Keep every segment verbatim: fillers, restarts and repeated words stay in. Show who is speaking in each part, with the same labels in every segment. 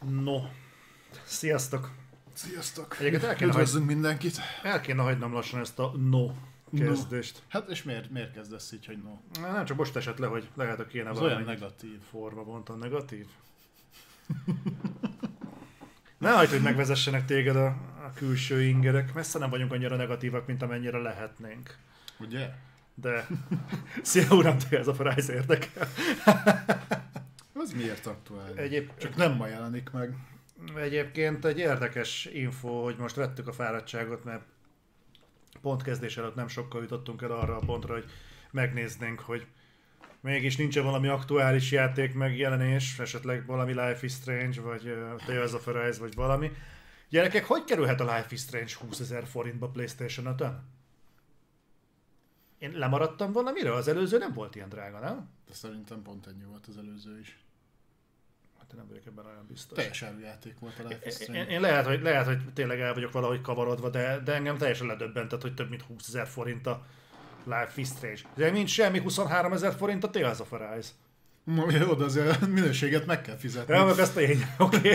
Speaker 1: No, sziasztok!
Speaker 2: Sziasztok!
Speaker 1: Egyébként el kéne,
Speaker 2: Üdvözlünk hagy... mindenkit!
Speaker 1: El kéne hagynom lassan ezt a no kezdést.
Speaker 2: No. Hát és miért, miért kezdesz így, hogy no?
Speaker 1: Nem csak most esett le, hogy lehet, hogy kéne
Speaker 2: az
Speaker 1: valami
Speaker 2: olyan negatív.
Speaker 1: forma bontan. Negatív? Ne hagyd, hogy megvezessenek téged a, a külső ingerek. Messze nem vagyunk annyira negatívak, mint amennyire lehetnénk.
Speaker 2: Ugye?
Speaker 1: De... Szia uram, ez a Fryze érdekel.
Speaker 2: Az miért aktuális?
Speaker 1: Egyéb...
Speaker 2: Csak nem ma jelenik meg.
Speaker 1: Egyébként egy érdekes info, hogy most vettük a fáradtságot, mert pont kezdés előtt nem sokkal jutottunk el arra a pontra, hogy megnéznénk, hogy mégis nincs valami aktuális játék megjelenés, esetleg valami Life is Strange, vagy uh, Tales of Arise, vagy valami. Gyerekek, hogy kerülhet a Life is Strange húszezer forintba PlayStation ötön? Én lemaradtam valamiről? Az előző nem volt ilyen drága, nem?
Speaker 2: De szerintem pont ennyi volt az előző is.
Speaker 1: Hát én nem vagyok ebben olyan biztos.
Speaker 2: Teljes játék volt a Life is Strange.
Speaker 1: Én, én lehet, hogy, lehet, hogy tényleg el vagyok valahogy kavarodva, de, de engem teljesen ledöbbentett, hogy több mint húszezer forint a Life is Strange. De mint semmi huszonháromezer forint a Tales of Arise.
Speaker 2: Jó, de azért minőséget meg kell fizetni.
Speaker 1: Ja, meg azt tény. Oké.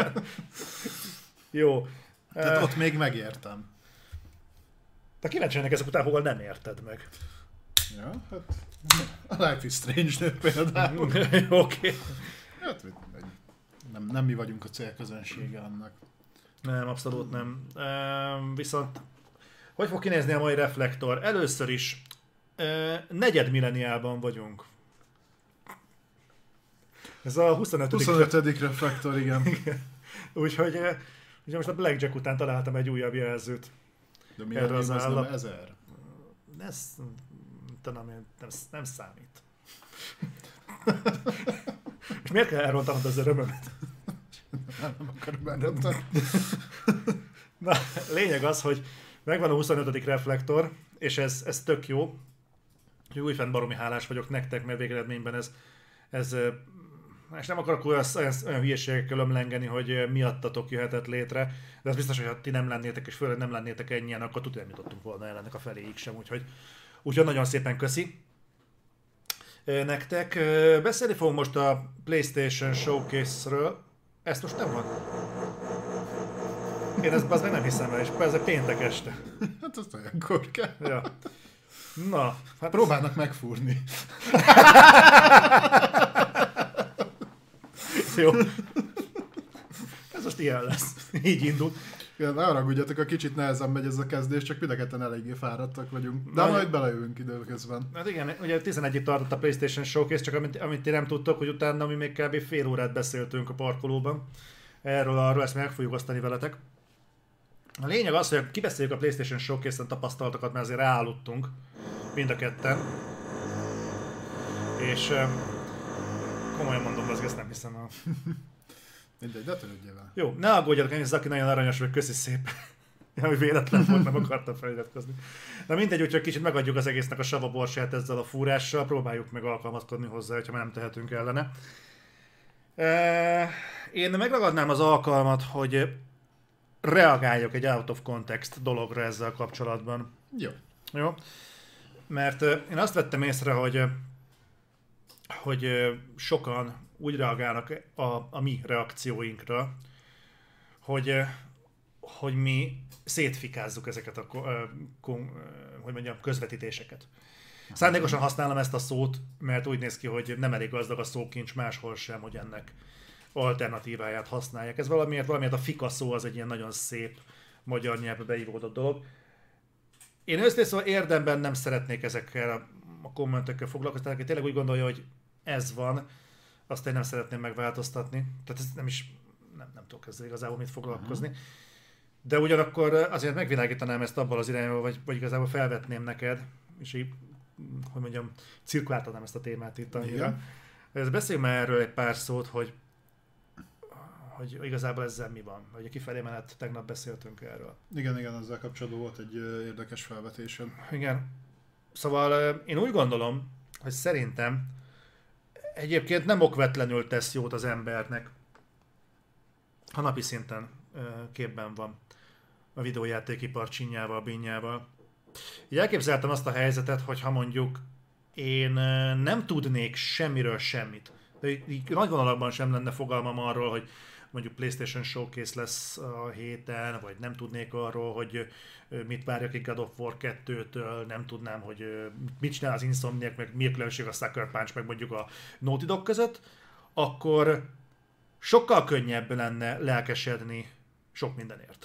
Speaker 1: Jó.
Speaker 2: Tehát
Speaker 1: uh,
Speaker 2: ott még megértem.
Speaker 1: De kíváncsiak ezek után, hol nem érted meg.
Speaker 2: Ja, hát a Life is Strange-nél például.
Speaker 1: Oké. Okay.
Speaker 2: Hát nem, nem mi vagyunk a célközönsége annak.
Speaker 1: Nem, abszolút nem. Uh, viszont hogy fog kinézni a mai reflektor? Először is uh, negyedmilleniálban vagyunk. Ez a huszonötödik
Speaker 2: huszonötödik reflektor, igen.
Speaker 1: Úgyhogy uh, ugye most a Blackjack után találtam egy újabb jelzőt.
Speaker 2: De mi az állap... nem ezer?
Speaker 1: Ez nem, nem, nem számít. És miért kell elrontanod az örömömet?
Speaker 2: Nem, nem akarom elrontani.
Speaker 1: Na, lényeg az, hogy megvan a huszonötödik reflektor, és ez, ez tök jó. Újfent baromi hálás vagyok nektek, mert végeredményben ez, ez és nem akarok olyan, olyan, olyan hülyeségekkel ömlengeni, hogy miattatok jöhetett létre, de az biztos, hogy ha ti nem lennétek, és főleg nem lennétek ennyien, akkor tudja, nem jutottunk volna el ennek a feléig sem, úgyhogy, úgyhogy nagyon szépen köszi nektek. Beszélni fogunk most a PlayStation Showcase-ről. Ezt most nem van. Én ezt az meg nem hiszem el, és ez péntek este.
Speaker 2: Hát azt olyankor kell.
Speaker 1: Ja. Na,
Speaker 2: hát próbálnak megfúrni.
Speaker 1: Jó. Ez most ilyen lesz. Így indul.
Speaker 2: Ja, ne haragudjatok, a kicsit nehezen megy ez a kezdés, csak mindenketten eléggé fáradtak vagyunk. De
Speaker 1: Na,
Speaker 2: majd belejövünk időközben.
Speaker 1: Hát igen, ugye tizenegyig tartott a PlayStation Showcase, csak amit, amit ti nem tudtok, hogy utána mi még kb. Fél órát beszéltünk a parkolóban. Erről, arról, ezt meg fogjuk osztani veletek. A lényeg az, hogy kibeszéljük a PlayStation Showcase-en tapasztalatokat, mert azért ráállottunk mind a ketten. És komolyan mondom, hogy ezt nem hiszem el.
Speaker 2: Mindegy, de törődjél vele.
Speaker 1: Jó, ne aggódjatok, én Zaki nagyon aranyos vagy, köszi szépen. Ami véletlen volt, nem akartam feliratkozni. Na mindegy, úgyhogy kicsit megadjuk az egésznek a savaborsát ezzel a fúrással, próbáljuk meg alkalmazkodni hozzá, hogyha már nem tehetünk ellene. Én megragadnám az alkalmat, hogy reagáljak egy out of context dologra ezzel kapcsolatban.
Speaker 2: Jó.
Speaker 1: Jó? Mert én azt vettem észre, hogy, hogy sokan úgy reagálnak a, a mi reakcióinkra, hogy, hogy mi szétfikázzuk ezeket a hogy mondjam, közvetítéseket. Szándékosan használom ezt a szót, mert úgy néz ki, hogy nem elég gazdag a szókincs máshol sem, hogy ennek alternatíváját használják. Ez valamiért, valamiért a fika szó az egy ilyen nagyon szép magyar nyelvbe beívódott dolog. Én őszintén szóval érdemben nem szeretnék ezekkel a kommentekkel foglalkozni, aki tényleg úgy gondolja, hogy ez van, azt én nem szeretném megváltoztatni. Tehát ez nem is, nem, nem tudok ezzel igazából mit foglalkozni. Uh-huh. De ugyanakkor azért megvilágítanám ezt abban az irányból, vagy, vagy igazából felvetném neked, és így, hogy mondjam, cirkuláltatnám ezt a témát itt annyira. Beszéljünk már erről egy pár szót, hogy, hogy igazából ezzel mi van. Vagy a kifelé menet, tegnap beszéltünk erről.
Speaker 2: Igen, igen, ezzel kapcsolatban volt egy érdekes felvetésem.
Speaker 1: Igen. Szóval én úgy gondolom, hogy szerintem egyébként nem okvetlenül tesz jót az embernek, ha napi szinten képben van a videójátékipar csinyával, bínyával. Így elképzeltem azt a helyzetet, hogy ha mondjuk én nem tudnék semmiről semmit, de így, így nagy vonalakban sem lenne fogalmam arról, hogy mondjuk PlayStation Showcase lesz a héten, vagy nem tudnék arról, hogy mit várjak egy God of War kettőtől, nem tudnám, hogy mit csinál az Insomniac, meg mi a különbség a Sucker Punch, meg mondjuk a Naughty Dog között, akkor sokkal könnyebb lenne lelkesedni sok mindenért.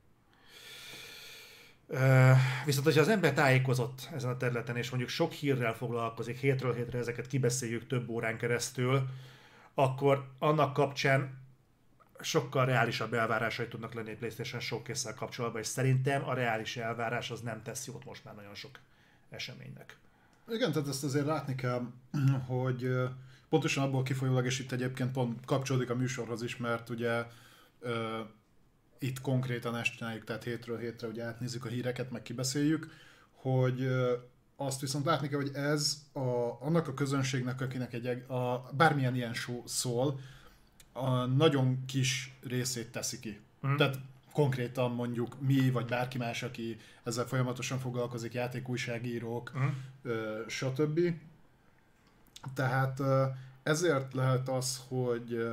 Speaker 1: Uh, viszont, hogyha az ember tájékozott ezen a területen, és mondjuk sok hírrel foglalkozik, hétről hétre ezeket kibeszéljük több órán keresztül, akkor annak kapcsán sokkal reálisabb elvárásai tudnak lenni a PlayStation Showcase-szel kapcsolatban, és szerintem a reális elvárás az nem tesz jót most már nagyon sok eseménynek.
Speaker 2: Igen, tehát ezt azért látni kell, hogy pontosan abból kifolyólag, és itt egyébként pont kapcsolódik a műsorhoz is, mert ugye itt konkrétan ezt csináljuk, tehát hétről hétre ugye átnézzük a híreket, meg kibeszéljük, hogy azt viszont látni kell, hogy ez a, annak a közönségnek, akinek egy, a, bármilyen ilyen show szól, a nagyon kis részét teszi ki. Mm. Tehát konkrétan mondjuk mi, vagy bárki más, aki ezzel folyamatosan foglalkozik, játékújságírók, mm. stb. Tehát ezért lehet az, hogy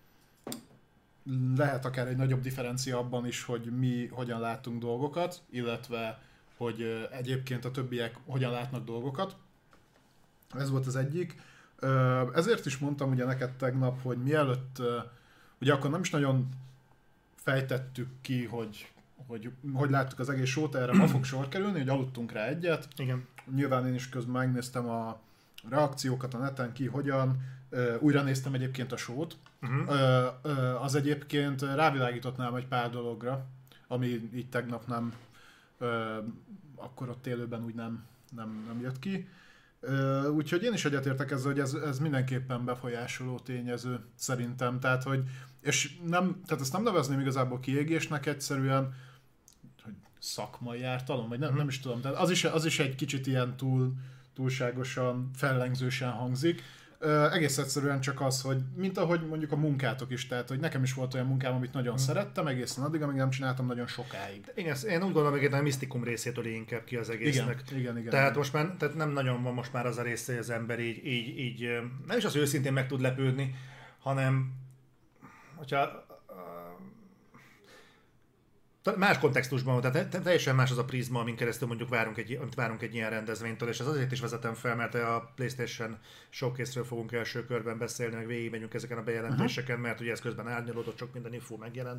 Speaker 2: lehet akár egy nagyobb differencia abban is, hogy mi hogyan látunk dolgokat, illetve hogy egyébként a többiek hogyan látnak dolgokat. Ez volt az egyik. Ezért is mondtam ugye neked tegnap, hogy mielőtt, ugye akkor nem is nagyon fejtettük ki, hogy hogy, hogy láttuk az egész sót, erre ma fog sor kerülni, hogy aludtunk rá egyet.
Speaker 1: Igen.
Speaker 2: Nyilván én is közben megnéztem a reakciókat a neten, ki hogyan, újra néztem egyébként a sót. Uh-huh. Az egyébként rávilágított nálam egy pár dologra, ami így tegnap nem, akkor ott élőben úgy nem, nem, nem jött ki. Úgyhogy én is egyetértek ezzel, hogy ez, ez mindenképpen befolyásoló tényező szerintem. Tehát, hogy, és nem, tehát ezt nem nevezném igazából kiégésnek, egyszerűen hogy szakmai ártalom, vagy nem, uh-huh. nem is tudom. Tehát az is, az is egy kicsit ilyen túl, túlságosan, fellengzősen hangzik. Uh, egész egyszerűen csak az, hogy mint ahogy mondjuk a munkátok is, tehát hogy nekem is volt olyan munkám, amit nagyon hmm. szerettem, egészen addig, amíg nem csináltam nagyon sokáig.
Speaker 1: Igen, én úgy gondolom, hogy a misztikum részétől inkább ki az egésznek.
Speaker 2: Igen, igen, igen.
Speaker 1: Tehát
Speaker 2: igen.
Speaker 1: most már tehát nem nagyon van most már az a része, hogy az ember így, így, így nem is az őszintén meg tud lepődni, hanem hogyha más kontextusban, tehát teljesen más az a prizma, amin keresztül mondjuk várunk egy, várunk egy ilyen rendezvénytől, és ez azért is vezetem fel, mert a PlayStation Showcase-ről fogunk első körben beszélni, meg végigmegyünk ezeken a bejelentéseken, mert ugye ez közben árnyalódott, sok minden info megjelent.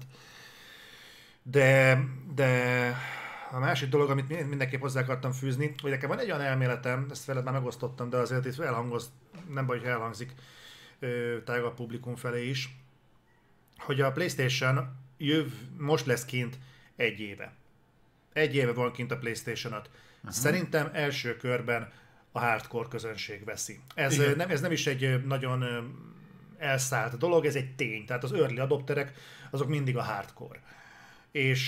Speaker 1: De, de a másik dolog, amit mindenképp hozzá akartam fűzni, hogy nekem van egy olyan elméletem, ezt veled már megosztottam, de azért itt elhangoz, nem baj, hogy elhangzik tágabb publikum felé is, hogy a PlayStation jöv, most lesz kint egy éve. Egy éve van kint a PlayStation öt. Uh-huh. Szerintem első körben a hardcore közönség veszi. Ez nem, ez nem is egy nagyon elszállt dolog, ez egy tény. Tehát az early adopterek, azok mindig a hardcore. És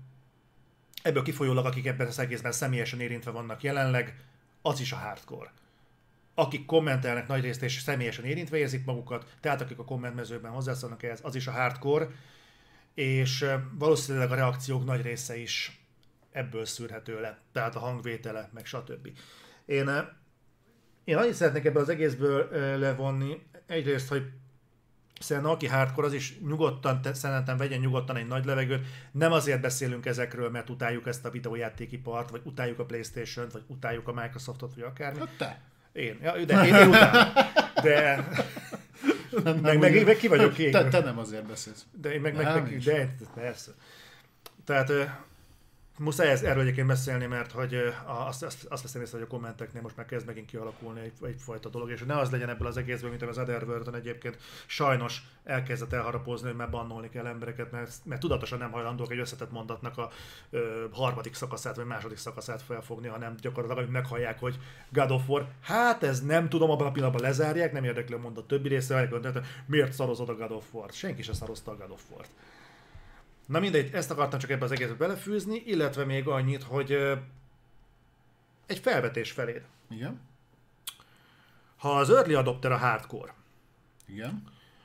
Speaker 1: ebből kifolyólag, akik ebben az egészben személyesen érintve vannak jelenleg, az is a hardcore. Akik kommentelnek nagyrészt és személyesen érintve érzik magukat, tehát akik a kommentmezőben hozzászólnak ehhez, az is a hardcore, és valószínűleg a reakciók nagy része is ebből szűrhető le, tehát a hangvétele, meg stb. Én, én annyit szeretnék ebből az egészből levonni, egyrészt, hogy szerintem aki hardcore, az is nyugodtan, szerintem vegyen nyugodtan egy nagy levegőt. Nem azért beszélünk ezekről, mert utáljuk ezt a videójátékipart, vagy utáljuk a PlayStation-t, vagy utáljuk a Microsoftot, vagy akármi.
Speaker 2: Hát te!
Speaker 1: Én, ja, de én, én utálom. De...
Speaker 2: Nem,
Speaker 1: meg, meg, meg ki vagyok én.
Speaker 2: Te, te nem azért beszélsz.
Speaker 1: De én meg, meg, meg de, persze. Tehát uh, muszáj ez, erről egyébként beszélni, mert hogy uh, azt, azt, azt veszem észre, hogy a kommenteknél most már kezd megint kialakulni egy, egyfajta dolog, és ne az legyen ebből az egészből, mint az Otherworld-on egyébként sajnos elkezdett elharapozni, hogy már bannolni kell embereket, mert, mert tudatosan nem hajlandók egy összetett mondatnak a uh, harmadik szakaszát, vagy második szakaszát felfogni, hanem gyakorlatilag meghallják, hogy God of War, hát ez nem tudom, abban a pillanatban lezárják, nem érdekli a mondat többi része, miért szarozod a God of War-t? Senki se szarozta a God of War-t. Na mindegy, ezt akartam csak ebbe az egészbe belefűzni, illetve még annyit, hogy uh, egy felvetés feléd.
Speaker 2: Igen.
Speaker 1: Ha az early adopter a hardcore,
Speaker 2: igen,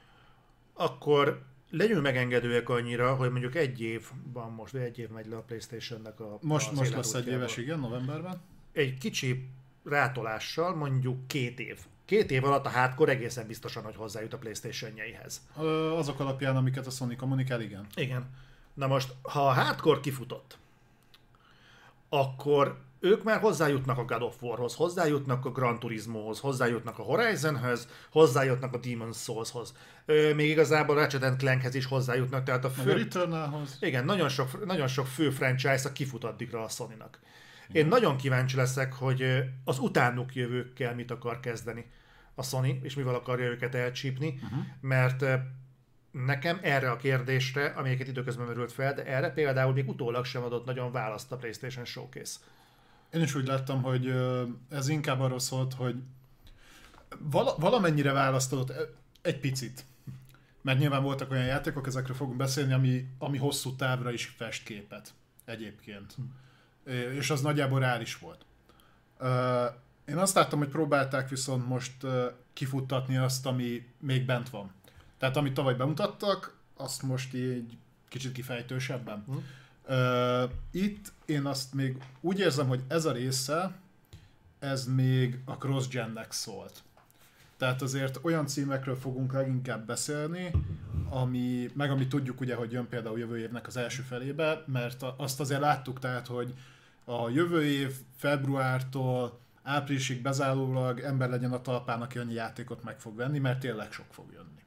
Speaker 1: akkor legyünk megengedőek annyira, hogy mondjuk egy év van most, vagy egy év megy le a PlayStation-nek a
Speaker 2: Most, most lesz egy éves, igen, novemberben.
Speaker 1: Egy kicsi rátolással, mondjuk két év két év alatt a hardcore egészen biztosan, hogy hozzájut a PlayStation-jeihez.
Speaker 2: Azok alapján, amiket a Sony kommunikál, igen.
Speaker 1: Igen. Na most, ha a hardcore kifutott, akkor ők már hozzájutnak a God of Warhoz, hozzájutnak a Gran Turismohoz, hozzájutnak a Horizonhöz, hozzájutnak a Demon's Soulshoz. Még igazából a Ratchet and Clankhez is hozzájutnak, tehát a fő...
Speaker 2: A Returnalhoz.
Speaker 1: Igen, nagyon sok, nagyon sok fő franchise a kifut addigra a Sony-nak. Én nagyon kíváncsi leszek, hogy az utánuk jövőkkel mit akar kezdeni a Sony, és mivel akarja őket elcsípni, uh-huh. mert nekem erre a kérdésre, amelyeket időközben merült fel, de erre például még utólag sem adott nagyon választ a PlayStation Showcase.
Speaker 2: Én is úgy láttam, hogy ez inkább arról szólt, hogy vala, valamennyire választ adott egy picit. Mert nyilván voltak olyan játékok, ezekről fogunk beszélni, ami, ami hosszú távra is fest képet egyébként. Hm. És az nagyjából reális volt. Én azt láttam, hogy próbálták viszont most kifuttatni azt, ami még bent van. Tehát amit tavaly bemutattak, azt most így kicsit kifejtősebben. Hm. Itt én azt még úgy érzem, hogy ez a része, ez még a cross-gennek szólt. Tehát azért olyan címekről fogunk leginkább beszélni, ami, meg ami tudjuk ugye, hogy jön például jövő évnek az első felébe, mert azt azért láttuk, tehát, hogy a jövő év februártól áprilisig bezárólag ember legyen a talpán, aki annyi játékot meg fog venni, mert tényleg sok fog jönni.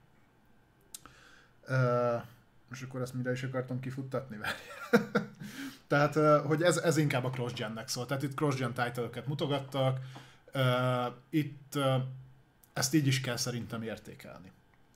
Speaker 2: Uh, és akkor ezt mire is akartam kifuttatni? Tehát, uh, hogy ez, ez inkább a cross-gennek szól. Tehát itt cross-gen title-öket mutogattak, uh, itt uh, ezt így is kell szerintem értékelni.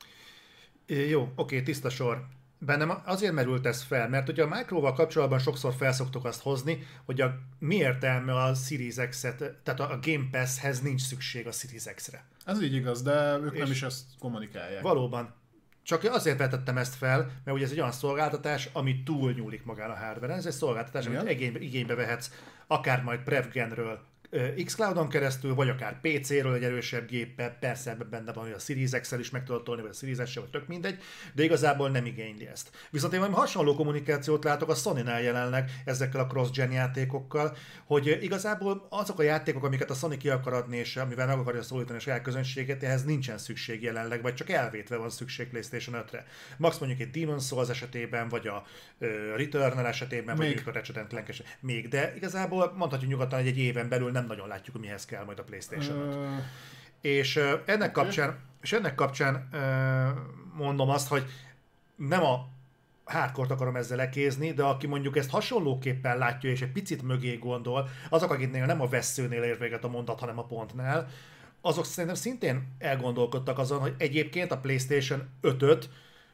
Speaker 1: É, jó, oké, tiszta sor. Bennem azért merült ez fel, mert ugye a Microval kapcsolatban sokszor felszoktuk azt hozni, hogy a, mi értelme a Series X-et, tehát a Game Pass-hez nincs szükség a Series X-re.
Speaker 2: Ez így igaz, de ők és nem is ezt kommunikálják.
Speaker 1: Valóban. Csak azért vetettem ezt fel, mert ugye ez egy olyan szolgáltatás, ami túlnyúlik magán a hardware-en. Ez egy szolgáltatás, igen, amit igénybe, igénybe vehetsz akár majd PrevGenről, xCloudon keresztül, vagy akár pé céről egy erősebb géppel, persze ebben benne van, hogy a Series X-el is meg tudod tolni, vagy a Series S-el, vagy tök mindegy, de igazából nem igényli ezt. Viszont én valami hasonló kommunikációt látok a Sony-nál jelenleg ezekkel a cross-gen játékokkal, hogy igazából azok a játékok, amiket a Sony ki akar adni, és amivel meg akarja szólítani a saját közönséget, ehhez nincsen szükség jelenleg, vagy csak elvétve van szükség PlayStation ötre. Max mondjuk egy Demon's Souls esetében, vagy a uh, Returnal esetében, még. Vagy a Ratchet and Clank esetében. Még, de igazából mondhatjuk nyugodtan, hogy egy éven belül nem nagyon látjuk, hogy mihez kell majd a PlayStation öt. Uh, és, uh, ennek kapcsán, és ennek kapcsán uh, mondom azt, hogy nem a hardcore-t akarom ezzel lekézni, de aki mondjuk ezt hasonlóképpen látja, és egy picit mögé gondol, azok, akiknél nem a vesszőnél ér véget a mondat, hanem a pontnál, azok szerintem szintén elgondolkodtak azon, hogy egyébként a PlayStation ötöt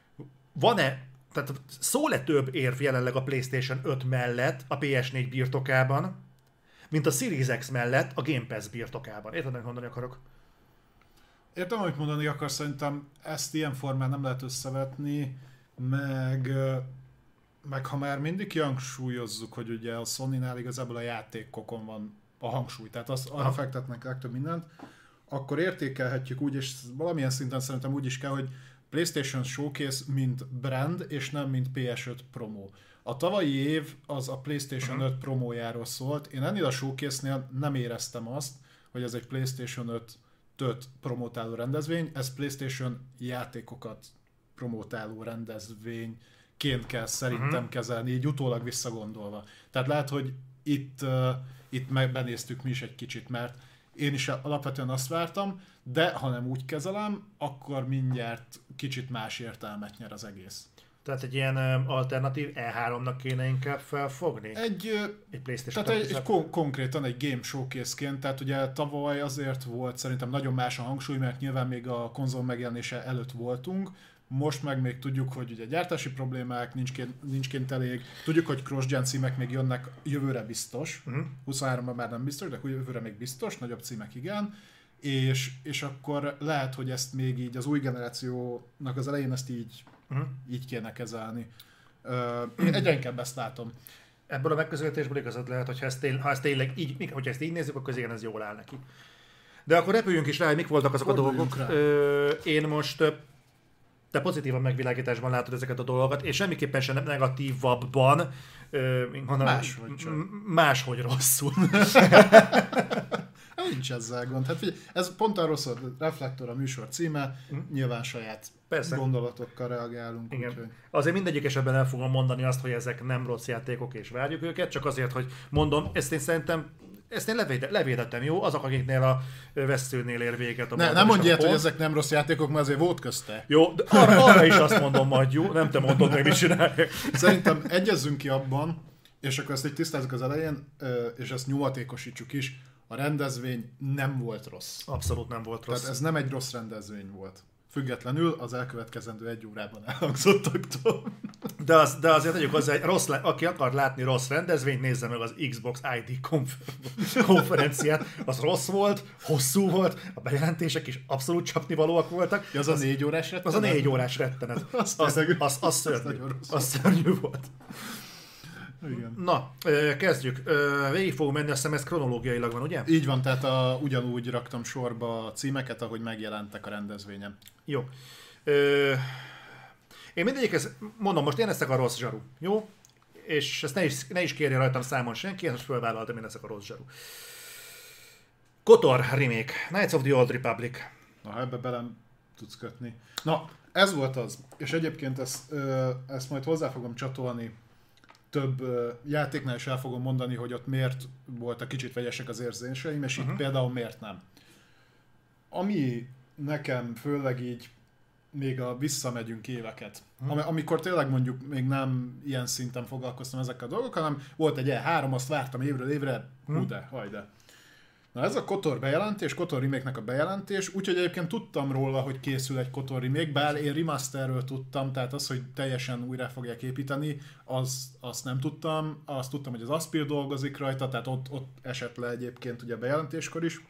Speaker 1: van-e, tehát szól-e több érv jelenleg a PlayStation öt mellett a pé es négy birtokában, mint a Series X mellett a Game Pass birtokában. Érted, hogy mondani akarok?
Speaker 2: Értem, amit mondani akarsz, szerintem ezt ilyen formán nem lehet összevetni, meg, meg ha már mindig kihangsúlyozzuk, hogy ugye a Sony-nál igazából a játékokon van a hangsúly, tehát az, arra fektetnek legtöbb mindent, akkor értékelhetjük úgy, és valamilyen szinten szerintem úgy is kell, hogy PlayStation Showcase mint brand, és nem mint pé es öt promo. A tavalyi év az a PlayStation uh-huh. öt promójáról szólt. Én ennél a Showcase-nél nem éreztem azt, hogy ez egy PlayStation öt promotáló rendezvény, ez PlayStation játékokat promotáló rendezvényként kell szerintem uh-huh. kezelni, így utólag visszagondolva. Tehát lehet, hogy itt, uh, itt megbenéztük mi is egy kicsit, mert én is alapvetően azt vártam, de ha nem úgy kezelem, akkor mindjárt kicsit más értelmet nyer az egész.
Speaker 1: Tehát egy ilyen alternatív E háromnak kéne inkább felfogni?
Speaker 2: Egy,
Speaker 1: egy PlayStation
Speaker 2: tehát egy, egy kon- konkrétan egy Game Showcase-ként, tehát ugye tavaly azért volt szerintem nagyon más a hangsúly, mert nyilván még a konzol megjelenése előtt voltunk, most meg még tudjuk, hogy ugye gyártási problémák, nincs kint, nincs kint elég, tudjuk, hogy cross-gen címek még jönnek jövőre biztos, uh-huh. huszonháromban már nem biztos, de jövőre még biztos, nagyobb címek igen, és, és akkor lehet, hogy ezt még így az új generációnak az elején ezt így Uh-huh. így kéne kezelni. Uh, én egyre inkább ezt látom.
Speaker 1: Ebből a megközelítésből igazad lehet, hogy ha ezt, tény, ha ezt tényleg így, hogyha ezt így nézzük, akkor igen, ez jól áll neki. De akkor repüljünk is rá, hogy mik voltak azok Forduljunk a dolgok. Ö, én most, te pozitívan megvilágításban látod ezeket a dolgokat, és semmiképpen sem negatívabban, ö, mondanám,
Speaker 2: máshogy,
Speaker 1: m- máshogy rosszul.
Speaker 2: Nincs ezzel gond. Hát figyelj, ez pont arról szól, Reflektor a műsor címe, hm? nyilván saját Persze. gondolatokkal reagálunk.
Speaker 1: Igen.
Speaker 2: Úgyhogy...
Speaker 1: Azért mindegyik esetben el fogom mondani azt, hogy ezek nem rossz játékok és várjuk őket, csak azért, hogy mondom, ezt én szerintem ezt én levéde, levédettem, jó? Azok, akiknél a veszőnél ér véget a
Speaker 2: ne, Nem mondj ilyet, hogy ezek nem rossz játékok, mert azért volt közte.
Speaker 1: Jó, de arra, arra is azt mondom majd, jó? Nem te mondod meg, mit csinálják.
Speaker 2: Szerintem egyezzünk ki abban, és akkor ezt így tisztázzuk az elején, és ezt nyomatékosítsuk is, a rendezvény nem volt rossz.
Speaker 1: Abszolút nem volt rossz.
Speaker 2: Tehát ez nem egy rossz rendezvény volt. Függetlenül az elkövetkezendő egy órában elhangzottaktól.
Speaker 1: De, az, de azért tegyük hozzá, hogy rossz, aki akar látni rossz rendezvényt, nézze meg az Xbox i dé konfer- konferenciát. Az rossz volt, hosszú volt, a bejelentések is abszolút csapnivalóak voltak.
Speaker 2: Ja, az, az a négy órás rettenet?
Speaker 1: Az a négy órás rettenet. Az, az, az, az, az, szörnyű, az szörnyű volt.
Speaker 2: Igen.
Speaker 1: Na, kezdjük. Végig fogunk menni, azt hiszem ez kronológiailag van, ugye?
Speaker 2: Így van, tehát a, ugyanúgy raktam sorba a címeket, ahogy megjelentek a rendezvényen.
Speaker 1: Jó. Ö, én mindegyikhez, mondom, most én leszek a rossz zsaru, jó? És ezt ne is, ne is kérje rajtam számon senki, én most felvállaltam, én leszek a rossz zsaru. KOTOR remake, Knights of the Old Republic.
Speaker 2: Na, ebbe belem tudsz kötni. Na, ez volt az. És egyébként ezt, ezt majd hozzá fogom csatolni. Több uh, játéknál is el fogom mondani, hogy ott miért voltak kicsit vegyesek az érzéseim, és uh-huh. itt például miért nem. Ami nekem főleg így még a visszamegyünk éveket, uh-huh. Am- amikor tényleg mondjuk még nem ilyen szinten foglalkoztam ezekkel a dolgokkal, hanem volt egy E három, azt vártam évről évre, uh-huh. hú de, hajde. Na ez a KOTOR bejelentés, KOTOR remake-nek a bejelentés, úgyhogy egyébként tudtam róla, hogy készül egy KOTOR remake, bár én remasterről tudtam, tehát az, hogy teljesen újra fogják építeni, az, azt nem tudtam, azt tudtam, hogy az Aspyr dolgozik rajta, tehát ott, ott esett le egyébként ugye a bejelentéskor is.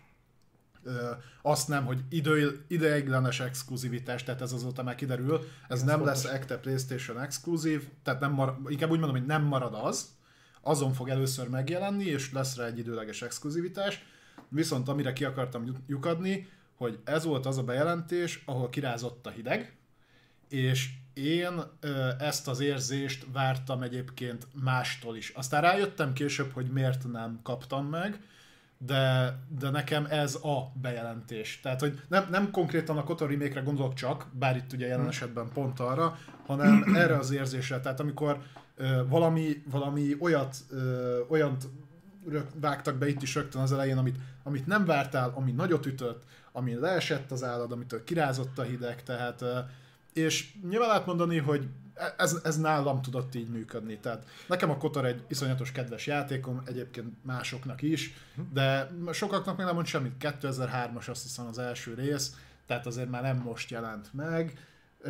Speaker 2: Ö, azt nem, hogy idő, ideiglenes exkluzivitás, tehát ez azóta már kiderül, ez, ez nem fontos. Lesz ekte PlayStation exkluzív, tehát nem mar, inkább úgy mondom, hogy nem marad az, azon fog először megjelenni, és lesz rá egy időleges exkluzivitás. Viszont amire ki akartam lyukadni, hogy ez volt az a bejelentés, ahol kirázott a hideg, és én ö, ezt az érzést vártam egyébként mástól is. Aztán rájöttem később, hogy miért nem kaptam meg, de, de nekem ez a bejelentés. Tehát, hogy nem, nem konkrétan a KOTOR remake-re gondolok csak, bár itt ugye jelen esetben pont arra, hanem erre az érzésre. Tehát amikor ö, valami, valami olyat, ö, olyant vágtak be itt is rögtön az elején, amit, amit nem vártál, ami nagyot ütött, ami leesett az állad, amitől kirázott a hideg, tehát és nyilván lehet mondani, hogy ez, ez nálam tudott így működni, tehát nekem a KOTOR egy iszonyatos kedves játékom, egyébként másoknak is, de sokaknak még nem mond semmit, kétezer-hármas azt hiszem az első rész, tehát azért már nem most jelent meg,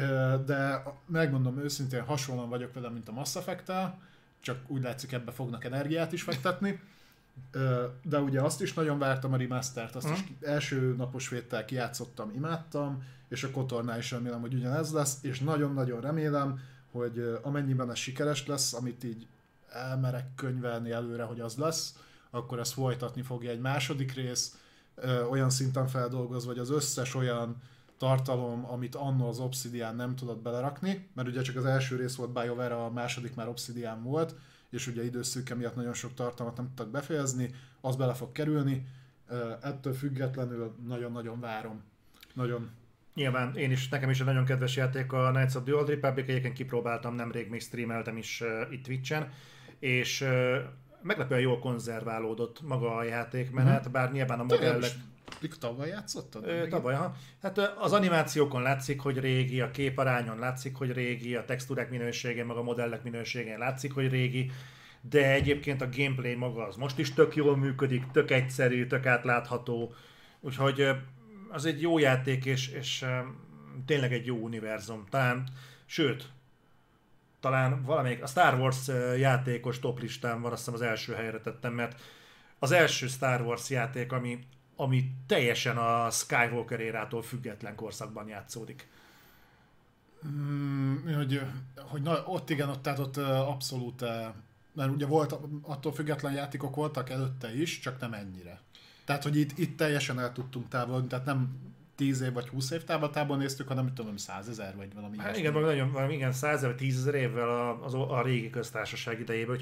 Speaker 2: de megmondom őszintén, hasonlóan vagyok vele, mint a Mass Effect-tel, csak úgy látszik, ebbe fognak energiát is fektetni. De ugye azt is nagyon vártam, a remastert, azt is első napos véttel kijátszottam, imádtam, és a KOTORnál is remélem, hogy ugyanez lesz, és nagyon-nagyon remélem, hogy amennyiben ez sikeres lesz, amit így elmerek könyvelni előre, hogy az lesz, akkor ezt folytatni fogja egy második rész, olyan szinten feldolgozva, hogy az összes olyan tartalom, amit annól az Obsidian nem tudott belerakni, mert ugye csak az első rész volt BioWare, a második már Obsidian volt, és ugye időszűke miatt nagyon sok tartalmat nem tudtak befejezni, az bele fog kerülni, ettől függetlenül nagyon-nagyon várom. Nagyon.
Speaker 1: Nyilván én is, nekem is egy nagyon kedves játék a Knights of the Old Republic, egyébként kipróbáltam, nemrég még streameltem is uh, itt Twitchen, és uh, meglepően jól konzerválódott maga a játékmenet, mm-hmm. bár nyilván a modellek...
Speaker 2: Tavaly játszottad?
Speaker 1: Ö, tavaly, ha. Hát az animációkon látszik, hogy régi, a képarányon látszik, hogy régi, a textúrák minőségén, meg a modellek minőségén látszik, hogy régi, de egyébként a gameplay maga az most is tök jól működik, tök egyszerű, tök átlátható, úgyhogy az egy jó játék, és, és tényleg egy jó univerzum. Talán, sőt, talán valamelyik, a Star Wars játékos toplistán van, azt hiszem az első helyre tettem, mert az első Star Wars játék, ami ami teljesen a Skywalker érától független korszakban játszódik.
Speaker 2: Mm, hogy, hogy na, ott igen, ott, tehát ott abszolút, mert ugye volt, attól független játékok voltak előtte is, csak nem ennyire. Tehát, hogy itt, itt teljesen el tudtunk távolodni, tehát nem tíz év vagy húsz év távlatában néztük, hanem mit tudom, százezer vagy valami.
Speaker 1: Hát igen, nagyon, valami, igen, százezer vagy tízezer évvel a, a, a régi köztársaság idejében, úgyhogy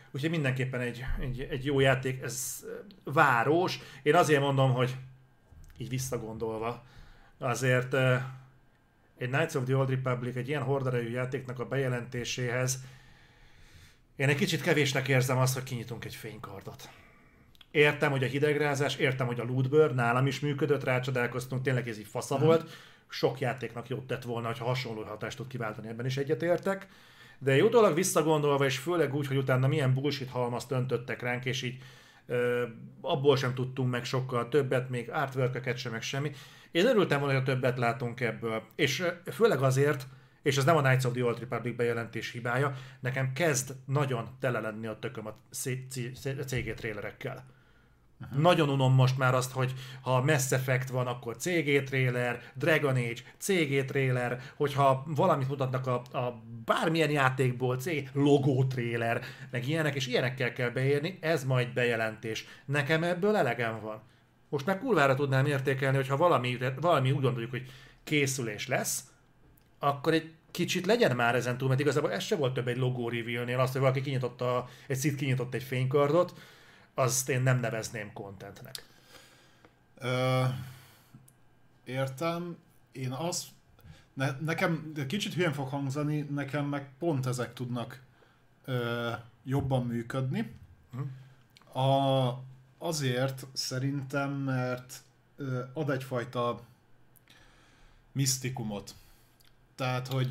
Speaker 1: Úgyhogy mindenképpen egy, egy, egy jó játék, ez város. Én azért mondom, hogy így visszagondolva, azért egy Knights of the Old Republic, egy ilyen horderejű játéknak a bejelentéséhez én egy kicsit kevésnek érzem azt, hogy kinyitunk egy fénykardot. Értem, hogy a hidegrázás, értem, hogy a lootbird nálam is működött, rácsodálkoztunk, tényleg ez így fasza hmm. volt. Sok játéknak jót tett volna, ha hasonló hatást tud kiváltani, ebben is egyetértek. De utólag visszagondolva, és főleg úgy, hogy utána milyen bullshit halmazt öntöttek ránk, és így ö, abból sem tudtunk meg sokkal többet, még artwork-öket sem, meg semmi. Én örültem volna, hogy a többet látunk ebből. És ö, főleg azért, és ez nem a Knights of the Old Republic bejelentés hibája, nekem kezd nagyon tele lenni a tököm a cé gé trélerekkel. Uh-huh. Nagyon unom most már azt, hogy ha Mass Effect van, akkor cé gé trailer, Dragon Age, cé gé trailer, hogyha valamit mutatnak a, a bármilyen játékból, C G logó trailer, meg ilyenek, és ilyenekkel kell beérni, ez majd bejelentés. Nekem ebből elegem van. Most már kurvára tudnám értékelni, hogyha valami, valami úgy gondoljuk, hogy készülés lesz, akkor egy kicsit legyen már ezen túl, mert igazából ez se volt több egy logó reveal-nél, azt, hogy valaki kinyitotta, egy szit kinyitott egy fénykardot, azt én nem nevezném contentnek.
Speaker 2: Ö, értem. Én azt... Ne, nekem kicsit hülyen fog hangzani, nekem meg pont ezek tudnak ö, jobban működni. Hm. A, azért szerintem, mert ö, ad egyfajta misztikumot. Tehát, hogy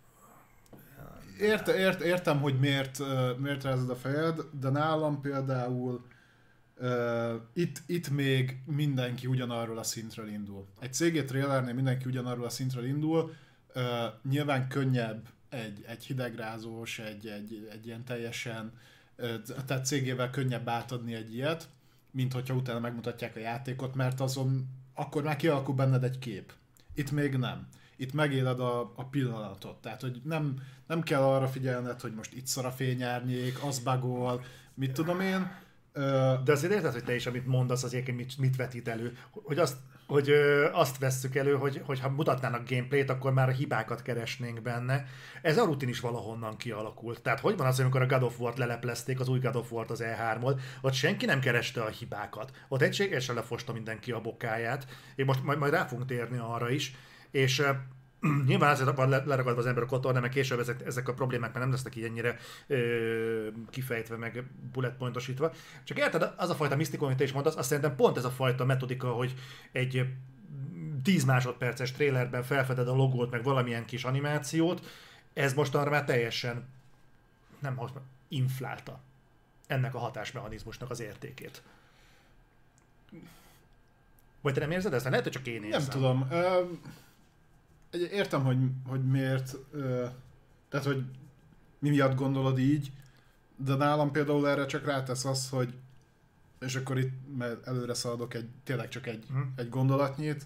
Speaker 2: ért, ért, értem, hogy miért, miért rázod a fejed, de nálam például uh, itt, itt még mindenki ugyanarról a szintről indul. Egy cé gé trailernél mindenki ugyanarról a szintről indul, uh, nyilván könnyebb egy, egy hidegrázós, egy, egy, egy ilyen teljesen, uh, tehát cé gével könnyebb átadni egy ilyet, mint hogyha utána megmutatják a játékot, mert azon akkor már kialakul benned egy kép. Itt még nem. Itt megéled a, a pillanatot. Tehát, hogy nem, nem kell arra figyelned, hogy most itt szar a fényárnyék, az bugol, mit tudom én.
Speaker 1: De azért érted, hogy te is, amit mondasz, azért mit, mit vetít elő. Hogy azt, hogy ö, azt vesszük elő, hogy, hogy ha mutatnának gameplayt, akkor már a hibákat keresnénk benne. Ez a rutin is valahonnan kialakult. Tehát hogy van az, amikor a God of War-t leleplezték, az új God of War-t az E hármon, ott senki nem kereste a hibákat. Ott egységesen lefosta mindenki a bokáját. Én most majd, majd rá fogunk térni arra is. És uh, nyilván azért van leragadva az ember a kotorna, mert később ezek, ezek a problémák már nem lesznek így ennyire uh, kifejtve, meg bullet pointosítva. Csak érted, az a fajta misztikum, amit te is mondasz, azt szerintem pont ez a fajta metodika, hogy egy tíz másodperces trailerben felfeded a logót, meg valamilyen kis animációt, ez most arra már teljesen nem most már inflálta ennek a hatásmechanizmusnak az értékét. Vagy te nem érzed ezt? Lehet, hogy csak én érzem.
Speaker 2: Nem tudom. Értem, hogy, hogy miért, tehát, hogy mi miatt gondolod így, de nálam például erre csak rátesz az, hogy, és akkor itt előre szaladok egy, tényleg csak egy, hmm. egy gondolatnyit.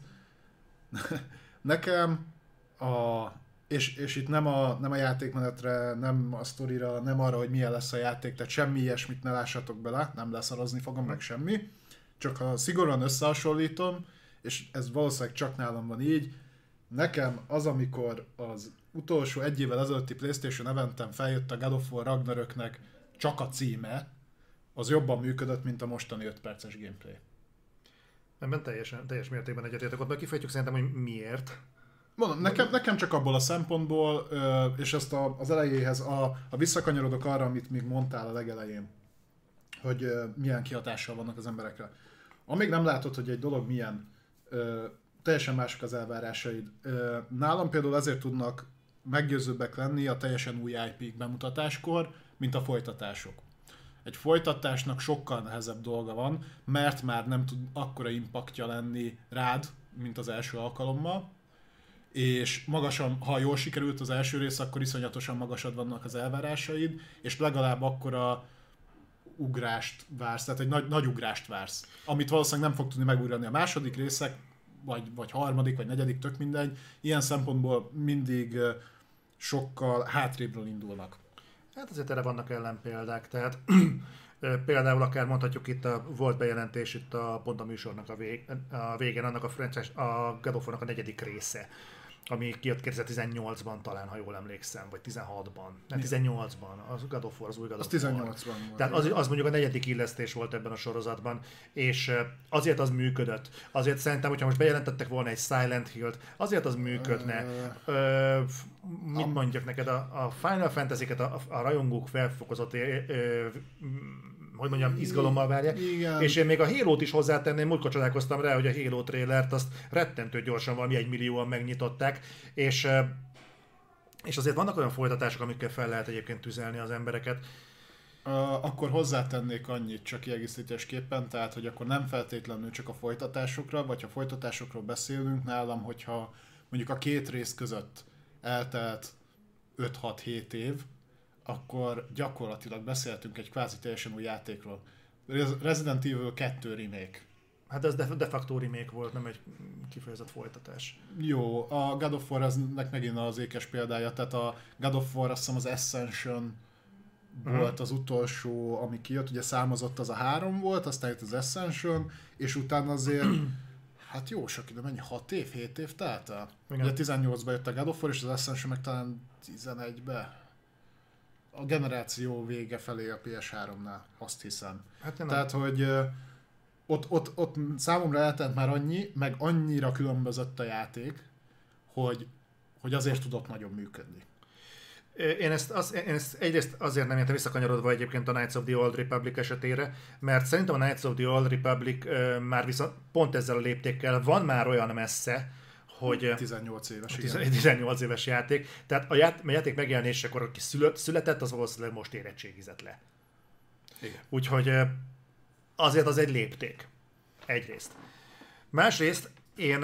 Speaker 2: Nekem a, és, és itt nem a, nem a játékmenetre, nem a sztorira, nem arra, hogy milyen lesz a játék, tehát semmi ilyesmit ne lássatok bele, nem leszarozni fogom hmm. meg semmi. Csak ha szigorúan összehasonlítom, és ez valószínűleg csak nálam van így, nekem az, amikor az utolsó egy évvel ezelőtti PlayStation eventen feljött a God of War Ragnaröknek csak a címe, az jobban működött, mint a mostani öt perces gameplay.
Speaker 1: Ebben teljesen, teljes mértékben egyetértek. Ott meg kifejtjük szerintem, hogy miért.
Speaker 2: Mondom, nekem, nekem csak abból a szempontból, és ezt a, az elejéhez, a, a visszakanyarodok arra, amit még mondtál a legelején, hogy milyen kihatással vannak az emberekre. Amíg nem látod, hogy egy dolog milyen, teljesen mások az elvárásaid. Nálam például ezért tudnak meggyőzőbbek lenni a teljesen új i pé-k bemutatáskor, mint a folytatások. Egy folytatásnak sokkal nehezebb dolga van, mert már nem tud akkora impaktja lenni rád, mint az első alkalommal, és magasan, ha jól sikerült az első rész, akkor iszonyatosan magasad vannak az elvárásaid, és legalább akkora ugrást vársz, tehát egy nagy, nagy ugrást vársz, amit valószínűleg nem fog tudni megugrani a második részek, vagy, vagy harmadik, vagy negyedik, tök mindegy. Ilyen szempontból mindig sokkal hátrébről indulnak.
Speaker 1: Hát azért erre vannak ellenpéldák, tehát például akár mondhatjuk itt a, volt bejelentés itt a pont a műsornak a, vég, a végén, annak a franchise, a God of War-nak a negyedik része, ami kijött kétezer-tizennyolcban talán, ha jól emlékszem, vagy tizenhatban, nem tizennyolcban, az God of War, az új God of War.
Speaker 2: Az tizennyolcban volt.
Speaker 1: Tehát az, az mondjuk a negyedik illesztés volt ebben a sorozatban, és azért az működött. Azért szerintem, hogyha most bejelentettek volna egy Silent Hill-t, azért az működne. Ö... Ö, mit mondjak neked, a, a Final Fantasy-ket a, a rajongók felfokozott ö, ö, hogy mondjam, izgalommal várják.
Speaker 2: Igen.
Speaker 1: És én még a Halo-t is hozzátenném, múltkor csodálkoztam rá, hogy a Halo trailert azt rettentő gyorsan valami egy millióan megnyitották, és, és azért vannak olyan folytatások, amikkel fel lehet egyébként tüzelni az embereket.
Speaker 2: Uh, akkor hozzátennék annyit csak kiegészítésképpen, tehát hogy akkor nem feltétlenül csak a folytatásokra, vagy ha folytatásokról beszélünk nálam, hogyha mondjuk a két rész között eltelt öt-hat-hét év, akkor gyakorlatilag beszéltünk egy kvázi teljesen új játékról. Resident Evil kettő remake.
Speaker 1: Hát ez de, de facto remake volt, nem egy kifejezett folytatás.
Speaker 2: Jó, a God of War aznek megint az ékes példája, tehát a God of War azt hiszem az Ascension uh-huh. volt az utolsó, ami kijött, ugye számozott az a három volt, aztán jött az Ascension, és utána azért hát jó sok ide, mennyi? hat év, hét év telt el? Ugye tizennyolcban jött a God of War, és az Ascension meg talán tizenegybe. A generáció vége felé a pé es háromnál, azt hiszem. Hát Tehát, hogy uh, ott, ott, ott számomra eltelt már annyi, meg annyira különbözött a játék, hogy, hogy azért tudott nagyon működni.
Speaker 1: Én ezt, az, én ezt egyrészt azért nem értem visszakanyarodva egyébként a Knights of the Old Republic esetére, mert szerintem a Knights of the Old Republic uh, már viszont pont ezzel a léptékkel van már olyan messze, hogy
Speaker 2: tizennyolc éves,
Speaker 1: tizennyolc éves játék. Tehát a játék, a játék megjelenésekor, aki született, az valószínűleg most érettségizett le. Igen. Úgyhogy azért az egy lépték. Egyrészt. Másrészt én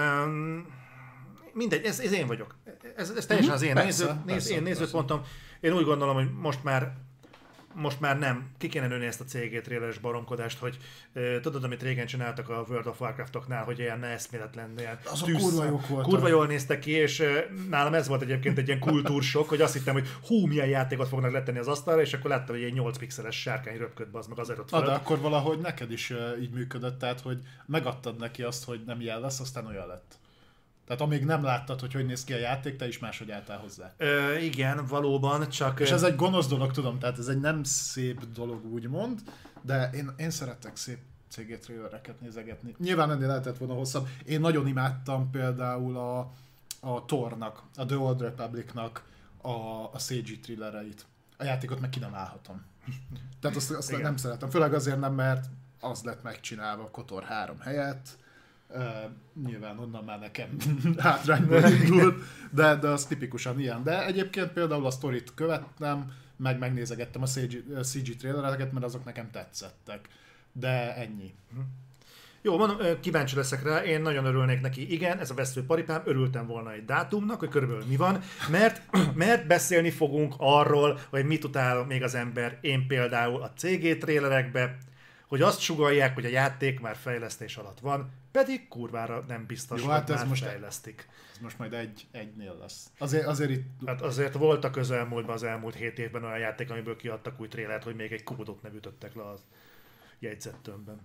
Speaker 1: mindegy, ez, ez én vagyok. Ez, ez teljesen az én, persze, néző, persze, néz, én nézőpontom. Én úgy gondolom, hogy most már most már nem. Ki kéne nőni ezt a cé gé traileres baromkodást, hogy uh, tudod, amit régen csináltak a World of Warcraftoknál, hogy ilyen eszméletlen, ilyen
Speaker 2: azok kurva jók voltak.
Speaker 1: Kurva jól néztek ki, és uh, nálam ez volt egyébként egy ilyen kultúrsok, hogy azt hittem, hogy hú, milyen játékot fognak letenni az asztalra, és akkor láttam, hogy egy nyolc pixeles sárkány röpköd, az meg azért ott
Speaker 2: fölött. De akkor valahogy neked is uh, így működött, tehát hogy megadtad neki azt, hogy nem ilyen lesz, aztán olyan lett. Tehát amíg nem láttad, hogy hogy néz ki a játék, te is máshogy álltál hozzá.
Speaker 1: Ö, igen, valóban, csak...
Speaker 2: És ez egy gonosz dolog, tudom, tehát ez egy nem szép dolog úgymond, de én, én szeretek szép cé gé trailereket nézegetni. Nyilván ennél lehetett volna hosszabb. Én nagyon imádtam például a, a Thornak, a The Old Republicnak a, a cé gé thrillereit. A játékot meg ki nem állhatom. Tehát azt, azt nem szeretem. Főleg azért nem, mert az lett megcsinálva KOTOR három helyett. Uh, nyilván onnan már nekem hátrányból indult, de, de az tipikusan ilyen. De egyébként például a sztorit követtem, meg megnézegettem a cé gé trailereket, mert azok nekem tetszettek. De ennyi.
Speaker 1: Jó, mondom, kíváncsi leszek rá, én nagyon örülnék neki. Igen, ez a vesző paripám, örültem volna egy dátumnak, hogy körülbelül mi van, mert, mert beszélni fogunk arról, hogy mit utál még az ember. Én például a cé gé trailerekbe, hogy azt sugallják, hogy a játék már fejlesztés alatt van, pedig kurvára nem biztos,
Speaker 2: jó,
Speaker 1: hogy
Speaker 2: hát ez
Speaker 1: már
Speaker 2: most
Speaker 1: fejlesztik.
Speaker 2: Ez most majd egy, egynél lesz. Azért, azért itt...
Speaker 1: Hát azért volt a közelmúltban az elmúlt hét évben olyan játék, amiből kiadtak új trélert, hogy még egy kódot nem ütöttek le az jegyzettömbben.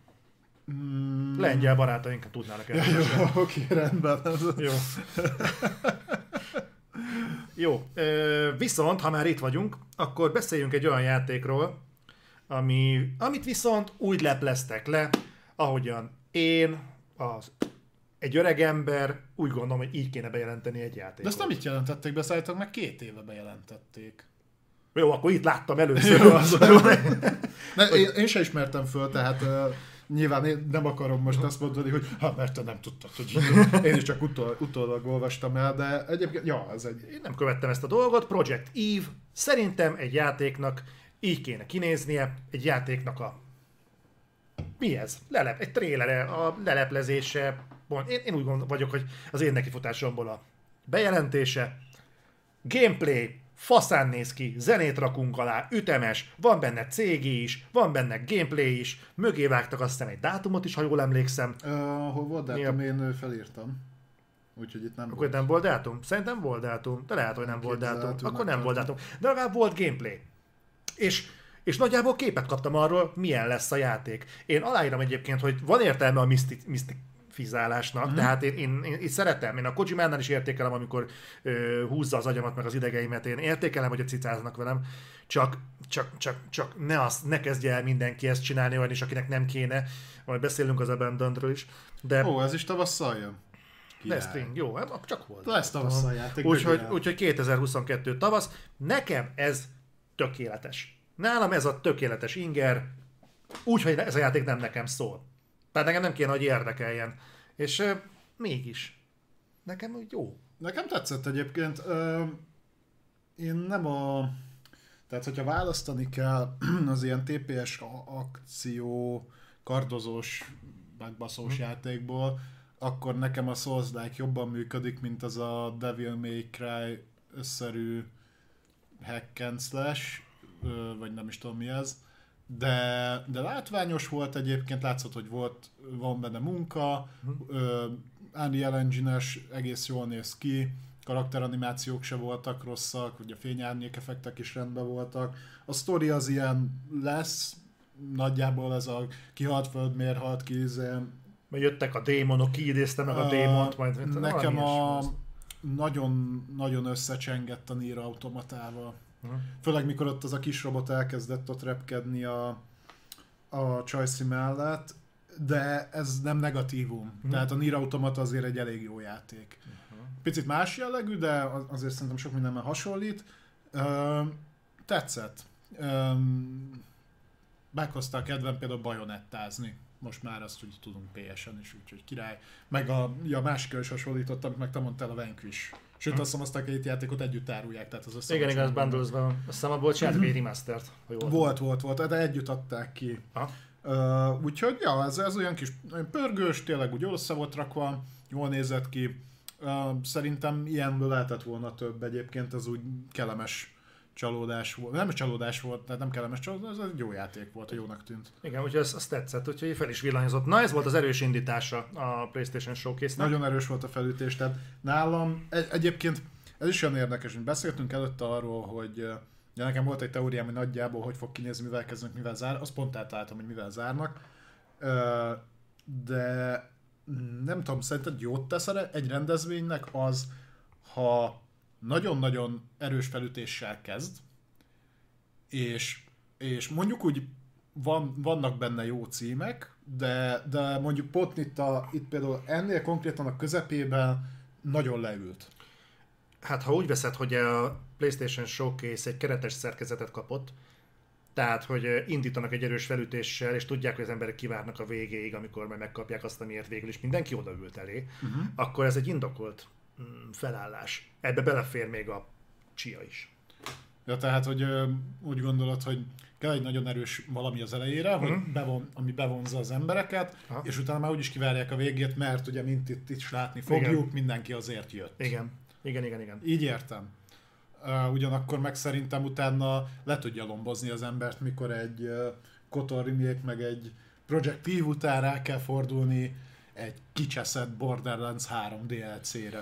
Speaker 1: Mm. Lengyel barátaink tudnának
Speaker 2: erről. Ja, jó, oké, rendben.
Speaker 1: Jó. Jó, viszont ha már itt vagyunk, akkor beszéljünk egy olyan játékról, ami, amit viszont úgy lepleztek le, ahogyan én, az, egy öreg ember, úgy gondolom, hogy így kéne bejelenteni egy játékot.
Speaker 2: De ezt nem itt jelentették be, szállítólag meg két éve bejelentették.
Speaker 1: Jó, akkor itt láttam először.
Speaker 2: Jó, az, jó. Ne, én, én sem ismertem föl, tehát uh, nyilván én nem akarom most azt mondani, hogy ha, mert te nem tudtad, hogy így. Én is csak utol, utólag olvastam el, de egyébként, ja, ez egy...
Speaker 1: Én nem követtem ezt a dolgot. Project Eve szerintem egy játéknak így kéne kinéznie, egy játéknak a... Mi ez? Lelep, egy trélere, a leleplezése. Én, én úgy gondol, vagyok, hogy az én nekifutásomból a bejelentése. Gameplay, faszán néz ki, zenét rakunk alá, ütemes, van benne cé gé is, van benne gameplay is, mögé vágtak azt hiszem egy dátumot is, ha jól emlékszem.
Speaker 2: Uh, hol volt dátum? Én felírtam. Úgyhogy itt nem
Speaker 1: Akkor
Speaker 2: volt.
Speaker 1: nem volt dátum? Szerintem volt dátum, de lehet, hogy nem volt dátum. Akkor nem volt dátum. De legalább volt gameplay. És, és nagyjából képet kaptam arról, milyen lesz a játék. Én aláírom egyébként, hogy van értelme a Mystic, Mystic fizálásnak, mm. tehát én, én, én, én szeretem, én a Kojimánál is értékelem, amikor ö, húzza az agyamat meg az idegeimet, én értékelem, hogy a cicáznak velem, csak, csak, csak, csak ne, azt, ne kezdje el mindenki ezt csinálni, olyan is, akinek nem kéne, majd beszélünk az Abandonedről is. De...
Speaker 2: Ó, ez is tavasszal jön?
Speaker 1: Death String, jó, csak volt.
Speaker 2: Lesz tavasszal játék.
Speaker 1: Úgyhogy úgy, kétezer-huszonkettő tavasz, nekem ez tökéletes. Nálam ez a tökéletes inger, úgyhogy ez a játék nem nekem szól. Tehát nekem nem kéne, hogy érdekeljen. És euh, mégis. Nekem úgy jó.
Speaker 2: Nekem tetszett egyébként. Ö, én nem a... Tehát, hogyha választani kell az ilyen té pé es akció, kardozós, megbaszós hmm. játékból, akkor nekem a Souls-like jobban működik, mint az a Devil May Cry-szerű hack and slash, vagy nem is tudom mi ez. De, de látványos volt egyébként, látszott, hogy volt, van benne munka, hmm. Unreal Engine-es, egész jól néz ki, karakteranimációk se voltak rosszak, ugye a fényárnyék effektek is rendben voltak. A sztori az ilyen lesz, nagyjából ez a kihalt föld, miért halt ki,
Speaker 1: mert jöttek a démonok, kiidézte meg a uh, démont, majd...
Speaker 2: Nekem a nagyon, nagyon összecsengett a Nier Automatával. Uh-huh. Főleg mikor ott az a kis robot elkezdett ott repkedni a, a Choice mellett, de ez nem negatívum. Uh-huh. Tehát a Nier Automata azért egy elég jó játék. Uh-huh. Picit más jellegű, de azért szerintem sok mindenben hasonlít. Uh, tetszett. Um, meghozta a kedvem például bajonettázni. Most már azt úgy tudunk pé es-en is, úgyhogy király. Meg a, ja, másikkel is hasonlítottam, meg te mondtál a Vanquish. Sőt, hmm. azt hiszem azt a két játékot együtt árulják, tehát az össze.
Speaker 1: Igen, igen, az bundlezben van. Azt hiszem abból csináltak egy remastert.
Speaker 2: Volt, volt, volt, de együtt adták ki. Uh, úgyhogy, ja, ez, ez olyan kis olyan pörgős, tényleg úgy össze volt rakva, jól nézett ki. Uh, szerintem ilyenből lehetett volna több egyébként, ez úgy kellemes csalódás volt. Nem csalódás volt, tehát nem kellemes csalódás, ez egy jó játék volt, jónak tűnt.
Speaker 1: Igen, úgyhogy az, az tetszett, úgyhogy fel is villanyozott. Na, ez volt az erős indítása a PlayStation Showcase-nek.
Speaker 2: Nagyon erős volt a felütés, tehát nálam egy, egyébként ez is olyan érdekes, hogy beszéltünk előtte arról, hogy ja, nekem volt egy teóriám, hogy nagyjából hogy fog kinézni, mivel kezdünk, mivel zár, azt pont átláltam, hogy mivel zárnak, de nem tudom, szerinted jót tesz egy rendezvénynek az, ha nagyon-nagyon erős felütéssel kezd, és, és mondjuk úgy van, vannak benne jó címek, de, de mondjuk pont itt, a, itt például ennél konkrétan a közepében nagyon leült.
Speaker 1: Hát ha úgy veszed, hogy a PlayStation Showcase egy keretes szerkezetet kapott, tehát hogy indítanak egy erős felütéssel, és tudják, hogy az emberek kivárnak a végéig, amikor majd megkapják azt, amiért végül is mindenki odaült elé, uh-huh. akkor ez egy indokolt felállás. Ebbe belefér még a csia is.
Speaker 2: Ja, tehát, hogy ö, úgy gondolod, hogy kell egy nagyon erős valami az elejére, uh-huh. hogy bevon, ami bevonza az embereket, Aha. és utána már úgyis kivárják a végét, mert ugye mint itt is látni fogjuk, igen. mindenki azért jött.
Speaker 1: Igen, igen, igen. igen.
Speaker 2: Így értem. Uh, ugyanakkor meg szerintem utána le tudja lombozni az embert, mikor egy uh, Kotor remake, meg egy Project Eve után rá kell fordulni egy kicseszett Borderlands három dé el cére.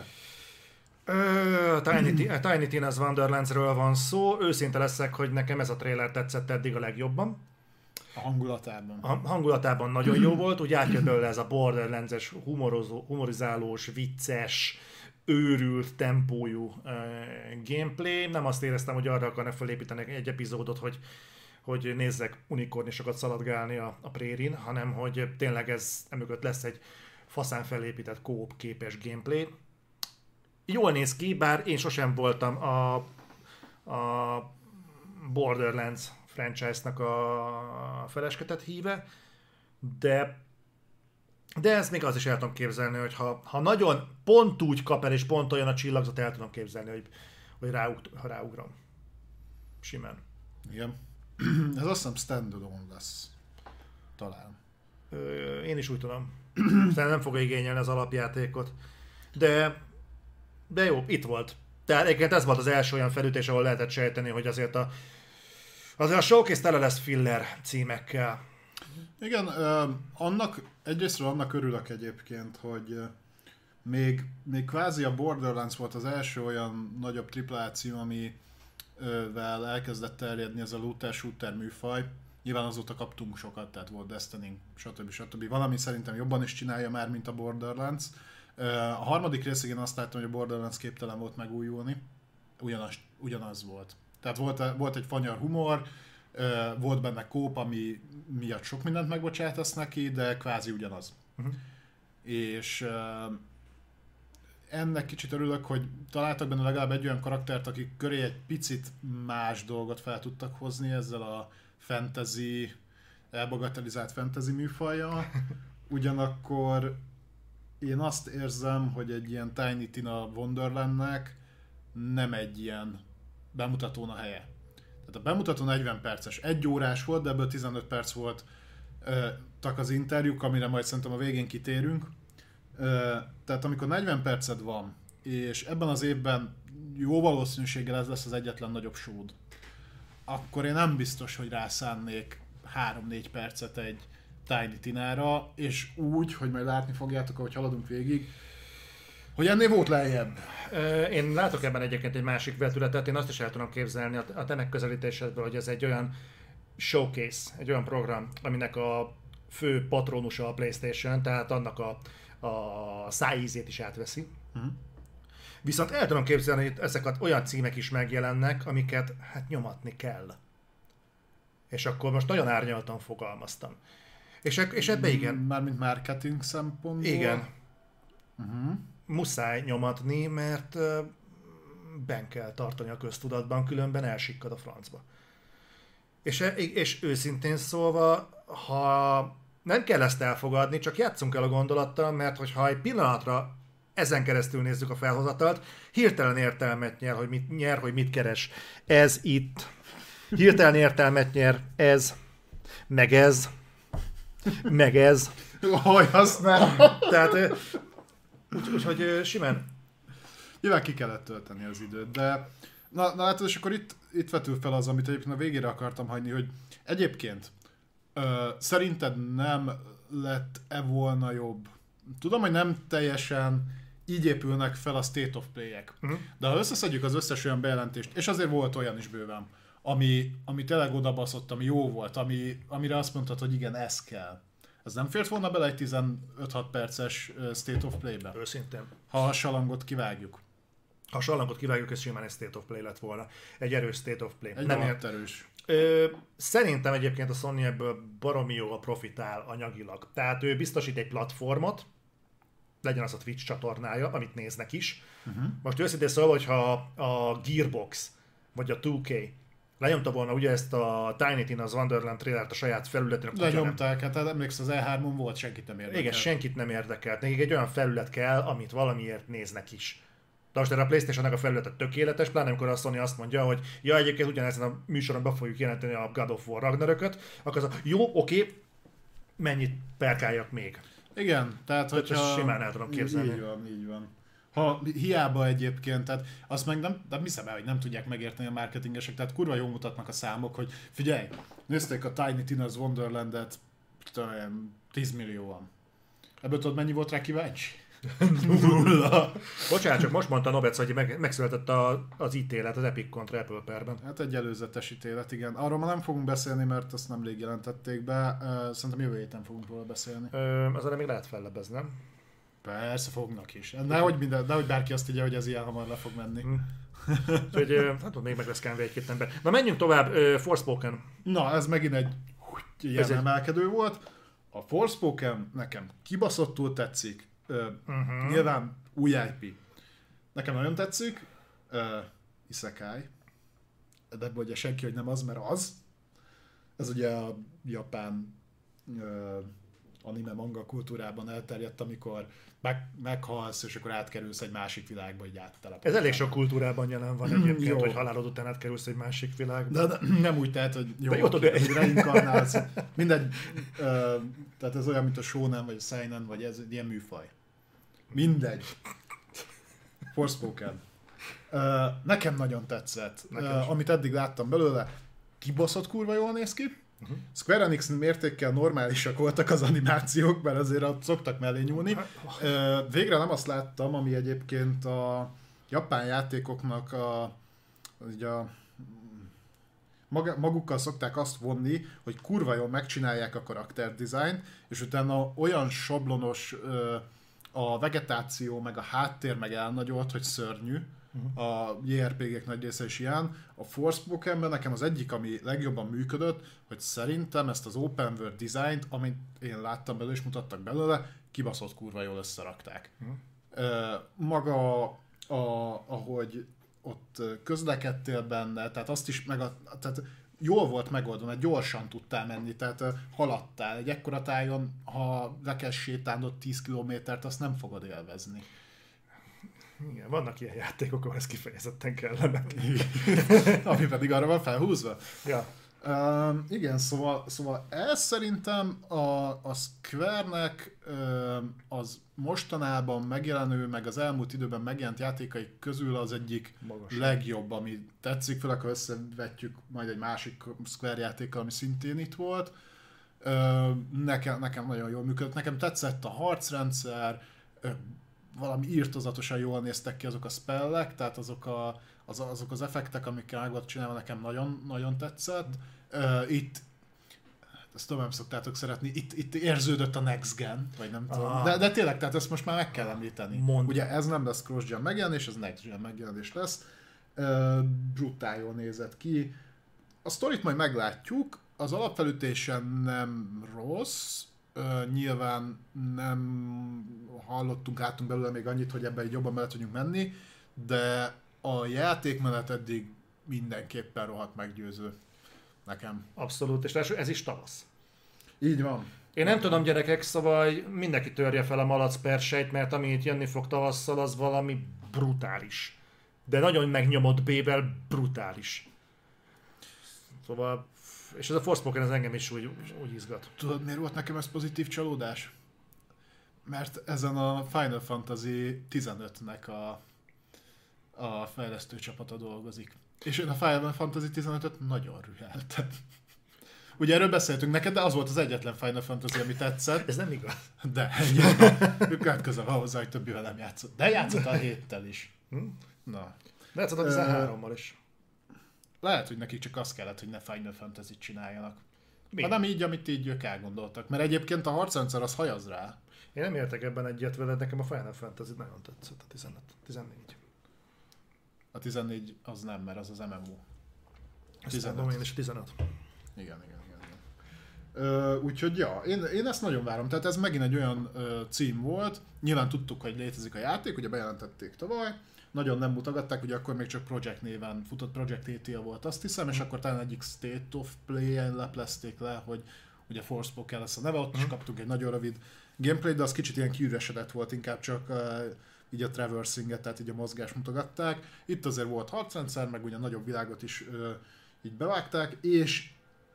Speaker 1: Ö, Tiny, Tiny Tina's Wonderlandsről van szó. Őszinte leszek, hogy nekem ez a trailer tetszett eddig a legjobban.
Speaker 2: A hangulatában.
Speaker 1: A hangulatában nagyon jó volt, úgy átjött belőle ez a Borderlands-es, humorizálós, vicces, őrült tempójú uh, gameplay. Nem azt éreztem, hogy arra akarnak felépíteni egy epizódot, hogy, hogy nézzek unikornisokat szaladgálni a, a prérin, hanem hogy tényleg ez emögött lesz egy faszán felépített co-op képes gameplay. Jól néz ki, bár én sosem voltam a, a Borderlands franchise-nak a feleskedett híve, de, de ezt még az is el tudom képzelni, hogy ha, ha nagyon pont úgy kap el és pont olyan a csillagzat, el tudom képzelni, hogy, hogy ráug, ha ráugrom. Simán.
Speaker 2: Igen. Ez azt hiszem standalone lesz. Talán.
Speaker 1: Ö, én is úgy tudom. Szerintem nem fogja igényelni az alapjátékot. De De jó, itt volt. Tehát egyébként ez volt az első olyan felütés, ahol lehetett sejteni, hogy azért a, azért a showcase tele lesz filler címekkel.
Speaker 2: Igen, uh, annak, egyrésztről annak örülök egyébként, hogy uh, még, még kvázi a Borderlands volt az első olyan nagyobb á á á cím, amivel elkezdett terjedni ez a looter shooter műfaj, Nyilván azóta kaptunk sokat, tehát volt Destiny, stb. stb. Valami szerintem jobban is csinálja már, mint a Borderlands. A harmadik részig én azt láttam, hogy a Borderlands képtelen volt megújulni. Ugyanaz, ugyanaz volt. Tehát volt, volt egy fanyar humor, volt benne kóp, ami miatt sok mindent megbocsátasz neki, de kvázi ugyanaz. Uh-huh. És ennek kicsit örülök, hogy találtak benne legalább egy olyan karaktert, akik köré egy picit más dolgot fel tudtak hozni ezzel a fantasy, elbagatelizált fantasy műfajjal. Ugyanakkor én azt érzem, hogy egy ilyen Tiny Tina Wonderlandnek nem egy ilyen bemutatón a helye. Tehát a bemutató negyven perces, egy órás volt, de ebből tizenöt perc volt ö, tak az interjúk, amire majd szerintem a végén kitérünk. Ö, tehát amikor negyven perced van, és ebben az évben jó valószínűséggel ez lesz az egyetlen nagyobb showd, akkor én nem biztos, hogy rászánnék három-négy percet egy Tiny Tinára, és úgy, hogy majd látni fogjátok, ahogy haladunk végig, hogy ennél volt lejjebb.
Speaker 1: Én látok ebben egyébként egy másik vetületet, én azt is el tudom képzelni a te megközelítésedből, hogy ez egy olyan showcase, egy olyan program, aminek a fő patronusa a PlayStation, tehát annak a, a szájízét is átveszi. Uh-huh. Viszont el tudom képzelni, hogy ezek olyan címek is megjelennek, amiket hát nyomatni kell. És akkor most nagyon árnyaltan fogalmaztam. És, és ebbe igen.
Speaker 2: Mármint marketing szempontból.
Speaker 1: Igen.
Speaker 2: Uh-huh.
Speaker 1: Muszáj nyomatni, mert uh, benn kell tartani a köztudatban, különben elsikkad a francba. És, és őszintén szólva, ha nem kell ezt elfogadni, csak játszunk el a gondolattal, mert hogyha egy pillanatra ezen keresztül nézzük a felhozatalt, hirtelen értelmet nyer, hogy mit, nyer, hogy mit keres ez itt. Hirtelen értelmet nyer ez, meg ez, meg ez.
Speaker 2: Hogy azt nem.
Speaker 1: Tehát úgyhogy úgy, simán.
Speaker 2: Nyilván ki kellett tölteni az időt, de na, na látod, és akkor itt, itt vetül fel az, amit egyébként a végére akartam hagyni, hogy egyébként ö, szerinted nem lett-e volna jobb? Tudom, hogy nem teljesen így épülnek fel a State of Play-ek, uh-huh. de ha összeszedjük az összes olyan bejelentést, és azért volt olyan is bőven, ami, ami tényleg odabaszott, ami jó volt, ami, amire azt mondtad, hogy igen, ez kell. Az nem fért volna bele egy tizenöt-hat perces State of Play-be?
Speaker 1: Őszintén.
Speaker 2: Ha a salangot kivágjuk.
Speaker 1: Ha a salangot kivágjuk, ez simán egy State of Play lett volna. Egy erős State of Play.
Speaker 2: Egy nem ért erős.
Speaker 1: Ö, szerintem egyébként a Sony ebből baromi jól profitál anyagilag. Tehát ő biztosít egy platformot, legyen az a Twitch csatornája, amit néznek is. Uh-huh. Most őszintén szólva, hogyha a Gearbox vagy a two K lenyomta volna ugye ezt a Tiny Tina's Wonderland trailert a saját felületén.
Speaker 2: Lenyomták, hát emlékszel, az E három volt, senkit nem érdekelt.
Speaker 1: Igen, senkit nem érdekelt. Nekik egy olyan felület kell, amit valamiért néznek is. De most erre a PlayStation-nek a felületet tökéletes, pláne amikor a Sony azt mondja, hogy ja, egyébként ugyanezen a műsoron be fogjuk jelenteni a God of War Ragnarököt, akkor az a jó, oké, mennyit perkáljak még.
Speaker 2: Igen, tehát hogyha...
Speaker 1: simán el tudom képzelni.
Speaker 2: Így van, így van. Ha hiába egyébként, tehát azt meg nem, nem hiszem el, hogy nem tudják megérteni a marketingesek, tehát kurva jól mutatnak a számok, hogy figyelj, nézték a Tiny Tina's Wonderlandet tíz millióan. Ebből tudod, mennyi volt rá kíváncsi?
Speaker 1: Nulla. Bocsánat, csak most mondta Nobec, hogy meg, megszületett a, az ítélet az Epic kontra Apple perben.
Speaker 2: Hát egy előzetes ítélet, igen. Arról ma nem fogunk beszélni, mert azt nemrég jelentették be. Szerintem jövő héten fogunk róla beszélni.
Speaker 1: Ö, azért még lehet fellebbezni, nem?
Speaker 2: Persze fognak is. Nehogy, minden, nehogy bárki azt tegye, hogy ez ilyen hamar le fog menni. Hmm.
Speaker 1: Úgyhogy hát még meg lesz kánve egy-két ember. Na menjünk tovább, uh, Forspoken.
Speaker 2: Na, ez megint egy ilyen ez emelkedő egy... volt. A Forspoken nekem kibaszottul tetszik. Uh, uh-huh. Nyilván új I P. Nekem nagyon tetszik. Uh, Isekai. De ugye senki, hogy nem az, mert az. Ez ugye a japán uh, anime manga kultúrában elterjedt, amikor meg, meghalsz, és akkor átkerülsz egy másik világba, hogy áttelepodsz.
Speaker 1: Ez elég sok kultúrában jelen van egyébként, hogy halálod után átkerülsz egy másik világba.
Speaker 2: De, de nem úgy tehát, hogy jó,
Speaker 1: de jó
Speaker 2: oké, hogy reinkarnálsz. Mindegy, uh, tehát ez olyan, mint a shonen, vagy a seinen, vagy ez egy ilyen műfaj. Mindegy. Forspoken. Uh, nekem nagyon tetszett. Nekem uh, amit eddig láttam belőle, kibaszott kurva jól néz ki. Uh-huh. Square Enix mértékkel normálisak voltak az animációk, mert azért ott szoktak mellé nyúlni. Uh, végre nem azt láttam, ami egyébként a japán játékoknak a, ugye a Maga, magukkal szokták azt vonni, hogy kurva jól megcsinálják a karakterdizájnt, és utána olyan sablonos ö, a vegetáció, meg a háttér, meg elnagyolt, hogy szörnyű. Uh-huh. A jé er pé gé-k nagy része is ilyen. A Forspokenben nekem az egyik, ami legjobban működött, hogy szerintem ezt az open world designt, amit én láttam belőle és mutattak belőle, kibaszott kurva jól összerakták. Uh-huh. Ö, maga, a, ahogy ott közlekedtél benne, tehát azt is meg a, tehát jól volt megoldva, mert gyorsan tudtál menni, tehát haladtál. Egy ekkora tájon, ha le kell sétálnod tíz kilométert, azt nem fogod élvezni.
Speaker 1: Igen, vannak ilyen játékok, ahol ez kifejezetten kellene.
Speaker 2: Ami pedig arra van felhúzva.
Speaker 1: Ja.
Speaker 2: Uh, igen, szóval, szóval ez szerintem a, a Square-nek uh, az mostanában megjelenő, meg az elmúlt időben megjelent játékai közül az egyik magas legjobb, ami tetszik, főleg ha összevetjük majd egy másik Square játékkal, ami szintén itt volt. Uh, nekem, nekem nagyon jól működött, nekem tetszett a harcrendszer, uh, valami írtozatosan jól néztek ki azok a spellek, tehát azok, a, az, azok az effektek, amikkel meg volt csinálva, nekem nagyon, nagyon tetszett. Uh, itt, ezt tudom, nem szoktátok szeretni, itt, itt érződött a next gen, vagy nem tudom, ah. de, de tényleg, tehát ezt most már meg kell említeni.
Speaker 1: Mond.
Speaker 2: Ugye ez nem lesz cross-gen megjelenés, ez next-gen megjelenés lesz. Uh, brutál jól nézett ki. A sztorit majd meglátjuk, az alapfelütésen nem rossz, Uh, nyilván nem hallottunk, láttunk belőle még annyit, hogy ebben jobban bele tudjunk menni, de a játékmenet eddig mindenképpen rohadt meggyőző nekem.
Speaker 1: Abszolút, és ez is tavasz.
Speaker 2: Így van.
Speaker 1: Én nem tudom, gyerekek, szóval mindenki törje fel a malac persejt, mert ami itt jönni fog tavasszal, az valami brutális. De nagyon megnyomott B-vel brutális. Szóval... És ez a Forspoken az engem is úgy, úgy izgat.
Speaker 2: Tudod, miért volt nekem ez pozitív csalódás? Mert ezen a Final Fantasy tizenötnek a, a fejlesztő csapata dolgozik. És én a Final Fantasy tizenötöt nagyon rüheltem. Ugye erről beszéltünk neked, de az volt az egyetlen Final Fantasy, ami tetszett.
Speaker 1: Ez nem igaz.
Speaker 2: De, ők közel van hozzá, hogy többivel nem játszott. De játszott a héttel is. Hm? Na.
Speaker 1: De játszott a tizenhárommal is.
Speaker 2: Lehet, hogy nekik csak az kellett, hogy ne Final Fantasy-t csináljanak.
Speaker 1: Mi?
Speaker 2: Hanem így, amit így ők elgondoltak. Mert egyébként a harcrendszer az hajaz rá.
Speaker 1: Én nem értek ebben egyet veled, nekem a Final Fantasy nagyon tetszett, a tizenöt, tizennégy.
Speaker 2: A tizennégy az nem, mert az az em em o.
Speaker 1: tizenöt. Én is a tizenöt.
Speaker 2: Igen, igen, igen. igen. Ö, úgyhogy ja, én, én ezt nagyon várom. Tehát ez megint egy olyan ö, cím volt. Nyilván tudtuk, hogy létezik a játék, ugye bejelentették tavaly. Nagyon nem mutogatták, ugye akkor még csak Project néven futott, Project á té el volt, azt hiszem, és akkor talán egyik State of Play-en leplezték le, hogy ugye Forspoken lesz a neve, ott is mm. kaptunk egy nagyon rövid gameplay, de az kicsit ilyen kiüresedett volt, inkább csak uh, így a traversinget, tehát így a mozgás mutogatták. Itt azért volt harcrendszer, meg ugye nagyobb világot is uh, így bevágták, és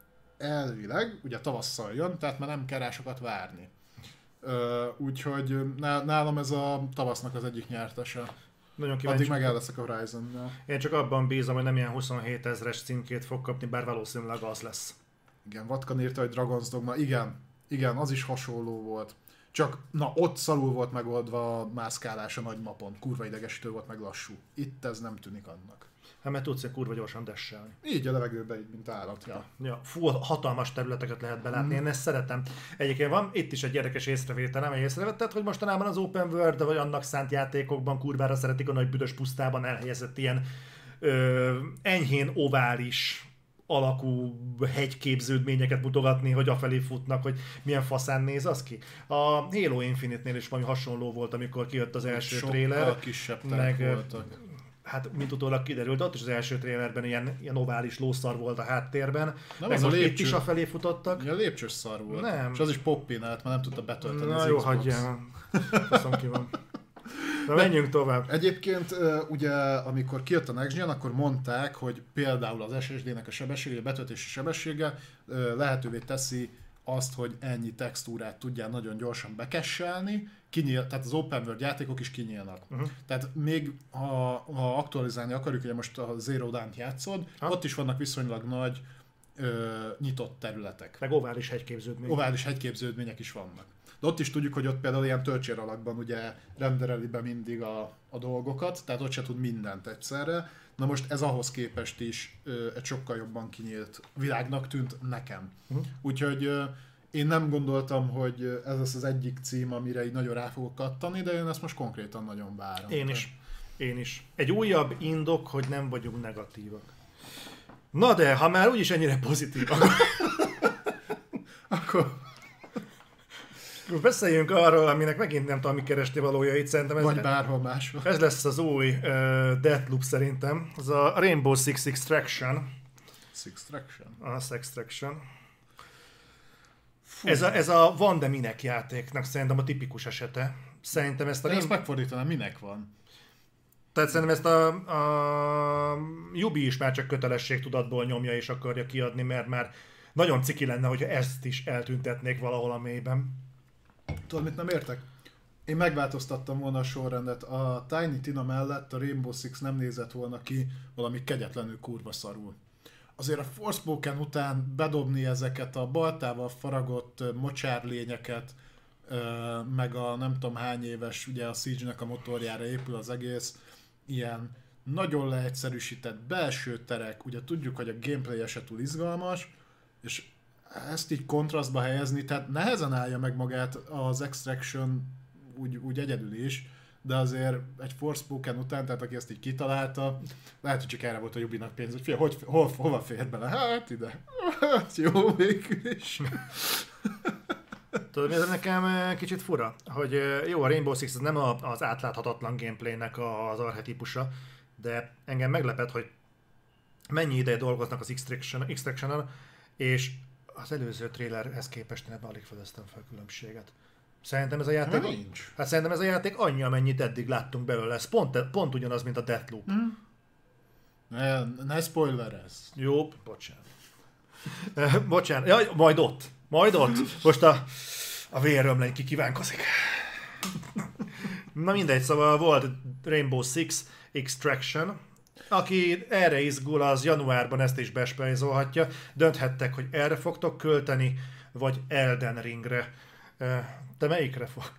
Speaker 2: elvileg ugye tavasszal jön, tehát már nem kell rá sokat várni. Uh, úgyhogy nálam ez a tavasznak az egyik nyertese.
Speaker 1: Nagyon kíváncsi.
Speaker 2: Addig meg el leszek a Horizon-nál.
Speaker 1: Én csak abban bízom, hogy nem ilyen huszonhét ezres címkét fog kapni, bár valószínűleg az lesz.
Speaker 2: Igen, Vatkan írta, hogy Dragon's Dogma. Igen, igen, az is hasonló volt. Csak, na, ott szalul volt megoldva a mászkálás a nagy mapon. Kurva idegesítő volt, meg lassú. Itt ez nem tűnik annak.
Speaker 1: Hát mert tudsz kurva gyorsan desselni.
Speaker 2: Így a levegőbe, így, mint állat. Ja.
Speaker 1: Ja, fú, hatalmas területeket lehet belátni, mm. én ezt szeretem. Egyébként van itt is egy érdekes észrevételem, hogy észrevetted, hogy mostanában az Open World, vagy annak szánt játékokban kurvára szeretik a nagy büdös pusztában elhelyezett ilyen ö, enyhén ovális alakú hegyképződményeket mutogatni, hogy afelé futnak, hogy milyen faszán néz az ki. A Halo Infinite-nél is valami hasonló volt, amikor kijött az első
Speaker 2: sokkal
Speaker 1: trailer.
Speaker 2: kisebb
Speaker 1: meg
Speaker 2: voltak.
Speaker 1: Hát, mint utólag kiderült, ott is az első trailerben ilyen, ilyen ovális lószar volt a háttérben.
Speaker 2: Nem,
Speaker 1: meg
Speaker 2: az
Speaker 1: most
Speaker 2: a
Speaker 1: itt is afelé futottak.
Speaker 2: Ja, lépcsős szar volt.
Speaker 1: Nem.
Speaker 2: És az is poppinált, mert nem tudta betölteni.
Speaker 1: Na
Speaker 2: az
Speaker 1: jó,
Speaker 2: Xbox.
Speaker 1: hagyjál. Faszom ki van. Na menjünk tovább.
Speaker 2: Egyébként ugye, amikor kijött a Next Gen, akkor mondták, hogy például az es es dé-nek a sebessége, a betöltési sebessége lehetővé teszi azt, hogy ennyi textúrát tudjál nagyon gyorsan bekesselni, kinyíl, tehát az open world játékok is kinyílnak. Uh-huh. Tehát még ha, ha aktualizálni akarjuk, ugye most a Zero Dawn-t játszod, ha? Ott is vannak viszonylag nagy ö, nyitott területek.
Speaker 1: Meg ovális hegyképződmények.
Speaker 2: Ovális hegyképződmények is vannak. De ott is tudjuk, hogy ott például ilyen töltsér alakban ugye rendereli be mindig a, a dolgokat, tehát ott se tud mindent egyszerre. Na most ez ahhoz képest is ö, egy sokkal jobban kinyílt világnak tűnt nekem. Uh-huh. Úgyhogy ö, én nem gondoltam, hogy ez lesz az egyik cím, amire így nagyon rá fogok kattani, de én ezt most konkrétan nagyon várom.
Speaker 1: Én is. Én is. Egy újabb indok, hogy nem vagyunk negatívak. Na de, ha már úgyis ennyire pozitívak,
Speaker 2: akkor...
Speaker 1: beszéljünk arról, aminek megint nem tudom, mi keresti valójait, szerintem ez,
Speaker 2: vagy bárhol máshol.
Speaker 1: Ez lesz az új uh, Deathloop szerintem. Ez a Rainbow Six Extraction.
Speaker 2: Extraction?
Speaker 1: Az Extraction. Ez a, ez a van de minek játéknak szerintem a tipikus esete. Szerintem ezt a...
Speaker 2: De ezt megfordítanám, minek van?
Speaker 1: Tehát szerintem ezt a, a Ubi is már csak kötelességtudatból nyomja és akarja kiadni, mert már nagyon ciki lenne, hogyha ezt is eltüntetnék valahol a mélyben.
Speaker 2: Tudod, mit nem értek? Én megváltoztattam volna a sorrendet. A Tiny Tina mellett a Rainbow Six nem nézett volna ki valami kegyetlenül kurva szarul. Azért a Forspoken után bedobni ezeket a baltával faragott mocsárlényeket, meg a nem tudom hány éves, ugye a Siege-nek a motorjára épül az egész, ilyen nagyon leegyszerűsített belső terek, ugye tudjuk, hogy a gameplay se túl izgalmas, és ezt így kontrasztba helyezni, tehát nehezen állja meg magát az Extraction úgy, úgy egyedül is, de azért egy Forspoken után, tehát aki ezt így kitalálta, lehet, hogy csak erre volt a Ubinak pénz, hogy fél, hogy, hol, hova fér bele? Hát ide. Hát jó, végül is.
Speaker 1: Tudod, mi ez nekem kicsit fura? Hogy jó, a Rainbow Six az nem az átláthatatlan gameplaynek az archetípusa, de engem meglepett, hogy mennyi ideje dolgoznak az Extraction, Extraction-on, és az előző trailerhez képest én ebben alig fedeztem fel különbséget. Szerintem ez a játék...
Speaker 2: Nincs.
Speaker 1: Hát szerintem ez a játék annyi, amennyit eddig láttunk belőle. Ez pont, pont ugyanaz, mint a Deathloop.
Speaker 2: Mm. Ne, ne spoilerezz.
Speaker 1: Jó, bocsánat. bocsánat. Jaj, majd ott. Majd ott. Most a, a vérrömlény ki kívánkozik. Na mindegy, szóval volt Rainbow Six Extraction. Aki erre izgul, az januárban ezt is bespejzolhatja. Dönthettek, hogy erre fogtok költeni, vagy Elden Ringre. Te melyikre fogsz?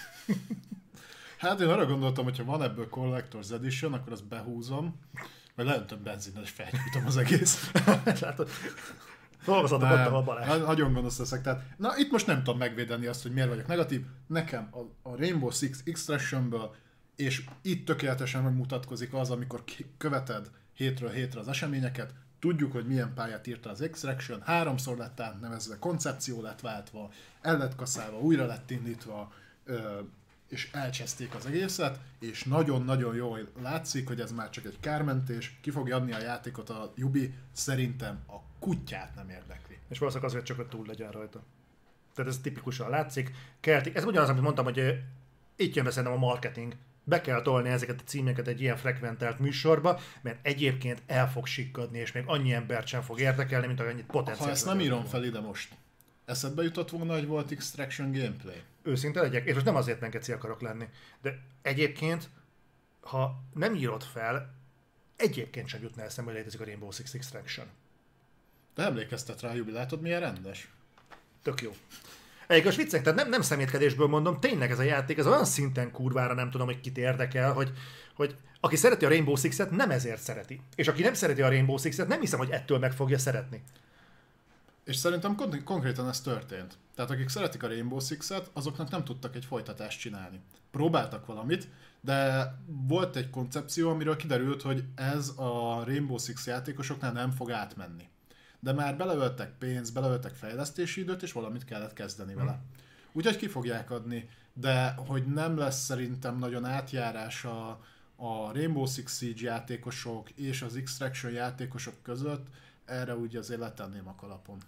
Speaker 2: Hát én arra gondoltam, hogy ha van ebből Collector's Edition, akkor azt behúzom, majd leöntöm benzinnel és felgyújtom az egész.
Speaker 1: Látod? Dolgozatok ott a Balázs.
Speaker 2: Nagyon gonosz leszek. Tehát, na itt most nem tudom megvédeni azt, hogy miért vagyok negatív. Nekem a, a Rainbow Six Extractionből, és itt tökéletesen megmutatkozik az, amikor követed hétről hétre az eseményeket, tudjuk, hogy milyen pályát írta az Extraction, háromszor lett átnevezve, koncepció lett váltva, el lett kaszálva, újra lett indítva, és elcseszték az egészet, és nagyon-nagyon jól látszik, hogy ez már csak egy kármentés, ki fogja adni a játékot a Ubi, szerintem a kutyát nem érdekli.
Speaker 1: És valószínűleg azért csak, hogy túl legyen rajta. Tehát ez tipikusan látszik. Keltik. Ez ugyanaz, amit mondtam, hogy itt jön be szerintem a marketing. Be kell tolni ezeket a címeket egy ilyen frekventált műsorba, mert egyébként el fog sikkadni, és még annyi embert sem fog érdekelni, mint annyit potenciális.
Speaker 2: Ha ezt nem írom fel ide most, eszedbe jutott volna, hogy volt Extraction gameplay?
Speaker 1: Őszinte legyek, és most nem azért nem geci akarok lenni, de egyébként, ha nem írod fel, egyébként sem jutna eszembe, hogy létezik a Rainbow Six Extraction.
Speaker 2: De emlékeztet rá, Jubi, látod milyen rendes?
Speaker 1: Tök jó. Egyébként most viccek, tehát nem, nem szemétkedésből mondom, tényleg ez a játék, ez olyan szinten kurvára nem tudom, hogy kit érdekel, hogy, hogy aki szereti a Rainbow Six-et, nem ezért szereti. És aki nem szereti a Rainbow Six-et, nem hiszem, hogy ettől meg fogja szeretni.
Speaker 2: És szerintem kon- konkrétan ez történt. Tehát akik szeretik a Rainbow Six-et, azoknak nem tudtak egy folytatást csinálni. Próbáltak valamit, de volt egy koncepció, amiről kiderült, hogy ez a Rainbow Six játékosoknál nem fog átmenni. De már beleöltek pénzt, beleöltek fejlesztési időt, és valamit kellett kezdeni vele. Hmm. Úgyhogy ki fogják adni, de hogy nem lesz szerintem nagyon átjárás a, a Rainbow Six Siege játékosok és az Extraction játékosok között, erre úgy azért letenném a kalapon.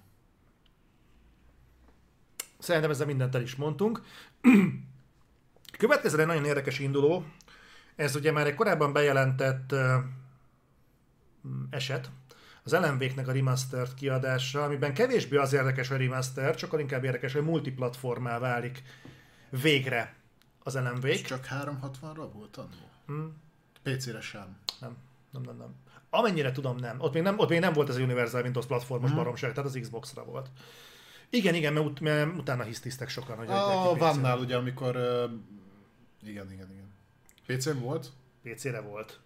Speaker 1: Szerintem ezzel mindent el is mondtunk. Következő egy nagyon érdekes induló, ez ugye már egy korábban bejelentett uh, eset, az Alan Wake-nek a remastered kiadása, amiben kevésbé az érdekes, hogy remaster, csak inkább érdekes, hogy multiplatformá válik végre az Alan Wake. És
Speaker 2: csak háromszázhatvanra volt annó? Hmm. pé cére sem.
Speaker 1: Nem, nem, nem, nem. Amennyire tudom, nem. Ott még nem, ott még nem volt ez a Universal Windows platformos hmm. baromság, tehát az Xbox-ra volt. Igen, igen, mert, ut- mert utána hisztisztek sokan, hogy
Speaker 2: A Vannál ugye, amikor... Uh, igen, igen, igen. pé cén volt?
Speaker 1: pé cére volt.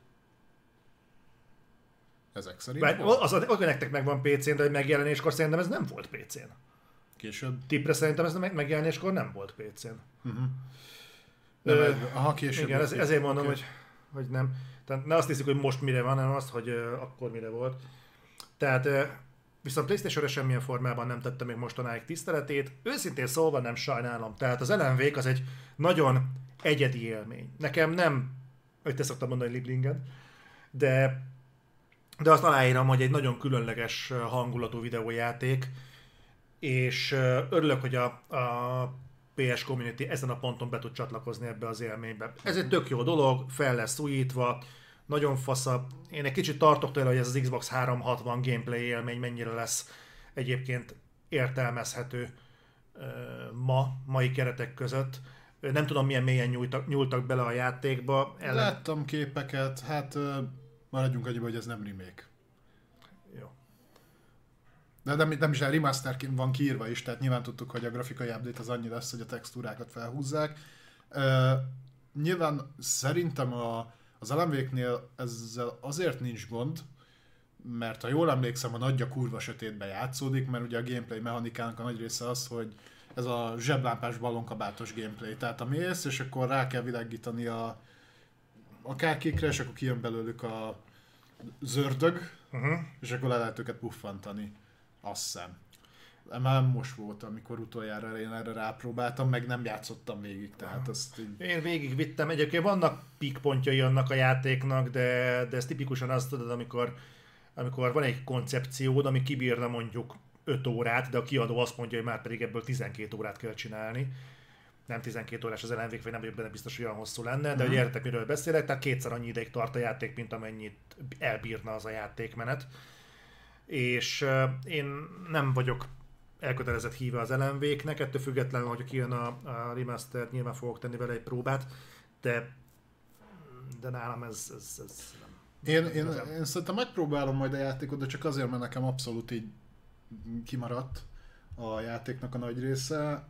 Speaker 2: Ezek szerint
Speaker 1: Bár,
Speaker 2: volt?
Speaker 1: az, az, nektek megvan pé cén, de hogy megjelenéskor szerintem ez nem volt pé cén.
Speaker 2: Később?
Speaker 1: Tippre szerintem ez meg, megjelenéskor nem volt pé cén.
Speaker 2: Uh-huh.
Speaker 1: Ö,
Speaker 2: Ö, aha, később.
Speaker 1: igen, ez, ezért mondom,
Speaker 2: okay.
Speaker 1: hogy, hogy nem. Tehát ne azt hiszik, hogy most mire van, hanem azt, hogy uh, akkor mire volt. Tehát uh, viszont PlayStation-re semmilyen formában nem tette még mostanáig tiszteletét. Őszintén szólva nem sajnálom. Tehát az Alan Wake az egy nagyon egyedi élmény. Nekem nem, hogy te szoktam mondani, Liblinged, de, de azt aláírom, hogy egy nagyon különleges hangulatú videójáték, és uh, örülök, hogy a, a pé es Community ezen a ponton be tud csatlakozni ebbe az élménybe. Ez egy tök jó dolog, fel lesz újítva, nagyon fasza. Én egy kicsit tartok tőle, hogy ez az Xbox háromszázhatvan gameplay élmény mennyire lesz egyébként értelmezhető uh, ma, mai keretek között. Nem tudom, milyen mélyen nyúltak, nyúltak bele a játékba.
Speaker 2: Ellen... Láttam képeket, hát uh, maradjunk annyiba, hogy ez nem remake.
Speaker 1: Jó.
Speaker 2: De nem, nem is a remaster van kiírva is, tehát nyilván tudtuk, hogy a grafikai update az annyi lesz, hogy a textúrákat felhúzzák. Uh, nyilván szerintem a, az Alan Wake-nél ezzel azért nincs gond, mert ha jól emlékszem, a nagyja kurva sötétben játszódik, mert ugye a gameplay mechanikának a nagy része az, hogy ez a zseblámpás ballonkabátos gameplay. Tehát a mész, és akkor rá kell világítani a akárkikre, és akkor kijön belőlük a zördög, uh-huh. és akkor le lehet őket puffantani. Azt hiszem. Már most volt, amikor utoljára én erre rápróbáltam, meg nem játszottam végig, tehát azt így...
Speaker 1: Én végig vittem. Egyébként vannak peak-pontjai annak a játéknak, de, de ez tipikusan azt tudod, amikor, amikor van egy koncepciód, ami kibírna mondjuk öt órát, de a kiadó azt mondja, hogy már pedig ebből tizenkét órát kell csinálni. Nem tizenkét órás az Alan Wake, vagy nem vagyok benne biztos, hogy olyan hosszú lenne, de uh-huh. hogy értek, miről beszélek, tehát kétszer annyi ideig tart a játék, mint amennyit elbírna az a játékmenet. És uh, én nem vagyok elkötelezett híve az Alan Wake-nek, ettől függetlenül, hogy kijön a, a remaster, nyilván fogok tenni vele egy próbát, de, de nálam ez, ez, ez nem.
Speaker 2: Én, én, én szerintem megpróbálom majd a játékot, de csak azért, mert nekem abszolút így kimaradt a játéknak a nagy része.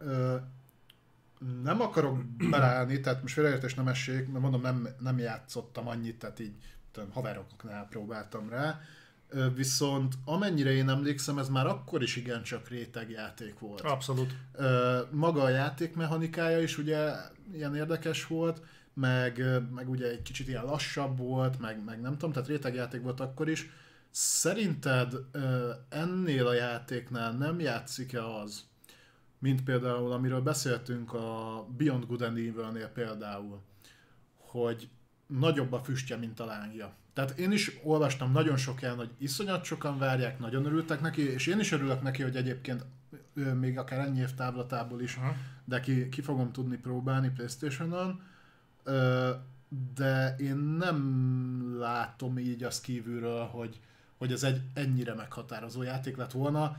Speaker 2: Nem akarok beleállni, tehát most félreértés nem essék, mert mondom, nem, nem játszottam annyit, tehát így tudom, haveroknál próbáltam rá. Viszont amennyire én emlékszem, ez már akkor is igencsak rétegjáték volt.
Speaker 1: Abszolút.
Speaker 2: Maga a játékmechanikája is ugye ilyen érdekes volt, meg, meg ugye egy kicsit ilyen lassabb volt, meg, meg nem tudom, tehát rétegjáték volt akkor is. Szerinted ennél a játéknál nem játszik-e az, mint például, amiről beszéltünk a Beyond Good and Evil-nél például, hogy nagyobb a füstje, mint a lángja. Tehát én is olvastam nagyon sok ilyen, hogy iszonyat sokan várják, nagyon örültek neki, és én is örülök neki, hogy egyébként még akár ennyi év távlatából is, uh-huh. de ki, ki fogom tudni próbálni PlayStation-on, de én nem látom így azt kívülről, hogy, hogy ez egy ennyire meghatározó játék lett volna.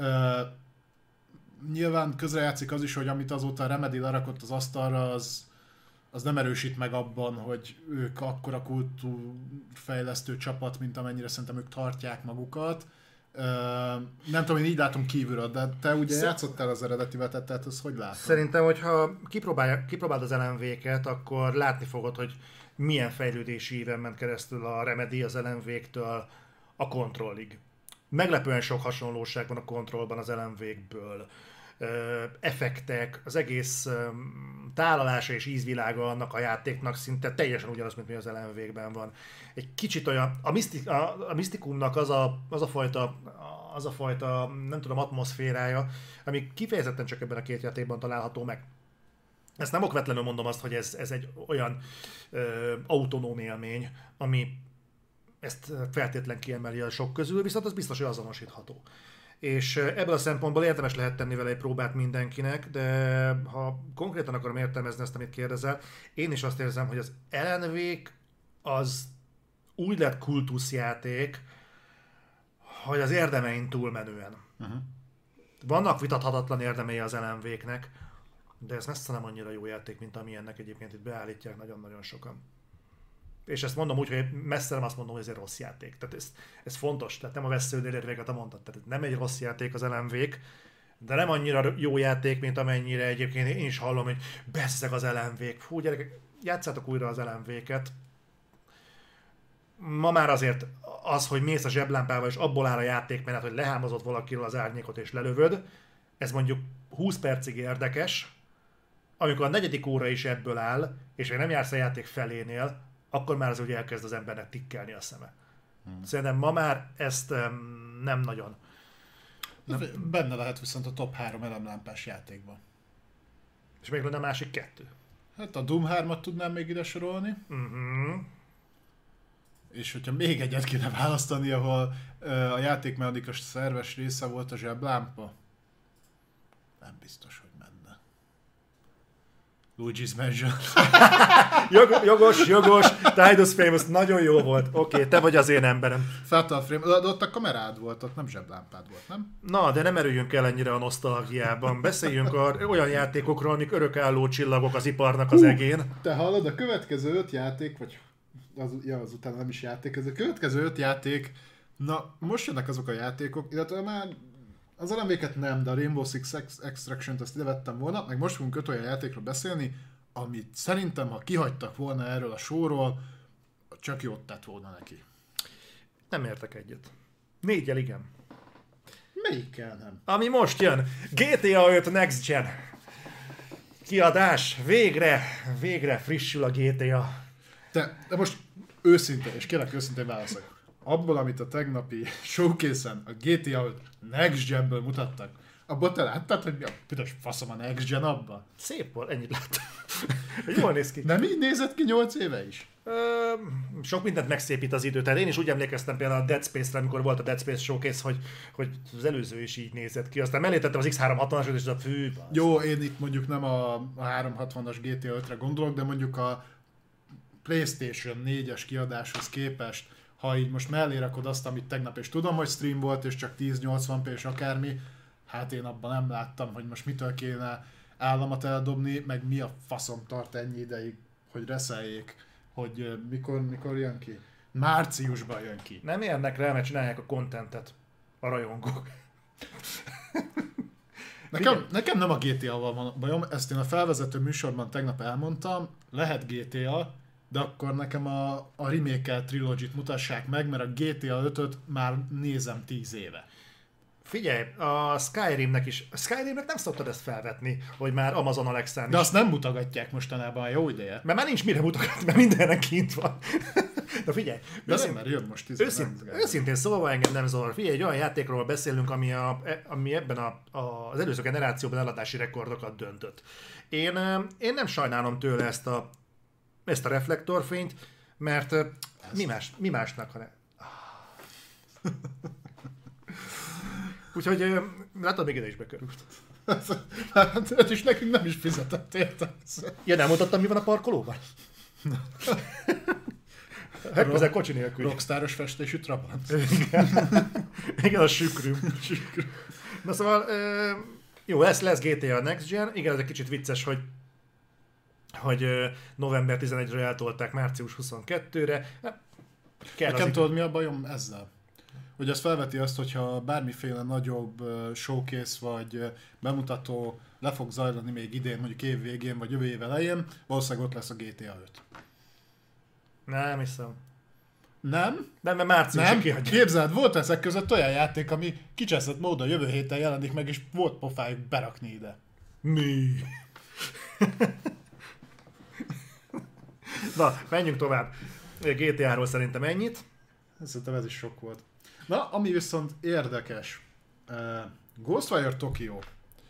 Speaker 2: Nyilván közrejátszik az is, hogy amit azóta a Remedy lerakott az asztalra, az az nem erősít meg abban, hogy ők akkora kultúrfejlesztő csapat, mint amennyire szerintem ők tartják magukat. Uh, nem tudom, én így látom kívülről, de te ugye Szer- játszottál az eredetivel, tehát ezt hogy látod?
Speaker 1: Szerintem, hogyha kipróbáld az Alan Wake-et, akkor látni fogod, hogy milyen fejlődési íven ment keresztül a Remedy az Alan Wake-től a Controlig. Meglepően sok hasonlóság van a Controlban az Alan Wake-ből. Effektek, az egész tálalása és ízvilága annak a játéknak szinte teljesen ugyanaz, mint mi az Alan Wake-ben van. Egy kicsit olyan, a, misztik, a, a misztikumnak az a, az a fajta, az a fajta, nem tudom, atmoszférája, ami kifejezetten csak ebben a két játékban található meg. Ezt nem okvetlenül mondom azt, hogy ez, ez egy olyan ö, autonóm élmény, ami ezt feltétlen kiemeli a sok közül, viszont az biztos, hogy azonosítható. És ebből a szempontból érdemes lehet tenni vele egy próbát mindenkinek, de ha konkrétan akarom értelmezni ezt, amit kérdezel, én is azt érzem, hogy az Alan Wake az úgy lett kultuszjáték, hogy az érdemein túlmenően. Uh-huh. Vannak vitathatatlan érdemei az Alan Wake-nek, de ez messze nem annyira jó játék, mint amilyennek egyébként itt beállítják nagyon-nagyon sokan. És ezt mondom úgy, hogy messze nem azt mondom, hogy ez egy rossz játék. Tehát ez, ez fontos, tehát nem a veszőnél érvéget a mondtad. Tehát nem egy rossz játék az Alan Wake, de nem annyira jó játék, mint amennyire egyébként én is hallom, hogy besszeg az el em vé-k. Fú, gyerekek, játszátok újra az el em vé-ket. Ma már azért az, hogy mész a zseblámpával, és abból áll a játékmenet, hogy lehámozod valakiről az árnyékot és lelövöd, ez mondjuk húsz percig érdekes, amikor a negyedik óra is ebből áll, és még nem jársz a játék felénél, akkor már az úgy elkezd az embernek tikkelni a szeme. Hmm. Szerintem ma már ezt um, nem nagyon.
Speaker 2: Nem. Benne lehet viszont a top három elemlámpás játékban.
Speaker 1: És még lenne a másik kettő.
Speaker 2: Hát a Doom hármat tudnám még ide sorolni. Uh-huh. És hogyha még egyet kéne választani, ahol uh, a játékmechanikas szerves része volt a zseblámpa, nem biztos, hogy menne. Luigi's Mansion.
Speaker 1: Jog, jogos, jogos, Tidus Famous, nagyon jó volt. Oké, okay, te vagy az én emberem.
Speaker 2: Fatal Frame, de ott a kamerád volt, ott nem zseblámpád volt, nem?
Speaker 1: Na, de nem erüljünk el ennyire a nosztalgiában. Beszéljünk a, olyan játékokról, amik örökálló csillagok az iparnak az egén.
Speaker 2: Te hallod, a következő öt játék, vagy az, ja, azután nem is játék, ez a következő öt játék, na, most jönnek azok a játékok, illetve már az el em vé-ket nem, de a Rainbow Six Extraction-t azt ide vettem volna, meg most fogunk öt olyan játékról beszélni, amit szerintem, ha kihagytak volna erről a showról, csak jót tett volna neki.
Speaker 1: Nem értek egyet. Négyel igen.
Speaker 2: Melyikkel nem?
Speaker 1: Ami most jön. gé té á öt Next Gen. Kiadás. Végre, végre frissül a gé té á.
Speaker 2: Te, de most őszintén, és kérlek őszintén válaszolj. Abból, amit a tegnapi showcase-en a gé té á öt Next Gen-ből mutattak, abból te láttad, hogy mi a piros faszom a Next Gen abban?
Speaker 1: Szép volt, ennyit láttam. Jól néz ki.
Speaker 2: Nem így nézett ki nyolc éve is?
Speaker 1: Ö, sok mindent megszépít az idő. Tehát én is úgy emlékeztem például a Dead Space-re, amikor volt a Dead Space showcase, hogy, hogy az előző is így nézett ki. Aztán mellé tettem az iksz háromszázhatvanas, és a fű...
Speaker 2: Jó, én itt mondjuk nem a háromszázhatvanas gé té á ötre gondolok, de mondjuk a PlayStation négyes kiadáshoz képest, ha így most mellé rakod azt, amit tegnap, és tudom, hogy stream volt, és csak tíz nyolcvan pé és akármi, hát én abban nem láttam, hogy most mitől kéne államat eldobni, meg mi a faszom tart ennyi ideig, hogy reszeljék, hogy mikor, mikor jön ki. Márciusban jön ki.
Speaker 1: Nem érnek rá, mert csinálják a contentet a rajongók.
Speaker 2: Nekem, nekem nem a gé té á-val van bajom, ezt én a felvezető műsorban tegnap elmondtam, lehet gé té á, de akkor nekem a, a remake Trilogy-t mutassák meg, mert a gé té á ötöt már nézem tíz éve.
Speaker 1: Figyelj, a Skyrimnek is, a Skyrimnek nem szoktad ezt felvetni, hogy már Amazon Alexán is.
Speaker 2: De azt nem mutogatják mostanában, a jó ideje.
Speaker 1: Mert már nincs mire mutogatni, mert mindennek kint van. Na figyelj,
Speaker 2: de őszint, nem, mert jön most tíz
Speaker 1: őszint, őszintén szóval engem nem zavar. Figyelj, egy olyan játékról beszélünk, ami, a, ami ebben a, a, az előző generációban eladási rekordokat döntött. Én, én nem sajnálom tőle ezt a, ezt a reflektorfényt, mert mi, más, mi másnak, hanem... Úgyhogy látod, még ide is bekerült.
Speaker 2: Hát, és nekünk nem is fizetett, érted?
Speaker 1: Ja, nem mutattam, mi van a parkolóban? Hát ezzel kocsi nélkül.
Speaker 2: Rockstáros festésű Trabant.
Speaker 1: Igen. Igen, a sükrüm. Na szóval, jó, lesz, lesz gé té á Next Gen. Igen, ez egy kicsit vicces, hogy hogy november tizenegyedikére eltolták március huszonkettedikére.
Speaker 2: Nekem tudod, mi a bajom ezzel? Hogy ez felveti azt, hogyha bármiféle nagyobb showcase vagy bemutató le fog zajlani még idén, mondjuk év végén vagy jövő év elején, valószínűleg ott lesz a gé té á öt.
Speaker 1: Nem hiszem.
Speaker 2: Nem?
Speaker 1: Nem, mert márciusig kihagyja.
Speaker 2: Képzeld, volt ezek között olyan játék, ami kicseszett módon jövő héten jelenik meg, és volt pofájuk berakni ide.
Speaker 1: Mi? Na, menjünk tovább. gé té á-ról szerintem ennyit.
Speaker 2: Szerintem ez is sok volt. Na, ami viszont érdekes. Uh, Ghostwire Tokyo.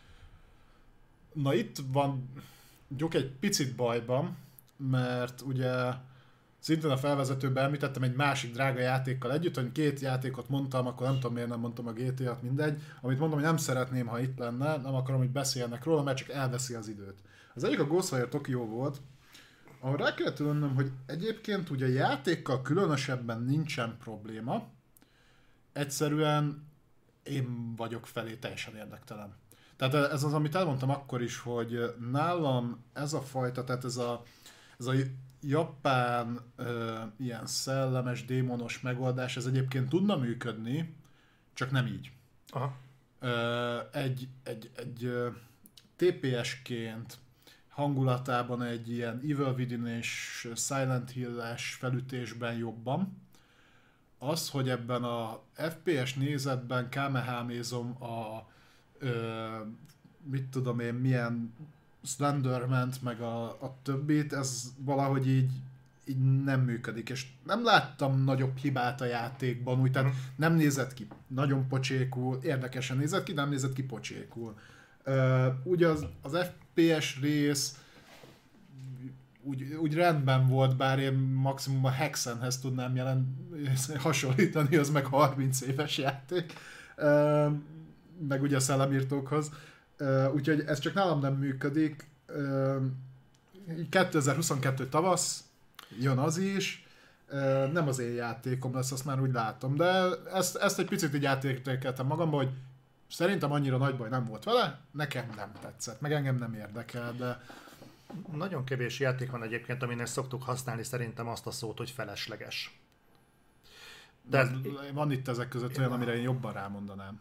Speaker 2: Na itt van gyok egy picit bajban, mert ugye szintén a felvezetőben említettem egy másik drága játékkal együtt, hogy két játékot mondtam, akkor nem tudom miért nem mondtam a gé té á-t, mindegy, amit mondom, hogy nem szeretném, ha itt lenne, nem akarom, hogy beszélnek róla, mert csak elveszi az időt. Az egyik a Ghostwire Tokyo volt, ahol rá kellett ülnöm, hogy egyébként ugye a játékkal különösebben nincsen probléma, egyszerűen én vagyok felé teljesen érdektelen. Tehát ez az, amit elmondtam akkor is, hogy nálam ez a fajta, tehát ez a, ez a japán ö, ilyen szellemes, démonos megoldás, ez egyébként tudna működni, csak nem így.
Speaker 1: Aha.
Speaker 2: egy, egy, egy té pé es-ként hangulatában egy ilyen Evil Within és Silent Hill-es felütésben jobban. Az, hogy ebben a ef pé es nézetben kámehámézom a ö, mit tudom én, milyen Slenderman-t, meg a, a többit, ez valahogy így, így nem működik, és nem láttam nagyobb hibát a játékban, úgy, tehát nem nézett ki nagyon pocsékul, érdekesen nézett ki, nem nézett ki pocsékul. Uh, úgy az, az ef pé es rész úgy, úgy rendben volt, bár én maximum a Hexenhez tudnám jelen hasonlítani, az meg harminc éves játék, uh, meg ugye a szellemírtókhoz. Uh, úgyhogy ez csak nálam nem működik. Uh, kétezer-huszonkettő tavasz, jön az is. Uh, nem az én játékom lesz, azt már úgy látom, de ezt, ezt egy picit így átértékeltem magamban, hogy szerintem annyira nagy baj nem volt vele, nekem nem tetszett, meg engem nem érdekel, de...
Speaker 1: Nagyon kevés játék van egyébként, aminek szoktuk használni szerintem azt a szót, hogy felesleges.
Speaker 2: De ez... Van itt ezek között olyan, amire én jobban rámondanám.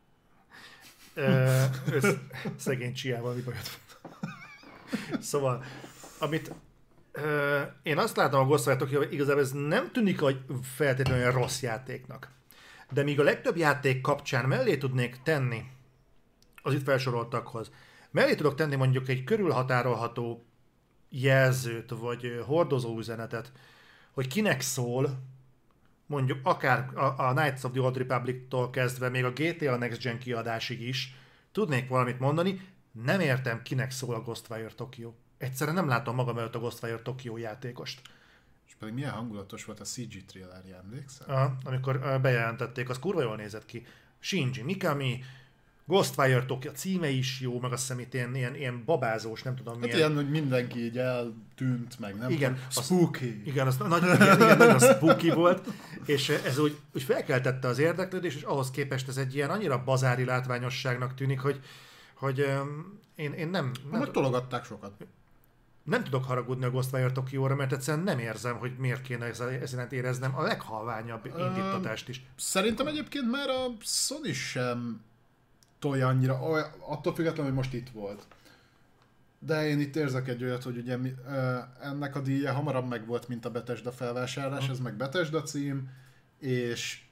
Speaker 1: Ö, ez szegény csiával mi bajod? Szóval, amit ö, én azt látom a Ghostwire Tokyo, hogy igazából ez nem tűnik, hogy feltétlenül olyan rossz játéknak. De míg a legtöbb játék kapcsán mellé tudnék tenni az itt felsoroltakhoz, mellé tudok tenni mondjuk egy körülhatárolható jelzőt, vagy hordozó üzenetet, hogy kinek szól, mondjuk akár a, a Knights of the Old Republic-tól kezdve, még a gé té á Next Gen kiadásig is tudnék valamit mondani, nem értem, kinek szól a Ghostwire Tokyo. Egyszerűen nem látom magam előtt a Ghostwire Tokyo játékost.
Speaker 2: És pedig milyen hangulatos volt a cé gé trailerje, emlékszel?
Speaker 1: Aha, amikor uh, bejelentették, az kurva jól nézett ki. Shinji Mikami, Ghostwire Tokyo, a címe is jó, meg azt hiszem itt ilyen, ilyen, ilyen babázós, nem tudom
Speaker 2: hát
Speaker 1: milyen.
Speaker 2: ilyen, hogy mindenki így eltűnt, meg nem
Speaker 1: igen,
Speaker 2: tudom, spooky.
Speaker 1: Az, igen, az nagyon, igen, igen, nagyon spooky volt, és ez úgy, úgy felkeltette az érdeklődést, és ahhoz képest ez egy ilyen annyira bazári látványosságnak tűnik, hogy, hogy um, én, én nem... nem
Speaker 2: Amúgy tologatták sokat.
Speaker 1: Nem tudok haragudni a Ghostwire Tokyo-ra, mert egyszerűen nem érzem, hogy miért kéne ezen éreznem a leghalványabb indítatást is.
Speaker 2: Szerintem egyébként már a Sony sem tolja annyira, attól függetlenül, hogy most itt volt. De én itt érzek egy olyat, hogy ugye ennek a díja hamarabb megvolt, mint a Bethesda felvásárlás, ez meg Bethesda cím, és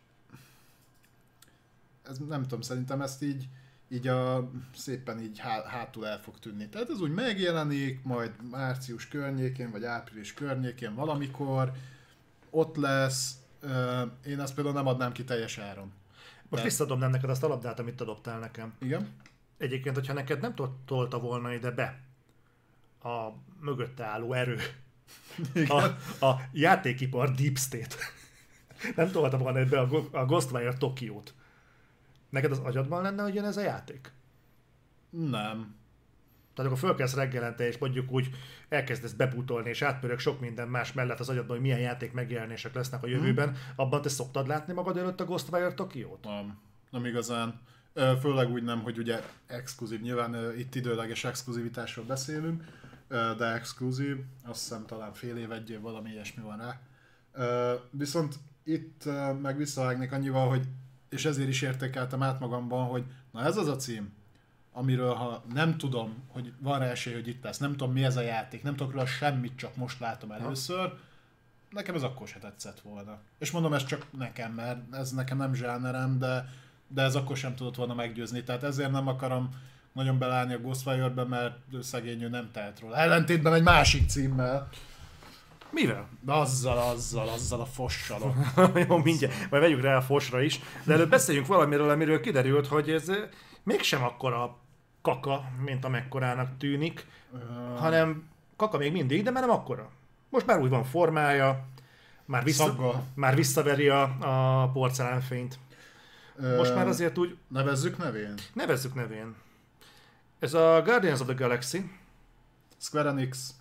Speaker 2: ez nem tudom, szerintem ezt így, így a, szépen így há, hátul el fog tűnni. Tehát ez úgy megjelenik, majd március környékén, vagy április környékén valamikor, ott lesz, én ezt például nem adnám ki teljes áron.
Speaker 1: Most
Speaker 2: De...
Speaker 1: visszadobnám neked azt a labdát, amit te dobtál nekem.
Speaker 2: Igen?
Speaker 1: Egyébként, hogyha neked nem tolta volna ide be a mögötte álló erő, a, a játékipar Deep State, nem tolta volna be a Ghostwire Tokyo-t, neked az agyadban lenne, hogy jön ez a játék?
Speaker 2: Nem.
Speaker 1: Tehát akkor fölkelsz reggelente, és mondjuk úgy elkezdesz beputolni, és átpörög sok minden más mellett az agyadban, hogy milyen játék megjelenések lesznek a jövőben, hmm. abban te szoktad látni magad előtt a Ghostwire Tokyo-t?
Speaker 2: Nem, nem igazán. Főleg úgy nem, hogy ugye exkluzív, nyilván itt időleges exkluzivitásról beszélünk, de exkluzív, azt hiszem talán fél év, egy év, valami ilyesmi van rá. Viszont itt meg visszavágnék annyival, hogy, és ezért is értékeltem át magamban, hogy na ez az a cím, amiről ha nem tudom, hogy van rá esély, hogy itt lesz, nem tudom mi ez a játék, nem tudok róla semmit, csak most látom először, nekem ez akkor se tetszett volna. És mondom, ez csak nekem, mert ez nekem nem zsánerem, de, de ez akkor sem tudott volna meggyőzni, tehát ezért nem akarom nagyon belállni a Ghostwire-be, mert szegény ő nem tehet róla. Ellentétben egy másik címmel.
Speaker 1: Mivel?
Speaker 2: De azzal, azzal, azzal a fossal.
Speaker 1: Jó, mindjárt, majd vegyük rá a fosra is, de előbb beszéljünk valamiről, amiről kiderült, hogy ez mégsem akkora kaka, mint amekkorának tűnik, uh... hanem kaka még mindig, de már nem akkora. Most már úgy van formája, már, vissza, már visszaveri a, a porcelánfényt. Most uh... már azért úgy...
Speaker 2: Nevezzük nevén?
Speaker 1: Nevezzük nevén. Ez a Guardians of the Galaxy.
Speaker 2: Square Enix.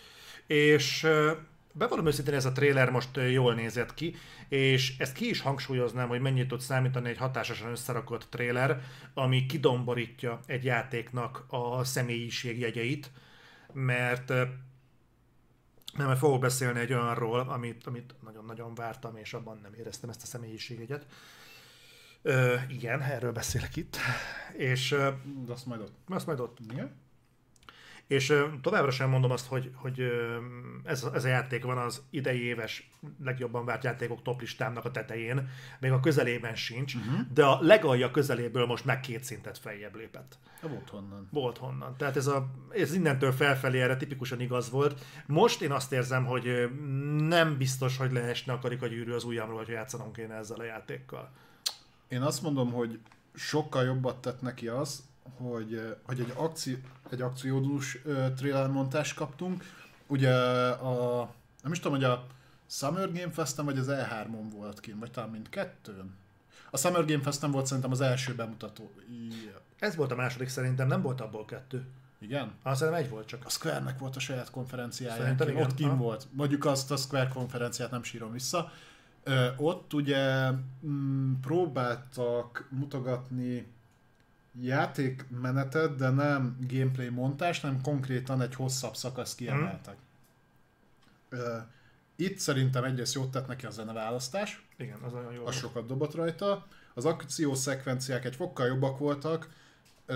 Speaker 1: És bevallom őszintén, ez a trailer most jól nézett ki, és ezt ki is hangsúlyoznám, hogy mennyit tud számítani egy hatásosan összerakott trailer, ami kidomborítja egy játéknak a személyiségjegyeit, mert nem, mert fogok beszélni egy olyanról, amit, amit nagyon-nagyon vártam, és abban nem éreztem ezt a személyiségjegyet. Ö, igen, erről beszélek itt. És,
Speaker 2: de azt majd ott.
Speaker 1: Azt majd ott.
Speaker 2: Igen?
Speaker 1: És továbbra sem mondom azt, hogy, hogy ez, ez a játék van az idei éves legjobban várt játékok top listámnak a tetején, még a közelében sincs, uh-huh. de a legalja közeléből most meg két szintet feljebb lépett.
Speaker 2: Volt honnan.
Speaker 1: Volt honnan. Tehát ez, a, ez innentől felfelé erre tipikusan igaz volt. Most én azt érzem, hogy nem biztos, hogy leesne a karikagyűrű az ujjamról, hogy játszanom kéne ezzel a játékkal. Én
Speaker 2: azt mondom, hogy sokkal jobbat tett neki az, hogy, hogy egy, akci, egy akciódús uh, trailermontást kaptunk. Ugye a, nem is tudom, hogy a Summer Game Festen vagy az E hármon volt kint, vagy talán mindkettőn. A Summer Game Festen volt szerintem az első bemutató. Yeah.
Speaker 1: Ez volt a második szerintem, nem volt abból kettő.
Speaker 2: Igen?
Speaker 1: Ah, szerintem egy volt csak.
Speaker 2: A Square-nek volt a saját konferenciája.
Speaker 1: Szerintem igen.
Speaker 2: Ott kint volt. Mondjuk azt a Square konferenciát nem sírom vissza. Ö, ott ugye m, próbáltak mutogatni játékmenetet, de nem gameplay montást, hanem konkrétan egy hosszabb szakaszt kiemeltek. Hmm. Uh, itt szerintem egyrészt jót tett neki a zeneválasztás.
Speaker 1: Igen, az nagyon jó.
Speaker 2: Az sokat dobott rajta. Az akciószekvenciák egy fokkal jobbak voltak. Uh,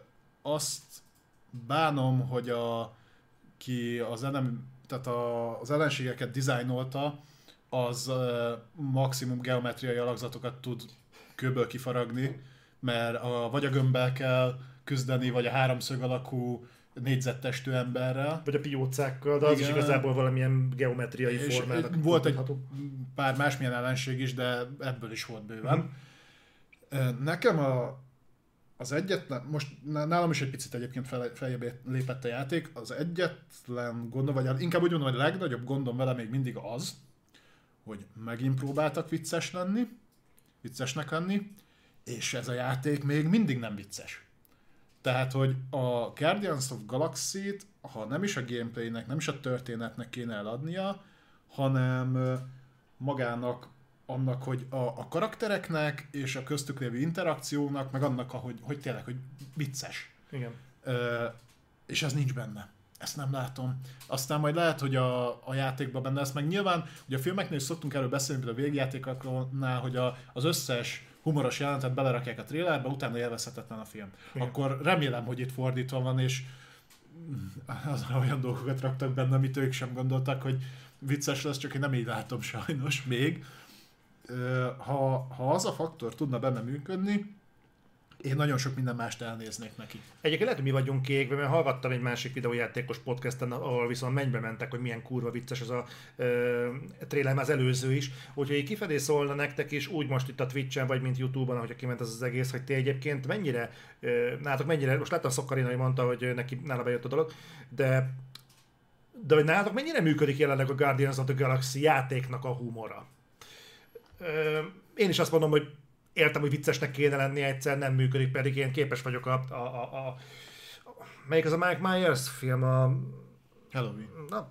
Speaker 2: azt bánom, hogy a, ki az, enem, tehát a, az ellenségeket dizájnolta, az uh, maximum geometriai alakzatokat tud kőből kifaragni, mert a, vagy a gömbbel kell küzdeni, vagy a háromszög alakú négyzettestű emberrel.
Speaker 1: Vagy a piócákkal, de az igen. is igazából valamilyen geometriai formának.
Speaker 2: Volt egy pár másmilyen ellenség is, de ebből is volt bőven. Uh-huh. Nekem a, az egyetlen, most nálam is egy picit egyébként feljebb lépett a játék, az egyetlen gondom, vagy inkább úgy mondom, hogy a legnagyobb gondom vele még mindig az, hogy megint próbáltak vicces lenni, viccesnek lenni, és ez a játék még mindig nem vicces. Tehát, hogy a Guardians of Galaxy-t, ha nem is a gameplaynek, nem is a történetnek kéne eladnia, hanem magának, annak, hogy a, a karaktereknek és a köztük lévő interakciónak, meg annak, ahogy, hogy tényleg, hogy vicces.
Speaker 1: Igen.
Speaker 2: Ö, és ez nincs benne. Ezt nem látom. Aztán majd lehet, hogy a, a játékban benne lesz, meg nyilván, ugye a filmeknél is szoktunk erről beszélni, például a végjátékoknál, hogy a, az összes humoros jelentet belerakják a trailerbe, utána élvezhetetlen a film. Igen. Akkor remélem, hogy itt fordítva van, és azra olyan dolgokat raktak benne, amit ők sem gondoltak, hogy vicces lesz, csak én nem így látom sajnos még. Ha, ha az a faktor tudna benne működni, én nagyon sok minden mást elnéznék neki.
Speaker 1: Egyébként lehet, hogy mi vagyunk kiégve, mert hallgattam egy másik videójátékos podcasten, ahol viszont mennybe mentek, hogy milyen kurva vicces ez a ö, trailer, az előző is. Úgyhogy így kifelé szólna nektek is, úgy most itt a Twitch-en, vagy mint YouTube-on, ahogy kiment ez az egész, hogy ti egyébként mennyire, ö, nálatok mennyire, most láttam Szokkarina, hogy mondta, hogy neki nála bejött a dolog, de, de hogy nálatok mennyire működik jelenleg a Guardians of the Galaxy játéknak a humora? Ö, én is azt mondom, hogy értem, hogy viccesnek kéne lenni, egyszer nem működik, pedig én képes vagyok a... a, a, a melyik az a Mike Myers film? A...
Speaker 2: Halloween.
Speaker 1: Na.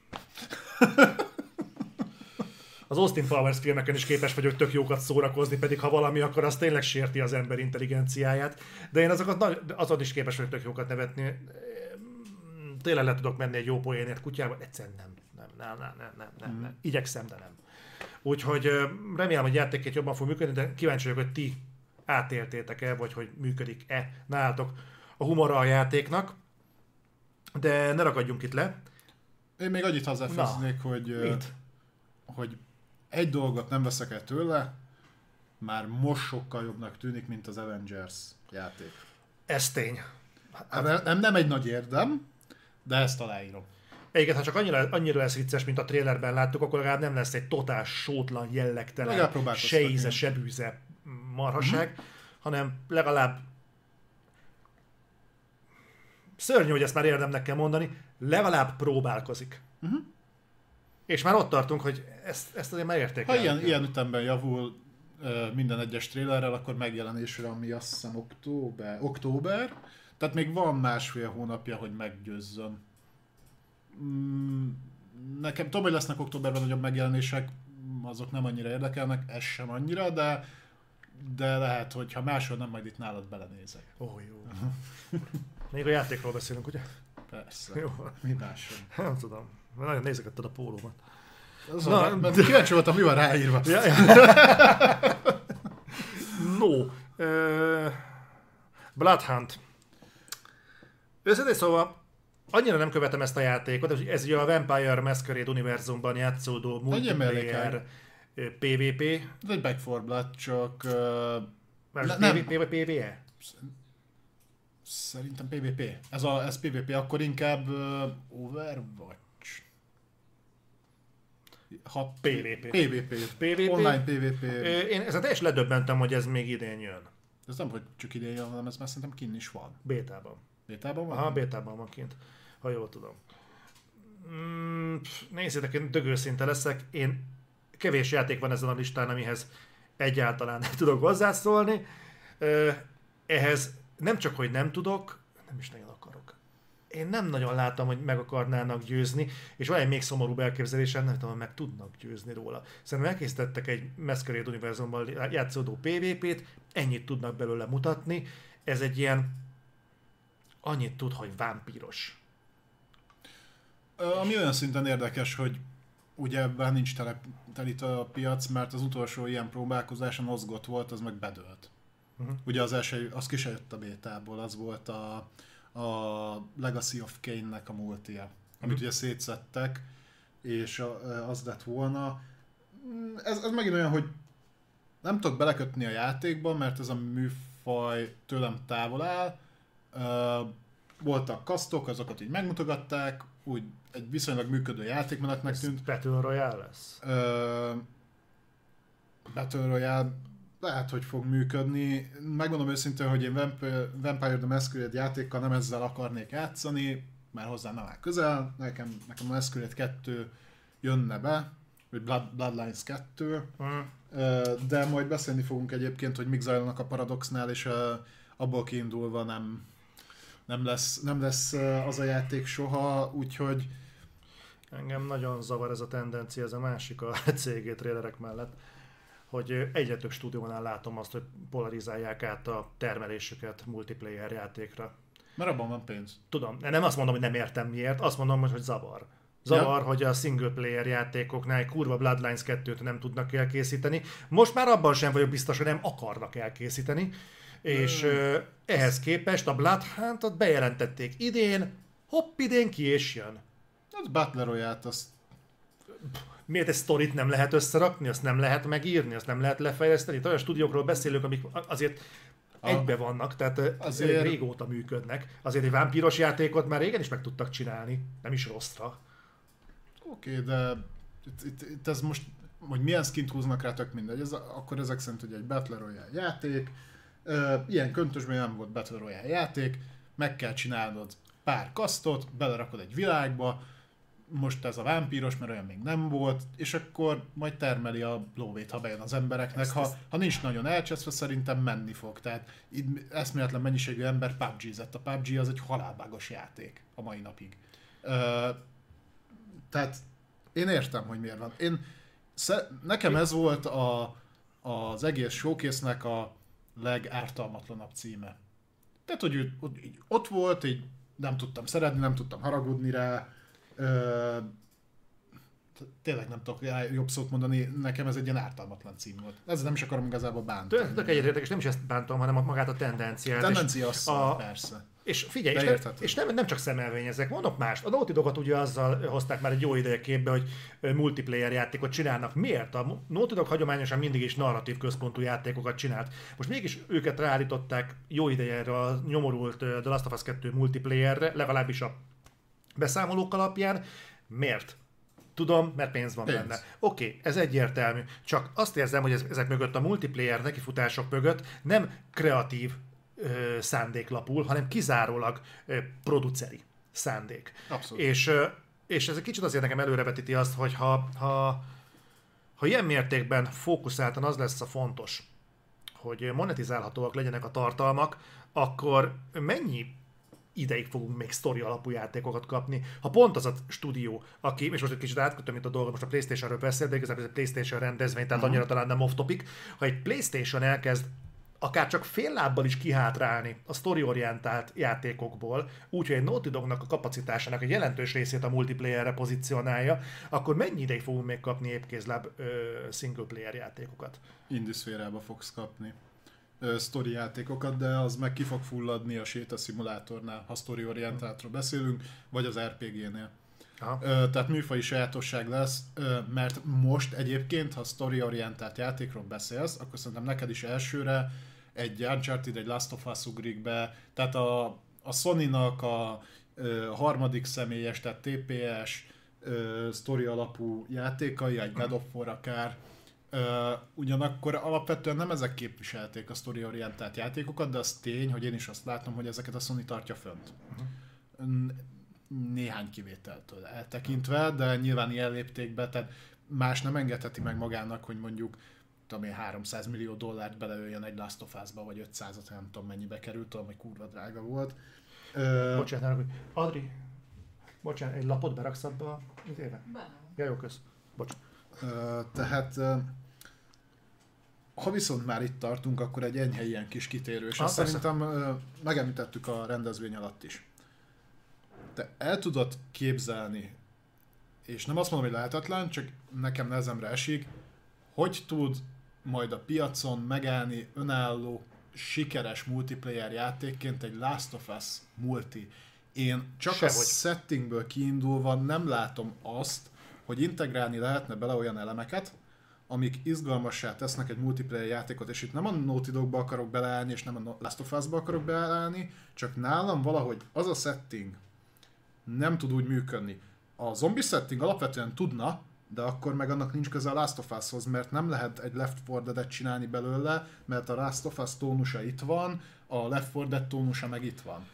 Speaker 1: Az Austin Powers filmeken is képes vagyok tök jókat szórakozni, pedig ha valami, akkor az tényleg sérti az ember intelligenciáját. De én azokat, azon is képes vagyok tök jókat nevetni. Tényleg le tudok menni egy jó poénért kutyával. Egyszerűen nem. Nem, nem, nem, nem, nem, nem, nem. Igyekszem, de nem. Úgyhogy remélem, hogy játékként jobban fog működni, de kíváncsi vagyok, hogy ti átéltétek-e, vagy hogy működik-e nálatok a humora a játéknak. De ne ragadjunk itt le.
Speaker 2: Én még annyit hozzáfűznék, hogy, hogy egy dolgot nem veszek el tőle, már most sokkal jobbnak tűnik, mint az Avengers játék.
Speaker 1: Ez tény.
Speaker 2: Hát, nem, nem egy nagy érdem, de ezt aláírom.
Speaker 1: Egyébként, ha csak annyira, annyira lesz vicces, mint a trailerben láttuk, akkor legalább nem lesz egy totál sótlan, jellegtelen, se íze, se bűze marhaság, uh-huh. hanem legalább szörnyű, hogy ezt már érdemnek kell mondani, legalább próbálkozik. Uh-huh. És már ott tartunk, hogy ezt, ezt azért már értékelni.
Speaker 2: Ha ilyen, ilyen ütemben javul uh, minden egyes trailerrel, akkor megjelenésre, ami azt hiszem október, október, tehát még van másfél hónapja, hogy meggyőzzön. Nekem tudom, hogy lesznek októberben nagyobb megjelenések, azok nem annyira érdekelnek, ez sem annyira, de, de lehet, hogy ha máshol nem, majd itt nálad belenézek.
Speaker 1: Ó, oh, jó. Még a játékról beszélünk, ugye?
Speaker 2: Persze. Jó. Mi máshol?
Speaker 1: Nem tudom. Nagyon nézegetted a pólómat.
Speaker 2: Na, kíváncsi voltam, mi van ráírva. Ja, ja.
Speaker 1: No. Uh, Bloodhunt. Őszintén szóval annyira nem követem ezt a játékot, ez ugye a Vampire Masquerade univerzumban játszódó multiplayer pé vé pé.
Speaker 2: Ez egy Back four Blood, csak... Uh,
Speaker 1: ne, nem. pé vé pé vagy pé vé e?
Speaker 2: Szerintem pé vé pé. Ez, a, ez pé vé pé, akkor inkább uh, Overwatch.
Speaker 1: Ha pé vé pé.
Speaker 2: pé vé pé.
Speaker 1: pé vé pé.
Speaker 2: Online pé vé pé.
Speaker 1: Én ezen teljesen ledöbbentem, hogy ez még idén jön.
Speaker 2: Ez nem, hogy csak idén jön, hanem ez már szerintem kinn is van.
Speaker 1: Bétában.
Speaker 2: Bétában van?
Speaker 1: Aha, bétában van kint, ha jól tudom. Mm, nézzétek, én dögőszinte leszek. Én kevés játék van ezen a listán, amihez egyáltalán nem tudok hozzászólni. Ehhez nem csak, hogy nem tudok, nem is nagyon akarok. Én nem nagyon látom, hogy meg akarnának győzni, és van egy még szomorúbb elképzelésem, nem tudom, hogy meg tudnak győzni róla. Szerintem elkészítettek egy Masquerade univerzumban játszódó pé vé pét, ennyit tudnak belőle mutatni. Ez egy ilyen, annyit tud, hogy vámpíros.
Speaker 2: Ami olyan szinten érdekes, hogy ugye ebben nincs tele, telít a piac, mert az utolsó ilyen próbálkozáson Osgot volt, az meg bedőlt. Uh-huh. Ugye az első, az ki se jött a bétából, az volt a, a Legacy of Kain-nek a multia, uh-huh. amit ugye szétszettek, és az lett volna. Ez, ez megint olyan, hogy nem tudok belekötni a játékba, mert ez a műfaj tőlem távol áll. Voltak kasztok, azokat így megmutogatták, úgy egy viszonylag működő játékmenetnek tűnt.
Speaker 1: Battle Royale lesz?
Speaker 2: Uh, Battle Royale lehet, hogy fog működni. Megmondom őszintén, hogy én Vampire, Vampire the Masquerade játékkal nem ezzel akarnék játszani, mert hozzá nem áll közel. Nekem, nekem a Masquerade kettő jönne be, vagy Blood, Bloodlines kettő. Uh-huh. Uh, de majd beszélni fogunk egyébként, hogy mik zajlanak a Paradoxnál, és uh, abból kiindulva nem, nem, lesz, nem lesz uh, az a játék soha, úgyhogy
Speaker 1: engem nagyon zavar ez a tendencia, ez a másik a cé gé trailerek mellett, hogy egyre több stúdiónál látom azt, hogy polarizálják át a termelésüket multiplayer játékra.
Speaker 2: Mert abban van pénz.
Speaker 1: Tudom, nem azt mondom, hogy nem értem miért, azt mondom, hogy zavar. Zavar, ja. hogy a single player játékoknál egy kurva Bloodlines kettőt nem tudnak elkészíteni. Most már abban sem vagyok biztos, hogy nem akarnak elkészíteni. És hmm. ehhez képest a Bloodhunt-ot bejelentették idén, hopp, idén ki és jön.
Speaker 2: Az Battle Royale-t, azt...
Speaker 1: Miért egy sztorit nem lehet összerakni, azt nem lehet megírni, azt nem lehet lefejleszteni? Olyan stúdiókról beszélünk, amik azért a... egybe vannak, tehát azért régóta működnek. Azért egy vámpíros játékot már régen is meg tudtak csinálni, nem is rosszra.
Speaker 2: Oké, okay, de itt, itt, itt ez most, hogy milyen skint húznak rá, tök mindegy. Ez, akkor ezek szerint ugye egy Battle Royale játék, uh, ilyen köntösben nem volt Battle Royale játék, meg kell csinálnod pár kasztot, belerakod egy világba, most ez a vámpíros, mert olyan még nem volt, és akkor majd termeli a lóvét, ha bejön az embereknek. Ezt, ha, ezt... ha nincs nagyon elcseszve, szerintem menni fog. Tehát itt eszméletlen mennyiségű ember pé u bé zett. A pé u bé az egy halálbágos játék a mai napig. Uh, tehát én értem, hogy miért van. Én, nekem ez volt a, az egész showcase-nek a legártalmatlanabb címe. Tehát, hogy ő, ott volt, így nem tudtam szeretni, nem tudtam haragudni rá. Ö, tényleg nem tudok jobb szót mondani, nekem ez egy ilyen ártalmatlan cím volt. Ezzel nem is akarom igazából bántani.
Speaker 1: Tök egyetértek, és nem is ezt bántom, hanem magát a tendenciát.
Speaker 2: A tendencia az a... persze.
Speaker 1: És figyelj, és, nem, és nem, nem csak szemelvényezek, mondok mást. A Naughty Dogot ugye azzal hozták már egy jó ideje képbe, hogy multiplayer játékot csinálnak. Miért? A Naughty Dog hagyományosan mindig is narratív központú játékokat csinált. Most mégis őket ráállították jó ideje erre a nyomorult The Last of Us kettő multiplayerre, legalábbis a beszámolók alapján. Miért? Tudom, mert pénz van pénz. benne. Oké, okay, ez egyértelmű. Csak azt érzem, hogy ezek mögött a multiplayer nekifutások mögött nem kreatív ö, szándék lapul, hanem kizárólag ö, produceri szándék.
Speaker 2: Abszolút.
Speaker 1: És, ö, és ez egy kicsit azért nekem előrevetíti azt, hogy ha, ha, ha ilyen mértékben fókuszáltan az lesz a fontos, hogy monetizálhatóak legyenek a tartalmak, akkor mennyi ideig fogunk még sztori alapú játékokat kapni. Ha pont az a stúdió, aki, és most egy kicsit átkötöm itt a dolgot, most a PlayStation-ről beszél, de igazából ez egy PlayStation rendezvény, tehát uh-huh. annyira talán nem off-topic. Ha egy PlayStation elkezd akár csak fél lábbal is kihátrálni a sztoriorientált játékokból, úgyhogy egy Naughty Dognak a kapacitásának egy jelentős részét a multiplayerre pozícionálja, akkor mennyi ideig fogunk még kapni épkézláb single player játékokat?
Speaker 2: Indie szférába fogsz kapni. sztori játékokat, de az meg ki fog fulladni a sétaszimulátornál, ha sztoriorientáltról beszélünk, vagy az er pé génél. Aha. Tehát műfaji sajátosság lesz, mert most egyébként, ha sztoriorientált játékról beszélsz, akkor szerintem neked is elsőre egy Uncharted, egy Last of Us ugrik be, tehát a, a Sony-nak a, a harmadik személyes, tehát té pé es sztori alapú játékai, egy God of War akár, Uh, ugyanakkor alapvetően nem ezek képviselték a sztoriorientált játékokat, de az tény, hogy én is azt látom, hogy ezeket a Sony tartja fönt. Uh-huh. Néhány kivételtől eltekintve, de nyilván ilyen léptékben, tehát más nem engedheti meg magának, hogy mondjuk tudom én, háromszáz millió dollárt beleöljön egy Last of Us-ba, vagy ötszázat, nem tudom mennyibe került, tudom, hogy kurva drága volt.
Speaker 1: Uh, bocsánat, Adri, bocsánat, egy lapot beraksz abba a idébe? Benne. Ja, jó, kösz. Bocsánat.
Speaker 2: Uh, tehát uh, ha viszont már itt tartunk, akkor egy enyhe ilyen kis kitérő, és ah, azt szerintem uh, megemlítettük a rendezvény alatt is. Te el tudod képzelni, és nem azt mondom, hogy lehetetlen, csak nekem nehezemre esik, hogy tud majd a piacon megállni önálló, sikeres multiplayer játékként egy Last of Us multi. Én csak Sehogy. a settingből kiindulva nem látom azt, hogy integrálni lehetne bele olyan elemeket, amik izgalmassá tesznek egy multiplayer játékot, és itt nem a Naughty Dogba akarok beleállni, és nem a Last of Us-ba akarok beleállni, csak nálam valahogy az a setting nem tud úgy működni. A zombi setting alapvetően tudna, de akkor meg annak nincs köze a Last of Us-hoz, mert nem lehet egy Left four Dead-et csinálni belőle, mert a Last of Us tónusa itt van, a Left four Dead tónusa meg itt van.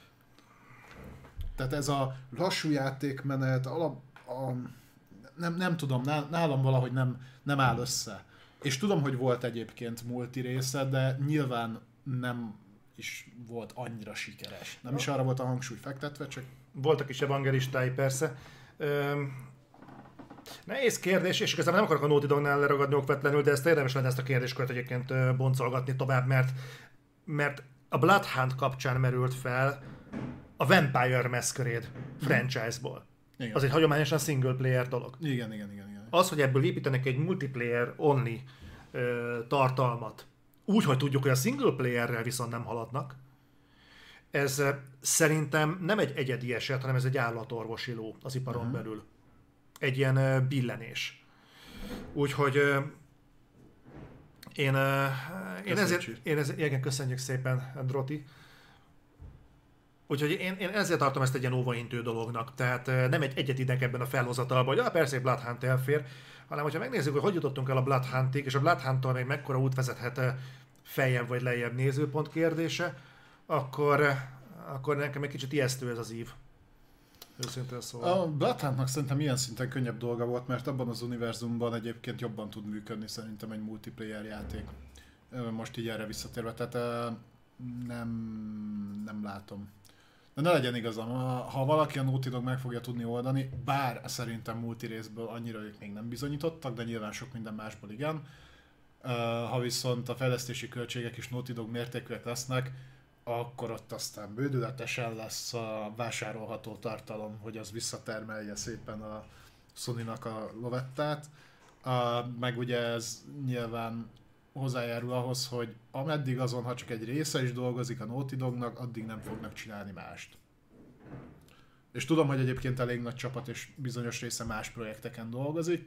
Speaker 2: Tehát ez a lassú játékmenet, alap, a, nem, nem tudom, nálam valahogy nem, nem áll össze. És tudom, hogy volt egyébként multi része, de nyilván nem is volt annyira sikeres. Nem is arra volt a hangsúly fektetve, csak...
Speaker 1: Voltak is evangelistái, persze. Üm... Nehéz kérdés, és igazából nem akarok a Naughty Dognál leragadni okvetlenül, de ezt érdemes lenne ezt a kérdéskört egyébként boncolgatni tovább, mert, mert a Bloodhunt kapcsán merült fel a Vampire Masquerade franchise-ból. Igen. Az egy hagyományosan single player dolog.
Speaker 2: Igen, igen, igen, igen.
Speaker 1: Az, hogy ebből építenek egy multiplayer only ö, tartalmat, úgy, hogy tudjuk, hogy a single playerrel viszont nem haladnak, ez ö, szerintem nem egy egyedi eset, hanem ez egy állatorvosi ló az iparon uh-huh. belül. Egy ilyen ö, billenés. Úgyhogy ö, én, ö, én ezért, én ezért, igen, köszönjük szépen, Droti. Úgyhogy én, én ezért tartom ezt egy ilyen óvaintő dolognak, tehát nem egy egyedinek ebben a felhozatalban, hogy ja, persze egy Bloodhunt elfér, hanem hogyha megnézzük, hogy hogy jutottunk el a Bloodhuntig, és a Bloodhunttal még mekkora út vezethet feljebb vagy lejjebb nézőpont kérdése, akkor, akkor nekem egy kicsit ijesztő ez az ív. Őszintén szóval.
Speaker 2: A Bloodhuntnak szerintem ilyen szinten könnyebb dolga volt, mert abban az univerzumban egyébként jobban tud működni szerintem egy multiplayer játék. Most így erre visszatérve, tehát nem, nem látom. De ne legyen igazam, ha valaki a Naughty Dog meg fogja tudni oldani, bár szerintem multi részből annyira ők még nem bizonyítottak, de nyilván sok minden másból igen. Ha viszont a fejlesztési költségek is Naughty Dog mértékűek lesznek, akkor ott aztán bődületesen lesz a vásárolható tartalom, hogy az visszatermelje szépen a Sony-nak a lovettát. Meg ugye ez nyilván hozzájárul ahhoz, hogy ameddig azon, ha csak egy része is dolgozik a Naughty Dognak, addig nem fognak csinálni mást. És tudom, hogy egyébként elég nagy csapat és bizonyos része más projekteken dolgozik.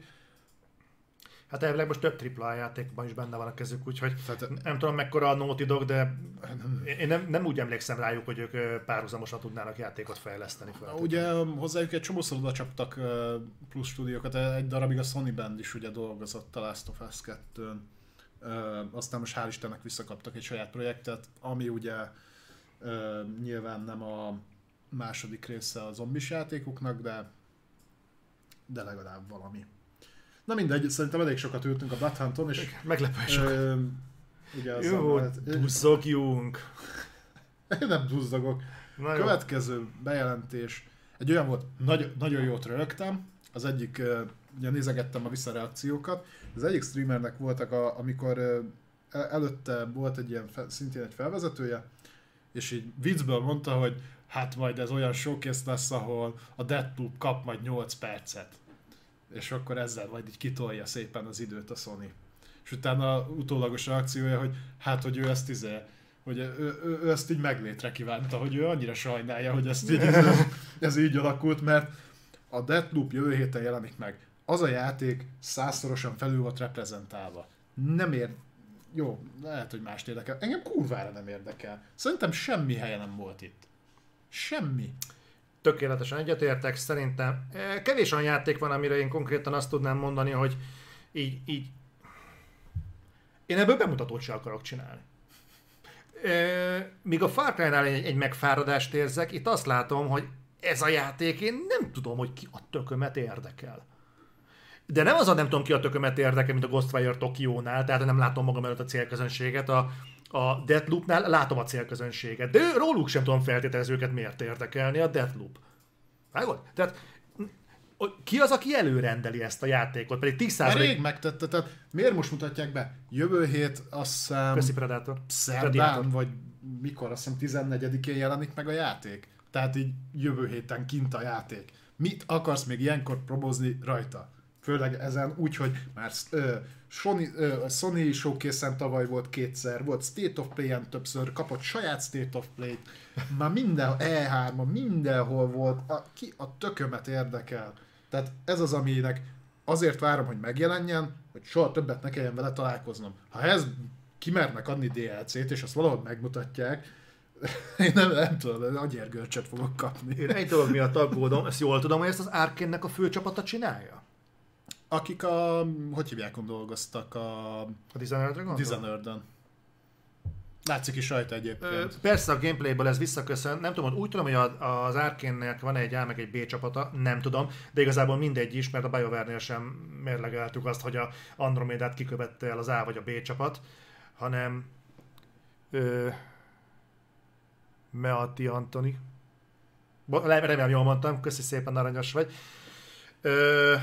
Speaker 1: Hát elvileg most több tripla á játékban is benne van a kezük, úgyhogy tehát, nem tudom mekkora a Naughty Dog, de én nem, nem úgy emlékszem rájuk, hogy ők párhuzamosan tudnának játékot fejleszteni.
Speaker 2: Ugye hozzájuk egy csomószor oda csaptak plusz stúdiókat, egy darabig a Sony Band is ugye dolgozott a Last of Us kettőn. Uh, aztán most hál' Istennek visszakaptak egy saját projektet, ami ugye uh, nyilván nem a második része a zombis játékoknak, de, de legalább valami. Na mindegy, szerintem elég sokat ültünk a Bloodhunton, és...
Speaker 1: Meglepően sokat. Uh,
Speaker 2: ugye
Speaker 1: jó, duzzogjunk!
Speaker 2: Én nem duzzogok. Na következő jó. Bejelentés. Egy olyan volt, nagy, nagyon jót rögtem. Az egyik, ugye nézegettem a visszareakciókat. Az egyik streamernek voltak, a, amikor előtte volt egy ilyen, szintén egy felvezetője, és így viccből mondta, hogy hát majd ez olyan showcase lesz, ahol a Deathloop kap majd nyolc percet. És akkor ezzel majd így kitolja szépen az időt a Sony. és utána utólagos reakciója, hogy hát, hogy ő ezt izé, hogy ő, ő, ő ezt így meglétre kívánta, hogy ő annyira sajnálja, hogy ezt így, ez így alakult, mert a Deathloop jövő héten jelenik meg. Az a játék százszorosan felül volt reprezentálva. Nem ér... Jó, lehet, hogy mást érdekel. Engem kurvára nem érdekel. Szerintem semmi helye nem volt itt. Semmi.
Speaker 1: Tökéletesen egyetértek, szerintem kevés olyan játék van, amire én konkrétan azt tudnám mondani, hogy így, így én ebből bemutatót sem akarok csinálni. Míg a Far Cry-nál egy, egy megfáradást érzek, itt azt látom, hogy ez a játék, én nem tudom, hogy ki a tökömet érdekel. De nem az a nem tudom ki a tökömet érdekel, mint a Ghostwire Tokiónál, tehát nem látom magam előtt a célközönséget, a, a Deathloopnál látom a célközönséget, de róluk sem tudom feltételezni őket miért érdekelni a Deathloop. Vágod? Tehát ki az, aki előrendeli ezt a játékot? Pedig tíz százalék...
Speaker 2: Rég megtette, tehát miért most mutatják be? Jövő hét azt hiszem...
Speaker 1: Köszi Predator.
Speaker 2: Szerdán, vagy mikor, azt hiszem tizennegyedikén jelenik meg a játék. Tehát így jövő héten kint a játék. Mit akarsz még ilyenkor promózni rajta? Főleg ezen úgy, hogy már uh, Sony, uh, Sony showcase-en tavaly volt kétszer, volt State of Play-en többször, kapott saját State of Play-t, már minden E három, mindenhol volt, a, ki a tökömet érdekel. Tehát ez az, aminek azért várom, hogy megjelenjen, hogy soha többet ne kelljen vele találkoznom. Ha ez kimernek adni dé el cét, és azt valahogy megmutatják, én nem, nem tudom, agyérgörcsöt fogok kapni.
Speaker 1: Én egy dolog miatt aggódom, ezt jól tudom, hogy ezt az Arkane-nek a főcsapata csinálja?
Speaker 2: Akik a, hogy hívjákon dolgoztak, a...
Speaker 1: A Dishonored-re gondol?
Speaker 2: Dishonored-on. Látszik is rajta egyébként.
Speaker 1: Ö, persze a gameplayből ez visszaköszön, nem tudom, úgy tudom, hogy a, az Arkane-nek van egy A meg egy B csapata, nem tudom, de igazából mindegy is, mert a BioWare-nél sem mérlegeltük azt, hogy a Andromedát kikövette el az A vagy a B csapat, hanem ö, Meati Antoni. Remélem jól mondtam, köszi szépen, aranyos vagy. Ö,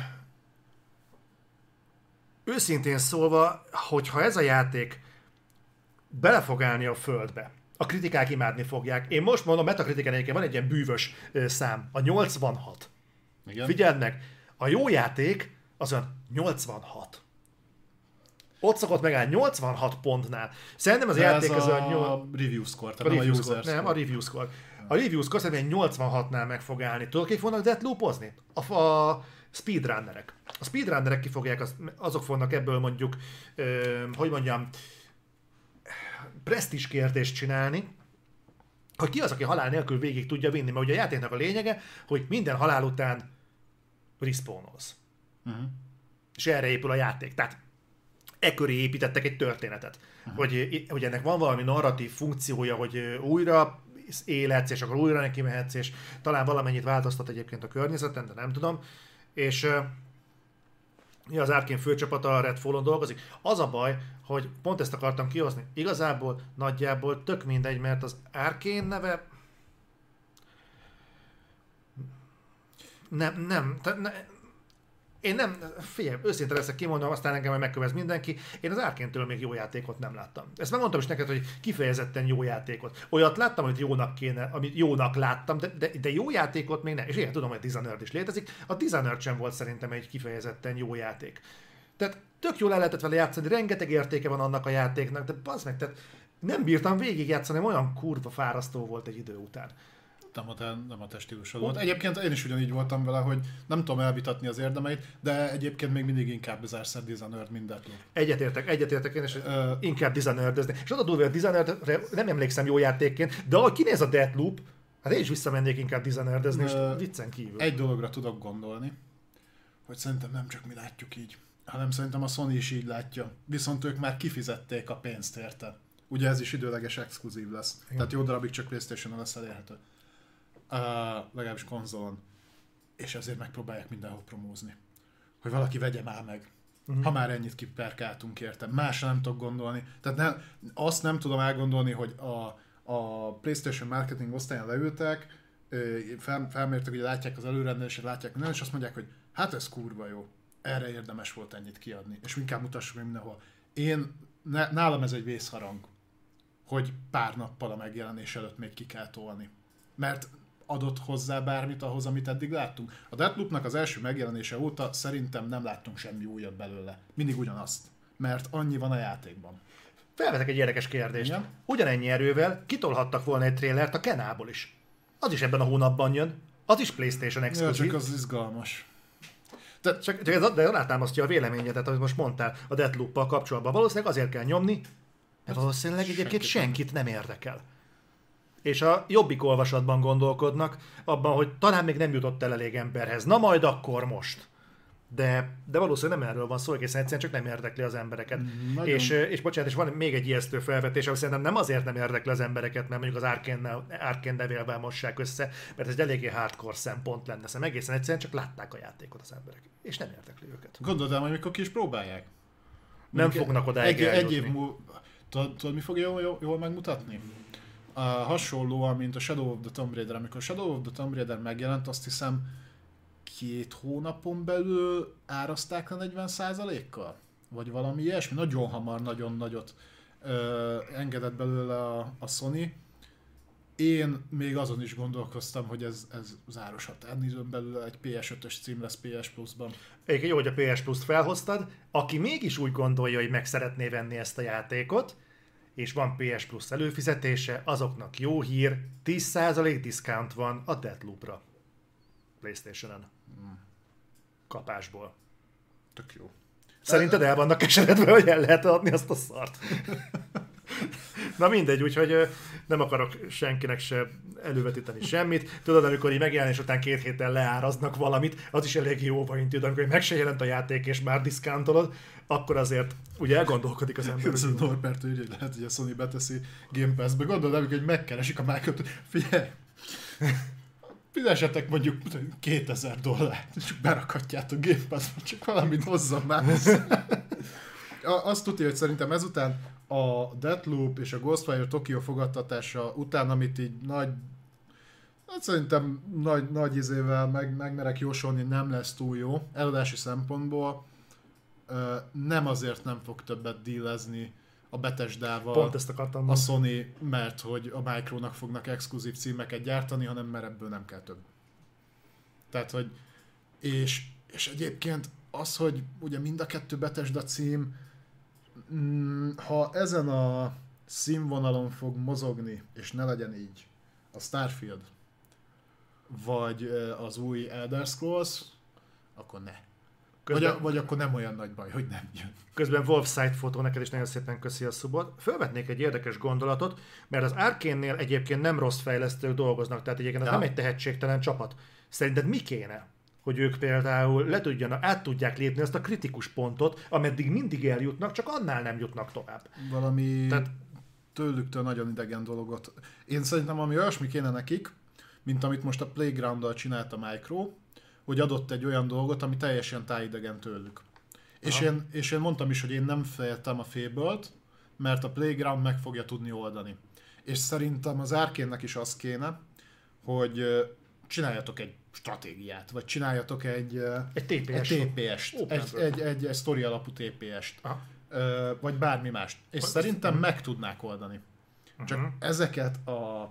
Speaker 1: Őszintén szólva, hogyha ez a játék bele fog állni a földbe, a kritikák imádni fogják. Én most mondom, Metacritiken egyébként van egy ilyen bűvös szám, a nyolcvanhat.
Speaker 2: Igen.
Speaker 1: Figyeld meg, a jó játék az olyan nyolcvanhat. Ott szokott megállni nyolcvanhat pontnál. Szerintem az a játék
Speaker 2: ez
Speaker 1: az
Speaker 2: a,
Speaker 1: a nyol...
Speaker 2: review score,
Speaker 1: a
Speaker 2: tehát
Speaker 1: review
Speaker 2: nem a
Speaker 1: score,
Speaker 2: user
Speaker 1: nem,
Speaker 2: score.
Speaker 1: a review score. A review score szerintem nyolcvanhatnál meg fog állni. Tudod, kik fognak deathloopozni? A, a speedrunnerek. A speedrunnerek ki fogják, az, azok fognak ebből mondjuk, ö, hogy mondjam, presztízs kérdést csinálni, hogy ki az, aki halál nélkül végig tudja vinni, mert ugye a játéknak a lényege, hogy minden halál után respawnolsz. Uh-huh. És erre épül a játék. Tehát e köré építettek egy történetet. Uh-huh. Hogy, hogy ennek van valami narratív funkciója, hogy újra életsz, és akkor újra neki mehetsz, és talán valamennyit változtat egyébként a környezeten, de nem tudom. És uh, az Arkane főcsapata a Redfall-on dolgozik. Az a baj, hogy pont ezt akartam kihozni. Igazából nagyjából tök mindegy, mert az Arkane neve nem, nem, ne, én nem, figyelj, őszinte leszek, kimondom, aztán engem megkövez mindenki, én az Arkane-től még jó játékot nem láttam. Ezt megmondtam is neked, hogy kifejezetten jó játékot. Olyat láttam, amit jónak kéne, amit jónak láttam, de, de, de jó játékot még nem. És én tudom, hogy a Dishonored is létezik. A Dishonored sem volt szerintem egy kifejezetten jó játék. Tehát tök jól el lehetett vele játszani, rengeteg értéke van annak a játéknak, de bazd meg, tehát nem bírtam végigjátszani, olyan kurva fárasztó volt egy idő után.
Speaker 2: Nem a, te, nem a te stílusod volt. Egyébként én is ugyanígy voltam vele, hogy nem tudom elvitatni az érdemeit, de egyébként még mindig inkább bezársz a Dishonored, mint Deathloop.
Speaker 1: Egyetértek, egyetértek én is, uh, inkább Dishonored-özni. És az a durva, hogy a Dishonored-re nem emlékszem jó játékként, de ahogy kinéz a Deathloop, hát én is visszamennék inkább Dishonored-özni, és uh, viccen kívül.
Speaker 2: Egy dologra tudok gondolni, hogy szerintem nem csak mi látjuk így, hanem szerintem a Sony is így látja. Viszont ők már kifizették a pénzt érte. Ugye ez is időleges exkluzív lesz. Igen. Tehát jó darabig csak PlayStation-on lesz elérhető. Uh, legalábbis konzolon, és ezért megpróbálják mindenhol promózni. Hogy valaki vegye már meg. Uh-huh. Ha már ennyit kiperkáltunk érte. Másra nem tudok gondolni. Tehát ne, azt nem tudom elgondolni, hogy a, a PlayStation marketing osztályán leültek, fel, felmértek, hogy látják az előrendelését, látják minden, és azt mondják, hogy hát ez kurva jó. Erre érdemes volt ennyit kiadni. És inkább mutassuk meg mindenhol. Én, ne, nálam ez egy vészharang, hogy pár nappal a megjelenés előtt még ki kell tolni. Mert adott hozzá bármit ahhoz, amit eddig láttunk. A Deathloopnak az első megjelenése óta szerintem nem láttunk semmi újat belőle. Mindig ugyanazt. mert annyi van a játékban.
Speaker 1: Felvetek egy érdekes kérdést. Igen? Ugyanennyi erővel kitolhattak volna egy trélert a Kenából is. Az is ebben a hónapban jön. Az is PlayStation exkluzív.
Speaker 2: Ja, csak az izgalmas.
Speaker 1: De, csak, csak ez, de alátámasztja a véleményedet, amit most mondtál a Deathloop-pal kapcsolatban. Valószínűleg azért kell nyomni, mert valószínűleg egyébként senkit nem érdekel. És a Jobbik olvasatban gondolkodnak abban, hogy talán még nem jutott el elég emberhez. Na majd akkor most. De, de valószínűleg nem erről van szó, egészen egyszerűen csak nem érdekli az embereket.
Speaker 2: Nagyon.
Speaker 1: És, és bocsánat, és van még egy ijesztő felvetés, ami szerintem nem azért nem érdekli az embereket, mert mondjuk az Arkane Devil-vel mossák össze, mert ez egy eléggé hardcore szempont lenne. Szóval egészen egyszerűen csak látták a játékot az emberek. És nem érdekli őket.
Speaker 2: Gondold el, hogy mikor ki is próbálják.
Speaker 1: Nem Mondjuk fognak odáig
Speaker 2: egy, egy év múlva. Tudod, tudod, mi fogja jól, jól, jól megmutatni? A, hasonlóan, mint a Shadow of the Tomb Raider. Amikor Shadow of the Tomb Raider megjelent, azt hiszem két hónapon belül árazták a negyven százalékkal? Vagy valami ilyesmi? Nagyon hamar, nagyon nagyot ö, engedett belőle a, a Sony. Én még azon is gondolkoztam, hogy ez, ez záros határidőn belül egy pé es ötös cím lesz pé es Plus-ban.
Speaker 1: Egyébként jó, hogy a pé es Plus-t felhoztad. Aki mégis úgy gondolja, hogy meg szeretné venni ezt a játékot, és van pé es Plus előfizetése, azoknak jó hír, tíz százalék diszkánt van a Deathloop-ra. PlayStation-en. Hmm. Kapásból.
Speaker 2: Tök jó.
Speaker 1: Szerinted el vannak keseredve, hogy el lehet adni azt a szart? Na mindegy, úgyhogy nem akarok senkinek se elővetíteni semmit. Tudod, amikor így megjelenés után két héttel leáraznak valamit, az is elég jó pointű, de amikor meg se jelent a játék és már diszkántolod, akkor azért ugye elgondolkodik az ember.
Speaker 2: Ez a Norbert, hogy lehet, hogy a Sony beteszi Game Pass-be. Gondolod, amikor hogy megkeresik a Microsoft, figyelj, fizessetek mondjuk kétezer dollárt, és berakhatjátok Game Pass-ba, csak valamit hozzam már. Azt tudja, hogy szerintem ezután a Deathloop és a Ghostwire Tokyo fogadtatása után, amit így nagy, hát szerintem nagy, nagy izével meg, megmerek jósolni, nem lesz túl jó eladási szempontból. Nem azért nem fog többet dealezni a Bethesdával
Speaker 1: Pont ezt akartam
Speaker 2: a Sony, mert hogy a Micronak fognak exkluzív címeket gyártani, hanem mert ebből nem kell több. Tehát, hogy és, és egyébként az, hogy ugye mind a kettő Bethesda cím, ha ezen a színvonalon fog mozogni, és ne legyen így a Starfield, vagy az új Elder Scrolls, akkor ne. Közben, vagy, vagy akkor nem olyan nagy baj, hogy nem jön.
Speaker 1: Közben Wolfside fotó, neked is nagyon szépen köszi a szubot. Fölvetnék egy érdekes gondolatot, mert az Arkane-nél egyébként nem rossz fejlesztők dolgoznak, tehát egyébként ez ja. nem egy tehetségtelen csapat. Szerinted mi kéne, hogy ők például le tudjanak, át tudják lépni azt a kritikus pontot, ameddig mindig eljutnak, csak annál nem jutnak tovább.
Speaker 2: Valami Tehát... tőlüktől nagyon idegen dologot. Én szerintem ami olyasmi kéne nekik, mint amit most a Playground-dal csinált a Micro, hogy adott egy olyan dolgot, ami teljesen tájidegen tőlük. És én, és én mondtam is, hogy én nem féltem a Fable-t, mert a Playground meg fogja tudni oldani. És szerintem az Arkane-nek is az kéne, hogy csináljatok egy stratégiát, vagy csináljatok egy,
Speaker 1: egy té pé es-t,
Speaker 2: egy, té pé es-t, egy, egy, egy, egy sztori alapú té pé es-t, Aha. vagy bármi mást. És vagy szerintem meg tudnák oldani. Uh-huh. Csak ezeket a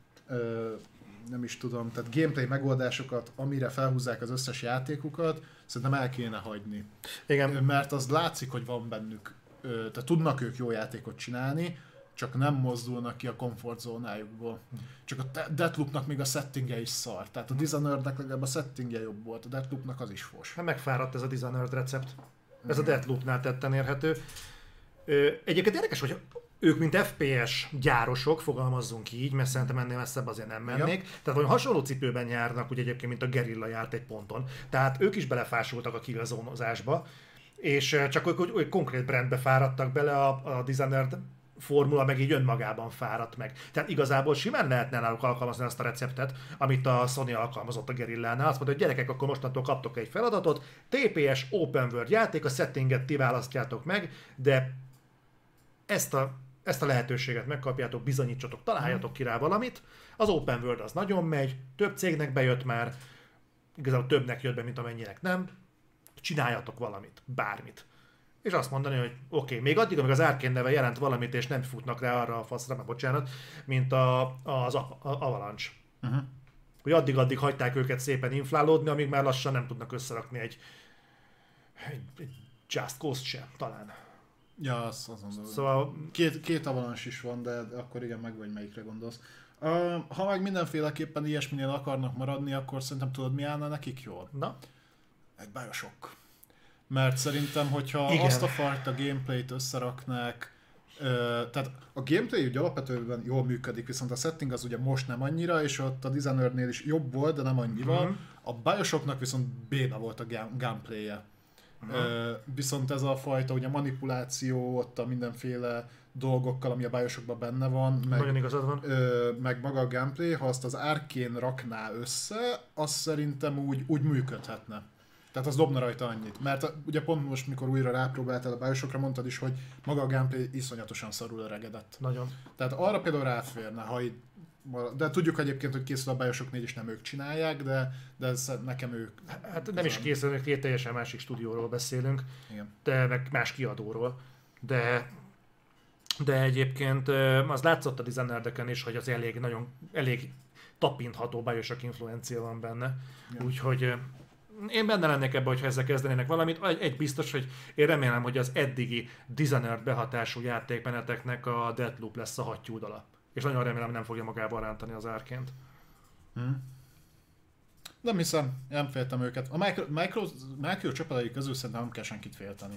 Speaker 2: nem is tudom, tehát gameplay megoldásokat, amire felhúzzák az összes játékukat, szerintem el kéne hagyni.
Speaker 1: Igen.
Speaker 2: Mert az látszik, hogy van bennük, tehát tudnak ők jó játékot csinálni, csak nem mozdulnak ki a komfortzónájukból. Csak a Deathloopnak még a settingje is szar. Tehát a Dishonorednek legalább a settingje jobb volt, a Deathloopnak az is fos.
Speaker 1: Hát megfáradt ez a Dishonored recept. Ez a Deathloopnál tetten érhető. Egyébként érdekes, hogy ők, mint ef pé es gyárosok, fogalmazzunk így, mert szerintem ennél messzebb azért nem mennék. Ja. Tehát olyan hasonló cipőben járnak, ugye egyébként, mint a Guerrilla járt egy ponton. Tehát ők is belefásultak a killzone-ozásba, és csak ők, ők konkrét brandbe fáradtak bele, a, a Dishonored formula meg így önmagában fáradt meg. Tehát igazából simán lehetne náluk alkalmazni azt a receptet, amit a Sony alkalmazott a Guerrillánál. Azt mondta, hogy gyerekek, akkor mostantól kaptok egy feladatot, té pé es Open World játék, a settinget ti választjátok meg, de ezt a Ezt a lehetőséget megkapjátok, bizonyítsatok, találjatok ki rá valamit. Az Open World az nagyon megy, több cégnek bejött már, igazából többnek jött be, mint amennyinek nem. Csináljatok valamit, bármit. És azt mondani, hogy oké, okay, még addig, amíg az Arkane neve jelent valamit, és nem futnak rá arra a faszra, meg bocsánat, mint a, az a, a Avalanche. Uh-huh. Hogy addig-addig hagyták őket szépen inflálódni, amíg már lassan nem tudnak összerakni egy, egy, egy Just Cause se, talán.
Speaker 2: Ja, azt azon
Speaker 1: Szóval...
Speaker 2: Két, két Avalanche is van, de akkor igen, meg vagy melyikre gondolsz. Uh, ha meg mindenféleképpen ilyesminél akarnak maradni, akkor szerintem tudod mi állna nekik jól?
Speaker 1: Na?
Speaker 2: Egy Bioshock. Mert szerintem, hogyha igen. azt a fajta gameplayt összeraknák, uh, tehát a gameplay ugye alapvetően jól működik, viszont a setting az ugye most nem annyira, és ott a Dishonorednél is jobb volt, de nem annyival. Mm-hmm. A Bioshocknak viszont béna volt a gameplay-je. Uh, viszont ez a fajta ugye manipuláció, ott a mindenféle dolgokkal, ami a Bioshockban benne van, meg,
Speaker 1: van.
Speaker 2: Ö, meg maga a gameplay, ha azt az Arkane rakná össze, az szerintem úgy, úgy működhetne. Tehát az dobna rajta annyit. Mert ugye pont most, mikor újra rápróbáltál a Bioshockra, mondtad is, hogy maga a gameplay iszonyatosan szarul öregedett.
Speaker 1: Nagyon.
Speaker 2: Tehát arra például ráférne, ha itt, de tudjuk egyébként, hogy készül a Bioshock négy is nem ők csinálják, de, de ez nekem ők...
Speaker 1: Hát nem is készül, két teljesen másik stúdióról beszélünk,
Speaker 2: igen.
Speaker 1: De meg más kiadóról. De, de egyébként az látszott a Dishonoredeken is, hogy az elég, nagyon, elég tapintható Bioshock influencia van benne. Igen. Úgyhogy én benne lennék ebben, hogyha ezzel kezdenének valamit. Egy biztos, hogy én remélem, hogy az eddigi Dishonored behatású játékmeneteknek a Deathloop lesz a hattyúdala. És nagyon remélem, nem fogja magával rántani az Arkane-t.
Speaker 2: Hmm. Nem hiszem, nem féltem őket. A micro, micro, micro csapatai közül szerintem nem kell senkit félteni.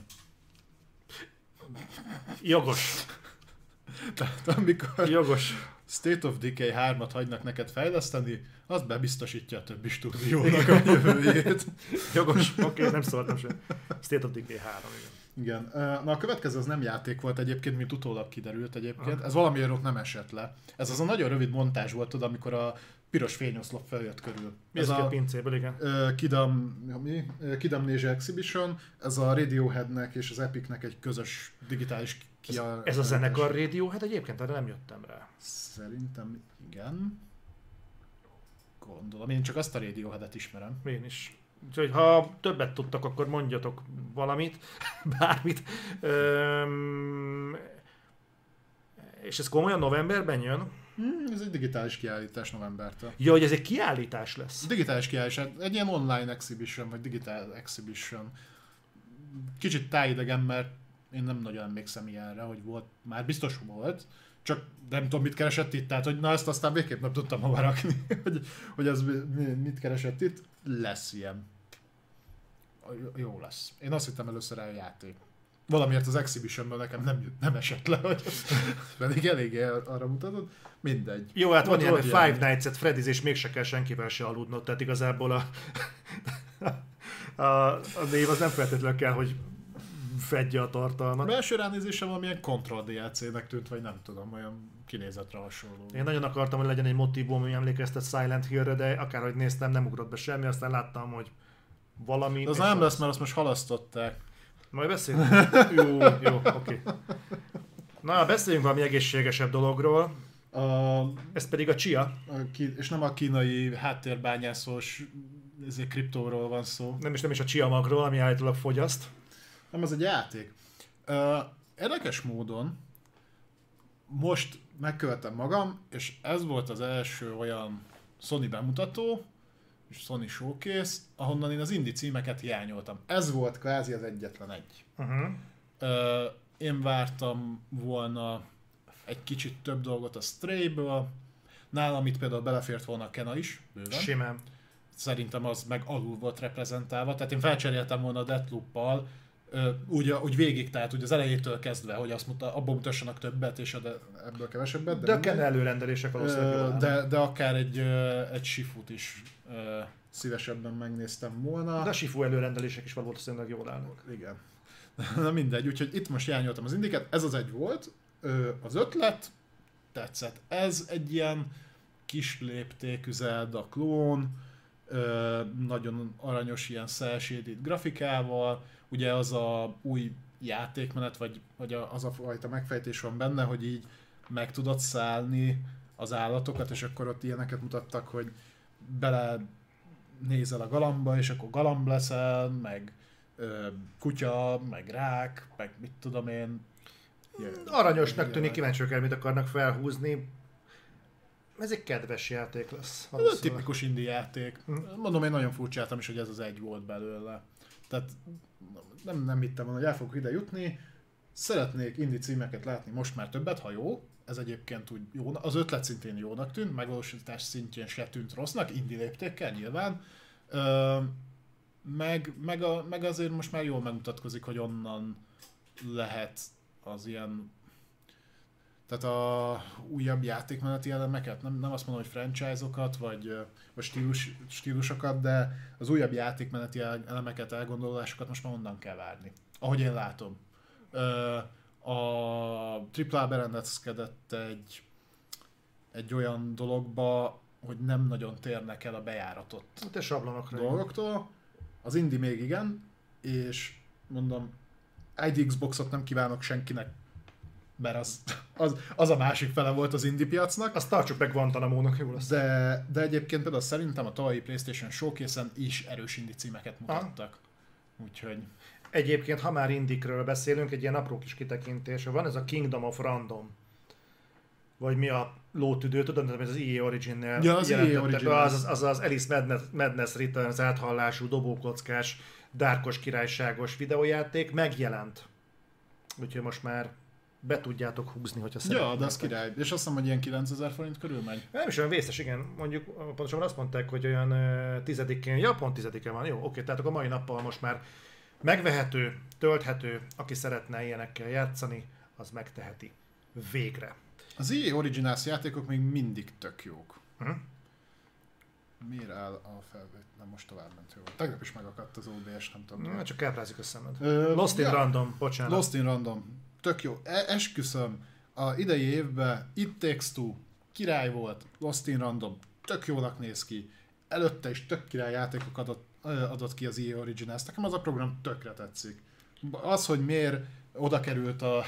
Speaker 1: Jogos.
Speaker 2: Tehát amikor
Speaker 1: Jogos.
Speaker 2: State of Decay hármat hagynak neked fejleszteni, az bebiztosítja a többi stúdiónak a jövőjét.
Speaker 1: Jogos, oké, okay, nem szóltam sem. State of Decay három, igen.
Speaker 2: Igen. Na a következő az nem játék volt egyébként, mint utólag kiderült egyébként. Ez valamiért ott nem esett le. Ez az a nagyon rövid montázs volt, tudod, amikor a piros fényoszlop feljött körül.
Speaker 1: Mi ez a pincéből, igen.
Speaker 2: Uh, Kidam, mi? Uh, Kidamnesia Exhibition, ez a Radioheadnek és az Epicnek egy közös digitális
Speaker 1: kiállítás. Ez, ez a zenekar Radiohead egyébként? Erre nem jöttem rá.
Speaker 2: Szerintem igen. Gondolom, én csak azt a Radioheadet ismerem.
Speaker 1: Én is. Úgyhogy ha többet tudtak, akkor mondjatok valamit, bármit. Öm, és ez komolyan novemberben jön?
Speaker 2: Hmm, ez egy digitális kiállítás novembertől.
Speaker 1: Ja, hogy ez egy kiállítás lesz?
Speaker 2: Digitális kiállítás, egy ilyen online exhibition, vagy digital exhibition. Kicsit tájidegen, mert én nem nagyon emlékszem ilyenre, hogy volt, már biztos volt, csak nem tudom, mit keresett itt, tehát hogy na ezt aztán végképp nem tudtam hova rakni, hogy, hogy ez mit keresett itt. Lesz ilyen. Jó lesz. Én azt hittem először el a játék. Valamiért az Exhibitionből nekem nem, nem esett le, hogy pedig eléggé arra mutatod. Mindegy.
Speaker 1: Jó, hát van ilyen, hogy Five Nights at Freddy's, és mégse kell senkivel se aludnod, tehát igazából a, a, a név az nem feltétlenül kell, hogy fedje a tartalmat.
Speaker 2: A első ránézésem valamilyen Control dé el cé-nek tűnt, vagy nem tudom, olyan kinézetre hasonló.
Speaker 1: Én nagyon akartam, hogy legyen egy motívum, ami emlékeztet Silent Hill-re, de akárhogy néztem, nem ugrott be semmi, aztán láttam, hogy valami...
Speaker 2: De az nem lesz, mert azt most halasztották.
Speaker 1: Majd beszélünk. Jó, jó, oké. Okay. Na, beszéljünk valami egészségesebb dologról.
Speaker 2: A,
Speaker 1: Ez pedig a chia.
Speaker 2: A, és nem a kínai háttérbányászós ezért kriptóról van szó.
Speaker 1: Nem is, nem is a chia magról, ami állítólag fogyaszt.
Speaker 2: Nem, ez egy játék. Uh, érdekes módon most megkövetem magam, és ez volt az első olyan Sony bemutató, és Sony Showcase, ahonnan én az indie címeket hiányoltam. Ez volt kvázi az egyetlen egy. Uh-huh. Uh, én vártam volna egy kicsit több dolgot a Strayből, nálam itt például belefért volna a Kena is, bőven.
Speaker 1: Simán.
Speaker 2: Szerintem az meg alul volt reprezentálva, tehát én felcseréltem volna a Deathloop-pal, Uh, úgy, úgy végig, tehát úgy az elejétől kezdve, hogy azt muta, abból mutassanak többet, és de, ebből kevesebbet.
Speaker 1: De, de a előrendelések valószínűleg
Speaker 2: uh, de, de akár egy, uh, egy Shifut is uh, szívesebben megnéztem volna.
Speaker 1: De a Shifu előrendelések is valószínűleg jól állnak.
Speaker 2: Igen. Na mindegy, úgyhogy itt most hiányoltam az indiket, ez az egy volt, uh, az ötlet tetszett. Ez egy ilyen kis léptékű Zelda klón, uh, nagyon aranyos ilyen cel-shaded grafikával. Ugye az a új játékmenet, vagy, vagy az a fajta megfejtés van benne, hogy így meg tudod szállni az állatokat, és akkor ott ilyeneket mutattak, hogy bele nézel a galamba, és akkor galamb leszel, meg ö, kutya, meg rák, meg mit tudom én.
Speaker 1: Aranyosnak tűnik, kíváncsi vagyok el, mit akarnak felhúzni. Ez egy kedves játék lesz.
Speaker 2: Ez egy tipikus indie játék. Mondom, én nagyon furcsáltam is, hogy ez az egy volt belőle. Tehát nem, nem hittem volna, hogy el fogok ide jutni, szeretnék indie címeket látni most már többet, ha jó, ez egyébként úgy jó, az ötlet szintén jónak tűnt, megvalósítás szintjén se tűnt rossznak, indie léptékkel nyilván, Ö, meg, meg, a, meg azért most már jól megmutatkozik, hogy onnan lehet az ilyen, tehát a újabb játékmeneti elemeket, nem, nem azt mondom, hogy franchise-okat, vagy, vagy stílus, stílusokat, de az újabb játékmeneti elemeket, elgondolásokat most már onnan kell várni. Ahogy én látom. A á á á berendezkedett egy, egy olyan dologba, hogy nem nagyon térnek el a bejáratott
Speaker 1: Te sablonokra
Speaker 2: dolgoktól. Az indie még igen, és mondom, i dé Xboxot nem kívánok senkinek, mert az, az, az a másik fele volt az indie piacnak.
Speaker 1: Azt tartsuk meg Guantanamo-nak, jó lesz.
Speaker 2: De, de egyébként például szerintem a tavalyi PlayStation Showcase-en is erős indie címeket mutattak. Ah. Úgyhogy...
Speaker 1: Egyébként, ha már indikről beszélünk, egy ilyen apró kis kitekintés. Van ez a Kingdom of Random. Vagy mi a lótüdő, tudod, ez az í á Origin-nél
Speaker 2: ja, az,
Speaker 1: jelentettek. Az, az, az az Alice Madness, Madness Returns áthallású, dobókockás, dárkos, királyságos videójáték megjelent. Úgyhogy most már be tudjátok húzni, hogyha szeretnétek.
Speaker 2: Ja, de az király. És azt hiszem, hogy ilyen kilencezer forint körül megy.
Speaker 1: Nem is olyan vészes, igen. Mondjuk pontosan azt mondták, hogy olyan tizedikén, ja, pont tizedikén van. Jó, oké, tehát akkor a mai nappal most már megvehető, tölthető, aki szeretne ilyenekkel játszani, az megteheti. Végre.
Speaker 2: Az í á Originals játékok még mindig tök jók.
Speaker 1: Hm?
Speaker 2: Miért áll a felvét? Nem, most tovább ment jó. Tegnap is megakadt az o bé es, nem tudom.
Speaker 1: Na, csak káprázik a szemed.
Speaker 2: Ö,
Speaker 1: Lost in
Speaker 2: ja.
Speaker 1: Random, bocsánat.
Speaker 2: Lost in Random. Tök jó. E- esküszöm, a idei évben It Takes Two király volt, Lost in Random tök jónak néz ki. Előtte is tök király játékok adott, adott ki az í á Originals. Nekem az a program tökre tetszik. Az, hogy miért oda került a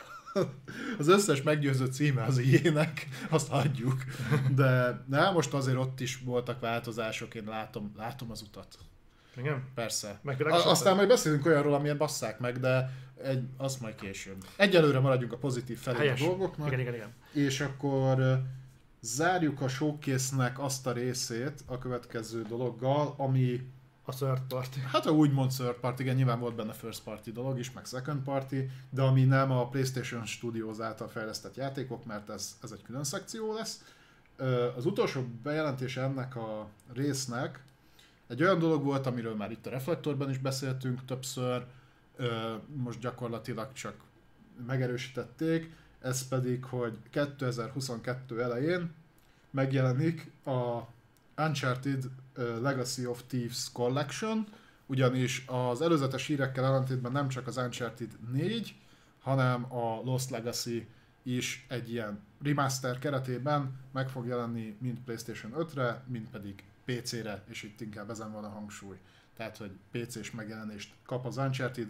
Speaker 2: az összes meggyőző címe az í á-nek, azt hagyjuk. De, de most azért ott is voltak változások, én látom, látom az utat.
Speaker 1: Igen?
Speaker 2: Persze.
Speaker 1: A,
Speaker 2: aztán majd beszélünk olyanról, amilyen basszák meg, de egy, azt majd később. Egyelőre maradjunk a pozitív felé
Speaker 1: Helyes.
Speaker 2: a dolgoknak.
Speaker 1: Igen, igen, igen.
Speaker 2: És akkor zárjuk a showcase-nek azt a részét a következő dologgal, ami
Speaker 1: a third party.
Speaker 2: Hát a úgymond third party, igen, nyilván volt benne first party dolog is, meg second party, de ami nem a PlayStation Studios által fejlesztett játékok, mert ez, ez egy külön szekció lesz. Az utolsó bejelentése ennek a résznek egy olyan dolog volt, amiről már itt a Reflektorban is beszéltünk többször, most gyakorlatilag csak megerősítették, ez pedig, hogy kétezer-huszonkettő elején megjelenik a Uncharted Legacy of Thieves Collection, ugyanis az előzetes hírekkel ellentétben nem csak az Uncharted négy, hanem a Lost Legacy is egy ilyen remaster keretében meg fog jelenni mind PlayStation ötre, mind pedig pé cére, és itt inkább ezen van a hangsúly. Tehát, hogy pé cés megjelenést kap az Uncharted.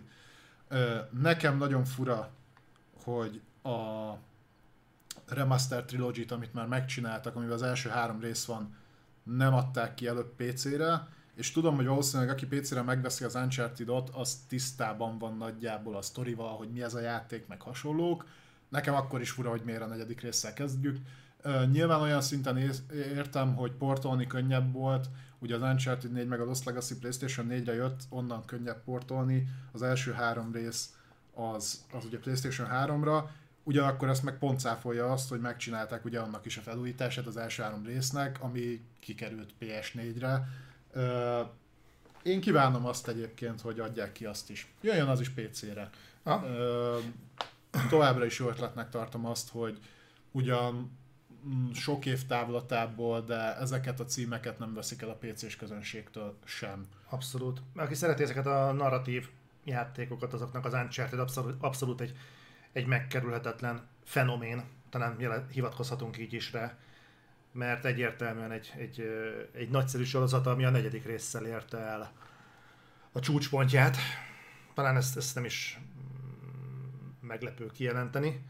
Speaker 2: Nekem nagyon fura, hogy a Remaster Trilogy-t, amit már megcsináltak, amivel az első három rész van, nem adták ki előbb pé cére, és tudom, hogy valószínűleg aki pé cére megveszi az Uncharted-ot, az tisztában van nagyjából a sztorival, hogy mi ez a játék, meg hasonlók. Nekem akkor is fura, hogy miért a negyedik résszel kezdjük. Uh, nyilván olyan szinten értem, hogy portolni könnyebb volt, ugye az Uncharted négy meg a Lost Legacy PlayStation négyre jött, onnan könnyebb portolni, az első három rész az, az ugye PlayStation háromra, ugyanakkor ezt meg pont cáfolja azt, hogy megcsinálták ugye annak is a felújítását az első három résznek, ami kikerült pé es négyre. Uh, én kívánom azt egyébként, hogy adják ki azt is. Jöjjön az is pé cére. Uh, továbbra is jó ötletnek tartom azt, hogy ugyan sok év távlatából, de ezeket a címeket nem veszik el a pé cés közönségtől sem.
Speaker 1: Abszolút. Aki szereti ezeket a narratív játékokat, azoknak az Uncharted abszolút, abszolút egy, egy megkerülhetetlen fenomén, talán jelen, hivatkozhatunk így is rá, mert egyértelműen egy, egy, egy nagyszerű sorozat, ami a negyedik résszel érte el a csúcspontját. Talán ezt, ezt nem is meglepő kijelenteni.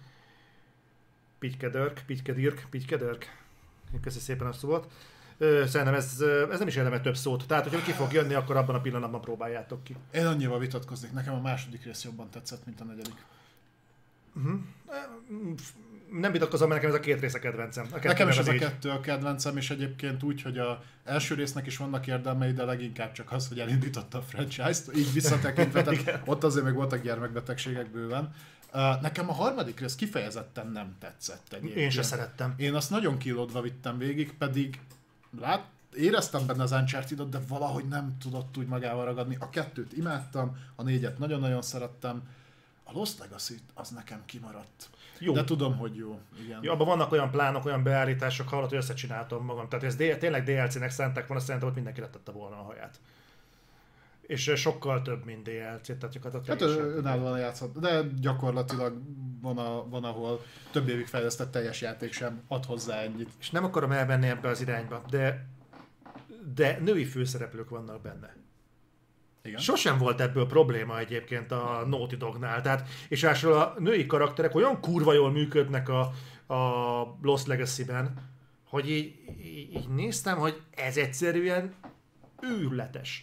Speaker 1: Pitykedörk, pitykedürk, pitykedörk. Köszi szépen a szót. Szerintem ez, ez nem is érdemel több szót. Tehát, hogyha ki fog jönni, akkor abban a pillanatban próbáljátok ki.
Speaker 2: Én annyival vitatkoznék. Nekem a második rész jobban tetszett, mint a negyedik.
Speaker 1: Uh-huh. Nem vitatkozom, mert nekem ez a két rész a kedvencem. A
Speaker 2: nekem is ez a kettő a kedvencem, és egyébként úgy, hogy az első résznek is vannak érdemei, de leginkább csak az, hogy elindította a franchise-t, így visszatekintve, tehát ott azért még voltak gyermekbetegségek bőven. Uh, nekem a harmadik rész kifejezetten nem tetszett egyébként.
Speaker 1: Én se szerettem.
Speaker 2: Én azt nagyon kilódva vittem végig, pedig lát, éreztem benne az Uncharted-ot, de valahogy nem tudott úgy magával ragadni. A kettőt imádtam, a négyet nagyon-nagyon szerettem. A Lost Legacy az nekem kimaradt. Jó. De tudom, hogy jó. Igen.
Speaker 1: Jó, abban vannak olyan plánok, olyan beállítások, hallott, hogy összecsináltam magam. Tehát ez tényleg dé el cé-nek szánták volna, szerintem ott mindenki letette volna a haját. És sokkal több, mint dé el cé. Tehát
Speaker 2: hát önállóan játszott, de gyakorlatilag van, a, van, ahol több évig fejlesztett teljes játék sem ad hozzá ennyit.
Speaker 1: És nem akarom elvenni ebbe az irányba, de, de női főszereplők vannak benne. Igen. Sosem volt ebből probléma egyébként a Naughty Dognál, tehát, és általában a női karakterek olyan kurva jól működnek a, a Lost Legacy-ben, hogy így, így, így néztem, hogy ez egyszerűen őrületes.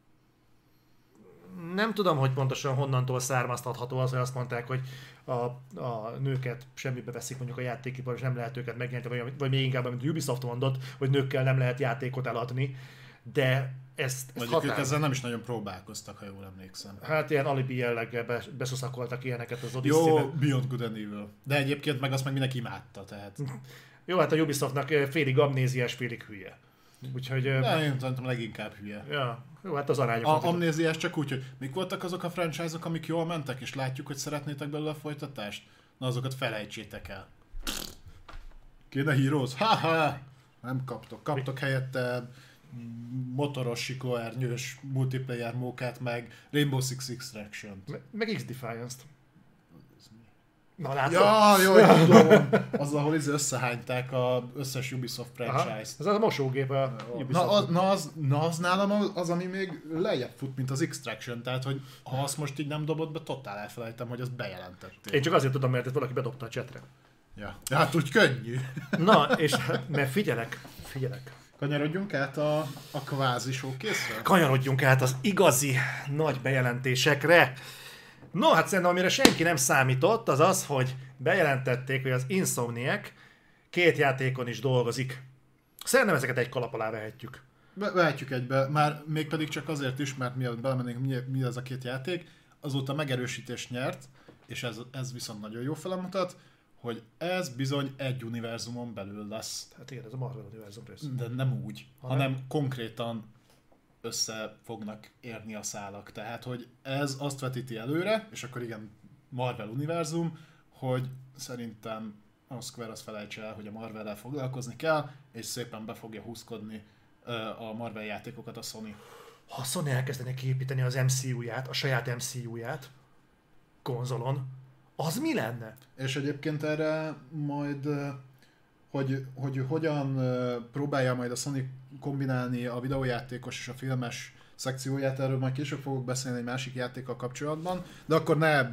Speaker 1: Nem tudom, hogy pontosan honnantól származtatható az, hogy azt mondták, hogy a, a nőket semmibe veszik mondjuk a játékipar, és nem lehet őket megnyerni, vagy, vagy még inkább, amit Ubisoft mondott, hogy nőkkel nem lehet játékot eladni, de ezt, ezt
Speaker 2: Mondjuk ők ezzel nem is nagyon próbálkoztak, ha jól emlékszem.
Speaker 1: Hát ilyen alibi jelleggel be, beszuszakoltak ilyeneket az Odyssey-be.
Speaker 2: Jó, Beyond Good and Evil. De egyébként meg azt meg mindenki imádta, tehát.
Speaker 1: Jó, hát a Ubisoftnak félig amnéziás, félig hülye. Úgyhogy...
Speaker 2: De én tudom, leginkább hülye.
Speaker 1: Ja, jó, hát az arányok.
Speaker 2: A amnéziás csak úgy, hogy mik voltak azok a franchise-ok, amik jól mentek, és látjuk, hogy szeretnétek belőle a folytatást? Na azokat felejtsétek el. Kéne Heroes? Ha-ha! Nem kaptok. Kaptok helyette motoros, siklóernyős multiplayer mókát, meg Rainbow Six Extraction-t.
Speaker 1: Me- meg X-Defiance-t. Na látod?
Speaker 2: Ja, jó, tudom. Az, ahol összehányták az összes Ubisoft franchise-t.
Speaker 1: Ez az a mosógép a Ubisoft.
Speaker 2: Na az, na, az, na az nálam az, ami még lejjebb fut, mint az Extraction, tehát hogy ha azt most így nem dobott be, totál elfelejtem, hogy azt bejelentették.
Speaker 1: Én csak azért tudom, mert ezt valaki bedobta a chatre.
Speaker 2: Ja, ja hát úgy könnyű.
Speaker 1: Na, és mert figyelek, figyelek.
Speaker 2: Kanyarodjunk át a, a kvázi showcase-re?
Speaker 1: Kanyarodjunk át az igazi nagy bejelentésekre. No, hát szerintem amire senki nem számított, az az, hogy bejelentették, hogy az Insomniac két játékon is dolgozik. Szerintem ezeket egy kalap alá vehetjük.
Speaker 2: Be- vehetjük egybe, már mégpedig csak azért is, mert mielőtt belemennénk, mi, mi az a két játék, azóta megerősítést nyert, és ez, ez viszont nagyon jó felemutat, hogy ez bizony egy univerzumon belül lesz.
Speaker 1: Hát igen, ez a Marvel univerzum rész.
Speaker 2: De nem úgy, ha hanem nem? konkrétan össze fognak érni a szálak. Tehát, hogy ez azt vetíti előre, és akkor igen, Marvel univerzum, hogy szerintem a Square azt felejtse el, hogy a Marvel-el foglalkozni kell, és szépen be fogja húzkodni a Marvel játékokat a Sony.
Speaker 1: Ha a Sony elkezdene kiépíteni az em cé u-ját, a saját em cé u-ját konzolon, az mi lenne?
Speaker 2: És egyébként erre majd, hogy, hogy hogyan próbálja majd a Sony kombinálni a videójátékos és a filmes szekcióját, erről majd később fogok beszélni egy másik játékkal kapcsolatban, de akkor ne,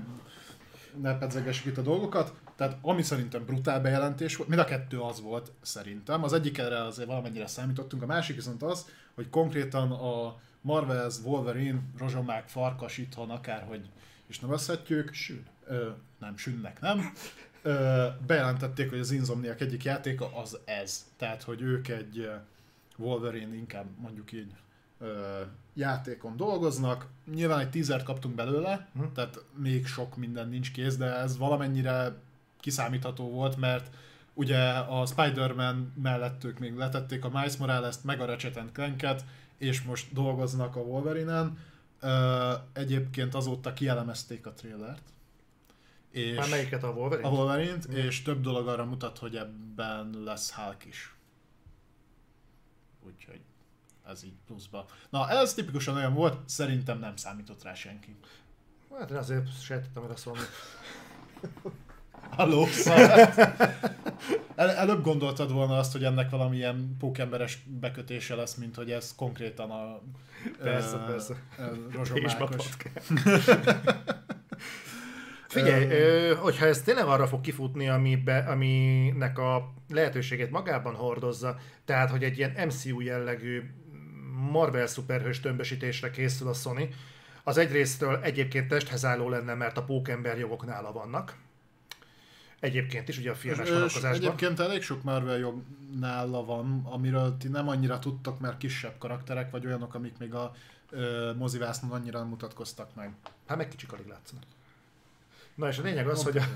Speaker 2: ne pedzegessük itt a dolgokat. Tehát ami szerintem brutál bejelentés volt, mind a kettő az volt szerintem. Az egyik erre azért valamennyire számítottunk, a másik viszont az, hogy konkrétan a Marvel's Wolverine, rozsomák, farkas itthon, akárhogy is nevezhetjük.
Speaker 1: Sűn.
Speaker 2: Ö, nem, sünnek, nem. Ö, bejelentették, hogy az Insomniac egyik játéka az ez. Tehát, hogy ők egy Wolverine, inkább mondjuk így ö, játékon dolgoznak. Nyilván egy teasert kaptunk belőle, hm. tehát még sok minden nincs kész, de ez valamennyire kiszámítható volt, mert ugye a Spider-Man mellett ők még letették a Miles Morales-t, meg a Ratchet and Clank-et, és most dolgoznak a Wolverine-en. Uh, egyébként azóta kielemezték a trailert.
Speaker 1: És már melyiket, a Wolverine-t?
Speaker 2: A Wolverine-t, mm. és több dolog arra mutat, hogy ebben lesz Hulk is. Úgyhogy ez így pluszba. Na, ez tipikusan olyan volt, szerintem nem számított rá senki.
Speaker 1: Hát én azért sejtettem erre szólni.
Speaker 2: Halló, szóval El, előbb gondoltad volna azt, hogy ennek valamilyen pókemberes bekötése lesz, mint hogy ez konkrétan a
Speaker 1: persze, uh, persze.
Speaker 2: rozsomákos.
Speaker 1: Figyelj, ö, hogyha ez tényleg arra fog kifutni, amibe, aminek a lehetőségét magában hordozza, tehát hogy egy ilyen em cé u jellegű Marvel szuperhős tömbösítésre készül a Sony, az egyrésztről egyébként testhez álló lenne, mert a pókember jogok nála vannak. Egyébként is, ugye a filmes vonatkozásban.
Speaker 2: Egyébként elég sok Marvel jog nála van, amiről ti nem annyira tudtok, mert kisebb karakterek, vagy olyanok, amik még a ö, mozivásznon annyira nem mutatkoztak meg.
Speaker 1: Hát meg kicsik alig látszanak. Na és a lényeg az, hogy a,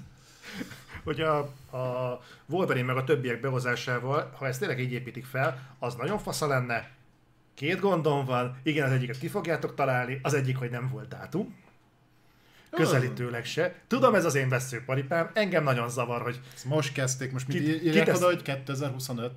Speaker 1: hogy a, a Wolverine meg a többiek behozásával, ha ezt tényleg így építik fel, az nagyon fasza lenne. Két gondom van, igen, az egyiket ki fogjátok találni, az egyik, hogy nem volt dátum. Közelítőleg se. Tudom, ez az én veszőparipám, engem nagyon zavar, hogy...
Speaker 2: Most kezdték, most mit
Speaker 1: Ki-
Speaker 2: írják
Speaker 1: kitesz-
Speaker 2: oda, hogy kétezer-huszonöt?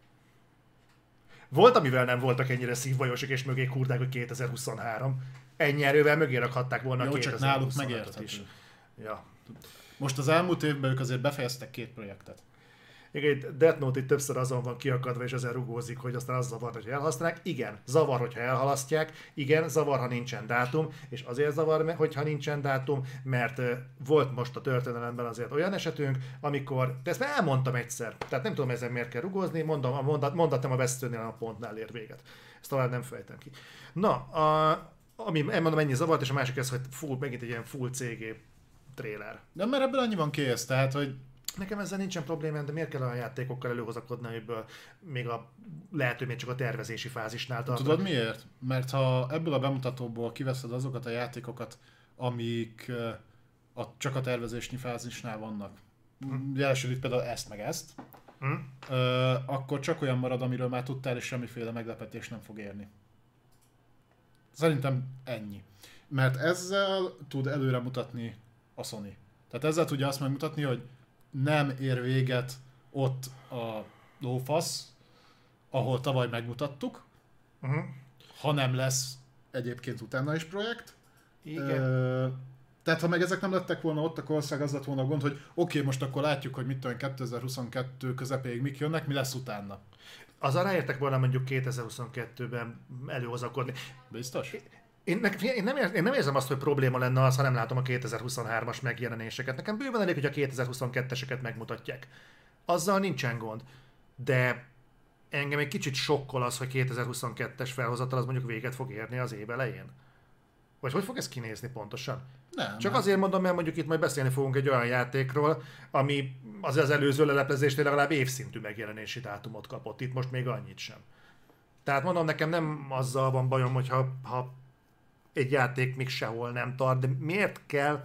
Speaker 1: Volt, amivel nem voltak ennyire szívbajosok és mögé kurdák, hogy kétezer-huszonhárom. Ennyi erővel mögé rakhatták volna
Speaker 2: Jó,
Speaker 1: a
Speaker 2: csak náluk
Speaker 1: kétezer-huszonötöt is.
Speaker 2: megérthető.
Speaker 1: Ja.
Speaker 2: Most az elmúlt évben ők azért befejeztek két projektet.
Speaker 1: Igen, itt Death Note itt többször azon van kiakadva, és ezzel rugózik, hogy aztán az zavar, hogy elhasználják. Igen, zavar, hogyha elhalasztják, igen, zavar, ha nincsen dátum, és azért zavar, hogyha nincsen dátum, mert uh, volt most a történelemben azért olyan esetünk, amikor, de ezt már elmondtam egyszer, tehát nem tudom ezen miért kell rugózni, mondom, a mondat, mondatom a vesztőnél a pontnál ér véget. Ezt talán nem fejtem ki. Na, a, ami, mondom, ennyi zavart, és a másik ez, hogy full, megint egy ilyen full cé gé trailer.
Speaker 2: De mert ebből annyi van kész, tehát hogy
Speaker 1: Nekem ezzel nincsen problémám, de miért kell olyan játékokkal előhozakodni, amiből még a lehető még csak a tervezési fázisnál tart.
Speaker 2: tudod miért? Mert ha ebből a bemutatóból kiveszed azokat a játékokat, amik eh, a, csak a tervezésnyi fázisnál vannak, hm. jelesül itt például ezt meg ezt,
Speaker 1: Hm?
Speaker 2: ö, akkor csak olyan marad, amiről már tudtál, és semmiféle meglepetés nem fog érni. Szerintem ennyi. Mert ezzel tud előre mutatni a Sony. Tehát ezzel tudja azt megmutatni, hogy nem ér véget ott a lófasz, ahol tavaly megmutattuk,
Speaker 1: Uh-huh.
Speaker 2: hanem lesz egyébként utána is projekt.
Speaker 1: Igen.
Speaker 2: Ö, tehát ha meg ezek nem lettek volna ott, akkor valószínűleg az lett volna a gond, hogy oké, okay, most akkor látjuk, hogy mit tudom, kétezer-huszonkettő közepéig mik jönnek, mi lesz utána.
Speaker 1: Azzal ráértek volna mondjuk kétezer-huszonkettőben előhozakodni.
Speaker 2: Biztos?
Speaker 1: Én, ne, én, nem ér, én nem érzem azt, hogy probléma lenne az, ha nem látom a kétezer-huszonhármas megjelenéseket. Nekem bőven elég, hogy a kétezer-huszonketteseket megmutatják. Azzal nincsen gond. De engem egy kicsit sokkol az, hogy kétezer-huszonkettes felhozatal az mondjuk véget fog érni az év elején. Vagy hogy fog ez kinézni pontosan?
Speaker 2: Nem.
Speaker 1: Csak
Speaker 2: nem.
Speaker 1: azért mondom, mert mondjuk itt majd beszélni fogunk egy olyan játékról, ami az az előző leleplezésnél legalább évszintű megjelenési dátumot kapott. Itt most még annyit sem. Tehát mondom, nekem nem azzal van bajom, hogyha ha egy játék még sehol nem tart, de miért kell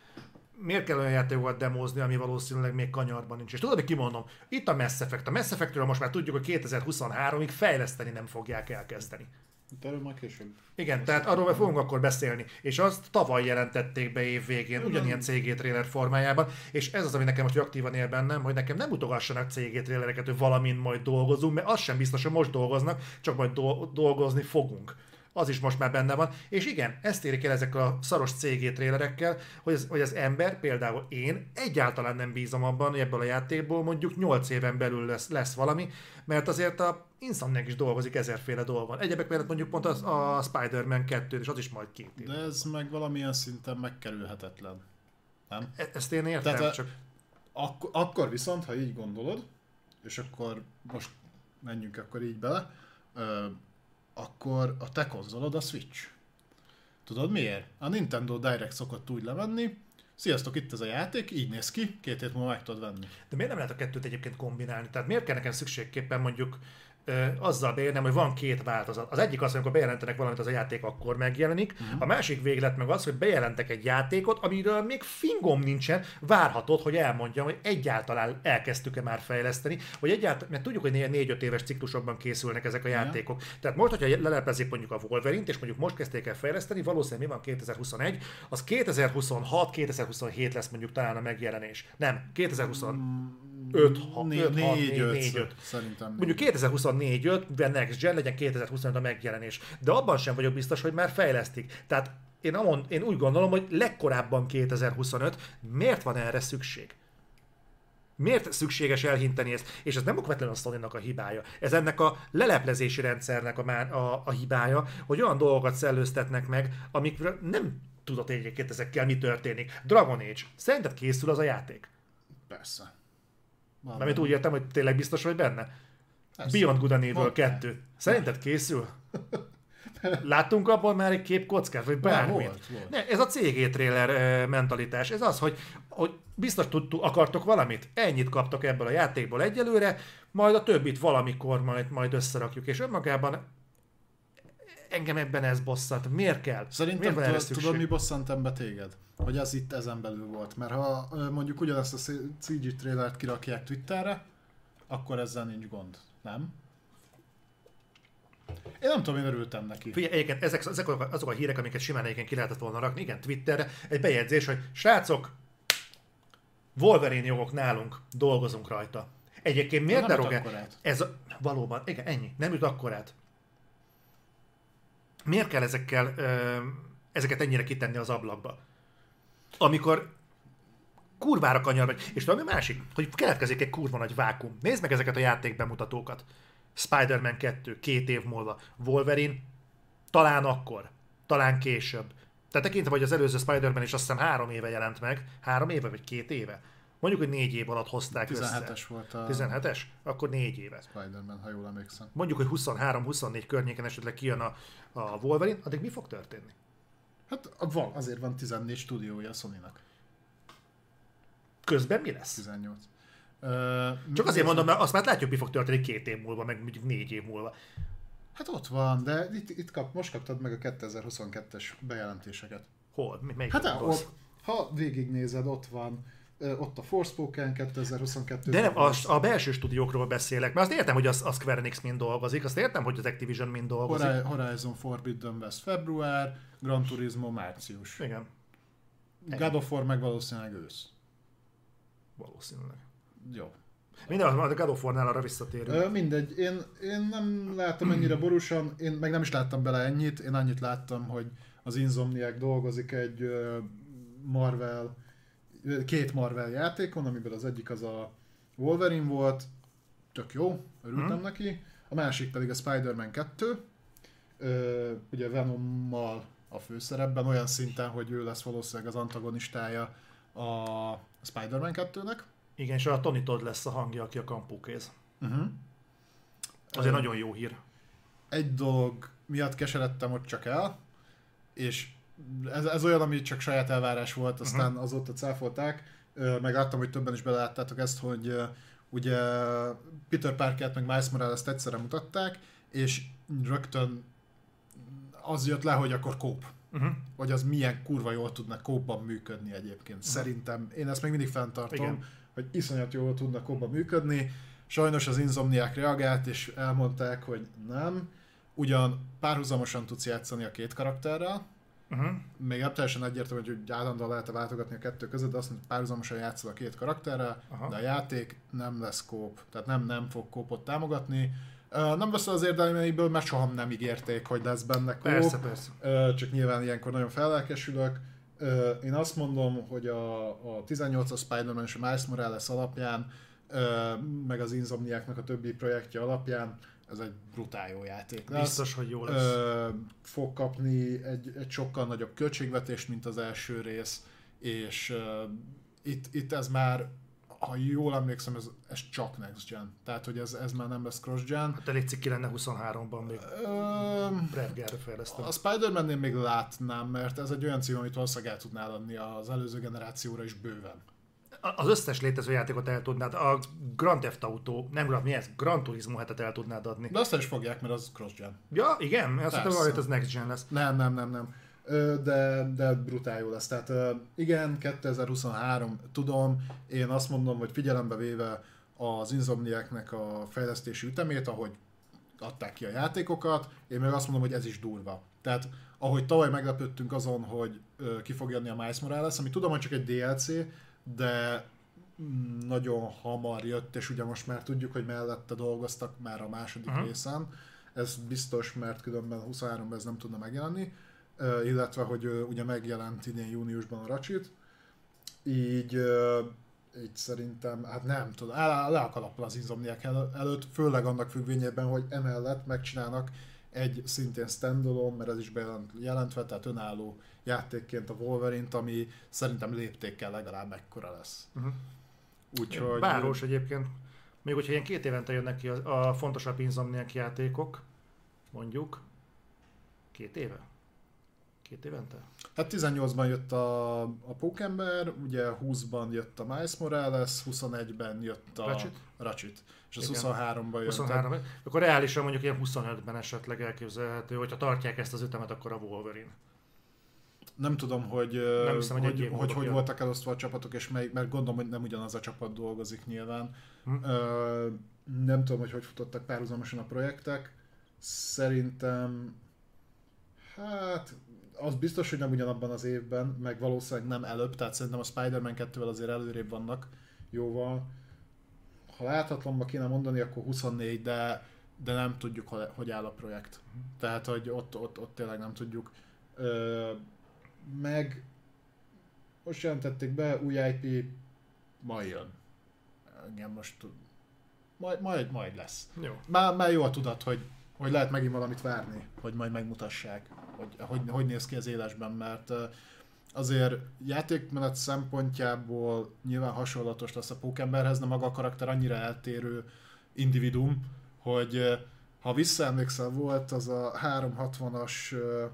Speaker 1: miért kell olyan játékokat demózni, ami valószínűleg még kanyarban nincs. És tudod, hogy kimondom, itt a Mass Effect. A Mass Effectről most már tudjuk, hogy kétezer-huszonháromig fejleszteni nem fogják elkezdeni.
Speaker 2: Itt erről majd később.
Speaker 1: Igen, tehát arról meg fogunk akkor beszélni. És azt tavaly jelentették be év végén, ugyanilyen cé gé trailer formájában, és ez az, ami nekem most aktívan él bennem, hogy nekem nem mutogassanak cé gé trailereket, hogy valamint majd dolgozunk, mert az sem biztos, hogy most dolgoznak, csak majd do- dolgozni fogunk. Az is most már benne van. És igen, ezt érik el ezek a szaros cé gé trailerekkel, hogy az, hogy az ember, például én egyáltalán nem bízom abban, hogy ebből a játékból mondjuk nyolc éven belül lesz, lesz valami, mert azért a Insomniac is dolgozik ezerféle dolgon. Egyebek mellett mondjuk pont az, a Spider-Man kettő, és az is majd két év.
Speaker 2: De ez meg valamilyen szinten megkerülhetetlen. Nem?
Speaker 1: E- Ezt én értem,
Speaker 2: Tehát,
Speaker 1: csak...
Speaker 2: Ak- akkor viszont, ha így gondolod, és akkor most menjünk akkor így bele, ö, akkor a te konzolod a Switch. Tudod miért? A Nintendo Direct szokott úgy levenni, sziasztok, itt ez a játék, így néz ki, két hét múlva meg tudod venni.
Speaker 1: De miért nem lehet a kettőt egyébként kombinálni? Tehát miért kell nekem szükségképpen mondjuk ö, azzal beérnem, hogy van két változat. Az egyik az, amikor bejelentenek valamit, az a játék akkor megjelenik. Uh-huh. A másik véglet meg az, hogy bejelentek egy játékot, amiről még fingom nincsen, várhatod, hogy elmondjam, hogy egyáltalán elkezdtük-e már fejleszteni, hogy egyáltalán, mert tudjuk, hogy négy-öt éves ciklusokban készülnek ezek a játékok. Uh-huh. Tehát most, hogyha leleplezik mondjuk a Wolverine-t, és mondjuk most kezdték el fejleszteni, valószínűleg mi van kétezer-huszonegy, az kétezer-huszonhat kétezer-huszonhét lesz mondjuk talán a megjelenés. Nem, kétezer-huszonöt
Speaker 2: négy öt szerintem.
Speaker 1: Mondjuk kétezer-huszonnégy öt, mivel Next Gen legyen kétezer-huszonöt a megjelenés. De abban sem vagyok biztos, hogy már fejlesztik. Tehát én, amond, én úgy gondolom, hogy legkorábban kétezer-huszonöt, miért van erre szükség? Miért szükséges elhinteni ezt? És ez nem okvetlenül a Sony-nak a hibája. Ez ennek a leleplezési rendszernek a, a, a hibája, hogy olyan dolgokat szellőztetnek meg, amikről nem tudod egyébként ezekkel mi történik. Dragon Age. Szerinted készül az a játék?
Speaker 2: Persze.
Speaker 1: Mármint úgy értem, hogy tényleg biztos vagy benne?
Speaker 2: Persze.
Speaker 1: Beyond Good and Evil kettő. Szerinted készül? Láttunk abban már egy képkockát, vagy bármit?
Speaker 2: Volt, volt.
Speaker 1: Ne, ez a cé gé trailer mentalitás. Ez az, hogy, hogy biztos tudtuk, akartok valamit? Ennyit kaptok ebből a játékból egyelőre, majd a többit valamikor majd, majd összerakjuk. És önmagában engem ebben ez bosszant. Miért kell?
Speaker 2: Szerintem
Speaker 1: Miért van
Speaker 2: tudod, tudod, mi bosszant ebbe téged? Hogy ez itt ezen belül volt. Mert ha mondjuk ugyanazt a cé gé trailert kirakják Twitterre, akkor ezzel nincs gond. Nem? Én nem tudom, én örültem neki.
Speaker 1: Figyelj, egyébként ezek, ezek azok a hírek, amiket simán egyébként ki lehetett volna rakni. Igen, Twitterre egy bejegyzés, hogy srácok, Wolverine jogok nálunk, dolgozunk rajta. Egyébként miért ne rog ez a, valóban, igen, ennyi, nem jut akkorát. Miért kell ezekkel, ö, ezeket ennyire kitenni az ablakba? Amikor kurvára kanyar megy. És valami másik, hogy keletkezik egy kurva nagy vákum. Nézd meg ezeket a játékbemutatókat. Spider-Man kettő, két év múlva. Wolverine, talán akkor, talán később. Tehát tekintve, hogy az előző Spider-Man is azt hiszem három éve jelent meg. Három éve, vagy két éve? Mondjuk, hogy négy év alatt hozták
Speaker 2: tizenhetes
Speaker 1: össze.
Speaker 2: volt a...
Speaker 1: tizenhetes? Akkor négy éve.
Speaker 2: Spider-Man, ha jól emlékszem.
Speaker 1: Mondjuk, hogy huszonhárom huszonnégy környéken esetleg kijön a, a Wolverine, addig mi fog történni?
Speaker 2: Hát van, azért van tizennégy stúdiója a Sony-nak.
Speaker 1: Közben mi lesz?
Speaker 2: tizennyolc.
Speaker 1: Uh, Csak azért mondom, mert azt már látjuk, mi fog történni két év múlva, meg mondjuk négy év múlva.
Speaker 2: Hát ott van, de itt, itt kap, most kaptad meg a kétezer-huszonkettes bejelentéseket.
Speaker 1: Hol? Melyik
Speaker 2: hát ott, ha végignézed, ott van, ott a Forspoken kétezer-huszonkettő.
Speaker 1: De nem, a, a belső stúdiókról beszélek, mert azt értem, hogy az, a Square Enix mind dolgozik, azt értem, hogy az Activision mind dolgozik.
Speaker 2: Horizon Forbidden West február, Gran Turismo március.
Speaker 1: Igen.
Speaker 2: God of War meg valószínűleg ősz.
Speaker 1: Valószínűleg.
Speaker 2: Jó.
Speaker 1: Minden, a God of War-nál arra visszatérünk.
Speaker 2: Ö, mindegy, én, én nem láttam ennyire borúsan, én meg nem is láttam bele ennyit, én annyit láttam, hogy az Insomniac dolgozik egy Marvel, két Marvel játékon, amiből az egyik az a Wolverine volt, tök jó, örültem hmm. neki, a másik pedig a Spider-Man kettő, ö, ugye Venommal a főszerepben, olyan szinten, hogy ő lesz valószínűleg az antagonistája a Spider-Man kettőnek.
Speaker 1: Igen, és a Tony Todd lesz a hangja, aki a kampókéz.
Speaker 2: Uh-huh.
Speaker 1: Azért uh, nagyon jó hír.
Speaker 2: Egy dolog miatt keseredtem ott csak el, és ez, ez olyan, ami csak saját elvárás volt, aztán uh-huh. azóta cáfolták, meg láttam, hogy többen is beleláttátok ezt, hogy ugye Peter Parkert meg Miles Morales-t egyszerre mutatták, és rögtön az jött le, hogy akkor kóp. Uh-huh. Hogy az milyen kurva jól tudna kópban működni egyébként. Uh-huh. Szerintem, én ezt még mindig fenntartom, igen, hogy iszonyat jól tudna kópban működni. Sajnos az Insomniac reagált, és elmondták, hogy nem. Ugyan párhuzamosan tudsz játszani a két karakterrel, uh-huh. még nem teljesen egyértelmű, hogy állandóan lehet váltogatni a kettő között, de azt mondja, hogy párhuzamosan játszol a két karakterrel, uh-huh. de a játék nem lesz kóp, tehát nem, nem fog kópot támogatni. Uh, nem veszel az érdelmeiből, mert soha nem ígérték, hogy lesz benne kóp.
Speaker 1: Persze, persze.
Speaker 2: Uh, csak nyilván ilyenkor nagyon fellelkesülök. Uh, én azt mondom, hogy a, a tizennyolcas Spider-Man és a Miles Morales alapján, uh, meg az Insomniacnak a többi projektje alapján, ez egy brutál jó játék lesz.
Speaker 1: Biztos, hogy jó lesz.
Speaker 2: Uh, fog kapni egy, egy sokkal nagyobb költségvetést, mint az első rész, és uh, itt, itt ez már, ha jól emlékszem, ez, ez csak Next Gen. Tehát, hogy ez, ez már nem lesz Cross Gen.
Speaker 1: Hát elég cikki lenne huszonháromban még. Revgerre fejlesztem.
Speaker 2: A Spider-Man-nél még látnám, mert ez egy olyan cím, amit valószínűleg el tudnál adni az előző generációra is bőven.
Speaker 1: Az összes létező játékot el tudnád, a Grand Theft Auto, nem Grand, mi ez? Grand Turismo hetet el tudnád adni.
Speaker 2: De azt is fogják, mert az Cross Gen.
Speaker 1: Ja, igen? Azt hittem, hogy az Next Gen lesz.
Speaker 2: Nem, nem, nem, nem. De, de brutál jó lesz. Tehát igen, kétezer-huszonhárom, tudom, én azt mondom, hogy figyelembe véve az Insomniacnek a fejlesztési ütemét, ahogy adták ki a játékokat, én meg azt mondom, hogy ez is durva. Tehát ahogy tavaly meglepődtünk azon, hogy ki fog jönni a Miles Morales, ami tudom, hogy csak egy dé el cé, de nagyon hamar jött, és ugye most már tudjuk, hogy mellette dolgoztak már a második uh-huh. részen. Ez biztos, mert különben huszonháromban ez nem tudna megjelenni. Uh, illetve, hogy uh, ugye megjelent idén júniusban a Ratchet, így, uh, így szerintem, hát nem tudom, le a kalappal az Insomniac el- előtt, főleg annak függvényében, hogy emellett megcsinálnak egy szintén standalone, mert ez is bejelentve, tehát önálló játékként a Wolverine-t, ami szerintem léptékkel legalább ekkora lesz. Uh-huh.
Speaker 1: Úgyhogy... Bárós egyébként, még hogyha ilyen két évente jönnek ki a, a fontosabb Insomniac játékok, mondjuk, két éve? Két évente?
Speaker 2: Hát tizennyolcban jött a, a Pókember, ugye húszban jött a Miles Morales, huszonegyben jött a
Speaker 1: Ratchet,
Speaker 2: Ratchet és az
Speaker 1: igen.
Speaker 2: huszonháromban jött.
Speaker 1: huszonhárom. Akkor reálisan mondjuk ilyen huszonötben esetleg elképzelhető, hogyha tartják ezt az ütemet, akkor a Wolverine.
Speaker 2: Nem tudom, hogy
Speaker 1: Nem hiszem, hogy,
Speaker 2: hogy,
Speaker 1: hogy,
Speaker 2: hogy, hogy voltak elosztva a csapatok, és melyik, mert gondolom, hogy nem ugyanaz a csapat dolgozik nyilván.
Speaker 1: Hm?
Speaker 2: Ö, nem tudom, hogy hogy futottak párhuzamosan a projektek. Szerintem, hát, az biztos, hogy nem ugyanabban az évben, meg valószínűleg nem előbb, tehát szerintem a Spider-Man kettővel azért előrébb vannak jóval. Ha láthatatlanba kéne mondani, akkor huszonnégy, de, de nem tudjuk, hogy áll a projekt. Tehát, hogy ott, ott, ott tényleg nem tudjuk. Ö, meg most jelentették be, új i pé majd jön. Igen, most majd, majd, majd lesz.
Speaker 1: Jó.
Speaker 2: Már, már jó a tudat, hogy, hogy lehet megint valamit várni, hogy majd megmutassák, hogy hogy, hogy néz ki az élesben, mert azért játékmenet szempontjából nyilván hasonlatos lesz a Pókemberhez, de maga a karakter annyira eltérő individuum, hogy ha visszaemlékszel, volt az a háromszázhatvanas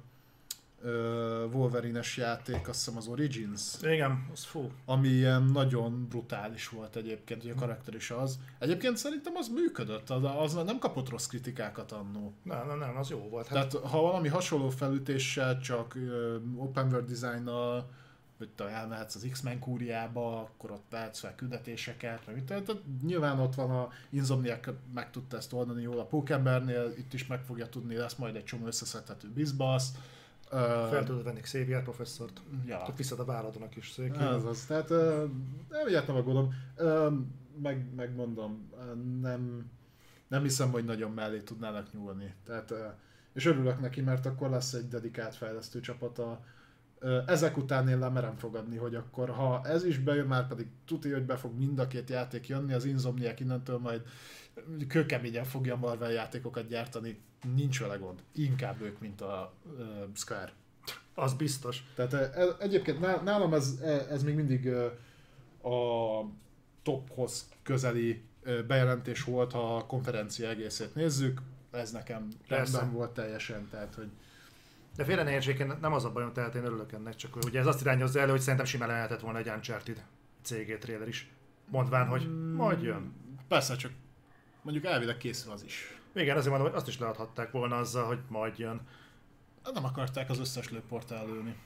Speaker 2: Wolverine-es játék, azt hiszem az Origins.
Speaker 1: Igen, az fú.
Speaker 2: Ami ilyen nagyon brutális volt egyébként, hogy a karakter is az. Egyébként szerintem az működött, az, az nem kapott rossz kritikákat annó.
Speaker 1: Nem, nem, nem, az jó volt. Hát...
Speaker 2: Tehát ha valami hasonló felütéssel, csak uh, open world design-nal, vagy te elmehetsz az X-Men kúriába, akkor ott vehetsz fel küldetéseket, meg mit, tehát nyilván ott van a Insomniac, meg tudta ezt oldani jól a Pókembernél, itt is meg fogja tudni, lesz majd egy csomó összeszedhető bizbasz.
Speaker 1: Uh, Fel tudod venni Xavier professzort, ja. Tehát visszad a válladonak is szépen.
Speaker 2: Ez az, tehát uh, nem ilyet nem aggódom. Uh, meg, megmondom, uh, nem, nem hiszem, hogy nagyon mellé tudnának nyúlni. Tehát, uh, és örülök neki, mert akkor lesz egy dedikált fejlesztő csapata. Uh, ezek után én lemerem fogadni, hogy akkor ha ez is bejön, már pedig tuti, hogy be fog mind a két játék jönni, az Insomniac innentől majd kőkeményen fogja a Marvel játékokat gyártani, nincs vele gond. Inkább ők, mint a uh, Square.
Speaker 1: Az biztos.
Speaker 2: Tehát ez, egyébként nálam ez, ez még mindig uh, a tophoz közeli uh, bejelentés volt, ha a konferencia egészét nézzük. Ez nekem rendben volt teljesen, tehát hogy...
Speaker 1: De félre ne értsék, nem az a bajom, tehát én örülök ennek, csak ugye ez azt irányozza elő, hogy szerintem simán lehetett volna egy Uncharted cé gé trailer is. Mondván, hogy majd jön.
Speaker 2: Persze, csak mondjuk elvileg készül az is.
Speaker 1: Igen, azért mondom, hogy azt is leadhatták volna azzal, hogy majd jön.
Speaker 2: Nem akarták az összes lőport előni.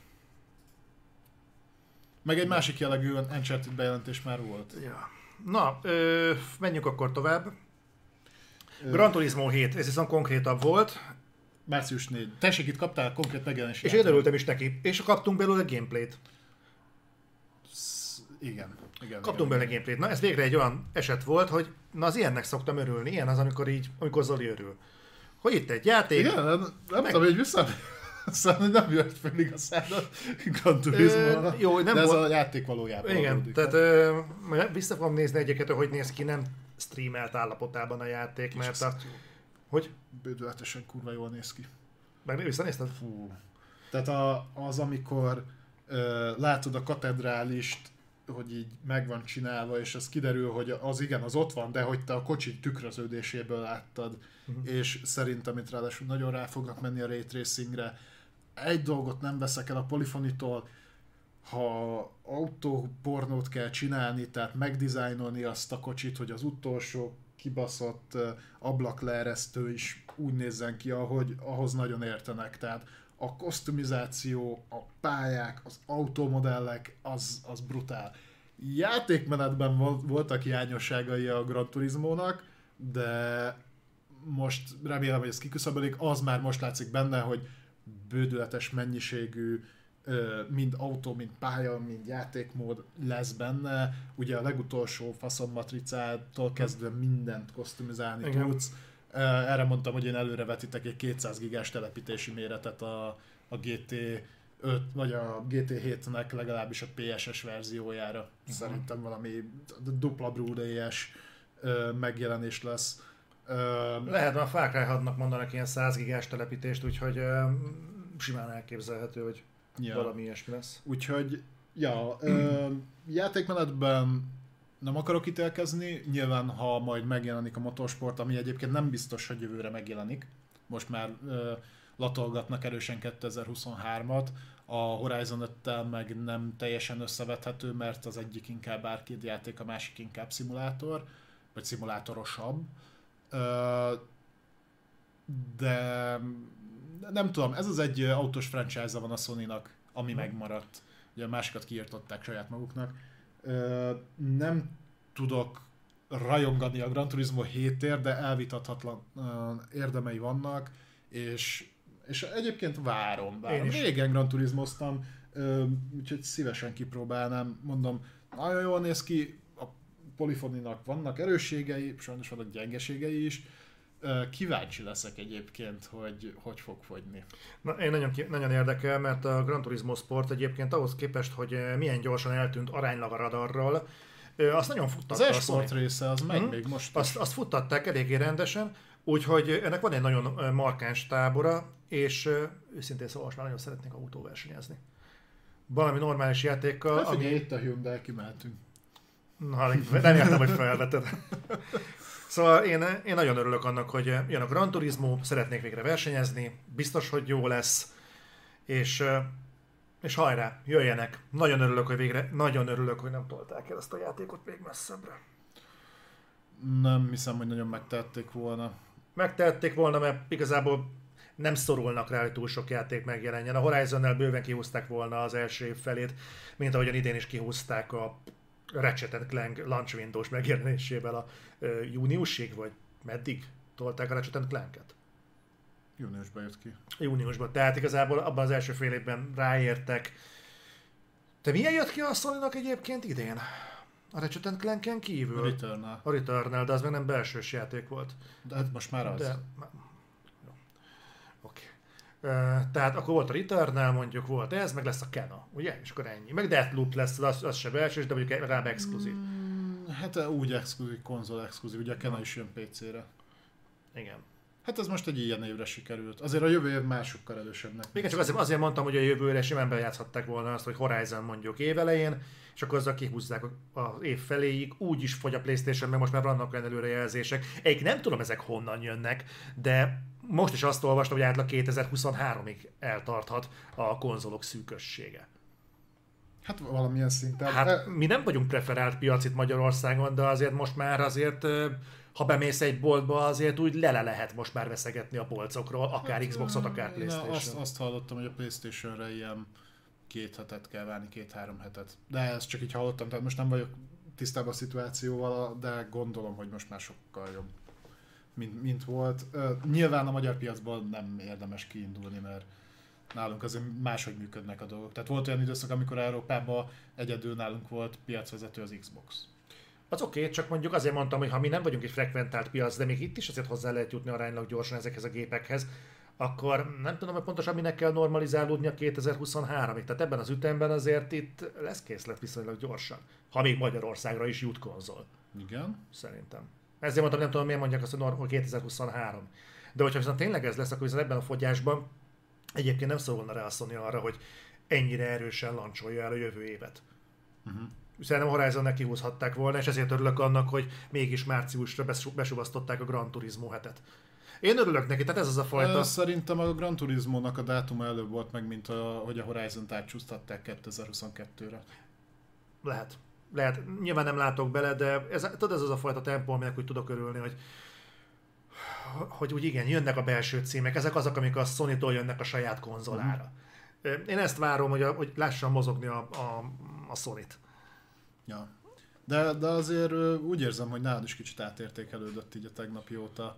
Speaker 2: Meg egy másik jellegű Uncharted bejelentés már volt.
Speaker 1: Ja. Na, ö, menjünk akkor tovább. Ö... Gran Turismo hét, ez viszont konkrétabb volt.
Speaker 2: március negyedike. Tessék, itt kaptál konkrét megjelenési.
Speaker 1: És én örültem is neki. És kaptunk belőle gameplayt.
Speaker 2: Igen. igen
Speaker 1: Kaptunk
Speaker 2: igen,
Speaker 1: belőle
Speaker 2: igen.
Speaker 1: gameplayt. Na ez végre egy olyan eset volt, hogy na az ilyennek szoktam örülni. Ilyen az, amikor így, amikor Zoli örül. Hogy itt egy játék...
Speaker 2: Igen, nem, nem meg... tudom, hogy vissza... Szóval nem jött fel igazán a Gran Turismo-ra,
Speaker 1: jó, nem
Speaker 2: de ez
Speaker 1: volt...
Speaker 2: a játék valójában
Speaker 1: igen,
Speaker 2: adódik.
Speaker 1: tehát ö, vissza fogom nézni egyeket, hogy néz ki, nem streamelt állapotában a játék, mert a... Hogy?
Speaker 2: Bődületesen kurva jól néz ki.
Speaker 1: Meg visszanézted?
Speaker 2: Fú. Tehát a, az, amikor ö, látod a katedrálist, hogy így meg van csinálva, és az kiderül, hogy az igen, az ott van, de hogy te a kocsi tükröződéséből láttad, uh-huh. és szerintem itt ráadásul nagyon rá fognak menni a Ray Tracingre. Egy dolgot nem veszek el a Polyphony-tól, ha autópornót kell csinálni, tehát megdizájnolni azt a kocsit, hogy az utolsó kibaszott ablakleeresztő is úgy nézzen ki, ahogy ahhoz nagyon értenek. Tehát a kosztumizáció, a pályák, az automodellek, az, az brutál. Játékmenetben voltak hiányosságai a Gran Turismo-nak, de most remélem, hogy ez kiküszöbölik. Az már most látszik benne, hogy bődületes mennyiségű mind autó, mind pálya, mind játékmód lesz benne. Ugye a legutolsó faszonmatricától kezdve mindent kosztumizálni
Speaker 1: igen.
Speaker 2: tudsz. Erre mondtam, hogy én előre vetítek egy kétszáz gigás telepítési méretet a, a gé té öt, vagy a gé té hétnek legalábbis a pé es es verziójára. Uh-huh. Szerintem valami dupla Blu-ray-es megjelenés lesz.
Speaker 1: Lehet, a Far Cry hatnak mondanak ilyen száz gigás telepítést, úgyhogy uh, simán elképzelhető, hogy ja. valami ilyesmi lesz.
Speaker 2: Úgyhogy, ja, ö, játékmenetben nem akarok ítélkezni, nyilván ha majd megjelenik a motorsport, ami egyébként nem biztos, hogy jövőre megjelenik. Most már ö, latolgatnak erősen kétezer-huszonhármat, a Horizon öttel meg nem teljesen összevethető, mert az egyik inkább arcade játék, a másik inkább szimulátor, vagy szimulátorosabb. De nem tudom, ez az egy autós franchise-a van a Sony-nak, ami hmm. megmaradt. Ugye a másikat kiirtották saját maguknak. Nem tudok rajongani a Gran Turismo hétért, de elvitathatlan érdemei vannak, és, és egyébként várom. várom. Régen Gran Turismoztam, úgyhogy szívesen kipróbálnám. Mondom, nagyon jól néz ki, a Polyphony-nak vannak erősségei, sajnos vannak gyengeségei is. Kíváncsi leszek egyébként, hogy hogy fog fogyni.
Speaker 1: Na, én nagyon, nagyon érdekel, mert a Gran Turismo Sport egyébként ahhoz képest, hogy milyen gyorsan eltűnt aránylag a radarról, azt nagyon futtatta.
Speaker 2: Az e-sport része, az megy hmm. még most
Speaker 1: azt, azt futtatták eléggé rendesen, úgyhogy ennek van egy nagyon markáns tábora, és őszintén szóval most már nagyon szeretnék autóversenyezni. Valami normális játékkal.
Speaker 2: Hát figyelj, ami... itt a Hyundai, kimehetünk.
Speaker 1: Na, nem értem, hogy felveted. Szóval én, én nagyon örülök annak, hogy jön a Gran Turismo, szeretnék végre versenyezni, biztos, hogy jó lesz, és, és hajrá, jöjjenek. Nagyon örülök, hogy végre, nagyon örülök, hogy nem tolták el ezt a játékot még messzebbre.
Speaker 2: Nem hiszem, hogy nagyon megtehették volna.
Speaker 1: Megtehették volna, mert igazából nem szorulnak rá, hogy túl sok játék megjelenjen. A Horizonnel bőven kihúzták volna az első év felét, mint ahogyan idén is kihúzták a Ratchet and Clank launch windows megjelenésével a uh, júniusig, vagy meddig tolták a Ratchet and Clanket?
Speaker 2: Júniusban jött ki.
Speaker 1: Júniusban, tehát igazából abban az első fél évben ráértek. Te milyen jött ki a Sony-nak egyébként idén? A Ratchet and Clanken kívül?
Speaker 2: A Returnal.
Speaker 1: A Returnal, de az meg nem belsős játék volt.
Speaker 2: De hát most már az. De...
Speaker 1: Oké. Okay. Tehát akkor volt a Returnal, mondjuk volt ez, meg lesz a Kena, ugye? És akkor ennyi. Meg Deathloop lesz, az, az se belsős, de mondjuk rá exkluzív.
Speaker 2: Mm, hát úgy exkluzív, konzol exkluzív, ugye a Kena is jön pé cére.
Speaker 1: Igen.
Speaker 2: Hát ez most egy ilyen évre sikerült. Azért a jövő év másokkal erősebbnek.
Speaker 1: Igen, csak azért, azért mondtam, hogy a jövőre simán bejátszhatták volna azt, hogy Horizon mondjuk évelején, és akkor azzal kihúzzák az év feléig, úgy is fogy a PlayStation, mert most már vannak olyan előrejelzések. Egyik nem tudom ezek honnan jönnek, de most is azt olvastam, hogy átlag kétezer-huszonháromig eltarthat a konzolok szűkössége.
Speaker 2: Hát valamilyen szinten.
Speaker 1: Hát mi nem vagyunk preferált piac itt Magyarországon, de azért most már azért, ha bemész egy boltba, azért úgy lele lehet most már veszegetni a polcokról, akár hát, Xboxot, akár PlayStation.
Speaker 2: Azt, azt hallottam, hogy a PlayStationre ilyen két hetet kell várni, két-három hetet. De ezt csak így hallottam, tehát most nem vagyok tisztában a szituációval, de gondolom, hogy most már sokkal jobb, mint, mint volt. Nyilván a magyar piacban nem érdemes kiindulni, mert nálunk azért máshogy működnek a dolgok. Tehát volt olyan időszak, amikor Európában egyedül nálunk volt piacvezető az Xbox.
Speaker 1: Az oké, okay, csak mondjuk azért mondtam, hogy ha mi nem vagyunk egy frekventált piac, de még itt is azért hozzá lehet jutni aránylag gyorsan ezekhez a gépekhez, akkor nem tudom, hogy pontosan minek kell normalizálódni a kétezer-huszonháromig. Tehát ebben az ütemben azért itt lesz készlet viszonylag gyorsan. Ha még Magyarországra is jut konzol.
Speaker 2: Igen.
Speaker 1: Szerintem. Ezért mondtam, nem tudom, miért mondják azt, hogy kétezer-huszonhárom. De hogyha viszont tényleg ez lesz, akkor viszont ebben a fogyásban egyébként nem szólna rá a Sony arra, hogy ennyire erősen lancsolja el a jövő évet. Uh-huh. Szerintem a Horizon-nek kihúzhatták volna, és ezért örülök annak, hogy mégis márciusra besubasztották a Gran Turismo hetet. Én örülök neki, tehát ez az a fajta...
Speaker 2: Szerintem a Gran Turismo-nak a dátuma előbb volt meg, mint a, hogy a Horizon-t átcsúsztatták kétezer-huszonkettőre.
Speaker 1: Lehet. Lehet. Nyilván nem látok bele, de ez, tudod, ez az a fajta tempó, aminek úgy tudok örülni, hogy hogy úgy igen, jönnek a belső címek, ezek azok, amik a Sony-tól jönnek a saját konzolára. Mm. Én ezt várom, hogy, a, hogy lássam mozogni a, a, a Sony-t.
Speaker 2: Ja. De, de azért úgy érzem, hogy nálad is kicsit átértékelődött így a tegnapi óta.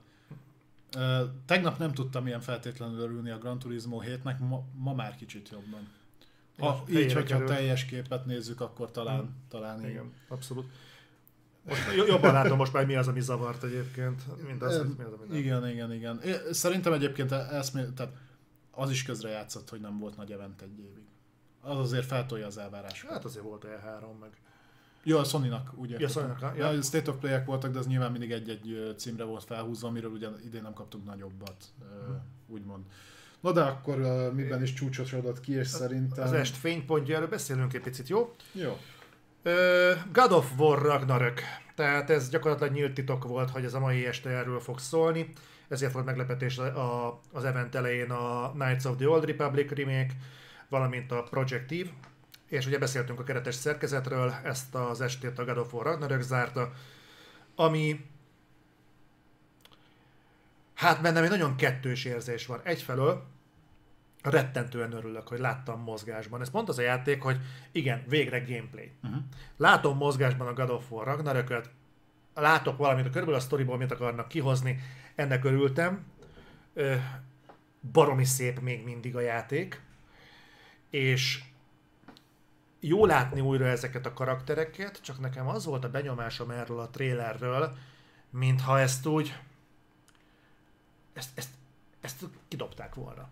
Speaker 2: Tegnap nem tudtam ilyen feltétlenül örülni a Gran Turismo hétnek, ma, ma már kicsit jobban. Ha ja, így, hogyha kerül. Teljes képet nézzük, akkor talán, hmm. talán
Speaker 1: igen, abszolút. Most jobban látom most már, mi az, ami zavart egyébként, mint az, mi az, ami nem.
Speaker 2: Igen, igen, igen. Szerintem egyébként eszmé, tehát az is közrejátszott, hogy nem volt nagy event egy évig. Az azért feltolja az elvárásokat.
Speaker 1: Hát azért volt E három meg.
Speaker 2: Jó, a Sony-nak, ugye?
Speaker 1: Ja, Sony-nak,
Speaker 2: ja. Ja, State of Play-ek voltak, de az nyilván mindig egy-egy címre volt felhúzva, amiről ugye idén nem kaptunk nagyobbat, hmm. úgymond. Na de akkor uh, miben is csúcsosodott ki, és szerintem...
Speaker 1: Az est fénypontjáról beszélünk egy picit, jó?
Speaker 2: Jó.
Speaker 1: Uh, God of War Ragnarök. Tehát ez gyakorlatilag nyílt titok volt, hogy ez a mai este erről fog szólni. ezért volt meglepetés a, az event elején a Knights of the Old Republic remake, valamint a Project Eve, és ugye beszéltünk a keretes szerkezetről, ezt az estét a God of War Ragnarök zárta, ami hát bennem egy nagyon kettős érzés van. Egyfelől rettentően örülök, hogy láttam mozgásban. Ez pont az a játék, hogy igen, végre gameplay. Uh-huh. Látom mozgásban a God of War Ragnarököt, látok valamit, a körülbelül a sztoriból mit akarnak kihozni, ennek örültem. Ö, baromi szép még mindig a játék, és jó látni újra ezeket a karaktereket, csak nekem az volt a benyomásom erről a trailerről, mintha ezt úgy ezt, ezt, ezt kidobták volna.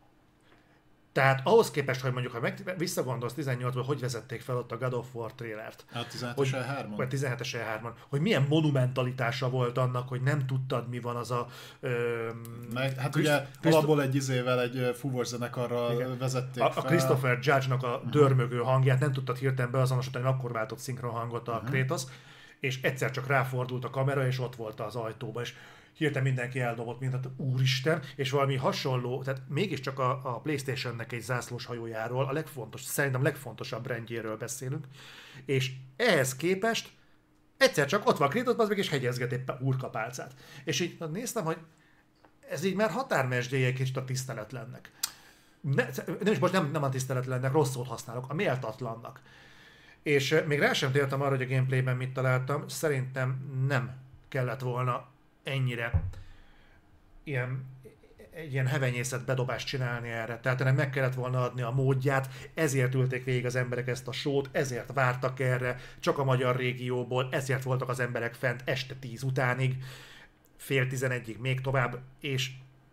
Speaker 1: Tehát ahhoz képest, hogy mondjuk, ha meg, visszagondolsz tizennyolcban, hogy vezették fel ott a God of War trailert.
Speaker 2: A tizenhetes E hármon.
Speaker 1: Vagy tizenhetes E hármon. Hogy milyen monumentalitása volt annak, hogy nem tudtad, mi van az a... Ö,
Speaker 2: meg, hát
Speaker 1: Christ,
Speaker 2: ugye
Speaker 1: Christ,
Speaker 2: alapból egy izével, egy fúvós zenekarral igen. vezették
Speaker 1: a,
Speaker 2: fel.
Speaker 1: A Christopher Judge-nak a uh-huh. dörmögő hangját nem tudtad hirtelen beazonosítani, akkor váltott szinkron hangot a uh-huh. Kratos, és egyszer csak ráfordult a kamera, és ott volt az ajtóba, és hirtelen mindenki eldobott, mint hát úristen, és valami hasonló, tehát mégiscsak a, a PlayStation-nek egy zászlós hajójáról, a legfontos, szerintem legfontosabb rendjéről beszélünk, és ehhez képest egyszer csak ott van Kratos, az meg és hegyezget éppen úrkapálcát. És így néztem, hogy ez így már határmesdjéje egy kicsit a tiszteletlennek. Ne, nem is most nem, nem a tiszteletlennek, rossz szót használok, a méltatlannak. És még rá sem tértem arra, hogy a gameplayben mit találtam, szerintem nem kellett volna ennyire ilyen, egy ilyen hevenyészet bedobást csinálni erre. Tehát ennek meg kellett volna adni a módját, ezért ülték végig az emberek ezt a sót, ezért vártak erre, csak a magyar régióból, ezért voltak az emberek fent este tíz utánig, fél tizenegyig még tovább, és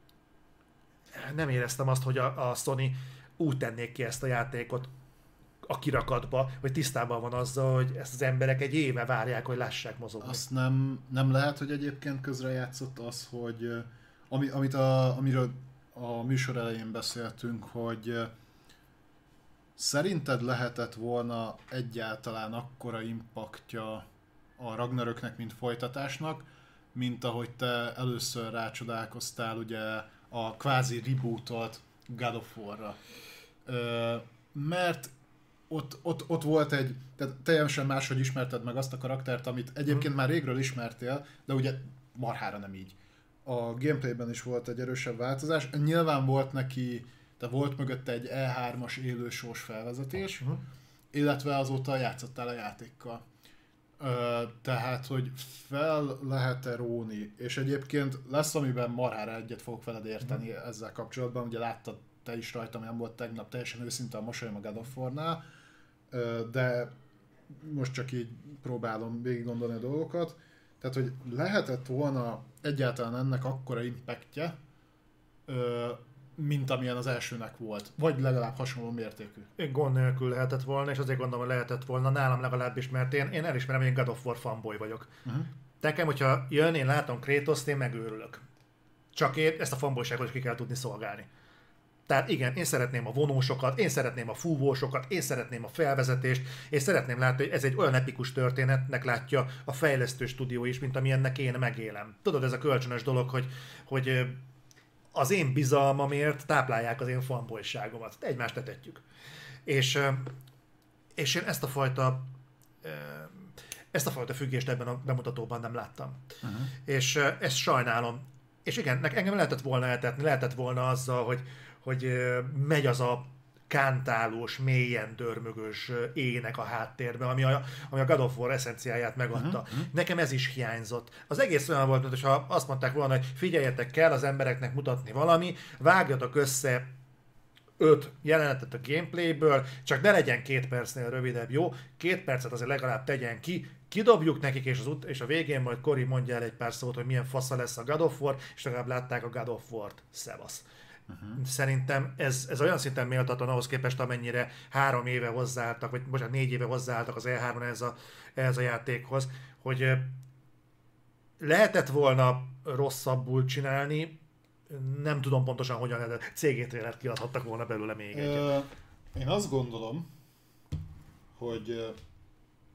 Speaker 1: nem éreztem azt, hogy a, a Sony úgy tennék ki ezt a játékot a kirakatba, hogy tisztában van azzal, hogy ezt az emberek egy éve várják, hogy lássák mozogni.
Speaker 2: Azt nem, nem lehet, hogy egyébként közrejátszott az, hogy ami, amit a, amiről a műsor elején beszéltünk, hogy szerinted lehetett volna egyáltalán akkora impaktja a Ragnaröknek, mint folytatásnak, mint ahogy te először rácsodálkoztál ugye a kvázi rebootolt God of War-ra. Mert Ott, ott, ott volt egy, tehát teljesen máshogy ismerted meg azt a karaktert, amit egyébként mm. már régről ismertél, de ugye marhára nem így. A gameplayben is volt egy erősebb változás. Nyilván volt neki, tehát volt mögötte egy E hármas élősós felvezetés, mm. illetve azóta játszottál a játékkal. Ö, tehát, hogy fel lehet-e róni, és egyébként lesz, amiben marhára egyet fogok veled érteni mm. ezzel kapcsolatban, ugye láttad te is rajtam, nem volt tegnap teljesen őszinte a mosolyom a God of War-nál, de most csak így próbálom végig gondolni a dolgokat. Tehát, hogy lehetett volna egyáltalán ennek akkora impactje, mint amilyen az elsőnek volt, vagy legalább hasonló mértékű.
Speaker 1: Én gond nélkül lehetett volna, és azért gondolom, hogy lehetett volna nálam legalábbis, mert én, én elismerem, hogy én God of War fanboy vagyok. Uh-huh. Nekem, hogyha jön, én látom Kratos-t, én megőrülök. Csak én ezt a fanboyságot is ki kell tudni szolgálni. Tehát igen, én szeretném a vonósokat, én szeretném a fúvósokat, én szeretném a felvezetést, és szeretném látni, hogy ez egy olyan epikus történetnek látja a fejlesztő stúdió is, mint amilyennek én megélem. Tudod, ez a kölcsönös dolog, hogy, hogy az én bizalmamért táplálják az én fanboyságomat. Egymást etetjük. És, és én ezt a fajta ezt a fajta függést ebben a bemutatóban nem láttam. Uh-huh. És ezt sajnálom. És igen, engem lehetett volna eltetni, lehetett volna azzal, hogy hogy megy az a kántálós, mélyen dörmögös ének a háttérben, ami a, ami a God of War eszenciáját megadta. Uh-huh. Nekem ez is hiányzott. Az egész olyan volt, mintha azt mondták volna, hogy figyeljetek, kell az embereknek mutatni valami, vágjatok össze öt jelenetet a gameplayből, csak ne legyen két percnél rövidebb, jó? Két percet azért legalább tegyen ki, kidobjuk nekik, és, az ut- és a végén majd Cory mondja el egy pár szót, hogy milyen fasza lesz a God of War, és legalább látták a God of War-t. Szevasz. Uh-huh. Szerintem ez, ez olyan szinten méltatlan ahhoz képest, amennyire három éve hozzáálltak, vagy bocsánat, négy éve hozzáálltak az E hármon ehhez a, ehhez a játékhoz, hogy lehetett volna rosszabbul csinálni, nem tudom pontosan hogyan lehetett, cégétrélet kiadhattak volna belőle még egyet.
Speaker 2: Én azt gondolom, hogy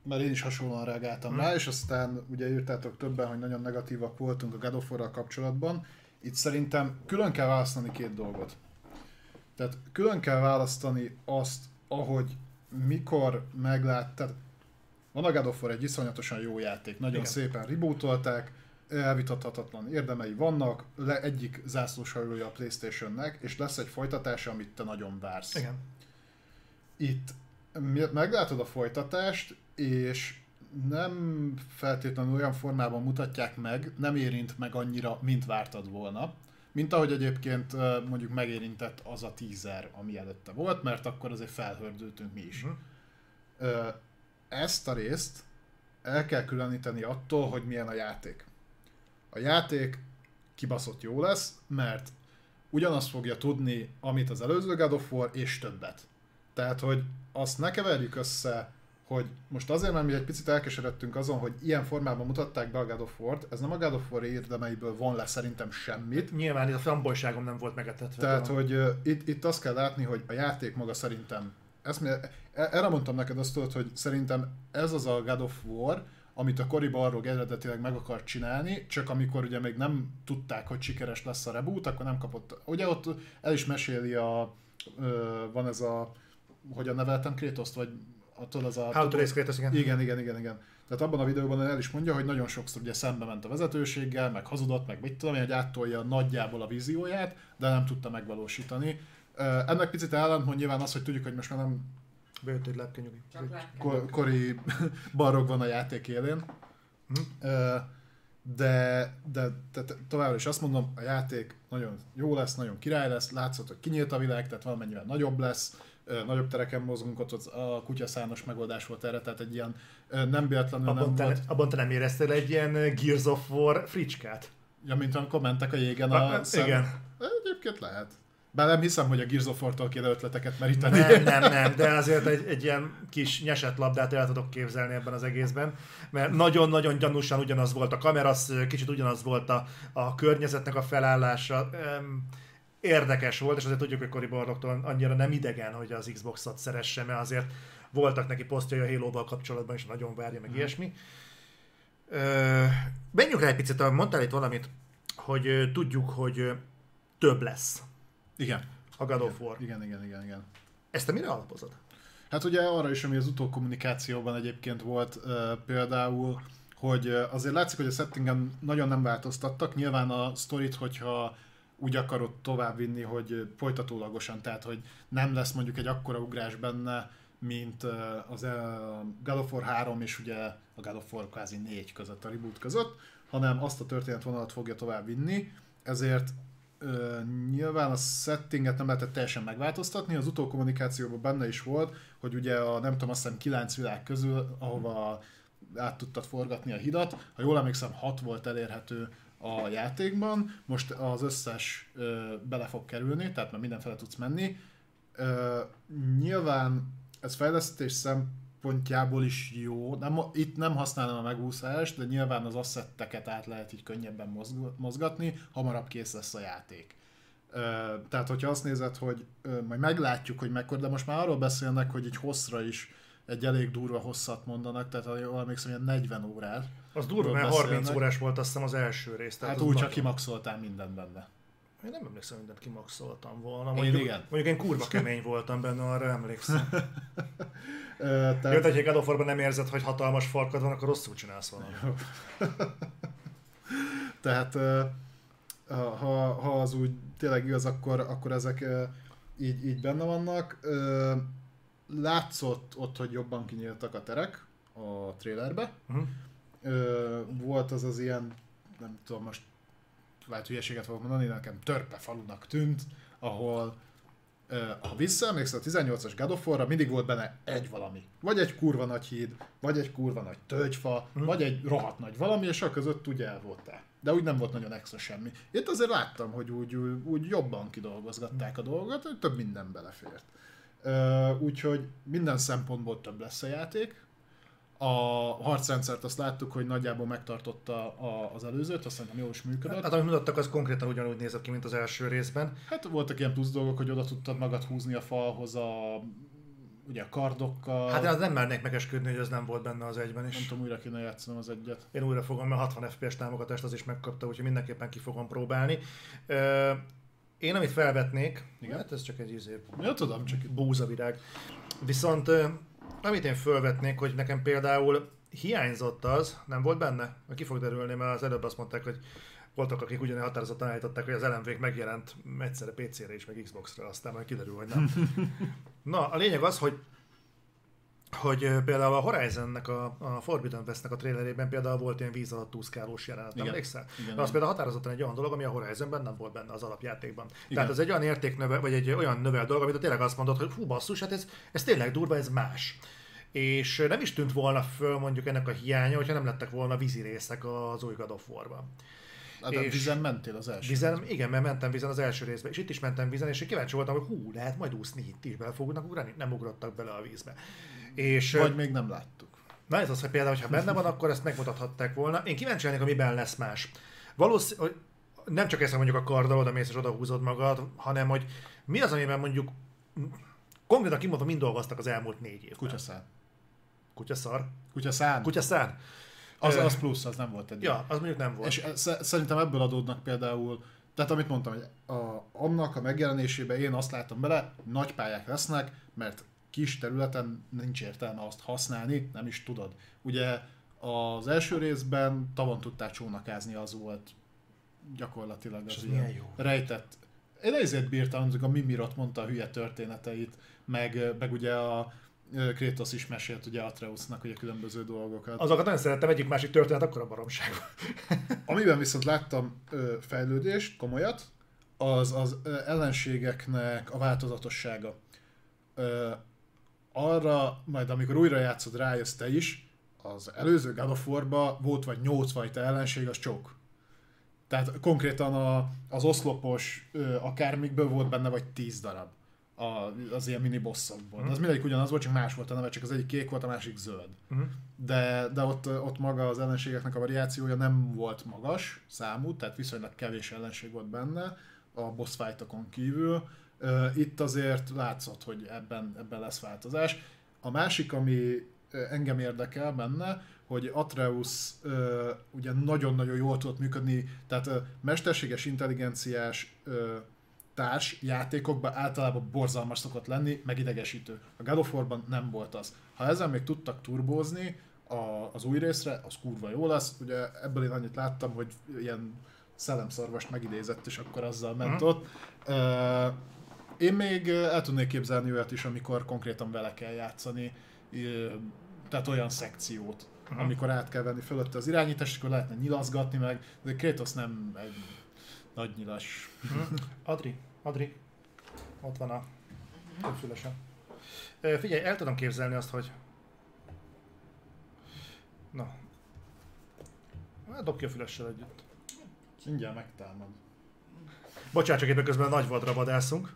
Speaker 2: mert én is hasonlóan reagáltam hmm. rá, és aztán ugye írtátok többen, hogy nagyon negatívak voltunk a God of War-ral kapcsolatban. Itt szerintem külön kell választani két dolgot. Tehát külön kell választani azt, ahogy mikor meglát, tehát van a God of War egy iszonyatosan jó játék, nagyon igen. szépen rebootolták, elvitathatatlan érdemei vannak, le egyik zászlóshajója a PlayStationnek, és lesz egy folytatása, amit te nagyon vársz.
Speaker 1: Igen.
Speaker 2: Itt meglátod a folytatást, és nem feltétlenül olyan formában mutatják meg, nem érint meg annyira, mint vártad volna. Mint ahogy egyébként mondjuk megérintett az a teaser, ami előtte volt, mert akkor azért felhördültünk mi is. Uh-huh. Ezt a részt el kell különíteni attól, hogy milyen a játék. A játék kibaszott jó lesz, mert ugyanazt fogja tudni, amit az előző God of War, és többet. Tehát, hogy azt ne keverjük össze, hogy most azért, mert mi egy picit elkeseredtünk azon, hogy ilyen formában mutatták be a God of War-t, ez nem a God of War érdemeiből von le szerintem semmit.
Speaker 1: Nyilván itt a frambolyságom nem volt megetetve.
Speaker 2: Tehát, hogy uh, itt, itt azt kell látni, hogy a játék maga szerintem, ezt, erre mondtam neked azt tudod, hogy szerintem ez az a God of War, amit a Cory Barlog eredetileg meg akart csinálni, csak amikor ugye még nem tudták, hogy sikeres lesz a reboot, akkor nem kapott. Ugye ott el is meséli a, uh, van ez a, hogyan neveltem Kratoszt, vagy attól az a...
Speaker 1: How to Raise Kratos, igen.
Speaker 2: Igen, igen, igen, igen. Tehát abban a videóban el is mondja, hogy nagyon sokszor ugye szembe ment a vezetőséggel, meg hazudott, meg mit tudom én, hogy áttolja nagyjából a vízióját, de nem tudta megvalósítani. Ennek picit ellentmond nyilván az, hogy tudjuk, hogy most már nem...
Speaker 1: Bejött egy lepkenyugi.
Speaker 2: Cory Barlog van a játék élén. Hm? De, de, de továbbra is azt mondom, a játék nagyon jó lesz, nagyon király lesz, látszott, hogy kinyílt a világ, tehát valamennyivel nagyobb lesz, nagyobb tereken mozgunk, ott a kutyaszános megoldás volt erre, tehát egy ilyen nem véletlenül
Speaker 1: abban
Speaker 2: nem
Speaker 1: te,
Speaker 2: volt.
Speaker 1: Abban te nem éreztél egy ilyen Gears of War fricskát?
Speaker 2: Ja, mint amikor mentek a jégen a, a
Speaker 1: szem... Igen.
Speaker 2: Egyébként lehet. Bár nem hiszem, hogy a Gears of War-tól kéne ötleteket meríteni.
Speaker 1: Nem, nem, nem, de azért egy, egy ilyen kis nyesett labdát el tudok képzelni ebben az egészben, mert nagyon-nagyon gyanúsan ugyanaz volt a kamerasz, kicsit ugyanaz volt a, a környezetnek a felállása. Érdekes volt, és azért tudjuk, hogy Cory Barlogtól annyira nem idegen, hogy az Xboxot szeresse, mert azért voltak neki posztjai a Halo-val kapcsolatban, és nagyon várja, meg hmm. ilyesmi. Ö, menjünk rá egy picit, mondtál itt valamit, hogy tudjuk, hogy több lesz.
Speaker 2: Igen.
Speaker 1: A God of War.
Speaker 2: Igen, igen, igen, igen.
Speaker 1: Ezt te mire alapozod?
Speaker 2: Hát ugye arra is, ami az utókommunikációban egyébként volt uh, például, hogy uh, azért látszik, hogy a settingen nagyon nem változtattak. Nyilván a sztorit, hogyha úgy akarod továbbvinni, hogy folytatólagosan, tehát hogy nem lesz mondjuk egy akkora ugrás benne, mint uh, az uh, God of War három és ugye a God of War kvázi négy között, a reboot között, hanem azt a történetvonalat fogja továbbvinni, ezért Uh, nyilván a settinget nem lehetett teljesen megváltoztatni, az utókommunikációban benne is volt, hogy ugye a nem tudom, azt hiszem kilenc világ közül, ahova át tudtad forgatni a hidat, ha jól emlékszem hat volt elérhető a játékban, most az összes uh, bele fog kerülni, tehát már mindenfele tudsz menni. Uh, nyilván ez fejlesztés szempontjából is jó, nem, itt nem használom a megúszást, de nyilván az asszetteket át lehet így könnyebben mozgatni, hamarabb kész lesz a játék. Tehát, hogyha azt nézed, hogy majd meglátjuk, hogy mekkora, de most már arról beszélnek, hogy így hosszra is egy elég durva hosszat mondanak, tehát ha jól emlékszem, ilyen negyven órát.
Speaker 1: Az durva, mert harminc órás volt azt hiszem az első rész.
Speaker 2: Hát úgy csak kimaxoltál mindent benne.
Speaker 1: Én nem emlékszem, mindent kimaxoltam volna. Mondjuk,
Speaker 2: én igen.
Speaker 1: Mondjuk én kurva kemény voltam benne, arra emlékszem.
Speaker 2: Tehát...
Speaker 1: Jó, tehát, hogy God of War-ban nem érzed, hogy hatalmas farkad van, akkor rosszul csinálsz valamit.
Speaker 2: Tehát ha, ha az úgy tényleg igaz, akkor, akkor ezek így, így benne vannak. Látszott ott, hogy jobban kinyíltak a terek a trailerbe. Uh-huh. Volt az az ilyen, nem tudom, most lehet hülyeséget fogok mondani, nekem törpe falunak tűnt, ahol ha visszaemlékszel, a tizennyolcas God of War-ra mindig volt benne egy valami. Vagy egy kurva nagy híd, vagy egy kurva nagy tölgyfa, hmm. vagy egy rohadt nagy valami, és a között ugye el voltál. De úgy nem volt nagyon extra semmi. Itt azért láttam, hogy úgy, úgy jobban kidolgozgatták a dolgot, hogy több minden belefért. Úgyhogy minden szempontból több lesz a játék. A harcrendszert azt láttuk, hogy nagyjából megtartotta az előzőt, azt szerintem jól is működött.
Speaker 1: Hát amit mutattak, az konkrétan ugyanúgy nézett ki, mint az első részben.
Speaker 2: Hát voltak ilyen plusz dolgok, hogy oda tudtad magad húzni a falhoz a ugye a kardokkal.
Speaker 1: Hát én az nem mernék megesküdni, hogy ez nem volt benne az egyben is.
Speaker 2: Nem tudom, újra kéne játszanom az egyet.
Speaker 1: Én újra fogom, mert hatvan ef pé es támogatást az is megkapta, úgyhogy mindenképpen ki fogom próbálni. Én amit felvetnék, igen? Hát ez csak egy izé,
Speaker 2: ja, tudom, csak
Speaker 1: búzavirág. Viszont amit én felvetnék, hogy nekem például hiányzott az, nem volt benne? Ki fog derülni, mert az előbb azt mondták, hogy voltak, akik ugyanilyen határozottan állították, hogy az el em vé megjelent egyszerre pé cére is, meg Xbox-ra, aztán majd kiderül, hogy nem. Na, a lényeg az, hogy hogy például a Horizonnek, a, a Forbidden Westnek a trailerében például volt ilyen víz alatt úszkálós jelenet, nem emlékszel? De az például határozottan egy olyan dolog, ami a Horizonben nem volt benne az alapjátékban. Igen. Tehát ez egy olyan értéknövel, vagy egy olyan növel dolog, amit tényleg azt mondod, hogy hú basszus, hát ez, ez tényleg durva, ez más. És nem is tűnt volna föl mondjuk ennek a hiánya, hogyha nem lettek volna vízi részek az új God of War-ban.
Speaker 2: Hát és vizen mentél az első
Speaker 1: vizen, részben. Igen, mert mentem vizen az első részben, és itt is mentem vizen, és én kíváncsi voltam, hogy hú, lehet majd úszni itt is, bele fognak ugrani? Nem ugrottak bele a vízbe. És,
Speaker 2: vagy még nem láttuk.
Speaker 1: Na ez az, hogy például, ha benne van, akkor ezt megmutathatták volna. Én kíváncsi lennék, miben lesz más. Valószínűleg nem csak ezt, hogy mondjuk a karddal oda mész és oda húzod magad, hanem hogy mi az, amiben mondjuk konkrétan kimondva mind dolgoztak az elmúlt négy évben.
Speaker 2: Kutyaszár.
Speaker 1: Kutyaszar?
Speaker 2: Kutyaszár.
Speaker 1: Kutyaszár.
Speaker 2: Az, az plusz, az nem volt egy.
Speaker 1: Ja, az mondjuk nem volt.
Speaker 2: És szerintem ebből adódnak például, tehát amit mondtam, hogy a, annak a megjelenésében én azt látom bele, nagy pályák lesznek, mert kis területen nincs értelme azt használni, nem is tudod. Ugye az első részben tavon tudtál csónakázni, az volt gyakorlatilag az ilyen rejtett. Én ezért bírtam, hogy a Mimirot mondta a hülye történeteit, meg, meg ugye a Kratos is mesélt ugye Atreusnak ugye különböző dolgokat.
Speaker 1: Azokat nagyon szerettem, egyik másik történet, akkor a baromság.
Speaker 2: Amiben viszont láttam ö, fejlődést, komolyat, az az ö, ellenségeknek a változatossága. Ö, arra, majd amikor újra játszod, rájössz te is, az előző God of War-ba volt vagy nyolc fajta ellenség, az csók. Tehát konkrétan a, az oszlopos ö, akármikből volt benne vagy tíz darab. A, az ilyen mini bosszokból. Mm. Az mindegyik ugyanaz volt, csak más volt a neve, csak az egyik kék volt, a másik zöld. Mm. De, de ott, ott maga az ellenségeknek a variációja nem volt magas számú, tehát viszonylag kevés ellenség volt benne a boss fightokon kívül. Itt azért látszott, hogy ebben, ebben lesz változás. A másik, ami engem érdekel benne, hogy Atreus ugye nagyon-nagyon jól tudott működni, tehát mesterséges intelligenciás társ játékokban általában borzalmas szokott lenni, meg idegesítő. A God of War-ban nem volt az. Ha ezzel még tudtak turbózni a, az új részre, az kurva jó lesz. Ugye ebből én annyit láttam, hogy ilyen szellemszarvast megidézett, és akkor azzal ment uh-huh. ott. Uh, én még el tudnék képzelni olyat is, amikor konkrétan vele kell játszani, uh, tehát olyan szekciót, uh-huh. amikor át kell venni fölötte az irányítást, és akkor lehetne nyilazgatni meg, de Kratos nem egy nagy nyilas.
Speaker 1: Hmm. Adri, Adri, ott van a többfülesen. Figyelj, el tudom képzelni azt, hogy... Na. Hát dob ki a fülessel együtt.
Speaker 2: Mindjárt megtámad.
Speaker 1: Bocsánat, csak éppen közben a nagy vadra vadászunk.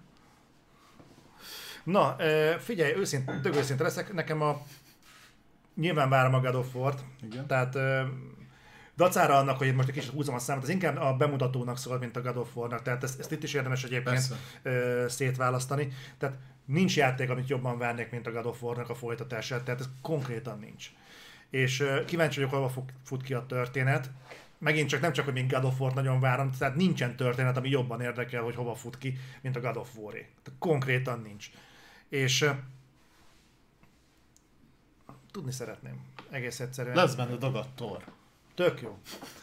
Speaker 1: Na, figyelj, őszint, tök őszinte leszek, nekem a... Nyilván várom a God of War-t.
Speaker 2: Igen.
Speaker 1: Tehát... Dacára annak, hogy itt most egy kicsit húzom a számot, az inkább a bemutatónak szól, mint a God of War-nak, tehát ezt, ezt itt is érdemes egyébként ö, szétválasztani. Tehát nincs játék, amit jobban várnék, mint a God of War-nak a folytatását, tehát ez konkrétan nincs. És ö, kíváncsi vagyok, hova fog, fut ki a történet. Megint csak nem csak, hogy mint God of War-t nagyon várom, tehát nincsen történet, ami jobban érdekel, hogy hova fut ki, mint a God of War-é. Tehát konkrétan nincs. És ö, tudni szeretném, egész egyszerűen.
Speaker 2: Lesz benne dagadt tor.
Speaker 1: Tök jó.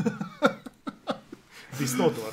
Speaker 1: Disznótor.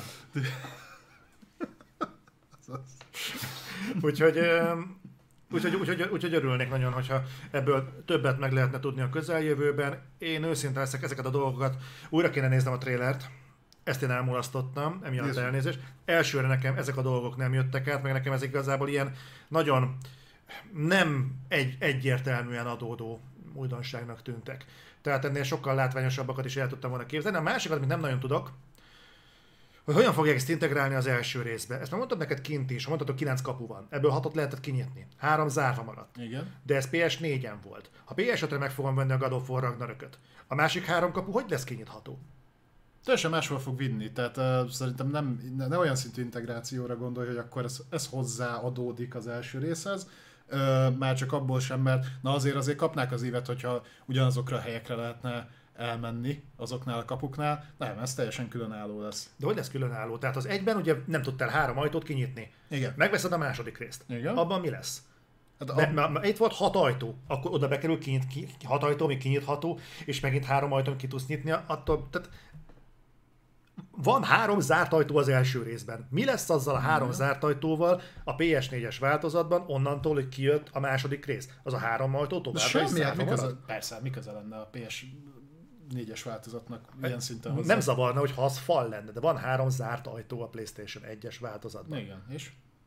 Speaker 1: úgyhogy, úgyhogy, úgyhogy, úgyhogy örülnék nagyon, hogyha ebből többet meg lehetne tudni a közeljövőben. Én őszinte leszek, ezeket a dolgokat újra kéne néznem a trélert. Ezt én elmulasztottam, emiatt Nézzük. elnézést. Elsőre nekem ezek a dolgok nem jöttek át, meg nekem ezek igazából ilyen nagyon nem egy, egyértelműen adódó újdonságnak tűntek. Tehát ennél sokkal látványosabbakat is el tudtam volna képzelni. A másikat, amit nem nagyon tudok, hogy hogyan fogják ezt integrálni az első részbe. Ezt már mondtam neked kint is, ha mondtad, hogy kilenc kapu van. Ebből hatot lehetett kinyitni. Három zárva maradt.
Speaker 2: Igen.
Speaker 1: De ez pé es négyen volt. Ha pé es ötre meg fogom venni a God of War Ragnarököt, a másik három kapu hogy lesz kinyitható?
Speaker 2: Teljesen máshol fog vinni, tehát uh, szerintem nem, ne, ne olyan szintű integrációra gondolj, hogy akkor ez, ez hozzáadódik az első részhez. Ö, már csak abból sem, mert na azért azért kapnák az évet, hogyha ugyanazokra a helyekre lehetne elmenni azoknál a kapuknál. Nem, ez teljesen különálló lesz.
Speaker 1: De hogy lesz különálló? Tehát az egyben ugye nem tudtál három ajtót kinyitni.
Speaker 2: Igen.
Speaker 1: Megveszed a második részt.
Speaker 2: Igen.
Speaker 1: Abban mi lesz?
Speaker 2: Hát
Speaker 1: Be, ma, ma, itt volt hat ajtó, akkor oda bekerül kinyit, ki, hat ajtó, ami kinyitható, és megint három ajtón ki tudsz nyitni, attól, tehát van három zárt ajtó az első részben. Mi lesz azzal a három mm. zárt ajtóval a pé es négyes változatban onnantól, hogy kijött a második rész? Az a három ajtó továbbra is zárva marad?
Speaker 2: Persze, mi köze lenne a pé es négyes változatnak ilyen szinten hozzá?
Speaker 1: Nem zavarna, hogyha az fal lenne, de van három zárt ajtó a PlayStation egyes változatban.
Speaker 2: Igen, és?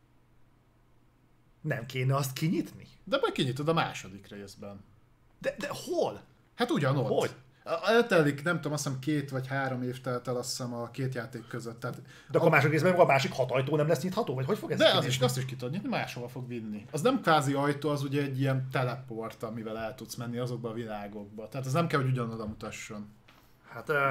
Speaker 1: Nem kéne azt kinyitni?
Speaker 2: De majd kinyitod a második részben.
Speaker 1: De, de hol?
Speaker 2: Hát ugyanott.
Speaker 1: Hogy?
Speaker 2: Eltelik, nem tudom, azt hiszem két vagy három év telt el, azt hiszem a két játék között. Tehát
Speaker 1: de akkor a második részben a másik hat ajtó nem lesz nyitható? Vagy hogy fog ez
Speaker 2: De az is, azt is ki tudod nyitni, máshova fog vinni. Az nem kvázi ajtó, az ugye egy ilyen teleport, amivel el tudsz menni azokba a világokba. Tehát ez nem kell, hogy ugyanoda mutasson.
Speaker 1: Hát... Uh...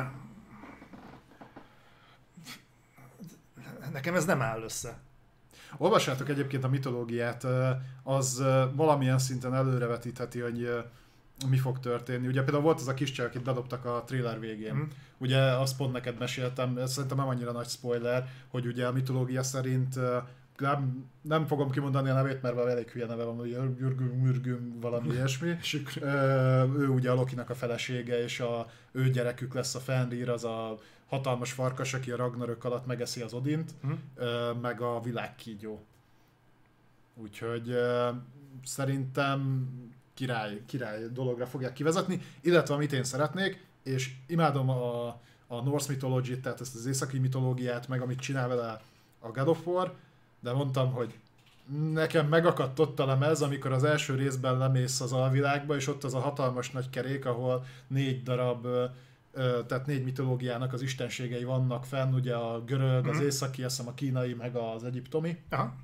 Speaker 1: Nekem ez nem áll össze.
Speaker 2: Olvassátok egyébként a mitológiát, az valamilyen szinten előrevetítheti, hogy mi fog történni. Ugye például volt az a kis csaj, akit bedobtak a trailer végén. Mm. Ugye azt pont neked meséltem, ez szerintem nem annyira nagy spoiler, hogy ugye a mitológia szerint nem, nem fogom kimondani a nevét, mert elég hülye neve van, hogy Jürgünk, Mürgünk, valami ilyesmi. Ő ugye a Lokinak a felesége, és a ő gyerekük lesz a Fenrir, az a hatalmas farkas, aki a Ragnarök alatt megeszi az Odint, mm. meg a világkígyó. Úgyhogy szerintem király, király dologra fogják kivezetni, illetve amit én szeretnék, és imádom a, a Norse Mythology-t, tehát ezt az északi mitológiát, meg amit csinál vele a God of War, de mondtam, hogy nekem megakadt ott a lemez, amikor az első részben lemész az alvilágba, és ott az a hatalmas nagy kerék, ahol négy darab, tehát négy mitológiának az istenségei vannak fenn, ugye a görög, az északi, azt hiszem a kínai, meg az egyiptomi. Aha.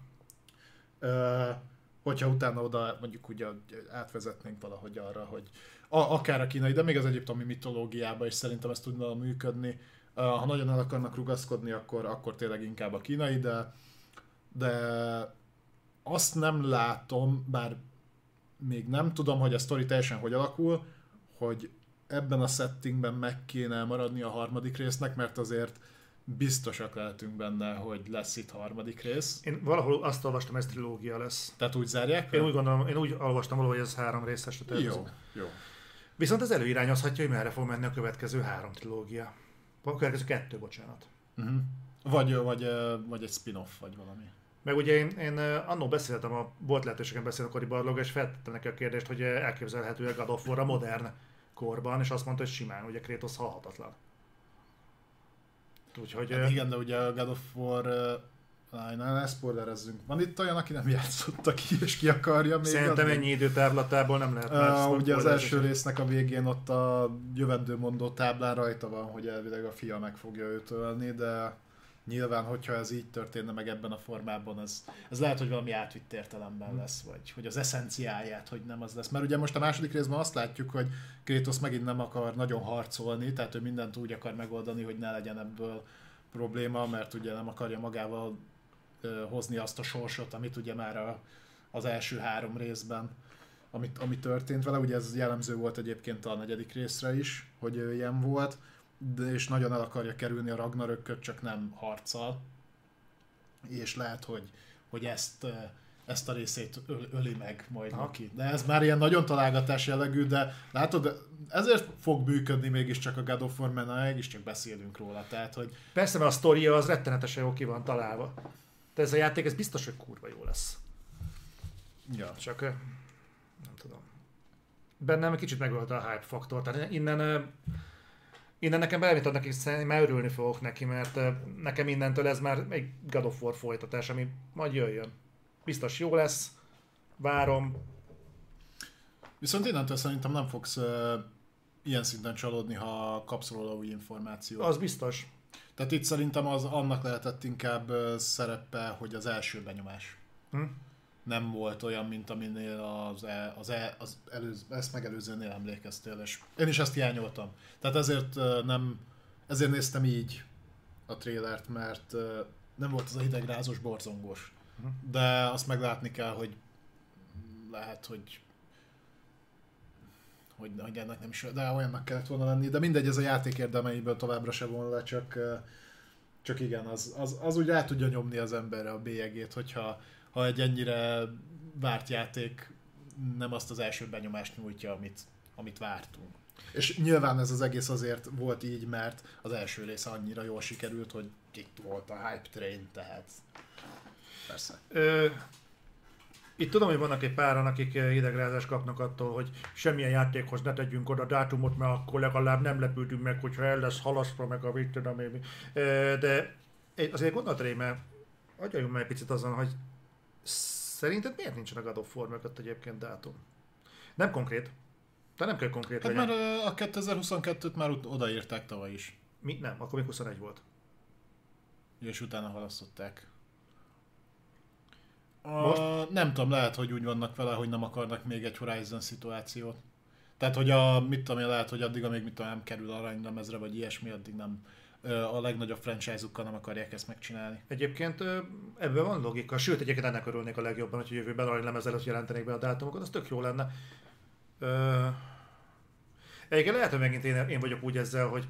Speaker 2: Hogyha utána oda mondjuk ugye átvezetnénk valahogy arra, hogy a, akár a kínai, de még az egyiptomi mitológiába is szerintem ez tudna működni. Ha nagyon el akarnak rugaszkodni, akkor, akkor tényleg inkább a kínai, de, de azt nem látom, bár még nem tudom, hogy a sztori teljesen hogy alakul, hogy ebben a settingben meg kéne maradni a harmadik résznek, mert azért biztosak lehetünk benne, hogy lesz itt harmadik rész.
Speaker 1: Én valahol azt olvastam, ez trilógia lesz.
Speaker 2: Tehát úgy zárják?
Speaker 1: Én úgy gondolom, én úgy olvastam valahol, hogy ez három részes.
Speaker 2: Jó, jó.
Speaker 1: Viszont ez előirányozhatja, hogy merre fog menni a következő három trilógia. A következő kettő, bocsánat.
Speaker 2: Uh-huh. Vagy, vagy, vagy egy spin-off, vagy valami.
Speaker 1: Meg ugye én, én annó beszéltem, a, volt lehetőségem beszélni a Kori Barloggal, és feltettem neki a kérdést, hogy elképzelhető a God of War a modern korban, és azt mondta, hogy simán, ugye Kratos halhatatlan. Úgyhogy...
Speaker 2: Hát igen, de ugye a God of War... Uh, ne spoilerezzünk. Van itt olyan, aki nem játszotta ki, és ki akarja még
Speaker 1: Szerintem adni? Ennyi időtávlatából nem lehet
Speaker 2: már. Uh, ugye az első résznek a végén ott a jövendőmondó táblán rajta van, hogy elvileg a fia meg fogja őt ölni, de nyilván, hogyha ez így történne meg ebben a formában, ez, ez lehet, hogy valami átvitt értelemben lesz, vagy hogy az eszenciáját, hogy nem az lesz. Mert ugye most a második részben azt látjuk, hogy Kratos megint nem akar nagyon harcolni, tehát ő mindent úgy akar megoldani, hogy ne legyen ebből probléma, mert ugye nem akarja magával ö, hozni azt a sorsot, amit ugye már a, az első három részben, amit, ami történt vele. Ugye ez jellemző volt egyébként a negyedik részre is, hogy ő ilyen volt, de, és nagyon el akarja kerülni a Ragnarököt, csak nem harccal. És lehet, hogy, hogy ezt, ezt a részét öl, öli meg majd Loki. De ez már ilyen nagyon találgatás jellegű, de látod, ezért fog működni mégiscsak a God of War, mert mégiscsak beszélünk róla. Tehát, hogy...
Speaker 1: Persze, mert a sztoria az rettenetesen jó ki van találva. De ez a játék, ez biztos, hogy kurva jó lesz.
Speaker 2: Ja.
Speaker 1: Csak nem tudom. Bennem kicsit megölte a hype faktor. Tehát innen... Innen nekem bármit adnak, és már örülni fogok neki, mert nekem innentől ez már egy God of War folytatás, ami majd jöjjön. Biztos jó lesz, várom.
Speaker 2: Viszont innentől szerintem nem fogsz uh, ilyen szinten csalódni, ha kapsz róla új információt.
Speaker 1: Az biztos.
Speaker 2: Tehát itt szerintem az annak lehetett inkább uh, szerepe, hogy az első benyomás. Hm? Nem volt olyan, mint aminél az, e, az, e, az előz, ezt megelőzőnél emlékeztél, és én is ezt hiányoltam. Tehát ezért nem, ezért néztem így a trélert, mert nem volt az a hidegrázos, borzongós. De azt meglátni kell, hogy lehet, hogy hogy, hogy ennek nem is, de olyannak kellett volna lenni, de mindegy, ez a játék érdemeiből továbbra se von le, csak, csak igen, az, az, az úgy rá tudja nyomni az emberre a bélyegét, hogyha ha egy ennyire várt játék nem azt az első benyomást nyújtja, amit, amit vártunk. És nyilván ez az egész azért volt így, mert az első rész annyira jól sikerült, hogy itt volt a hype train, tehát persze.
Speaker 1: Ö, itt tudom, hogy vannak egy páran, akik hidegrázást kapnak attól, hogy semmilyen játékhoz ne tegyünk oda dátumot, mert akkor legalább nem lepődünk meg, hogyha el lesz halasztva meg a mit tudom én. De azért gondolatréme, agyaljunk meg egy picit azon, hogy szerinted miért nincsen a God of War mögött egyébként dátum? Nem konkrét. De nem kell konkrét
Speaker 2: hát
Speaker 1: legyen.
Speaker 2: Mert a kétezer-huszonkettőt már odaírták tavaly is.
Speaker 1: Mi? Nem, akkor még huszonegy volt.
Speaker 2: És utána halasztották.
Speaker 1: Most?
Speaker 2: A, nem tudom, lehet, hogy úgy vannak vele, hogy nem akarnak még egy Horizon szituációt. Tehát, hogy a, mit tudom én, lehet, hogy addig, amíg mit tudom, nem kerül aranylemezre, vagy ilyesmi, addig nem a legnagyobb franchise-ukkal nem akarják ezt megcsinálni.
Speaker 1: Egyébként ebben van logika, sőt, egyébként ennek örülnék a legjobban, hogy jövőben aranylemez előtt jelentenék be a dátumokat, az tök jó lenne. Ö... Egyébként lehet, hogy megint én, én vagyok úgy ezzel, hogy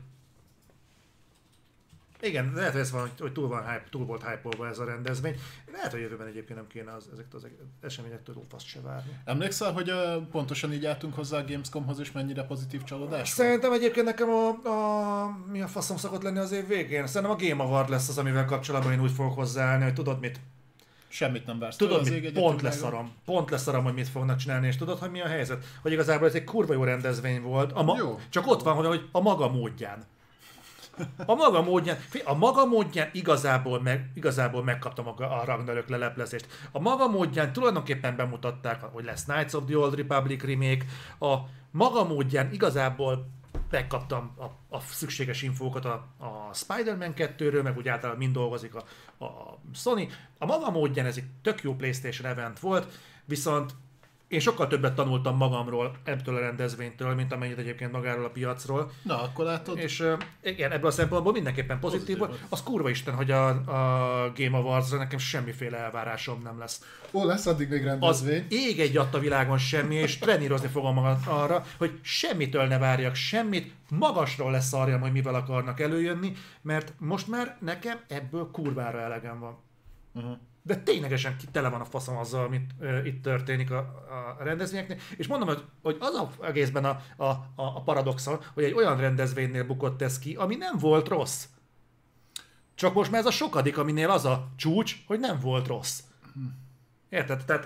Speaker 1: igen, lehet, hogy ez van, hogy túl, van hype, túl volt hype-olva ez a rendezvény. Lehet, hogy jövőben egyébként nem kéne az, ezektől az eseményektől lófaszt se várni.
Speaker 2: Emlékszel, hogy uh, pontosan így álltunk hozzá a Gamescomhoz, és mennyire pozitív csalódás?
Speaker 1: Szerintem egyébként nekem a, a... mi a faszom szokott lenni az év végén? Szerintem a Game Award lesz az, amivel kapcsolatban én úgy fogok hozzáállni, hogy tudod mit?
Speaker 2: Semmit nem vársz.
Speaker 1: Tudod mit? Pont leszarom. Pont leszarom, hogy mit fognak csinálni, és tudod, hogy mi a helyzet? Hogy igazából ez egy kurva jó rendezvény volt, a ma...
Speaker 2: jó.
Speaker 1: csak ott van, hogy a maga módján. A maga módján, a maga módján igazából, meg, igazából megkapta maga a Ragnarök leleplezést. A maga módján tulajdonképpen bemutatták, hogy lesz Knights of the Old Republic remake. A maga módján igazából megkaptam a, a szükséges infókat a, a Spider-Man kettőről, meg úgy általában mind dolgozik a, a Sony. A maga módján ez egy tök jó PlayStation event volt, viszont én sokkal többet tanultam magamról ebből a rendezvénytől, mint amennyit egyébként magáról a piacról.
Speaker 2: Na, akkor látod.
Speaker 1: És uh, igen, ebből a szempontból mindenképpen pozitív volt. Az kurva isten, hogy a, a Game Awards-ra nekem semmiféle elvárásom nem lesz.
Speaker 2: Ó, lesz addig még rendezvény.
Speaker 1: Az ég egy a világon semmi, és trenírozni fogom magam arra, hogy semmitől ne várjak semmit, magasról lesz arjam, hogy mivel akarnak előjönni, mert most már nekem ebből kurvára elegem van.
Speaker 2: Uh-huh.
Speaker 1: De ténylegesen tele van a faszom azzal, amit uh, itt történik a, a rendezvényeknél. És mondom, hogy, hogy az a, egészben a, a, a paradoxon, hogy egy olyan rendezvénynél bukott ez ki, ami nem volt rossz. Csak most már ez a sokadik, aminél az a csúcs, hogy nem volt rossz. Érted? Tehát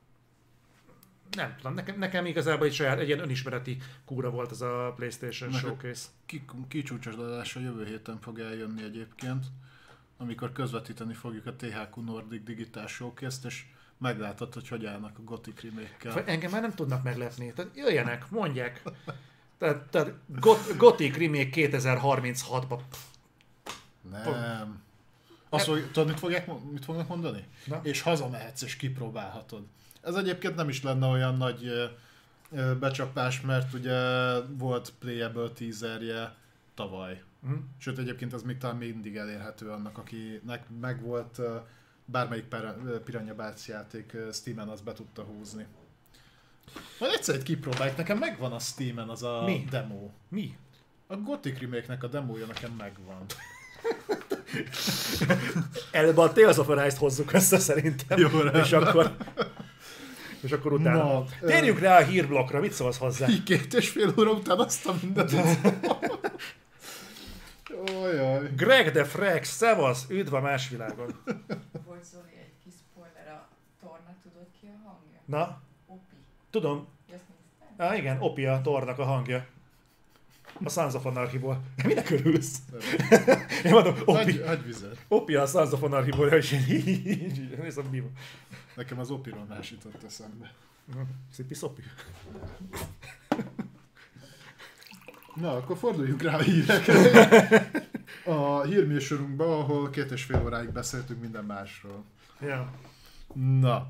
Speaker 1: nem tudom, nekem, nekem igazából egy saját, egy ilyen önismereti kúra volt ez a PlayStation
Speaker 2: Nekem
Speaker 1: Showcase.
Speaker 2: Kicsúcsosodása jövő héten fog eljönni egyébként, amikor közvetíteni fogjuk a té há kú Nordic Digital Showcase-t, és meglátod, hogy hogy állnak a Gothic remake-kel.
Speaker 1: Engem már nem tudnak meglepni. Tehát jöjjenek, mondják. Tehát, tehát Got- Gothic remake kétezer-harminchatban.
Speaker 2: Nem. Azt fog, tudod, mit, fogják, mit fognak mondani?
Speaker 1: Na?
Speaker 2: És hazamehetsz, és kipróbálhatod. Ez egyébként nem is lenne olyan nagy ö, becsapás, mert ugye volt playable teaserje tavaly.
Speaker 1: Mm.
Speaker 2: Sőt, egyébként az még talán mindig elérhető annak, akinek megvolt uh, bármelyik Piranha Bytes játék uh, Steamen, az be tudta húzni. Majd egyszer egy kipróbáljuk, nekem megvan a Steamen az a
Speaker 1: Mi?
Speaker 2: demo.
Speaker 1: Mi?
Speaker 2: A Gothic remake-nek a demója nekem megvan.
Speaker 1: Előbb a Tales of Arise-t hozzuk össze szerintem.
Speaker 2: Jó,
Speaker 1: és akkor... És akkor utána.
Speaker 2: Na,
Speaker 1: Térjünk rá a hírblokkra, mit szólsz hozzá?
Speaker 2: Így két és fél óra után azt a mindent. Ojaj.
Speaker 1: Greg the Frex, szevasz, üdv a más világon.
Speaker 3: Volt Zoli egy kis spoiler a Thornak, tudod ki a hangja?
Speaker 1: Na,
Speaker 3: Opi.
Speaker 1: tudom.
Speaker 3: Ezt nézted?
Speaker 1: Á, igen, Opi a Thornak a hangja. A Sons of Anarchy-ból. Minek örülsz? Én mondom, Opi.
Speaker 2: Hagy, hagy vizet.
Speaker 1: Opi a Sons of Anarchy-ból, és én így nézem, mi van.
Speaker 2: Nekem az Opiról más jutott eszembe.
Speaker 1: Szipi szopi.
Speaker 2: Na, akkor forduljunk rá a hírekre. A hírműsorunkba, ahol két és fél óráig beszéltünk minden másról.
Speaker 1: Ja.
Speaker 2: Na.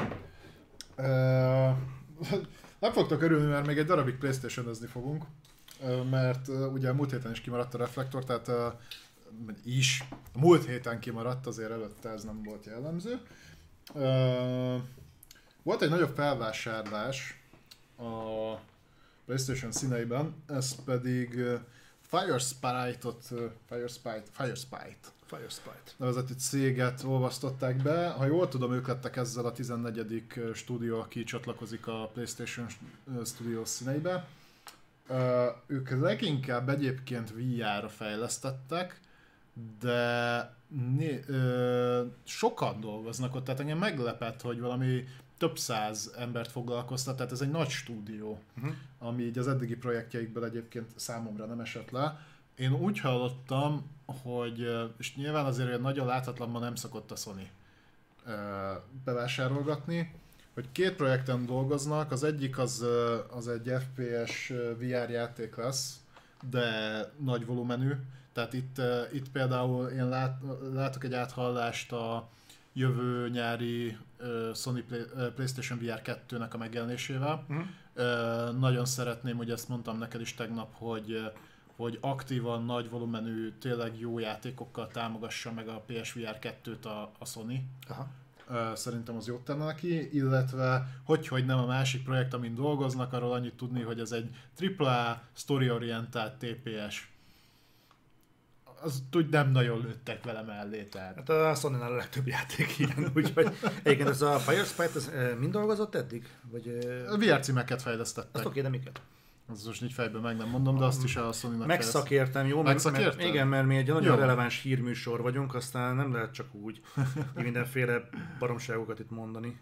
Speaker 2: Uh, nem fogtok örülni, mert még egy darabig PlayStation-özni fogunk. Uh, mert uh, ugye a múlt héten is kimaradt a Reflektor, tehát uh, is. A múlt héten kimaradt, azért előtte ez nem volt jellemző. Uh, Volt egy nagyobb felvásárlás a PlayStation színeiben, ez pedig Firespite-ot, Firespite, Firespite.
Speaker 1: Firespite.
Speaker 2: Nevezeti céget olvasztották be. Ha jól tudom, ők lettek ezzel a tizennegyedik stúdió, aki csatlakozik a PlayStation Studios színeibe. Ők leginkább egyébként vé er-ra fejlesztettek, de né- ö, sokan dolgoznak ott, tehát engem meglepett, hogy valami több száz embert foglalkoztat, tehát ez egy nagy stúdió, uh-huh. ami így az eddigi projektjeikből egyébként számomra nem esett le. Én úgy hallottam, hogy, és nyilván azért olyan nagyon láthatlanban nem szokott a Sony bevásárolgatni, hogy két projekten dolgoznak, az egyik az, az egy ef pé es vé er játék lesz, de nagy volumenű, tehát itt, itt például én lát, látok egy áthallást a jövő nyári Sony Play, PlayStation vé er kettőnek a megjelenésével. Uh-huh. Nagyon szeretném, hogy ezt mondtam neked is tegnap, hogy hogy aktívan, nagy volumenű, tényleg jó játékokkal támogassa meg a pé es vé er kettőt a, a Sony. Aha. Szerintem az jót tenne neki, illetve hogy, hogy nem a másik projekt, amin dolgoznak, arról annyit tudni, hogy ez egy tripla á story-orientált té pé es. Az úgy nem nagyon lőttek vele mellé, tehát.
Speaker 1: Hát a Sony-nál a legtöbb játék ilyen, úgyhogy egyébként ez a Firespite, ez mind dolgozott eddig? Vagy,
Speaker 2: vé er címeket fejlesztettek.
Speaker 1: Azt oké, de miket?
Speaker 2: Az most így fejben meg nem mondom, de azt is a Sony-nak
Speaker 1: megszakértem, jó?
Speaker 2: Megszakértem?
Speaker 1: Mert, igen, mert mi egy nagyon jó. Releváns hírműsor vagyunk, aztán nem lehet csak úgy mindenféle baromságokat itt mondani.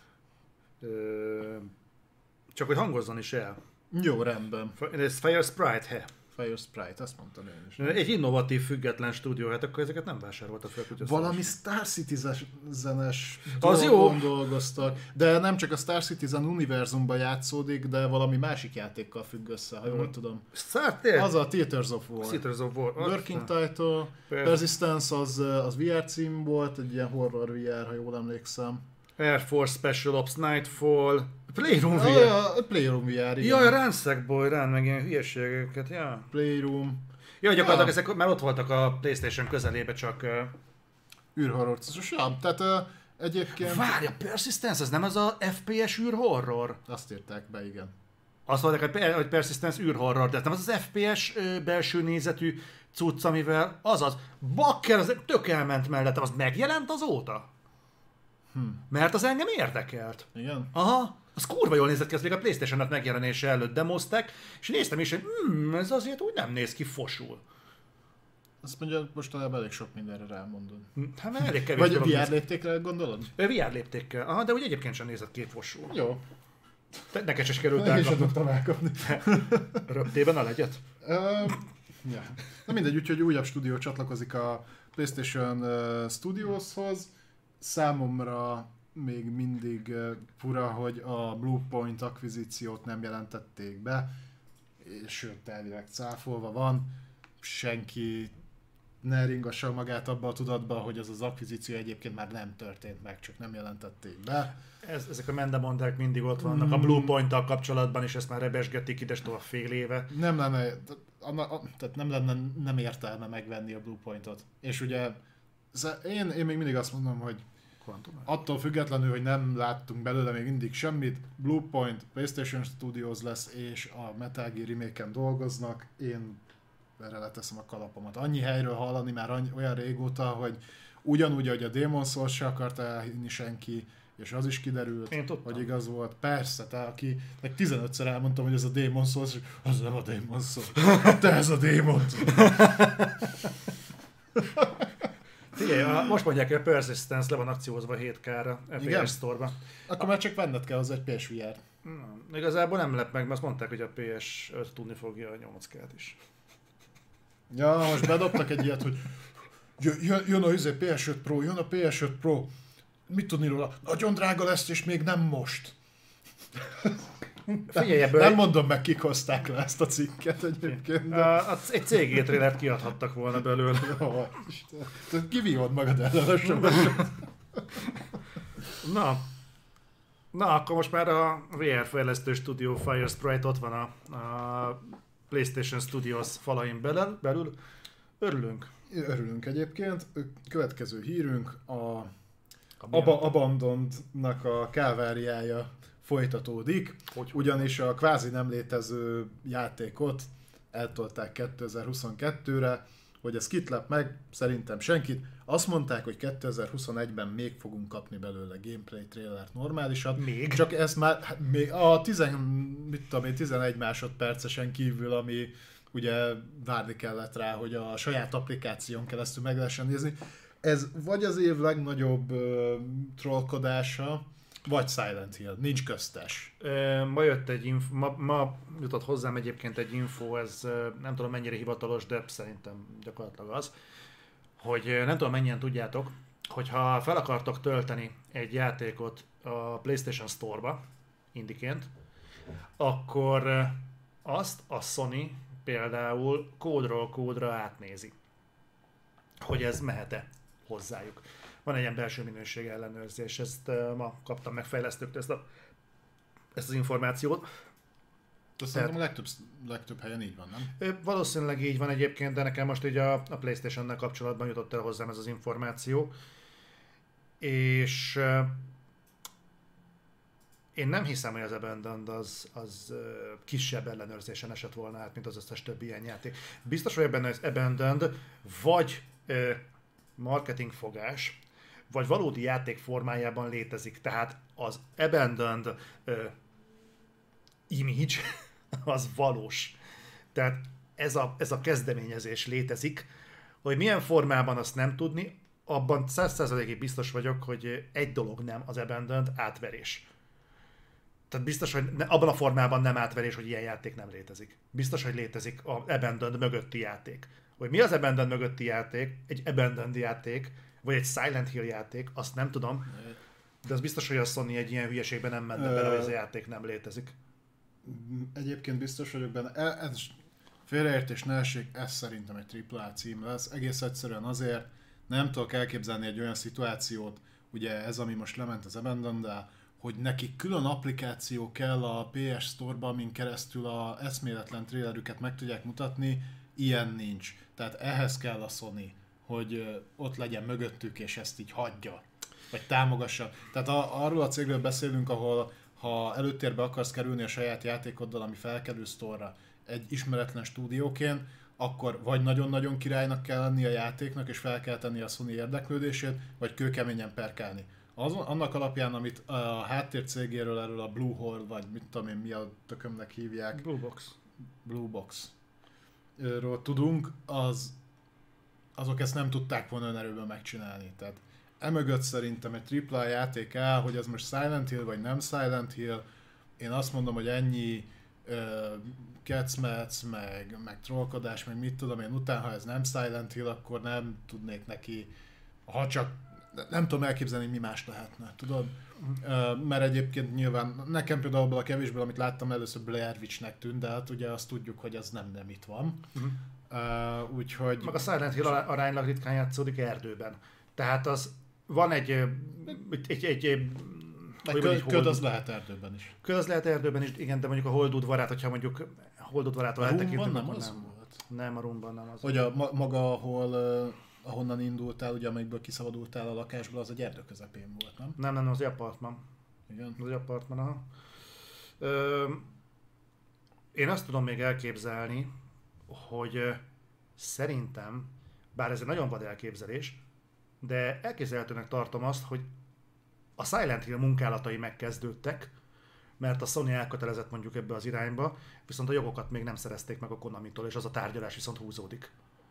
Speaker 1: Ö, csak hogy hangozzon is el.
Speaker 2: Jó, rendben.
Speaker 1: Ez Firesprite, he?
Speaker 2: Firesprite, azt mondtam én is.
Speaker 1: Egy innovatív, független stúdió, hát akkor ezeket nem vásároltak fel.
Speaker 2: Valami Star Citizen-es dolgon dolgoztak, de nem csak a Star Citizen univerzumban játszódik, de valami másik játékkal függ össze, ha jól tudom.
Speaker 1: Star
Speaker 2: az a Theaters of War.
Speaker 1: Theaters of War.
Speaker 2: Working Title, Persistence az, az vé er cím volt, egy ilyen horror vé er, ha jól emlékszem.
Speaker 1: Air Force Special Ops Nightfall, Playroom vé er.
Speaker 2: Ja, a Playroom vé er, igen.
Speaker 1: Jaj, Ransack Boy, rán meg ilyen hülyeségeket, ja.
Speaker 2: Playroom.
Speaker 1: Ja, gyakorlatilag ja. Ezek már ott voltak a PlayStation közelébe, csak... Uh...
Speaker 2: űrhorror. Ja, tehát uh, egyébként...
Speaker 1: Várja, Persistence, ez nem az a ef pé es űrhorror?
Speaker 2: Azt írták be, igen.
Speaker 1: Azt mondták, hogy Persistence űrhorror, de ez nem az az ef pé es belső nézetű cucc, amivel... Azaz, bakker, az tök elment mellettem, az megjelent azóta? Hm. Mert az engem érdekelt.
Speaker 2: Igen?
Speaker 1: Aha, az kurva jól nézett ki, ezt még a PlayStation-nak megjelenése előtt demozták, és néztem is, hogy hmm, ez azért úgy nem néz ki fosul.
Speaker 2: Azt mondja, mostanában elég sok mindenre rámondod.
Speaker 1: Hát mert elég kevés.
Speaker 2: Vagy vé er léptékre gondolod?
Speaker 1: vé er léptékkel, aha, de úgy egyébként sem nézett ki fosul.
Speaker 2: Jó.
Speaker 1: Te, neked se sikerült
Speaker 2: elkapni. Én sem tudtam elkapni.
Speaker 1: Röptében a legyet?
Speaker 2: Uh, ja. Na mindegy, úgyhogy újabb stúdió csatlakozik a PlayStation uh, Studioshoz. Számomra még mindig fura, hogy a Bluepoint akvizíciót nem jelentették be, és sőt, elvileg cáfolva van. Senki ne ringassa magát abba a tudatba, hogy ez az akvizíció egyébként már nem történt meg, csak nem jelentették be.
Speaker 1: Ez, ezek a mendemondák mindig ott vannak mm. a Bluepoint-tal kapcsolatban, és ezt már rebesgetik ide tovább fél éve.
Speaker 2: Nem lenne, tehát nem lenne nem értelme megvenni a Bluepointot. És ugye én, én még mindig azt mondom, hogy Quantum. Attól függetlenül, hogy nem láttunk belőle még mindig semmit, Bluepoint, PlayStation Studios lesz, és a Metal Gear remake-en dolgoznak, én erre leteszem a kalapomat. Annyi helyről hallani már annyi, olyan régóta, hogy ugyanúgy, hogy a Demon's Souls se akarta elhinni senki, és az is kiderült, hogy igaz volt. Persze, te, aki meg tizenötször elmondtam, hogy ez a Demon's Souls, az nem a Demon's Souls. Te ez a Demon's Souls.
Speaker 1: Figyelj, most mondják, hogy a Persistence le van akciózva hét ká-ra a pé es Store-ban.
Speaker 2: Akkor már csak venned kell az egy pé es vé er.
Speaker 1: Na, igazából nem lep meg, mert azt mondták, hogy a pé es öt tudni fogja a nyolc ká-t is.
Speaker 2: Ja, most bedobtak egy ilyet, hogy jön, jön a pé es öt Pro, jön a pé es öt Pro. Mit tudni róla? Nagyon drága lesz, és még nem most.
Speaker 1: Figyelj, ebből
Speaker 2: nem mondom meg, kik hozták le ezt a cikket egyébként. De...
Speaker 1: A, egy cé gé trailert kiadhattak volna belőle.
Speaker 2: Jó, kivívod magad ellenesebben.
Speaker 1: Na. Na, akkor most már a vé er fejlesztő stúdió Firesprite ott van a, a PlayStation Studios falain belül. belül. Örülünk.
Speaker 2: Örülünk egyébként. Következő hírünk a Aba Abandonednak a káváriája folytatódik,
Speaker 1: Hogy?
Speaker 2: ugyanis a kvázi nem létező játékot eltolták kétezer-huszonkettőre, hogy ez kit lep meg, szerintem senkit. Azt mondták, hogy kétezer-huszonegyben még fogunk kapni belőle gameplay trailert normálisat.
Speaker 1: Még?
Speaker 2: Csak ezt már hát még a tíz, mit tudom én, tizenegy másodpercesen kívül, ami ugye várni kellett rá, hogy a saját applikáción keresztül meg lehessen nézni. Ez vagy az év legnagyobb uh, trollkodása, vagy Silent Hill. Nincs köztes.
Speaker 1: Ma jött egy info, ma, ma jutott hozzám egyébként egy info, ez nem tudom mennyire hivatalos, de szerintem gyakorlatilag az, hogy nem tudom mennyien tudjátok, hogyha fel akartok tölteni egy játékot a PlayStation Store-ba, indiként, akkor azt a Sony például kódról kódra átnézi, hogy ez mehet-e hozzájuk. Van egy ilyen belső minőség ellenőrzés, ezt uh, ma kaptam meg fejlesztőktől ezt, a, ezt az információt.
Speaker 2: Azt szerintem a legtöbb, legtöbb helyen így van, nem?
Speaker 1: Valószínűleg így van egyébként, de nekem most így a, a PlayStation-nel kapcsolatban jutott el hozzám ez az információ. És uh, én nem hiszem, hogy az Abandoned az, az uh, kisebb ellenőrzésen esett volna át, mint az összes többi ilyen játék. Biztos vagyok benne, hogy az Abandoned vagy uh, marketingfogás, vagy valódi játék formájában létezik. Tehát az Abandoned uh, image az valós. Tehát ez a, ez a kezdeményezés létezik. Hogy milyen formában, azt nem tudni, abban száz százalékig biztos vagyok, hogy egy dolog nem az Abandoned, átverés. Tehát biztos, hogy ne, abban a formában nem átverés, hogy ilyen játék nem létezik. Biztos, hogy létezik az Abandoned mögötti játék. Hogy mi az Abandoned mögötti játék, egy Abandoned játék, vagy egy Silent Hill játék, azt nem tudom, de az biztos, hogy a Sony egy ilyen hülyeségben nem menne bele, hogy ez a játék nem létezik.
Speaker 2: Egyébként biztos vagyok benne. Ez félreértés ne essék, ez szerintem egy tripla á cím lesz. Egész egyszerűen azért nem tudok elképzelni egy olyan szituációt, ugye ez, ami most lement az Abandoned-del, hogy nekik külön applikáció kell a pé es Store-ba, amin keresztül a eszméletlen trailerüket meg tudják mutatni, ilyen nincs. Tehát ehhez kell a Sony, hogy ott legyen mögöttük, és ezt így hagyja, vagy támogassa. Tehát a, arról a cégről beszélünk, ahol ha előtérbe akarsz kerülni a saját játékoddal, ami felkerül Store-ra egy ismeretlen stúdióként, akkor vagy nagyon-nagyon királynak kell lenni a játéknak, és fel kell tenni a Sony érdeklődését, vagy kőkeményen perkálni. Az, annak alapján, amit a háttér cégéről, erről a Blue Hole, vagy mit tudom én, mi a tökömnek hívják.
Speaker 1: Blue Box.
Speaker 2: Blue Box. Ről tudunk, az, azok ezt nem tudták volna önerőből megcsinálni. Tehát emögött szerintem egy tripla á játék áll, hogy ez most Silent Hill vagy nem Silent Hill. Én azt mondom, hogy ennyi uh, kecmec, meg, meg trollkodás, meg mit tudom én után, ha ez nem Silent Hill, akkor nem tudnék neki, ha csak nem tudom elképzelni, mi más lehetne, tudod? Uh, mert egyébként nyilván nekem például abból a kevésből, amit láttam, először Blair Witch-nek tűnt, de hát ugye azt tudjuk, hogy az nem, nem itt van. Uh-huh. Uh, úgyhogy...
Speaker 1: Meg a Silent Hill aránylag ritkán játszódik erdőben. Tehát az van egy... egy, egy, egy, egy
Speaker 2: köd, köd az lehet erdőben is.
Speaker 1: Köd az lehet erdőben is, igen, de mondjuk a Holdudvarát, hogyha mondjuk Holdudvarától eltekintünk,
Speaker 2: nem
Speaker 1: akkor
Speaker 2: az
Speaker 1: nem.
Speaker 2: volt?
Speaker 1: Nem, a Rumban nem az.
Speaker 2: Hogy a ma, maga, ahol... Uh, ahonnan indultál, ugye amelyikből kiszabadultál a lakásból, az egy erdő közepén volt, nem?
Speaker 1: Nem, nem, az egy apartman.
Speaker 2: Igen.
Speaker 1: Az egy apartman, aha. Ö, én azt tudom még elképzelni, hogy szerintem, bár ez egy nagyon vad elképzelés, de elképzelhetőnek tartom azt, hogy a Silent Hill munkálatai megkezdődtek, mert a Sony elkötelezett mondjuk ebbe az irányba, viszont a jogokat még nem szerezték meg a Konamitól, és az a tárgyalás viszont húzódik.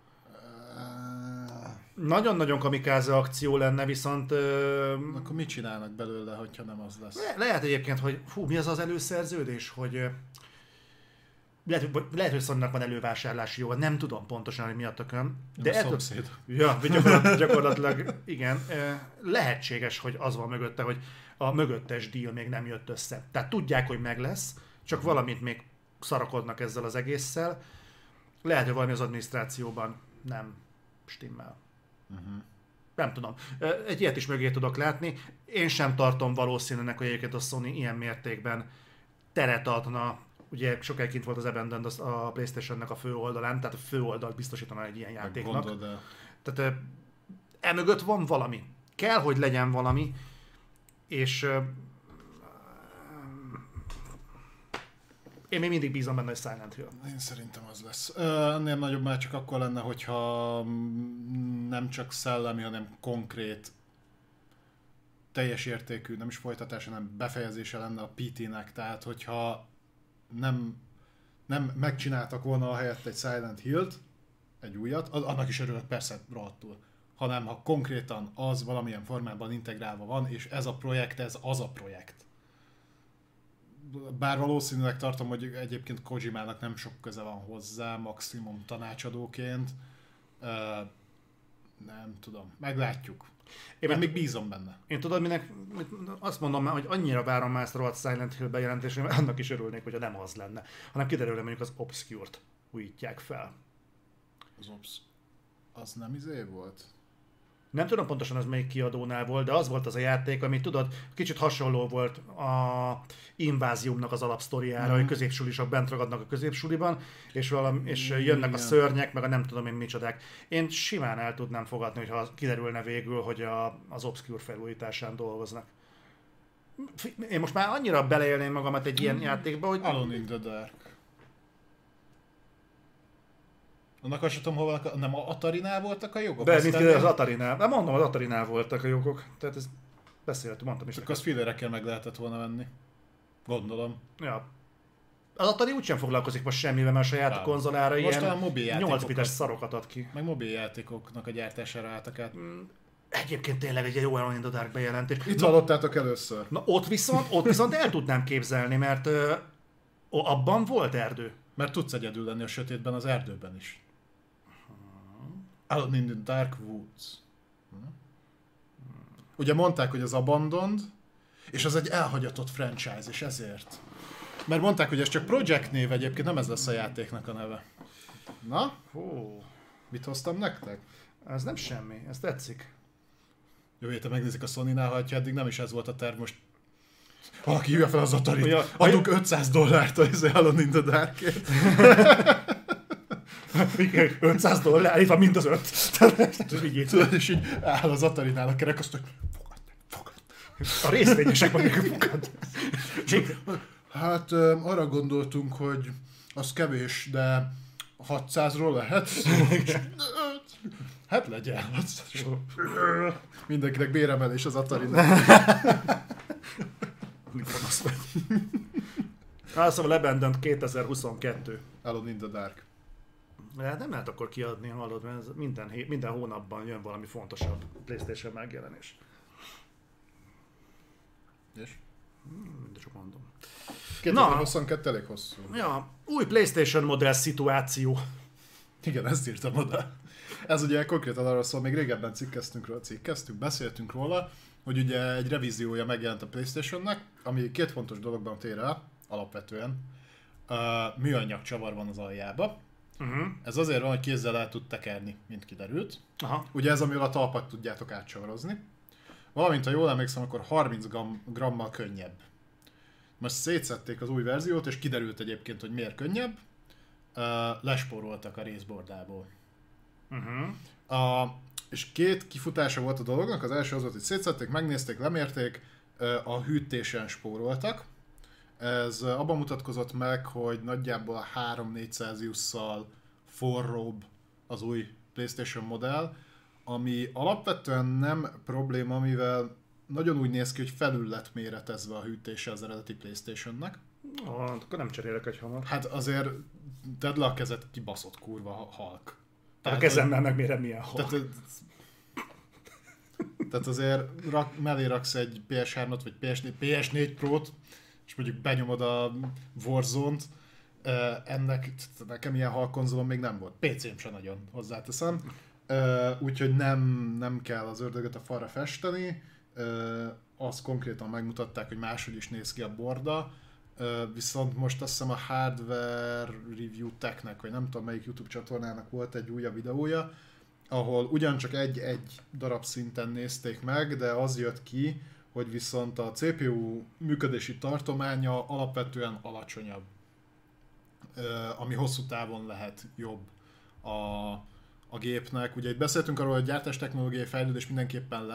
Speaker 1: Nagyon-nagyon kamikáze akció lenne, viszont... Ö...
Speaker 2: Akkor mit csinálnak belőle, hogyha nem az lesz?
Speaker 1: Le- lehet egyébként, hogy fú, mi az az előszerződés, hogy... Ö... Lehet, lehet, hogy Sonynak van elővásárlási joga, nem tudom pontosan, hogy mi a tököm.
Speaker 2: De a szomszéd.
Speaker 1: Ja, gyakorlatilag, gyakorlatilag igen. Lehetséges, hogy az van mögötte, hogy a mögöttes deal még nem jött össze. Tehát tudják, hogy meg lesz, csak valamit még szarakodnak ezzel az egésszel. Lehet, hogy valami az adminisztrációban nem stimmel. Uh-huh. Nem tudom. Egy ilyet is mögé tudok látni. Én sem tartom valószínűnek, hogy egyébként a Sony ilyen mértékben teret adna. Ugye sokáig kint volt az Abandoned a PlayStation-nek a fő oldalán, tehát a fő oldalt biztosítana egy ilyen játéknak. Tehát emögött van valami. kell, hogy legyen valami, és uh, én még mindig bízom benne, hogy Silent Hill.
Speaker 2: Én szerintem az lesz. Ennél nagyobb már csak akkor lenne, hogyha nem csak szellemi, hanem konkrét, teljes értékű, nem is folytatás, hanem befejezése lenne a pé té-nek. Tehát, hogyha nem, nem megcsináltak volna a helyett egy Silent Hill-t, egy újat, annak is örülök persze rohadtul. Hanem ha konkrétan az valamilyen formában integrálva van, és ez a projekt, ez az a projekt. Bár valószínűleg tartom, hogy egyébként Kojimának nem sok köze van hozzá, maximum tanácsadóként. Uh, nem tudom, meglátjuk. Én meg még bízom benne.
Speaker 1: Én tudod, minek, azt mondom már, hogy annyira várom már ezt a rohadt Silent Hill bejelentésre, mert annak is örülnék, hogyha nem az lenne, hanem kiderül, hogy mondjuk az Obscure-t újítják fel.
Speaker 2: Az Obs... Az nem izé volt?
Speaker 1: Nem tudom pontosan az melyik kiadónál volt, de az volt az a játék, ami tudod, kicsit hasonló volt a Inváziumnak az alapsztoriára, mm. hogy középsulisok bent ragadnak a középsuliban, és, valami, és jönnek igen. a szörnyek, meg a nem tudom én micsodák. Én simán el tudnám fogadni, hogyha kiderülne végül, hogy a, az Obscure felújításán dolgoznak. Én most már annyira beleélném magamat egy ilyen mm. játékba, hogy...
Speaker 2: Alone in the Dark. Annak azt tudom, hol nem a Atarinál voltak a jogok?
Speaker 1: De, mint kiderül az Atarinál. De mondom, az Atarinál voltak a jogok. Tehát ez beszéltünk, mondtam is.
Speaker 2: Csak az fillérekkel meg lehetett volna venni. Gondolom.
Speaker 1: Ja. Az Atari úgysem foglalkozik most semmivel, mert a saját Rám. konzolára most ilyen nyolc bites szarokat ad ki.
Speaker 2: Meg mobiljátékoknak a gyártására álltak át.
Speaker 1: Mm, egyébként tényleg egy jó Alone in the Dark bejelentés.
Speaker 2: Itt na, hallottátok először.
Speaker 1: Na ott viszont, ott viszont el tudnám képzelni, mert ö, abban volt erdő.
Speaker 2: Mert tudsz egyedül lenni a sötétben az erdőben is. Alone in the Dark Woods. Hm? Ugye mondták, hogy az Abandoned, és az egy elhagyatott franchise, és ezért. Mert mondták, hogy ez csak Project név egyébként, nem ez lesz a játéknak a neve. Na?
Speaker 1: Hú.
Speaker 2: Mit hoztam nektek?
Speaker 1: Ez nem semmi, ez tetszik.
Speaker 2: Jó, héten megnézik a Sony-nál, ha eddig nem is ez volt a terv, most valaki jöjjön fel az Atari-t, adunk ötszáz dollárt az Alone in the Darkért.
Speaker 1: ötszáz dollár, itt van mind az öt.
Speaker 2: Tudod, és így áll az Atarinál a kerek, azt, hogy fogad, fogad.
Speaker 1: A részvényesek meg fogad.
Speaker 2: Hát arra gondoltunk, hogy az kevés, de hatszázról lehet. Hát legyen. Mindenkinek béremelés az Atarinál.
Speaker 1: Hát szóval Abandoned kétezer-huszonkettő.
Speaker 2: Alone in the Dark.
Speaker 1: De nem lehet akkor kiadni, hallod, mert ez minden, minden hónapban jön valami fontosabb PlayStation megjelenés.
Speaker 2: És?
Speaker 1: Hmm, de csak mondom.
Speaker 2: kétezer-huszonkettő elég hosszú.
Speaker 1: Ja, új PlayStation modell szituáció.
Speaker 2: Igen, ezt írtam oda. Ez ugye konkrétan arról szól, még régebben cikkeztünk róla, cikkeztünk, beszéltünk róla, hogy ugye egy revíziója megjelent a PlayStationnek, ami két fontos dologban tér el, alapvetően. Uh, műanyag csavar van az aljába. Uh-huh. Ez azért van, hogy kézzel el tud tekerni, mint kiderült. Aha. Ugye ez, amivel a talpat tudjátok átcsavarozni. Valamint, ha jól emlékszem, akkor harminc grammal könnyebb. Most szétszedték az új verziót, és kiderült egyébként, hogy miért könnyebb. Uh, lespóroltak a részbordából. Uh-huh. A, és két kifutása volt a dolognak. Az első az volt, hogy szétszedték, megnézték, lemérték, uh, a hűtésen spóroltak. Ez abban mutatkozott meg, hogy nagyjából három-négy Celsiusszal forróbb az új PlayStation modell, ami alapvetően nem probléma, mivel nagyon úgy néz ki, hogy felül lett méretezve a hűtése az eredeti PlayStationnek.
Speaker 1: Ah, akkor nem cserélek egy hamar.
Speaker 2: Hát azért tedd le a kezed, kibaszott kurva halk.
Speaker 1: Tehát, a kezemmel meg mérem milyen halk.
Speaker 2: Tehát, tehát azért rak, mellé raksz egy pé es hármat vagy pé es négy, pé es négy Pro-t, és mondjuk benyomod a Warzone-t, ennek nekem ilyen halkonzolom még nem volt. pé cém sem nagyon, hozzáteszem. Úgyhogy nem, nem kell az ördögöt a falra festeni. Azt konkrétan megmutatták, hogy máshogy is néz ki a borda. Viszont most azt hiszem a Hardware Review Tech-nek, vagy nem tudom melyik YouTube csatornának volt egy újabb videója, ahol ugyancsak egy-egy darab szinten nézték meg, de az jött ki, hogy viszont a cé pé u működési tartománya alapvetően alacsonyabb, ami hosszú távon lehet jobb a, a gépnek. Ugye itt beszéltünk arról, hogy gyártás technológiai fejlődés mindenképpen lesz,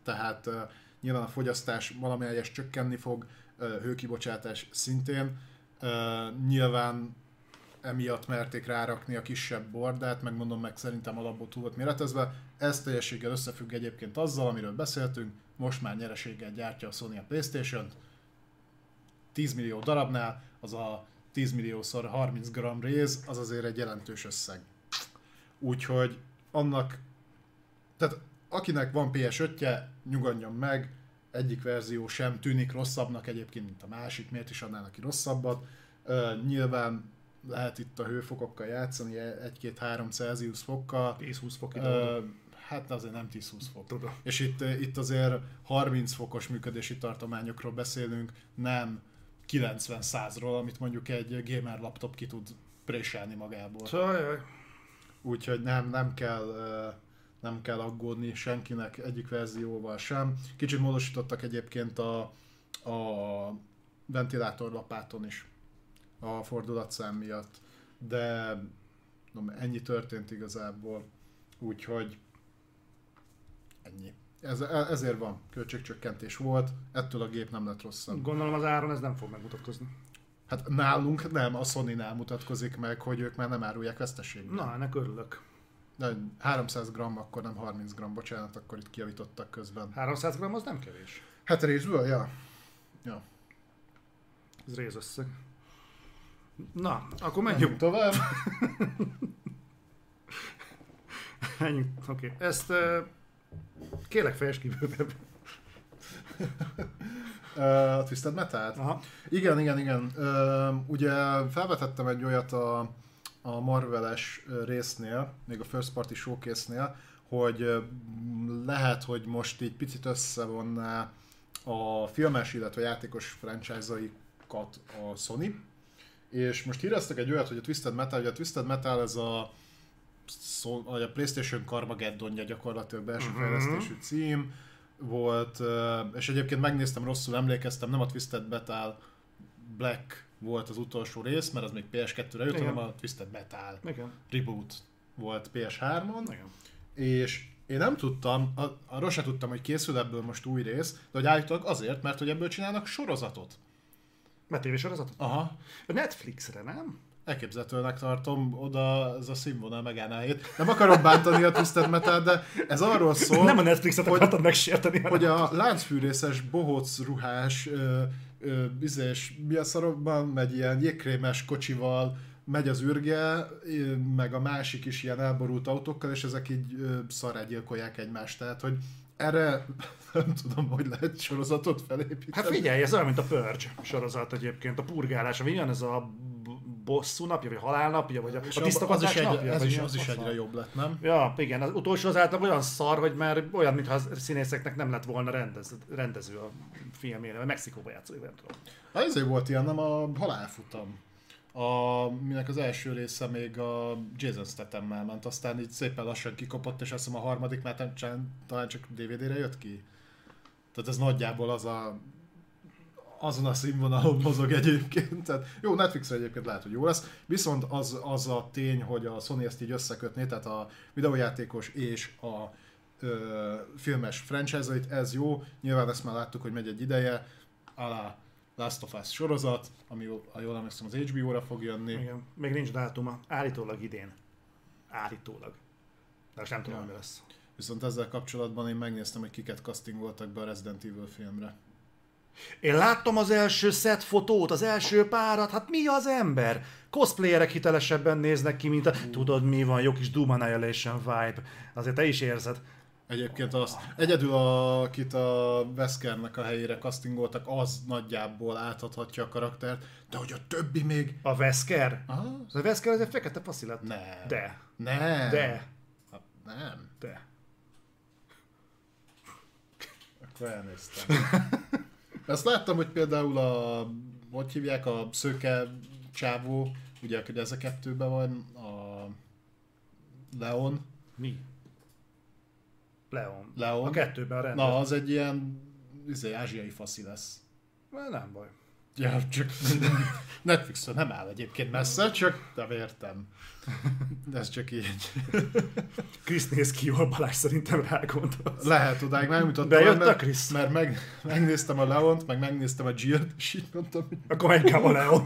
Speaker 2: tehát uh, nyilván a fogyasztás valamelyes csökkenni fog, uh, hőkibocsátás szintén. Uh, nyilván emiatt merték rárakni a kisebb bordát, megmondom meg, szerintem alapból túl volt méretezve. Ez teljességgel összefügg egyébként azzal, amiről beszéltünk, most már nyereséggel gyártja a Sony a PlayStation-t, tíz millió darabnál, az a tíz milliószor harminc gramm réz, az azért egy jelentős összeg. Úgyhogy annak, tehát akinek van pé es ötje, nyugodjon meg, egyik verzió sem tűnik rosszabbnak egyébként, mint a másik, miért is adnál neki rosszabbat. Uh, nyilván lehet itt a hőfokokkal játszani, egy-két-három Celsius fokkal.
Speaker 1: tíz-húsz fok
Speaker 2: uh,
Speaker 1: idő.
Speaker 2: Hát azért nem tíz-húsz fok.
Speaker 1: Tudom.
Speaker 2: És itt, itt azért harminc fokos működési tartományokról beszélünk, nem kilencven-százról, amit mondjuk egy gamer laptop ki tud préselni magából.
Speaker 1: Csajaj.
Speaker 2: Úgyhogy nem, nem kell, nem kell aggódni senkinek egyik verzióval sem. Kicsit módosítottak egyébként a, a ventilátorlapáton is a fordulatszám miatt, de no, ennyi történt igazából, úgyhogy ennyi. Ez, ezért van, költségcsökkentés volt, ettől a gép nem lett rosszabb.
Speaker 1: Gondolom az áron ez nem fog megmutatkozni.
Speaker 2: Hát nálunk nem, a Sony-nál mutatkozik meg, hogy ők már nem árulják veszteségben.
Speaker 1: Na, ennek örülök.
Speaker 2: De háromszáz gramm, akkor nem harminc gramm, bocsánat, akkor itt kijavítottak közben.
Speaker 1: háromszáz gramm az nem kevés.
Speaker 2: Hát részből, ja. ja.
Speaker 1: Ez rézösszeg. Na, akkor menjünk
Speaker 2: tovább.
Speaker 1: Menjünk, oké. Okay. Ezt uh, kérlek fejtsd ki bővebb.
Speaker 2: A Twisted Metal-t?
Speaker 1: Aha.
Speaker 2: Igen, igen, igen. Uh, ugye felvetettem egy olyat a, a Marvel-es résznél, még a First Party Showcase-nél, hogy lehet, hogy most így picit összevonná a filmes, illetve játékos franchise-aikat a Sony. És most híreztek egy olyat, hogy a Twisted Metal, ugye a Twisted Metal ez a, a PlayStation Carmageddonja gyakorlatilag belső
Speaker 1: uh-huh.
Speaker 2: fejlesztésű cím volt, és egyébként megnéztem, rosszul emlékeztem, nem a Twisted Metal Black volt az utolsó rész, mert az még pé es kettőre jött, hanem a Twisted Metal
Speaker 1: Igen.
Speaker 2: Reboot volt pé es hármon,
Speaker 1: Igen.
Speaker 2: és én nem tudtam, arról sem tudtam, hogy készül ebből most új rész, de hogy állítólag azért, mert hogy ebből csinálnak sorozatot.
Speaker 1: Mert tévésorozatot?
Speaker 2: Aha.
Speaker 1: A Netflixre, nem?
Speaker 2: Elképzelhetőnek tartom, oda ez a színvonal megállná helyét. Nem akarom bántani a Twisted Metal, de ez arról szól,
Speaker 1: nem a Netflixet akartad megsérteni.
Speaker 2: hogy a láncfűrészes, bohóc ruhás, ö, ö, bizés, mi a szarokban megy ilyen jégkrémes kocsival, megy az ürge, meg a másik is ilyen elborult autókkal, és ezek így ö, szarrágyilkolják egymást. Tehát, hogy erre nem tudom, hogy lehet sorozatot felépíteni.
Speaker 1: Hát figyelj, ez olyan, mint a Purge sorozat egyébként, a purgálás, ami olyan ez a bosszú napja, vagy halálnapja, vagy a, a tisztogatás
Speaker 2: az
Speaker 1: napja.
Speaker 2: Ez
Speaker 1: vagy
Speaker 2: is,
Speaker 1: az
Speaker 2: az is egyre jobb lett, nem?
Speaker 1: Ja, igen, az utolsó az általában olyan szar, hogy már olyan, mintha a színészeknek nem lett volna rendez, rendező a filmére, vagy Mexikóba játszói, nem tudom.
Speaker 2: Hát ezért volt ilyen, nem a halálfutam. A, minek az első része még a Jason Statham-mel ment, aztán így szépen lassan kikopott, és azt hiszem a harmadik már talán, talán csak dé vé dére jött ki. Tehát ez nagyjából az a, azon a színvonalon mozog egyébként. Tehát jó, Netflixre egyébként lehet, hogy jó lesz. Viszont az, az a tény, hogy a Sony ezt így összekötné, tehát a videójátékos és a ö, filmes franchise-ait, ez jó. Nyilván ezt már láttuk, hogy megy egy ideje, alá Last of Us sorozat, ami, ha jól emlékszem, az há bé ó-ra fog jönni.
Speaker 1: Igen, még nincs dátuma. Állítólag idén. Állítólag. De most nem tudom,
Speaker 2: Ja.
Speaker 1: mi lesz.
Speaker 2: Viszont ezzel kapcsolatban én megnéztem, hogy kiket castingoltak be a Resident Evil filmre.
Speaker 1: Én láttam az első set fotót, az első párat, hát mi az ember? Cosplayerek hitelesebben néznek ki, mint a... Uh. Tudod mi van, jó kis Doom Annihilation vibe. Azért te is érzed.
Speaker 2: Egyébként azt, egyedül akit a Weskernek a helyére castingoltak, az nagyjából átadhatja a karaktert, de hogy a többi még...
Speaker 1: A Wesker?
Speaker 2: Aha.
Speaker 1: A Wesker az egy fekete faszi lett.
Speaker 2: Nem.
Speaker 1: De.
Speaker 2: Nem.
Speaker 1: De.
Speaker 2: Hát nem.
Speaker 1: De.
Speaker 2: Akkor elnéztem. Ezt láttam, hogy például a... Hogy hívják a szőke csávó, ugye, hogy ez a kettőben van, a Leon.
Speaker 1: Mi? Leon.
Speaker 2: Leon.
Speaker 1: A kettőben a rendes.
Speaker 2: Na, az egy ilyen izé, ázsiai faszi lesz.
Speaker 1: Nem baj.
Speaker 2: Ja, csak Netflixen nem áll egyébként messze, csak nem értem. De ez csak így.
Speaker 1: Krisz néz ki jól, Balázs szerintem rágondolsz.
Speaker 2: Lehet, odáig nem jutottam.
Speaker 1: Bejött
Speaker 2: mert,
Speaker 1: a Krisz?
Speaker 2: Mert meg, megnéztem a Leont, meg megnéztem a Jill-t, és így mondtam, hogy...
Speaker 1: Akkor menj a Leon.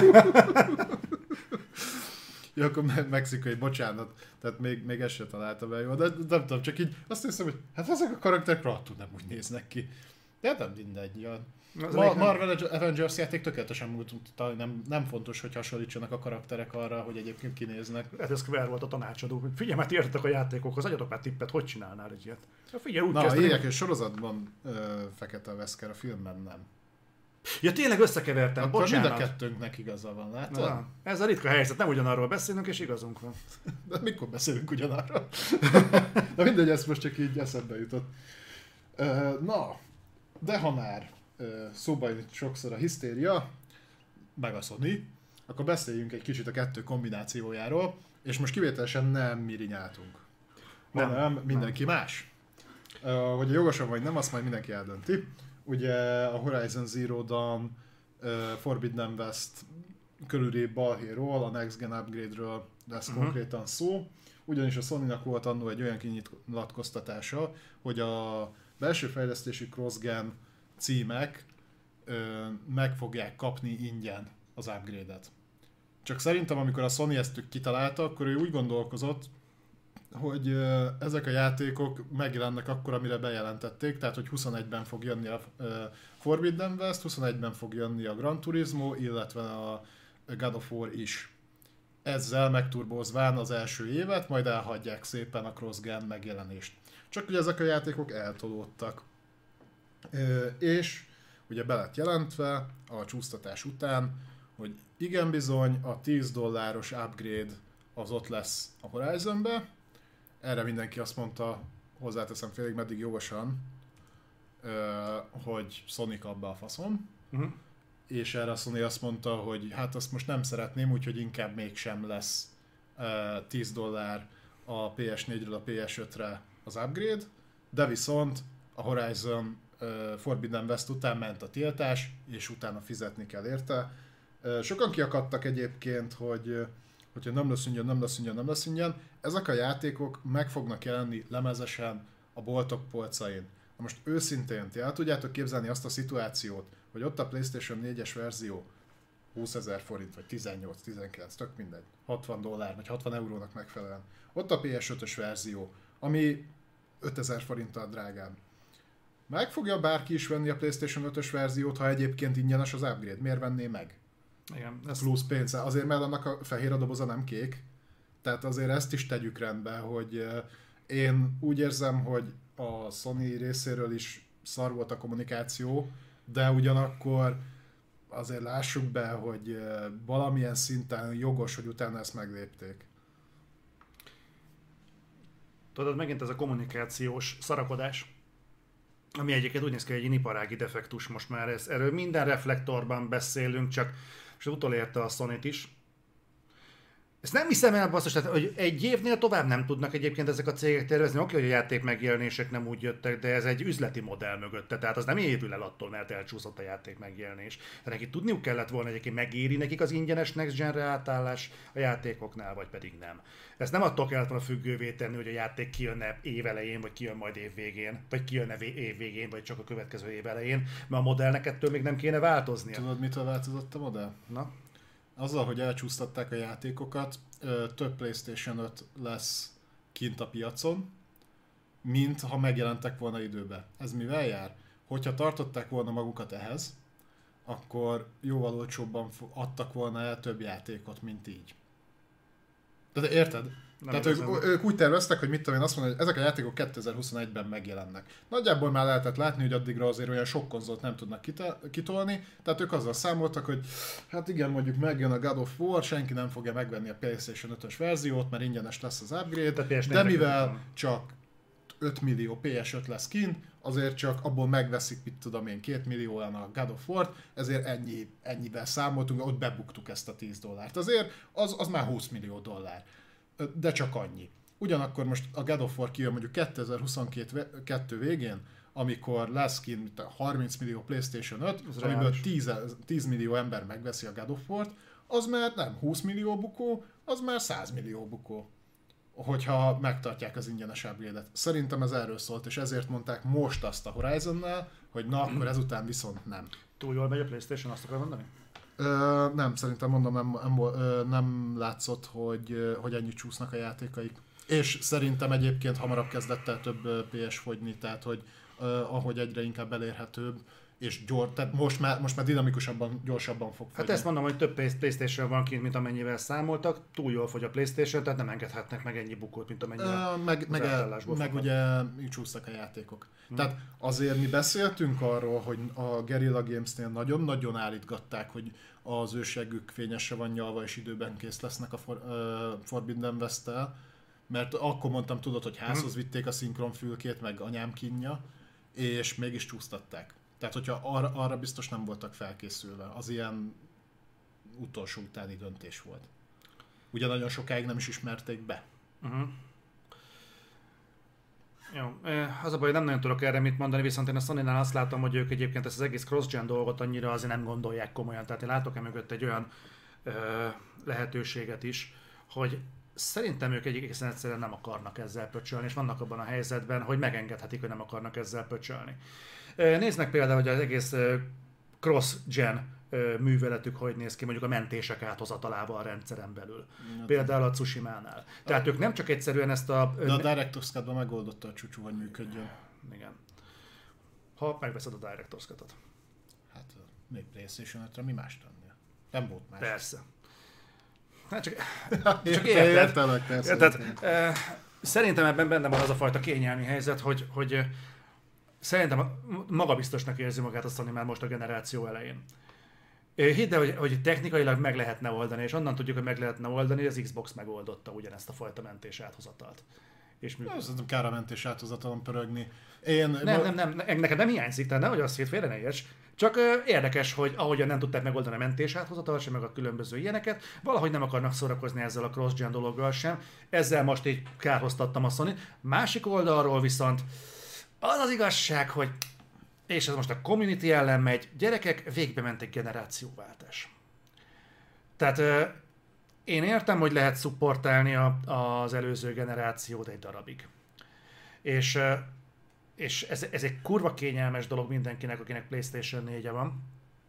Speaker 2: Ja, akkor me- mexikai, bocsánat. Tehát még, még ezt se találtam el jól, de nem tudom, csak így azt hiszem, hogy hát ezek a karakterek rohadtul nem úgy néznek ki. De nem mindegy, ja. Ma, Marvel Avengers játék tökéletesen múlt, nem, nem fontos, hogy hasonlítsanak a karakterek arra, hogy egyébként kinéznek.
Speaker 1: Hát ez Square volt a tanácsadó, hogy figyelj, mert értetek a játékokhoz, adjatok már tippet, hogy csinálnál egy ilyet. Ja, figyelj, úgy
Speaker 2: Na,
Speaker 1: kezdtem.
Speaker 2: éjek és sorozatban ö, fekete a Wesker, a filmben nem.
Speaker 1: Ja, tényleg összekevertem,
Speaker 2: Akkor
Speaker 1: bocsánat.
Speaker 2: mind a kettőnknek igaza van, látod?
Speaker 1: Na, ez a ritka helyzet, nem ugyanarról beszélünk, és igazunk van.
Speaker 2: De mikor beszélünk ugyanarról? Na mindegy, ez most csak így eszembe jutott. Ö, na, de ha már ö, szóba jut sokszor a hisztéria, meg a Sony, akkor beszéljünk egy kicsit a kettő kombinációjáról, és most kivételesen nem mi rinyáltunk,
Speaker 1: Nem.
Speaker 2: hanem mindenki nem. más. Ö, hogy jogosan vagy nem, azt majd mindenki eldönti. Ugye a Horizon Zero Dawn, uh, Forbidden West körüli balhéról, a Next Gen Upgrade-ről lesz uh-huh. konkrétan szó. Ugyanis a Sony-nak volt annó egy olyan kinyilatkoztatása, hogy a belső fejlesztési cross-gen címek uh, meg fogják kapni ingyen az upgrade-et. Csak szerintem, amikor a Sony ezt kitalálta, akkor ő úgy gondolkozott, hogy uh, ezek a játékok megjelennek akkor, amire bejelentették, tehát hogy huszonegyben fog jönni a uh, Forbidden West, huszonegyben fog jönni a Gran Turismo, illetve a God of War is. Ezzel megturbózván az első évet, majd elhagyják szépen a cross-gen megjelenést. Csak ugye ezek a játékok eltolódtak. Uh, és ugye be lett jelentve a csúsztatás után, hogy igen bizony a tíz dolláros upgrade az ott lesz a Horizonbe. Erre mindenki azt mondta, hozzáteszem félig meddig jogosan, hogy Sony kap be a faszom. Uh-huh. És erre a Sony azt mondta, hogy hát azt most nem szeretném, úgyhogy inkább mégsem lesz tíz dollár a pé es négyről a pé es ötre az upgrade, de viszont a Horizon Forbidden West után ment a tiltás, és utána fizetni kell érte. Sokan kiakadtak egyébként, hogy hogyha nem lesz ingyen, nem lesz ingyen, nem lesz ingyen. Ezek a játékok meg fognak jelenni lemezesen a boltok polcain. Na most őszintén, ti el tudjátok képzelni azt a szituációt, hogy ott a PlayStation négyes verzió húszezer forint, vagy tizennyolc, tizenkilenc, tök mindegy, hatvan dollár, vagy hatvan eurónak megfelelően. Ott a pé es ötös verzió, ami ötezer forinttal drágább. Meg fogja bárki is venni a PlayStation ötös verziót, ha egyébként ingyenes az upgrade? Miért venné meg?
Speaker 1: Igen, ez
Speaker 2: Plusz pénz. Azért, mert annak a fehér a doboza nem kék. Tehát azért ezt is tegyük rendbe, hogy én úgy érzem, hogy a Sony részéről is szar volt a kommunikáció, de ugyanakkor azért lássuk be, hogy valamilyen szinten jogos, hogy utána ezt meglépték.
Speaker 1: Tudod, megint ez a kommunikációs szarakodás, ami egyébként úgy néz ki, hogy egy iparági defektus most már. Ez, erről minden reflektorban beszélünk, csak és utolérte a Sony-t is. Ezt nem hiszem el, basszus, tehát, hogy egy évnél tovább nem tudnak egyébként ezek a cégek tervezni. Oké, hogy a játék megjelenések nem úgy jöttek, de ez egy üzleti modell mögötte, tehát az nem évül el attól, mert elcsúszott a játék megjelenés. Tehát neki tudniuk kellett volna, egyébként megéri nekik az ingyenes Next Gen-re átállás a játékoknál, vagy pedig nem. Ezt nem attól kellett volna függővé tenni, hogy a játék kijönne év elején, vagy kijön majd év végén, vagy kijönne év végén, vagy csak a következő év elején, mert a modellnek ettől még nem kéne változnia.
Speaker 2: Tudod, mitől változott a modell?
Speaker 1: Na?
Speaker 2: Azzal, hogy elcsúsztatták a játékokat, több PlayStation öt lesz kint a piacon, mint ha megjelentek volna időbe. Ez mivel jár? Hogyha tartották volna magukat ehhez, akkor jóval olcsóbban adtak volna el több játékot, mint így. De érted? Nem Tehát ők, ők úgy terveztek, hogy mit tudom én, azt mondom, hogy ezek a játékok kétezer-huszonegyben megjelennek. Nagyjából már lehetett látni, hogy addigra azért olyan sok konzolt nem tudnak kitolni, tehát ők azzal számoltak, hogy hát igen, mondjuk megjön a God of War, senki nem fogja megvenni a PlayStation ötös verziót, mert ingyenes lesz az upgrade, de mivel csak öt millió pé es öt lesz kint, azért csak abból megveszik, mit tudom én, két millióan a God of War-t, ezért ennyi, ennyivel számoltunk, ott bebuktuk ezt a tíz dollárt. Azért az, az már húsz millió dollár. De csak annyi. Ugyanakkor most a God of War kijön mondjuk kétezer-huszonkettő végén, amikor lesz kint harminc millió PlayStation öt,
Speaker 1: Ez
Speaker 2: amiből
Speaker 1: reális.
Speaker 2: tíz, tíz millió ember megveszi a God of War-t, az már nem húsz millió bukó, az már száz millió bukó, hogyha megtartják az ingyenes upgrade-et. Szerintem ez erről szólt, és ezért mondták most azt a Horizonnál, hogy na, akkor ezután viszont nem.
Speaker 1: Túl jól megy a PlayStation, azt akarod mondani?
Speaker 2: Ö, nem, szerintem mondom, nem, nem, ö, nem látszott, hogy, ö, hogy ennyit csúsznak a játékaik. És szerintem egyébként hamarabb kezdett el több ö, pé es fogyni, tehát hogy ö, ahogy egyre inkább elérhetőbb, és gyors, tehát most már, most már dinamikusabban, gyorsabban fog fogyni.
Speaker 1: Hát ezt mondom, hogy több PlayStation van kint, mint amennyivel számoltak, túl jól fogy a PlayStation, tehát nem engedhetnek meg ennyi bukót, mint amennyire
Speaker 2: Ö, meg, meg, el, meg
Speaker 1: fognak.
Speaker 2: ugye így csúsztak a játékok. Hmm. Tehát azért mi beszéltünk arról, hogy a Guerrilla Games-nél nagyon-nagyon állítgatták, hogy az ősegük fényesre van nyalva, és időben kész lesznek a For, uh, Forbidden West-tel, mert akkor mondtam, tudod, hogy házhoz vitték a szinkronfülkét, meg anyám kínja, és mégis csúsztatták. Tehát, hogyha arra, arra biztos nem voltak felkészülve. Az ilyen utolsó utáni döntés volt. Ugye nagyon sokáig nem is ismerték be.
Speaker 1: Uh-huh. Jó, az a baj, nem nagyon tudok erre mit mondani, viszont én a Sony-nál azt látom, hogy ők egyébként ezt az egész cross-gen dolgot annyira azért nem gondolják komolyan. Tehát én látok-e mögött egy olyan ö, lehetőséget is, hogy szerintem ők egészen egyszerűen nem akarnak ezzel pöcsölni, és vannak abban a helyzetben, hogy megengedhetik, hogy nem akarnak ezzel pöcsölni. Nézd meg például, hogy az egész cross-gen műveletük hogy néz ki, mondjuk a mentések áthozatalával a rendszeren belül. Mm, például a Tsushima-nál. Tehát ők nem csak egyszerűen ezt a...
Speaker 2: De a Director's Cut-ban megoldotta a csúcsú, hogy működjön.
Speaker 1: Igen. Ha megveszed a Director's Cut-ot.
Speaker 2: Hát még PlayStation ötre mi más tennél? Nem volt más.
Speaker 1: Persze. Hát csak, csak
Speaker 2: értelek,
Speaker 1: érted.
Speaker 2: persze.
Speaker 1: Érted? E, szerintem ebben benne van az a fajta kényelmi helyzet, hogy, hogy szerintem magabiztosnak érzi magát a Sony már most a generáció elején. Hidd el, hogy, hogy technikailag meg lehetne oldani, és onnan tudjuk, hogy meg lehetne oldani, hogy az Xbox megoldotta ugyanezt a fajta mentés áthozatalt. És működik.
Speaker 2: Szerintem kár a mentés áthozatalon pörögni. Én...
Speaker 1: Nem, nem, nem, nem, neked nem hiányzik, tehát nehogy azt hét félre ne érts. Csak ö, érdekes, hogy ahogyan nem tudták megoldani a mentés áthozatalt sem, meg a különböző ilyeneket, valahogy nem akarnak szórakozni ezzel a cross-gen dologgal sem. Ezzel most így kárhoztattam a Sony. Másik oldalról viszont az az igazság, hogy és ez most a community ellen megy, gyerekek, végbe ment egy generációváltás. Tehát euh, én értem, hogy lehet szupportálni a, az előző generációt egy darabig. És, euh, és ez, ez egy kurva kényelmes dolog mindenkinek, akinek PlayStation négye van.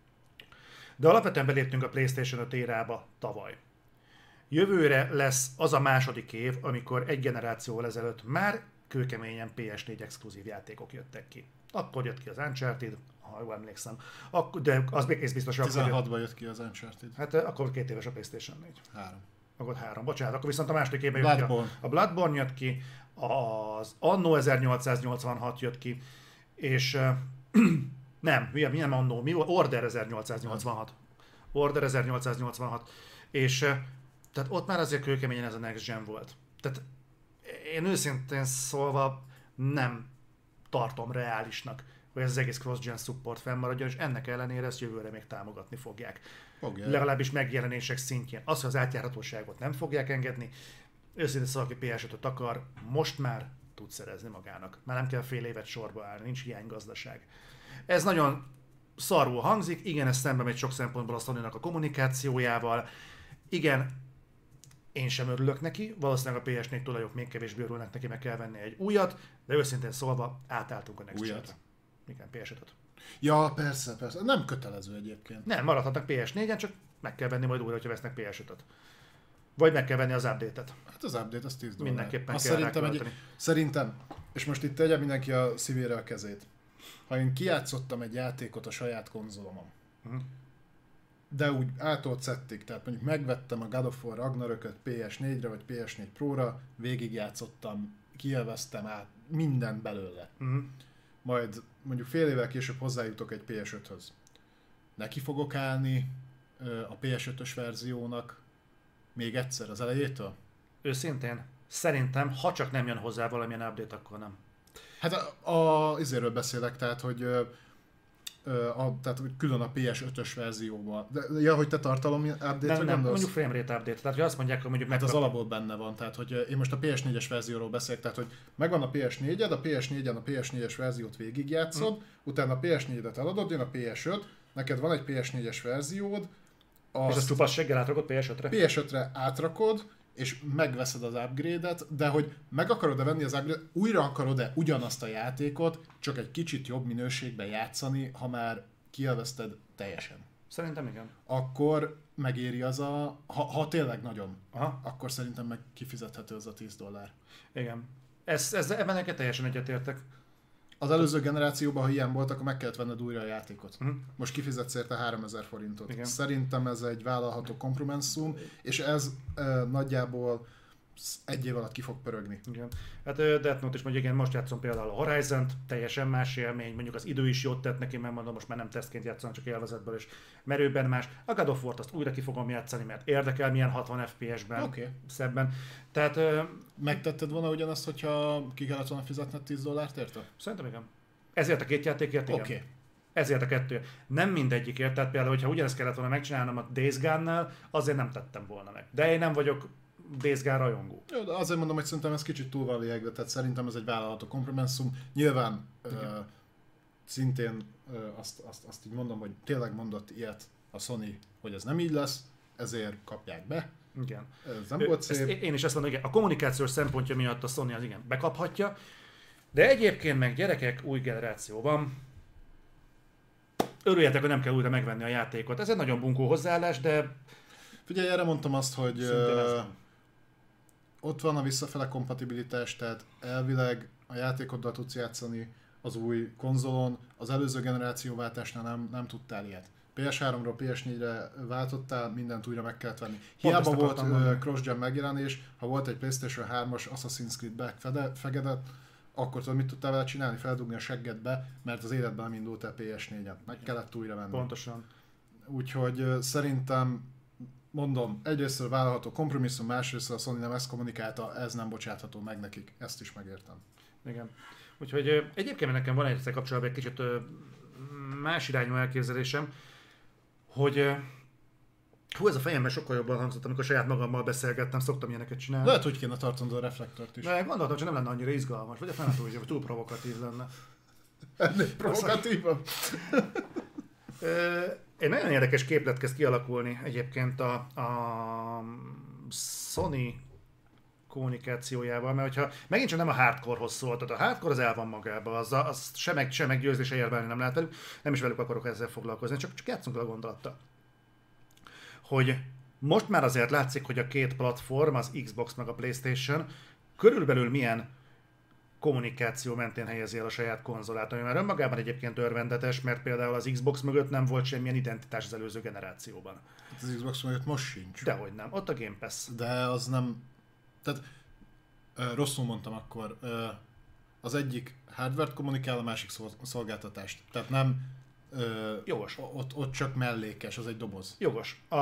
Speaker 1: De alapvetően beléptünk a PlayStation öt érába tavaly. Jövőre lesz az a második év, amikor egy generációval ezelőtt már kőkeményen pé es négy exkluzív játékok jöttek ki. Akkor jött ki az Uncharted, ha jól emlékszem. Akkor, de az még egész biztos, hogy
Speaker 2: tizenhatban jött ki az Uncharted.
Speaker 1: Hát akkor két éves a PlayStation négy.
Speaker 2: Három.
Speaker 1: Akkor három, bocsánat. Akkor viszont a második évben jött
Speaker 2: Bloodborne.
Speaker 1: ki. A, a Bloodborne jött ki, az Anno ezernyolcszáznyolcvanhat jött ki, és uh, nem, mi, mi nem Anno, mi Order ezernyolcszáznyolcvanhat. Order ezernyolcszáznyolcvanhat. És uh, tehát ott már azért kőkeményen ez a Next Gen volt. Tehát én őszintén szólva nem tartom reálisnak, hogy ez az egész cross-gen support fennmaradjon, és ennek ellenére ezt jövőre még támogatni fogják.
Speaker 2: Fogja.
Speaker 1: Legalábbis megjelenések szintjén. Az, hogy az átjárhatóságot nem fogják engedni, őszintén szóval, aki pé es ötöt akar, most már tud szerezni magának. Már nem kell fél évet sorba állni, nincs hiánygazdaság. Ez nagyon szarul hangzik, igen, ez szembe megy sok szempontból a Sony-nak a kommunikációjával. Igen, én sem örülök neki, valószínűleg a pé es négy tulajok még kevésbé örülnek neki, meg kell venni egy újat, de őszintén szólva átálltunk a Next Gen-re. Igen, pé es ötöt.
Speaker 2: Ja, persze, persze. Nem kötelező egyébként.
Speaker 1: Nem, maradhatnak pé es négyen, csak meg kell venni majd újra, hogyha vesznek pé es ötöt. Vagy meg kell venni az update-et.
Speaker 2: Hát az update, az tíz dollár.
Speaker 1: Mindenképpen
Speaker 2: Azt
Speaker 1: kell
Speaker 2: szerintem, egy,
Speaker 1: rákölteni.
Speaker 2: szerintem, és most itt tegye mindenki a szívére a kezét. Ha én kijátszottam egy játékot a saját konzolomon, uh-huh. de úgy átolt szedték, tehát mondjuk megvettem a God of War Ragnarököt pé es négyre vagy pé es négy Pro-ra, végigjátszottam, kielveztem át mindent belőle. Uh-huh. Majd mondjuk fél évvel később hozzájutok egy pé es öthöz. Neki fogok állni a pé es ötös verziónak még egyszer az elejétől?
Speaker 1: Őszintén, szerintem, ha csak nem jön hozzá valamilyen update, akkor nem.
Speaker 2: Hát a, a izéről beszélek, tehát, hogy ö, a, tehát külön a pé es ötös verzióban. De, ja, hogy te tartalom update-re
Speaker 1: Nem, nem,
Speaker 2: gondolsz?
Speaker 1: mondjuk framerate update. Tehát, hogy azt mondják, hogy mondjuk
Speaker 2: Hát
Speaker 1: meg...
Speaker 2: az alapból benne van, tehát hogy én most a pé es négyes verzióról beszélek, tehát hogy megvan a pé es négyed, a pé es négyen a pé es négyes verziót végigjátszod, hmm. utána a pé es négyedet eladod, jön a pé es öt, neked van egy pé es négyes verziód,
Speaker 1: azt és azt csupasséggel átrakod pé es ötre?
Speaker 2: pé es ötre átrakod, és megveszed az upgrade-et, de hogy meg akarod-e venni az upgrade-et, újra akarod-e ugyanazt a játékot, csak egy kicsit jobb minőségben játszani, ha már kielvezted teljesen.
Speaker 1: Szerintem igen.
Speaker 2: Akkor megéri az a, ha, ha tényleg nagyon,
Speaker 1: Aha.
Speaker 2: akkor szerintem meg kifizethető az a tíz dollár.
Speaker 1: Igen. Ez, ez, ebben neked teljesen egyetértek.
Speaker 2: Az előző generációban, ha ilyen volt, akkor meg kellett venned újra a játékot.
Speaker 1: Uh-huh.
Speaker 2: Most kifizetsz érte háromezer forintot.
Speaker 1: Igen.
Speaker 2: Szerintem ez egy vállalható kompromisszum, és ez e, nagyjából egy év alatt ki fog pörögni.
Speaker 1: Igen. Hát Death Note is mondjuk, igen, most játszom például a Horizont, teljesen más élmény, mondjuk az idő is jót tett neki, mert mondom, most már nem tesztként játszom, csak élvezetből, és merőben más. A God of War-t azt újra ki fogom játszani, mert érdekel, milyen hatvan ef pé es-ben,
Speaker 2: okay.
Speaker 1: szebben. Tehát... Ö...
Speaker 2: Megtetted volna ugyanazt, hogyha ki kellett volna fizetned tíz dollárt érte?
Speaker 1: Szerintem igen. Ezért a két játékért igen.
Speaker 2: Okay.
Speaker 1: Ezért a kettő. Nem mindegyikért, tehát például, hogyha ugyanezt kellett volna megcsinálnom a Days Gone-nál, azért nem tettem volna meg. De én nem vagyok Days Gone rajongó.
Speaker 2: Jó, de azért mondom, hogy szerintem ez kicsit túl van liegve, tehát szerintem ez egy vállalható kompromisszum. Nyilván uh, szintén uh, azt, azt, azt így mondom, hogy tényleg mondott ilyet a Sony, hogy ez nem így lesz, ezért kapják be.
Speaker 1: Igen.
Speaker 2: Ez nem volt szép.
Speaker 1: Ezt, én is ezt mondom, igen. A kommunikációs szempontja miatt a Sony az igen bekaphatja, de egyébként meg gyerekek új generáció van. Örüljetek, hogy nem kell újra megvenni a játékot. Ez egy nagyon bunkó hozzáállás, de...
Speaker 2: Figyelj, erre mondtam azt, hogy uh, ott van a visszafele kompatibilitás, tehát elvileg a játékoddal tudsz játszani az új konzolon, az előző generációváltásnál nem, nem tudtál ilyet. pé es háromról pé es négyre váltottál, mindent újra meg kellett venni. Hiába volt uh, cross-gen megjelenés, ha volt egy PlayStation hármas Assassin's Creed Black Flagedet, akkor tudod, mit tudtál vele csinálni? Feldugni a seggedbe, mert az életben nem indult el pé es négyen. Meg kellett újra venni.
Speaker 1: Pontosan.
Speaker 2: Úgyhogy uh, szerintem, mondom, egyrészt vállalható kompromisszum, másrészt a Sony nem ezt kommunikálta, ez nem bocsátható meg nekik. Ezt is megértem.
Speaker 1: Igen. Úgyhogy uh, egyébként nekem van egy kapcsolatban egy kicsit uh, más irányú elképzelésem, hogy uh, hú, ez a fejemben sokkal jobban hangzott, amikor saját magammal beszélgettem, szoktam ilyeneket csinálni.
Speaker 2: Lehet, hogy kéne tartanod a reflektort is.
Speaker 1: De gondoltam, hogy nem lenne annyira izgalmas, vagy a fenn hogy túl provokatív lenne.
Speaker 2: Ennél provokatívabb?
Speaker 1: Egy nagyon érdekes képlet kezd kialakulni egyébként a, a Sony kommunikációjával, mert hogyha megint csak nem a hardcore-hoz szól, tehát a hardcore az el van magában, az, az se, meg, se meggyőzni, se érvelni nem lehet velük, nem is velük akarok ezzel foglalkozni, csak, csak játszunk a gondolattal. Hogy most már azért látszik, hogy a két platform, az Xbox meg a PlayStation körülbelül milyen kommunikáció mentén helyezi el a saját konzolát, ami már önmagában egyébként örvendetes, mert például az Xbox mögött nem volt semmilyen identitás az előző generációban.
Speaker 2: Az Xbox mögött most sincs.
Speaker 1: Dehogy nem, ott a Game Pass.
Speaker 2: De az nem... Tehát uh, rosszul mondtam akkor. Uh, az egyik hardware-t kommunikál, a másik szolgáltatást. Tehát nem... Uh,
Speaker 1: Jogos.
Speaker 2: Ott, ott csak mellékes, az egy doboz.
Speaker 1: Jogos. A,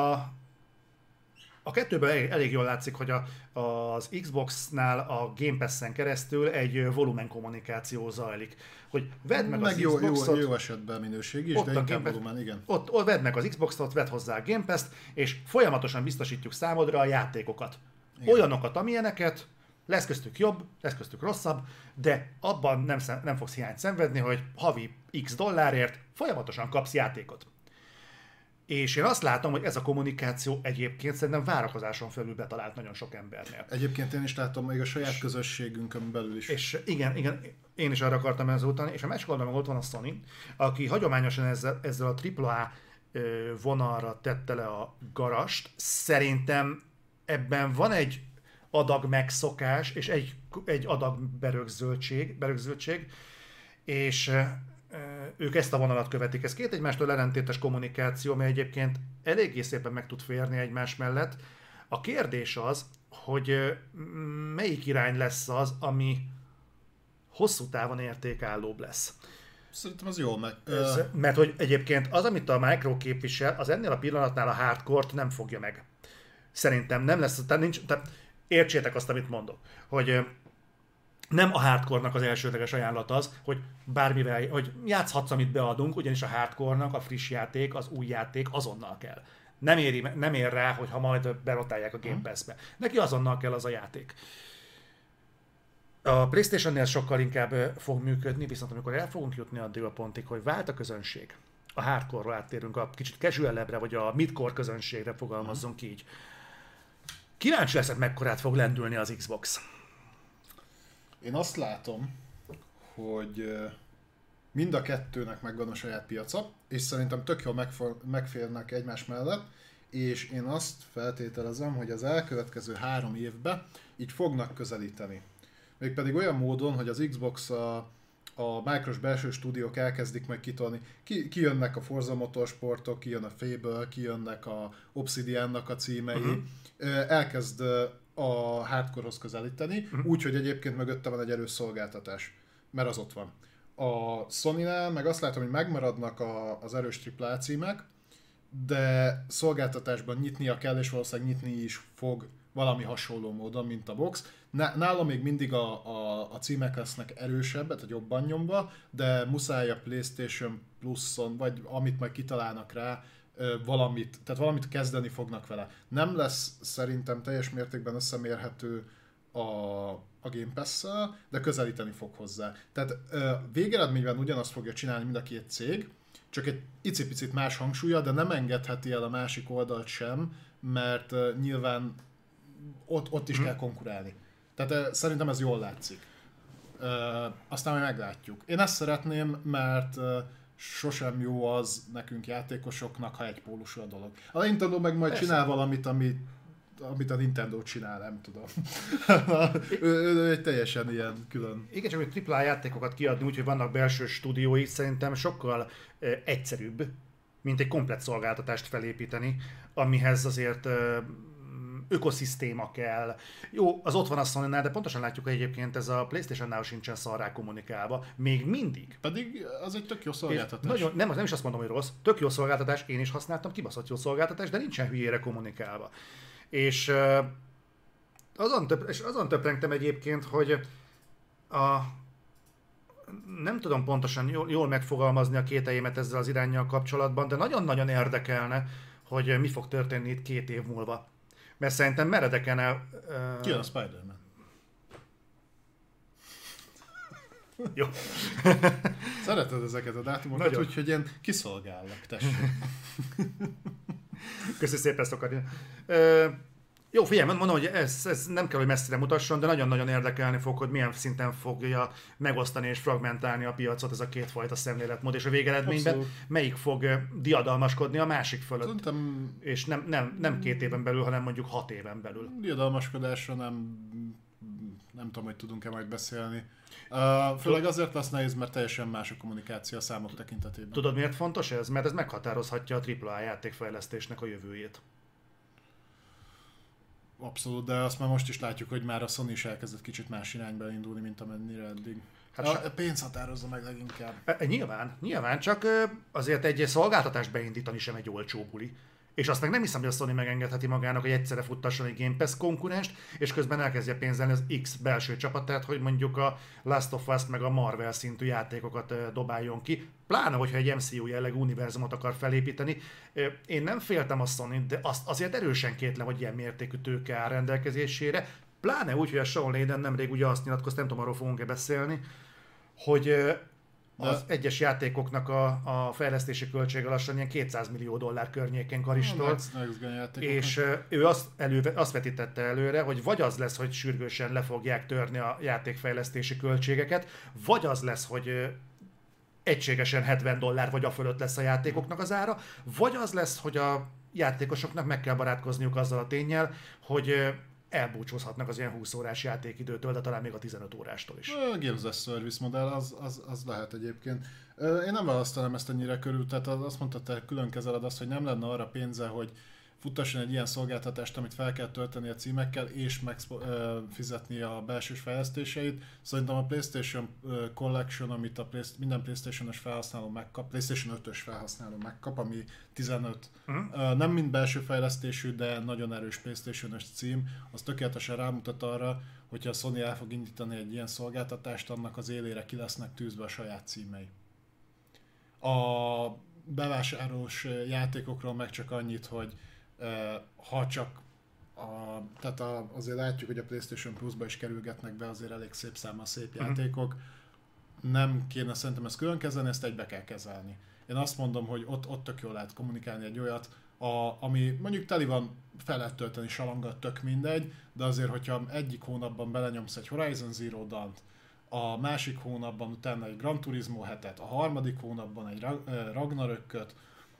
Speaker 1: a kettőben elég, elég jól látszik, hogy a, az Xboxnál a Game Pass-en keresztül egy volumen kommunikáció zajlik. Hogy vedd meg, meg az
Speaker 2: jó,
Speaker 1: Xboxot.
Speaker 2: Jó, jó esetben minőség is, de inkább volumen, igen.
Speaker 1: Ott, ott vedd meg az Xboxot, vedd hozzá a Game Pass-t, és folyamatosan biztosítjuk számodra a játékokat. Igen. Olyanokat, amilyeneket, lesz köztük jobb, lesz köztük rosszabb, de abban nem, szem, nem fogsz hiányt szenvedni, hogy havi x dollárért folyamatosan kapsz játékot. És én azt látom, hogy ez a kommunikáció egyébként szerintem várakozáson felül betalált nagyon sok embernél.
Speaker 2: Egyébként én is látom még a saját közösségünkön belül is.
Speaker 1: És igen, igen, én is arra akartam ezúttal, és a másik oldalon ott van a Sony, aki hagyományosan ezzel, ezzel a tripla A vonalra tette le a garast. Szerintem ebben van egy adag megszokás, és egy, egy adag berögzöltség, berögzöltség, és ők ezt a vonalat követik. Ez két egymástól ellentétes kommunikáció, ami egyébként eléggé szépen meg tud férni egymás mellett. A kérdés az, hogy melyik irány lesz az, ami hosszú távon értékállóbb lesz.
Speaker 2: Szerintem az jól meg...
Speaker 1: Ez, mert hogy egyébként az, amit a Micro képvisel, az ennél a pillanatnál a hardcore-t nem fogja meg. Szerintem nem lesz, tehát nincs, tehát értsétek azt, amit mondok, hogy nem a hardcore-nak az elsődleges ajánlat az, hogy bármivel, hogy játszhatsz, amit beadunk, ugyanis a hardcore-nak a friss játék, az új játék azonnal kell. Nem, éri, nem ér rá, hogyha majd berotálják a Game Pass-be. Neki azonnal kell az a játék. A PlayStation-nél sokkal inkább fog működni, viszont amikor el fogunk jutni addig a pontig, hogy vált a közönség, a hardcore-ról áttérünk a kicsit casual-ebbre, vagy a midcore közönségre fogalmazzunk így. Kíváncsi leszek, mekkorát fog lendülni az Xbox.
Speaker 2: Én azt látom, hogy mind a kettőnek megvan a saját piaca, és szerintem tök jól megfor- megférnek egymás mellett, és én azt feltételezem, hogy az elkövetkező három évben így fognak közelíteni. Mégpedig olyan módon, hogy az Xbox a, a Micros belső stúdiók elkezdik meg kitolni. Ki, kijönnek a Forza Motorsportok, kijön a Fable, kijönnek a Obsidiannak a címei, uh-huh. elkezd a hardcore-hoz közelíteni, uh-huh. úgyhogy egyébként mögötte van egy erős szolgáltatás, mert az ott van. A Sony-nál meg azt látom, hogy megmaradnak a, az erős tripla á címek, de szolgáltatásban nyitnia kell, és valószínűleg nyitni is fog valami hasonló módon, mint a box. Nálam még mindig a, a, a címek lesznek erősebbet, vagy jobban nyomva, de muszáj a PlayStation Plus-on, vagy amit majd kitalálnak rá, valamit, tehát valamit kezdeni fognak vele. Nem lesz szerintem teljes mértékben összemérhető a, a Game Pass-szel, de közelíteni fog hozzá. Tehát végeredményben ugyanazt fogja csinálni mind a két cég, csak egy icipicit más hangsúlya, de nem engedheti el a másik oldalt sem, mert nyilván ott, ott is hmm. kell konkurálni. Tehát szerintem ez jól látszik. Aztán majd meglátjuk. Én ezt szeretném, mert sosem jó az nekünk játékosoknak, ha egy pólusú a dolog. A Nintendo meg majd Persze. csinál valamit, amit, amit a Nintendo csinál, nem tudom. ő, ő egy teljesen ilyen külön.
Speaker 1: Igen, csak hogy tripla á játékokat kiadni, úgyhogy vannak belső stúdiói, szerintem sokkal eh, egyszerűbb, mint egy komplett szolgáltatást felépíteni, amihez azért eh, ökoszisztéma kell. Jó, az ott van a Sony-nál, de pontosan látjuk, hogy egyébként ez a PlayStation-nál sincsen szarrá kommunikálva. Még mindig.
Speaker 2: Pedig az egy tök jó szolgáltatás.
Speaker 1: Nagyon, nem, nem is azt mondom, hogy rossz. Tök jó szolgáltatás, én is használtam, kibaszott jó szolgáltatás, de nincsen hülyére kommunikálva. És uh, azon, töp, és azon töprengtem egyébként, hogy a nem tudom pontosan jól, jól megfogalmazni a kételyémet ezzel az iránnyal kapcsolatban, de nagyon-nagyon érdekelne, hogy mi fog történni itt két év múlva. Mert szerintem meredeken el... Uh...
Speaker 2: Ki a Spider-Man?
Speaker 1: Jó.
Speaker 2: Szereted ezeket a dátumokat, úgyhogy én kiszolgállak, tessék.
Speaker 1: Köszönöm szépen, Szokari. Uh, jó, figyelj, mondom, hogy ez, ez nem kell, hogy messzire mutasson, de nagyon-nagyon érdekelni fog, hogy milyen szinten fogja megosztani és fragmentálni a piacot ez a kétfajta szemléletmód, és a végeredményben Abszolút. melyik fog diadalmaskodni a másik fölött. Szerintem... És nem, nem, nem két éven belül, hanem mondjuk hat éven belül.
Speaker 2: Diadalmaskodásra nem, nem tudom, hogy tudunk-e majd beszélni. Uh, főleg azért lesz nehéz, mert teljesen más a kommunikáció a számok tekintetében.
Speaker 1: Tudod, miért fontos ez? Mert ez meghatározhatja a tripla á játékfejlesztésnek a jövőjét.
Speaker 2: Abszolút, de azt már most is látjuk, hogy már a Sony is elkezdett kicsit más irányba indulni, mint amennyire eddig. Hát a se... pénz határozza meg leginkább.
Speaker 1: E, nyilván, nyilván, csak azért egy szolgáltatást beindítani sem egy olcsó buli. És azt meg nem hiszem, hogy a Sony megengedheti magának, hogy egyszerre futtasson egy Game Pass konkurenst, és közben elkezdje pénzelni az X belső csapatát, hogy mondjuk a Last of Us meg a Marvel szintű játékokat dobáljon ki. Pláne, hogyha egy em cé u jellegű univerzumot akar felépíteni. Én nem féltem a Sony, de azt azért erősen kétlem, hogy ilyen mértékű tőke áll rendelkezésére. Pláne úgy, hogy a Sean Layden nemrég ugye azt nyilatkozta, nem tudom, arról fogunk-e beszélni, hogy az de... egyes játékoknak a, a fejlesztési költsége lassan ilyen kétszáz millió dollár környéken karistol, és ő azt, elő, azt vetítette előre, hogy vagy az lesz, hogy sürgősen le fogják törni a játékfejlesztési költségeket, vagy az lesz, hogy egységesen hetven dollár vagy a fölött lesz a játékoknak az ára, vagy az lesz, hogy a játékosoknak meg kell barátkozniuk azzal a ténnyel, hogy elbúcsúzhatnak az ilyen húsz órás játékidőtől, de talán még a tizenöt órástól is.
Speaker 2: A Games as a Service modell az, az, az lehet egyébként. Én nem választanám ezt ennyire körül, tehát azt mondtad, te külön kezeled azt, hogy nem lenne arra pénze, hogy futtasson egy ilyen szolgáltatást, amit fel kell tölteni a címekkel, és megfizetni a belső fejlesztéseit. Szerintem a PlayStation Collection, amit a Play, minden PlayStation-ös felhasználó megkap, PlayStation ötös felhasználó megkap, ami tizenöt, uh-huh. nem mind belső fejlesztésű, de nagyon erős PlayStation-ös cím, az tökéletesen rámutat arra, hogyha a Sony el fog indítani egy ilyen szolgáltatást, annak az élére ki lesznek tűzve a saját címei. A bevásárlós játékokról meg csak annyit, hogy ha csak a, tehát a, azért látjuk, hogy a PlayStation Plus-ba is kerülgetnek be azért elég szép számmal szép uh-huh. játékok. Nem kéne szerintem ezt külön kezelni, ezt egybe kell kezelni. Én azt mondom, hogy ott, ott tök jól lehet kommunikálni egy olyat, a, ami mondjuk teli van, fel lehet tölteni salongat, tök mindegy, de azért, hogyha egyik hónapban belenyomsz egy Horizon Zero Dawn-t, a másik hónapban utána egy Gran Turismo hetet, a harmadik hónapban egy Ragnarököt,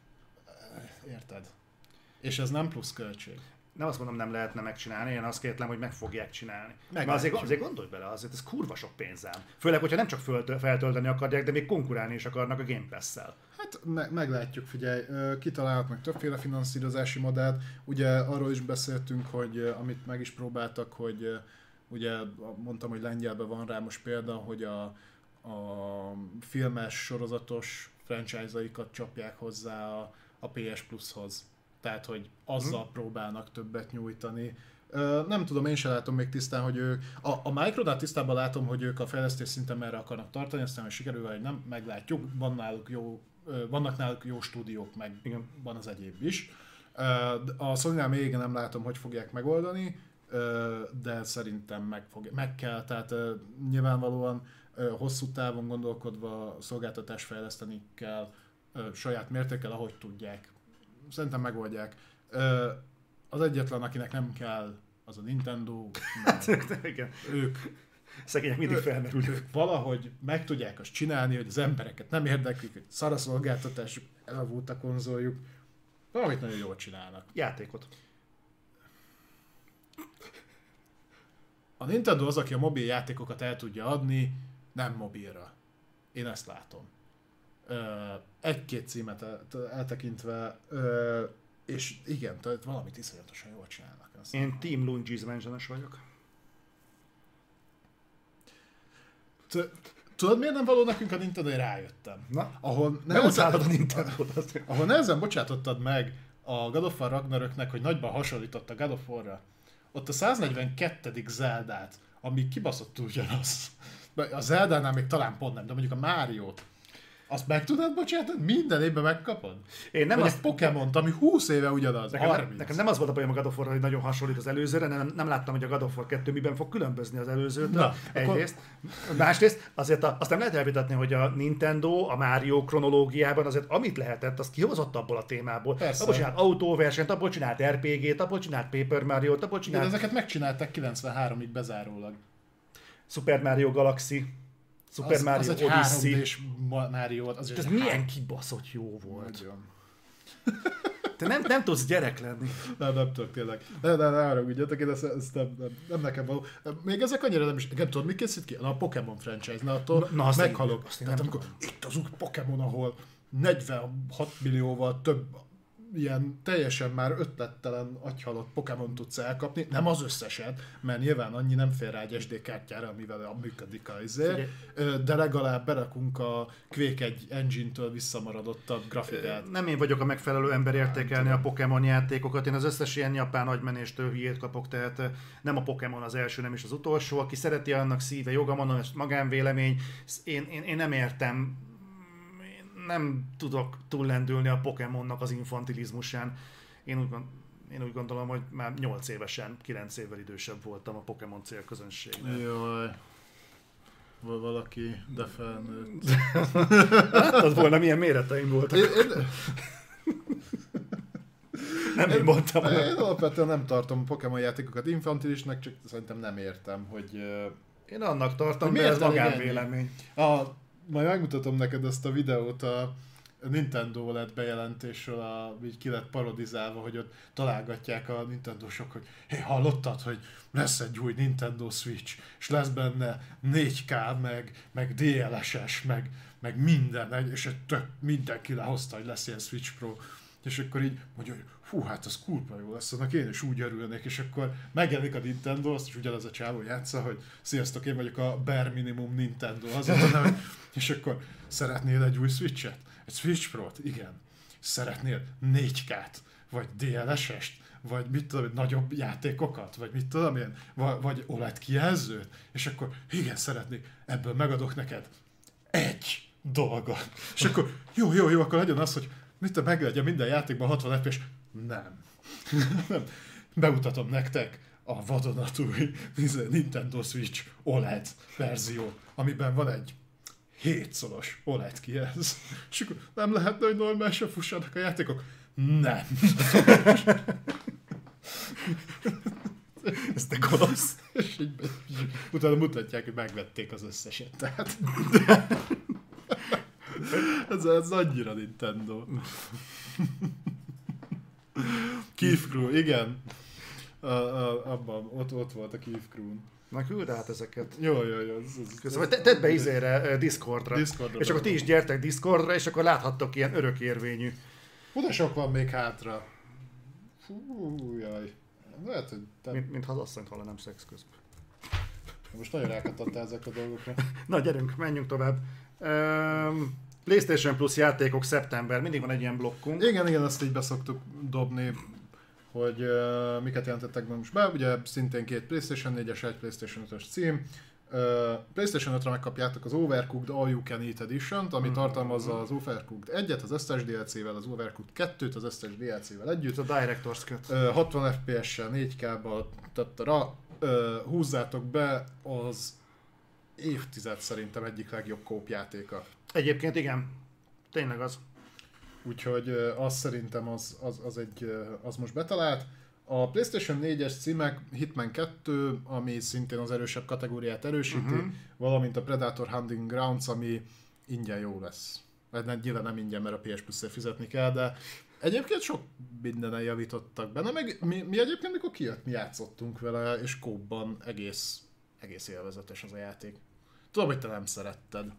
Speaker 2: érted? És ez nem plusz költség.
Speaker 1: Nem azt mondom, nem lehetne megcsinálni, én azt kérlem, hogy meg fogják csinálni. Mert azért, azért gondolj bele, azért ez kurva sok pénzám. Főleg, hogyha nem csak föl, feltölteni akarják, de még konkurálni is akarnak a Game Pass-szel.
Speaker 2: Hát me- meglátjuk, figyelj, kitalálhatnak többféle finanszírozási modellt. Ugye arról is beszéltünk, hogy amit meg is próbáltak, hogy ugye mondtam, hogy Lengyelben van rá most példa, hogy a, a filmes, sorozatos franchise-aikat csapják hozzá a, a pé es Plus-hoz. Tehát, hogy azzal hmm. próbálnak többet nyújtani. Nem tudom, én sem látom még tisztán, hogy ők... A, a Micronál tisztában látom, hogy ők a fejlesztés szinten merre akarnak tartani, aztán, hogy sikerül, vagy nem, meglátjuk. Van náluk jó, vannak náluk jó stúdiók, meg igen, van az egyéb is. A Sony-nál még nem látom, hogy fogják megoldani, de szerintem meg, fog, meg kell, tehát nyilvánvalóan hosszú távon gondolkodva szolgáltatást fejleszteni kell saját mértékkel, ahogy tudják. Szerintem megoldják. Az egyetlen, akinek nem kell, az a Nintendo,
Speaker 1: igen.
Speaker 2: ők
Speaker 1: szegények mindig felmerülnek.
Speaker 2: Valahogy meg tudják azt csinálni, hogy az embereket nem érdeklik, hogy szar a szolgáltatásuk, elavult a konzoljuk. Valamit nagyon jól csinálnak.
Speaker 1: Játékot.
Speaker 2: A Nintendo az, aki a mobil játékokat el tudja adni, nem mobilra. Én ezt látom. Egy-két címet eltekintve, és igen, tehát valamit iszonyatosan jól csinálnak.
Speaker 1: Én Team Luigi's Mansion-es vagyok.
Speaker 2: Tudod, miért nem való nekünk a Nintendo, hogy rájöttem?
Speaker 1: Na,
Speaker 2: ahol
Speaker 1: nem utálod a Nintendo-t.
Speaker 2: Ahol nehezen bocsátottad meg a God of War Ragnaröknek, hogy nagyban hasonlított a God of War-ra, ott a száznegyvenkettedik Zeldát, ami kibaszott ugyanaz. A Zeldánál még talán pont nem, de mondjuk a Máriót, azt meg tudod bocsátani? Minden évben megkapod?
Speaker 1: Én nem
Speaker 2: Vagy
Speaker 1: azt...
Speaker 2: egy Pokémont, ami húsz éve ugyanaz,
Speaker 1: nekem,
Speaker 2: harminc.
Speaker 1: Nekem nem az volt a bajom a God of War-ra, hogy nagyon hasonlít az előzőre, nem, nem láttam, hogy a God of War kettő miben fog különbözni az előzőtől. Na, egyrészt. Akkor... Másrészt, azért a, azt nem lehet elvitatni, hogy a Nintendo, a Mario kronológiában azért amit lehetett, azt kihozott abból a témából.
Speaker 2: Persze.
Speaker 1: Abból csinált autóversenyt, abból csinált er pé gét, abból csinált Paper Mario-t, abból csinált...
Speaker 2: De ezeket megcsinálták kilencvenháromig bezárólag.
Speaker 1: Super Mario Galaxy. Super
Speaker 2: az,
Speaker 1: Mario
Speaker 2: az egy
Speaker 1: Odyssey.
Speaker 2: három dés Mario volt. Az
Speaker 1: ez milyen kibaszott jó volt.
Speaker 2: Nagyon.
Speaker 1: Te nem, nem tudsz gyerek lenni.
Speaker 2: Nem, nem tudok tényleg. Ne, ne, ne haragudjatok, én ezt, ezt nem, nem, nem nekem való. Még ezek annyira nem is, nem tudod, mi készít ki? Na, a Pokémon franchise, na attól na, meghalok. Én, Tehát amikor itt az új Pokémon, ahol negyvenhat millióval több ilyen teljesen már ötlettelen agyhalott Pokémon tudsz elkapni, nem az összeset, mert nyilván annyi nem fér rá egy es dé kártyára, amivel működik a izé, de legalább berakunk a Quake egy engine-től visszamaradottabb grafikát.
Speaker 1: Nem én vagyok a megfelelő ember értékelni a Pokémon játékokat, én az összes ilyen japán agymenéstől hülyét kapok, tehát nem a Pokémon az első, nem is az utolsó, aki szereti, annak szíve joga, mondom, ez magánvélemény, én, én, én nem értem, nem tudok túllendülni a Pokémonnak az infantilizmusán. Én úgy, én úgy gondolom, hogy már nyolc évesen, kilenc évvel idősebb voltam a Pokémon célközönségnél.
Speaker 2: Jaj. Valaki, de felnőtt.
Speaker 1: Láttad volna, milyen méreteim voltak.
Speaker 2: Én, én...
Speaker 1: nem én mondtam.
Speaker 2: Én, én alapvetően nem tartom a Pokémon játékokat infantilisnek, csak szerintem nem értem, hogy...
Speaker 1: Én annak tartom, de ez magánvélemény.
Speaker 2: A Majd megmutatom neked ezt a videót, a Nintendo lett bejelentésről, a, így ki lett parodizálva, hogy ott találgatják a Nintendo-sok, hogy hé, hallottad, hogy lesz egy új Nintendo Switch, és lesz benne négy ká, meg, meg dé el es es, meg, meg minden, és tök, mindenki lehozta, hogy lesz ilyen Switch Pro. És akkor így mondja, hogy hú, hát az kurva jó lesz, annak én is úgy örülnék, és akkor megjelenik a Nintendo, azt is ugyanaz a csávó játsza, hogy sziasztok, én vagyok a bare minimum Nintendo, az mondta, hogy és akkor szeretnél egy új Switch-et? Egy Switch Pro-t? Igen. Szeretnél négy K-t? Vagy dé el es-est? Vagy mit tudom, nagyobb játékokat? Vagy mit tudom én? Vagy, vagy o led kijelzőt? És akkor igen, szeretnék, ebből megadok neked egy dolgot. És akkor jó, jó, jó, akkor legyen az, hogy mit tudom, meglegyen minden játékban hatvan ef pé es. Nem. Nem. Bemutatom nektek a vadonatúj Nintendo Switch o led verzió, amiben van egy hétszoros o led kijelző. És akkor nem lehetne, hogy normálisan fussanak a játékok? Nem.
Speaker 1: Ez te gonosz.
Speaker 2: És így, így, utána mutatják, hogy megvették az összeset. Tehát... ez, ez annyira Nintendo. Keith Crew, igen. A, a, abban, ott, ott volt a Keith Crew.
Speaker 1: Na küld át ezeket.
Speaker 2: Jó, jó, jó. Ez, ez,
Speaker 1: Köszönöm, te, tedd be izére, Discordra.
Speaker 2: Discordra.
Speaker 1: És akkor ti is gyertek Discordra, és akkor láthattok ilyen örökérvényű.
Speaker 2: Oda sok van még hátra. Fú, jaj. Lehet, hogy te...
Speaker 1: Mint, mint ha az asszonyt hallanám szex közben.
Speaker 2: Most nagyon rákatadtál ezek a dolgokra.
Speaker 1: Na gyerünk, menjünk tovább. Um, PlayStation Plus játékok szeptember, mindig van egy ilyen blokkunk.
Speaker 2: Igen, igen, azt így beszoktuk dobni, hogy uh, miket jelentettek be most be. Ugye szintén két PlayStation négyes, egy PlayStation ötös cím. Uh, PlayStation ötre megkapjátok az Overcooked All You Can Eat Edition-t, ami mm. tartalmazza az Overcooked egyet, az összes dé el cé-vel, az Overcooked kettőt, az összes dé el cé-vel együtt.
Speaker 1: Ez a Director's Cut.
Speaker 2: Uh, hatvan ef pé es-sel, négy ká-ba, tattara, uh, húzzátok be az évtized szerintem egyik legjobb kópjátéka.
Speaker 1: Egyébként igen, tényleg az.
Speaker 2: Úgyhogy uh, az szerintem az, az, az, egy, uh, az most betalált. A PlayStation négyes címek Hitman kettő, ami szintén az erősebb kategóriát erősíti, uh-huh. valamint a Predator Hunting Grounds, ami ingyen jó lesz. Mert nyilván nem ingyen, mert a pé es Plus-ért fizetni kell, de egyébként sok mindenen javítottak benne, meg mi, mi egyébként mikor kijött, mi játszottunk vele, és kópban egész, egész élvezetes az a játék. Tudom, hogy te nem szeretted.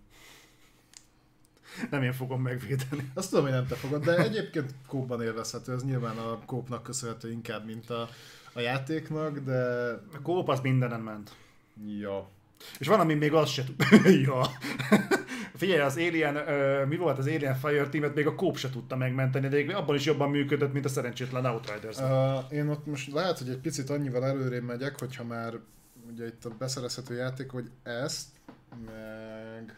Speaker 1: Nem én fogom megvédeni.
Speaker 2: Azt tudom, hogy nem te fogod, de egyébként kópban élvezhető, ez nyilván a kópnak köszönhető inkább, mint a, a játéknak, de...
Speaker 1: A kóp az mindenen ment.
Speaker 2: Ja.
Speaker 1: És van, ami még az se tud. Ja. Figyelj, az Alien, uh, mi volt az Alien Fire Team-et, még a kóp se tudta megmenteni, de abban is jobban működött, mint a szerencsétlen Outriders.
Speaker 2: Uh, én ott most lehet, hogy egy picit annyival előrébb megyek, hogyha már ugye itt a beszerezhető játék, hogy ezt, meg...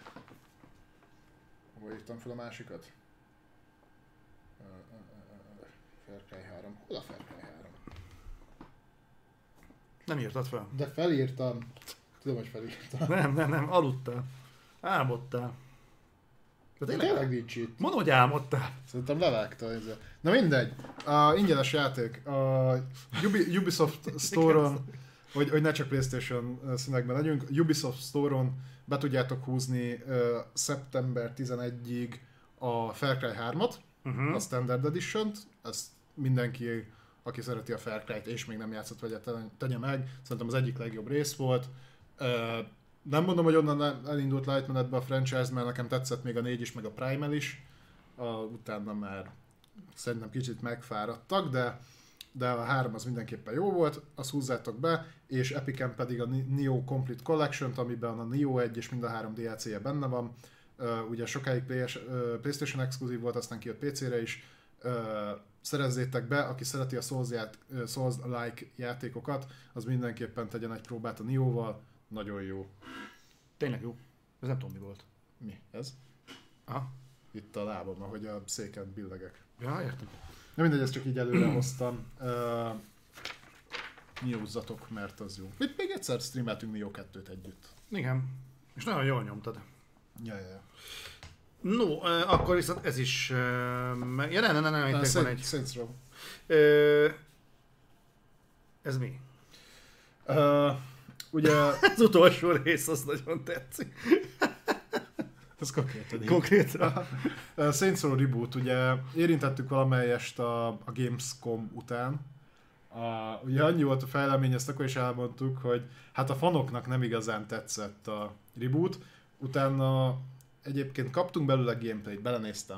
Speaker 2: Hol írtam fel a másikat? Uh, uh, uh, Far Cry három. Hol a Far Cry három?
Speaker 1: Nem írtad fel?
Speaker 2: De felírtam. Tudom, hogy felírtam.
Speaker 1: Nem, nem, nem, aludtál. Álmodtál. De
Speaker 2: tényleg, tényleg nincs itt.
Speaker 1: Mondd, hogy álmodtál.
Speaker 2: Szerintem levágta ezzel. Na mindegy. A ingyenes játék. A Ubi, Ubisoft Store-on, hogy, hogy ne csak PlayStation színekben legyünk, Ubisoft Store-on be tudjátok húzni uh, szeptember tizenegyedikéig a Far Cry hármat, uh-huh. a Standard Edition-t. Ezt mindenki, aki szereti a Far Cry-t és még nem játszott vele, tegye meg. Szerintem az egyik legjobb rész volt. Uh, nem mondom, hogy onnan elindult Lightmenetbe a franchise, mert nekem tetszett még a négy is, meg a Primal is. Uh, utána már szerintem kicsit megfáradtak, de, de a három az mindenképpen jó volt, azt húzzátok be, és Epicen pedig a Neo Complete Collection-t, amiben a Neo egy és mind a három dé el cé-je benne van. Uh, ugye sokáig PlayStation exkluzív volt, aztán kijött pé cére is. Uh, szerezzétek be, aki szereti a Souls-like Souls játékokat, az mindenképpen tegyen egy próbát a Neo-val. Nagyon jó.
Speaker 1: Tényleg jó. Ez nem tudom, mi volt.
Speaker 2: Mi? Ez?
Speaker 1: Aha.
Speaker 2: Itt a lábam, ahogy a széken billegek.
Speaker 1: Ja, értem.
Speaker 2: Na mindegy, ezt csak így előre hoztam. Uh, Nyúzzatok, mert az jó. Itt még egyszer streameltünk Neo kettőt együtt.
Speaker 1: Igen. És nagyon jól nyomtad.
Speaker 2: Ja, ja, ja.
Speaker 1: No, uh, akkor viszont ez is... Uh, ja, nem, nem, nem, nem, itt van egy...
Speaker 2: Saints Row.
Speaker 1: Uh, ez mi?
Speaker 2: Uh, ugye...
Speaker 1: Az utolsó rész az nagyon tetszik.
Speaker 2: Ez konkrétan.
Speaker 1: Konkrétan.
Speaker 2: Uh, Saints Row Reboot, ugye érintettük valamelyest a, a Gamescom után. Uh, ugye annyi volt a fejlemény, ezt akkor is elmondtuk, hogy hát a fanoknak nem igazán tetszett a reboot. Utána egyébként kaptunk belőle gameplayt, belenéztem.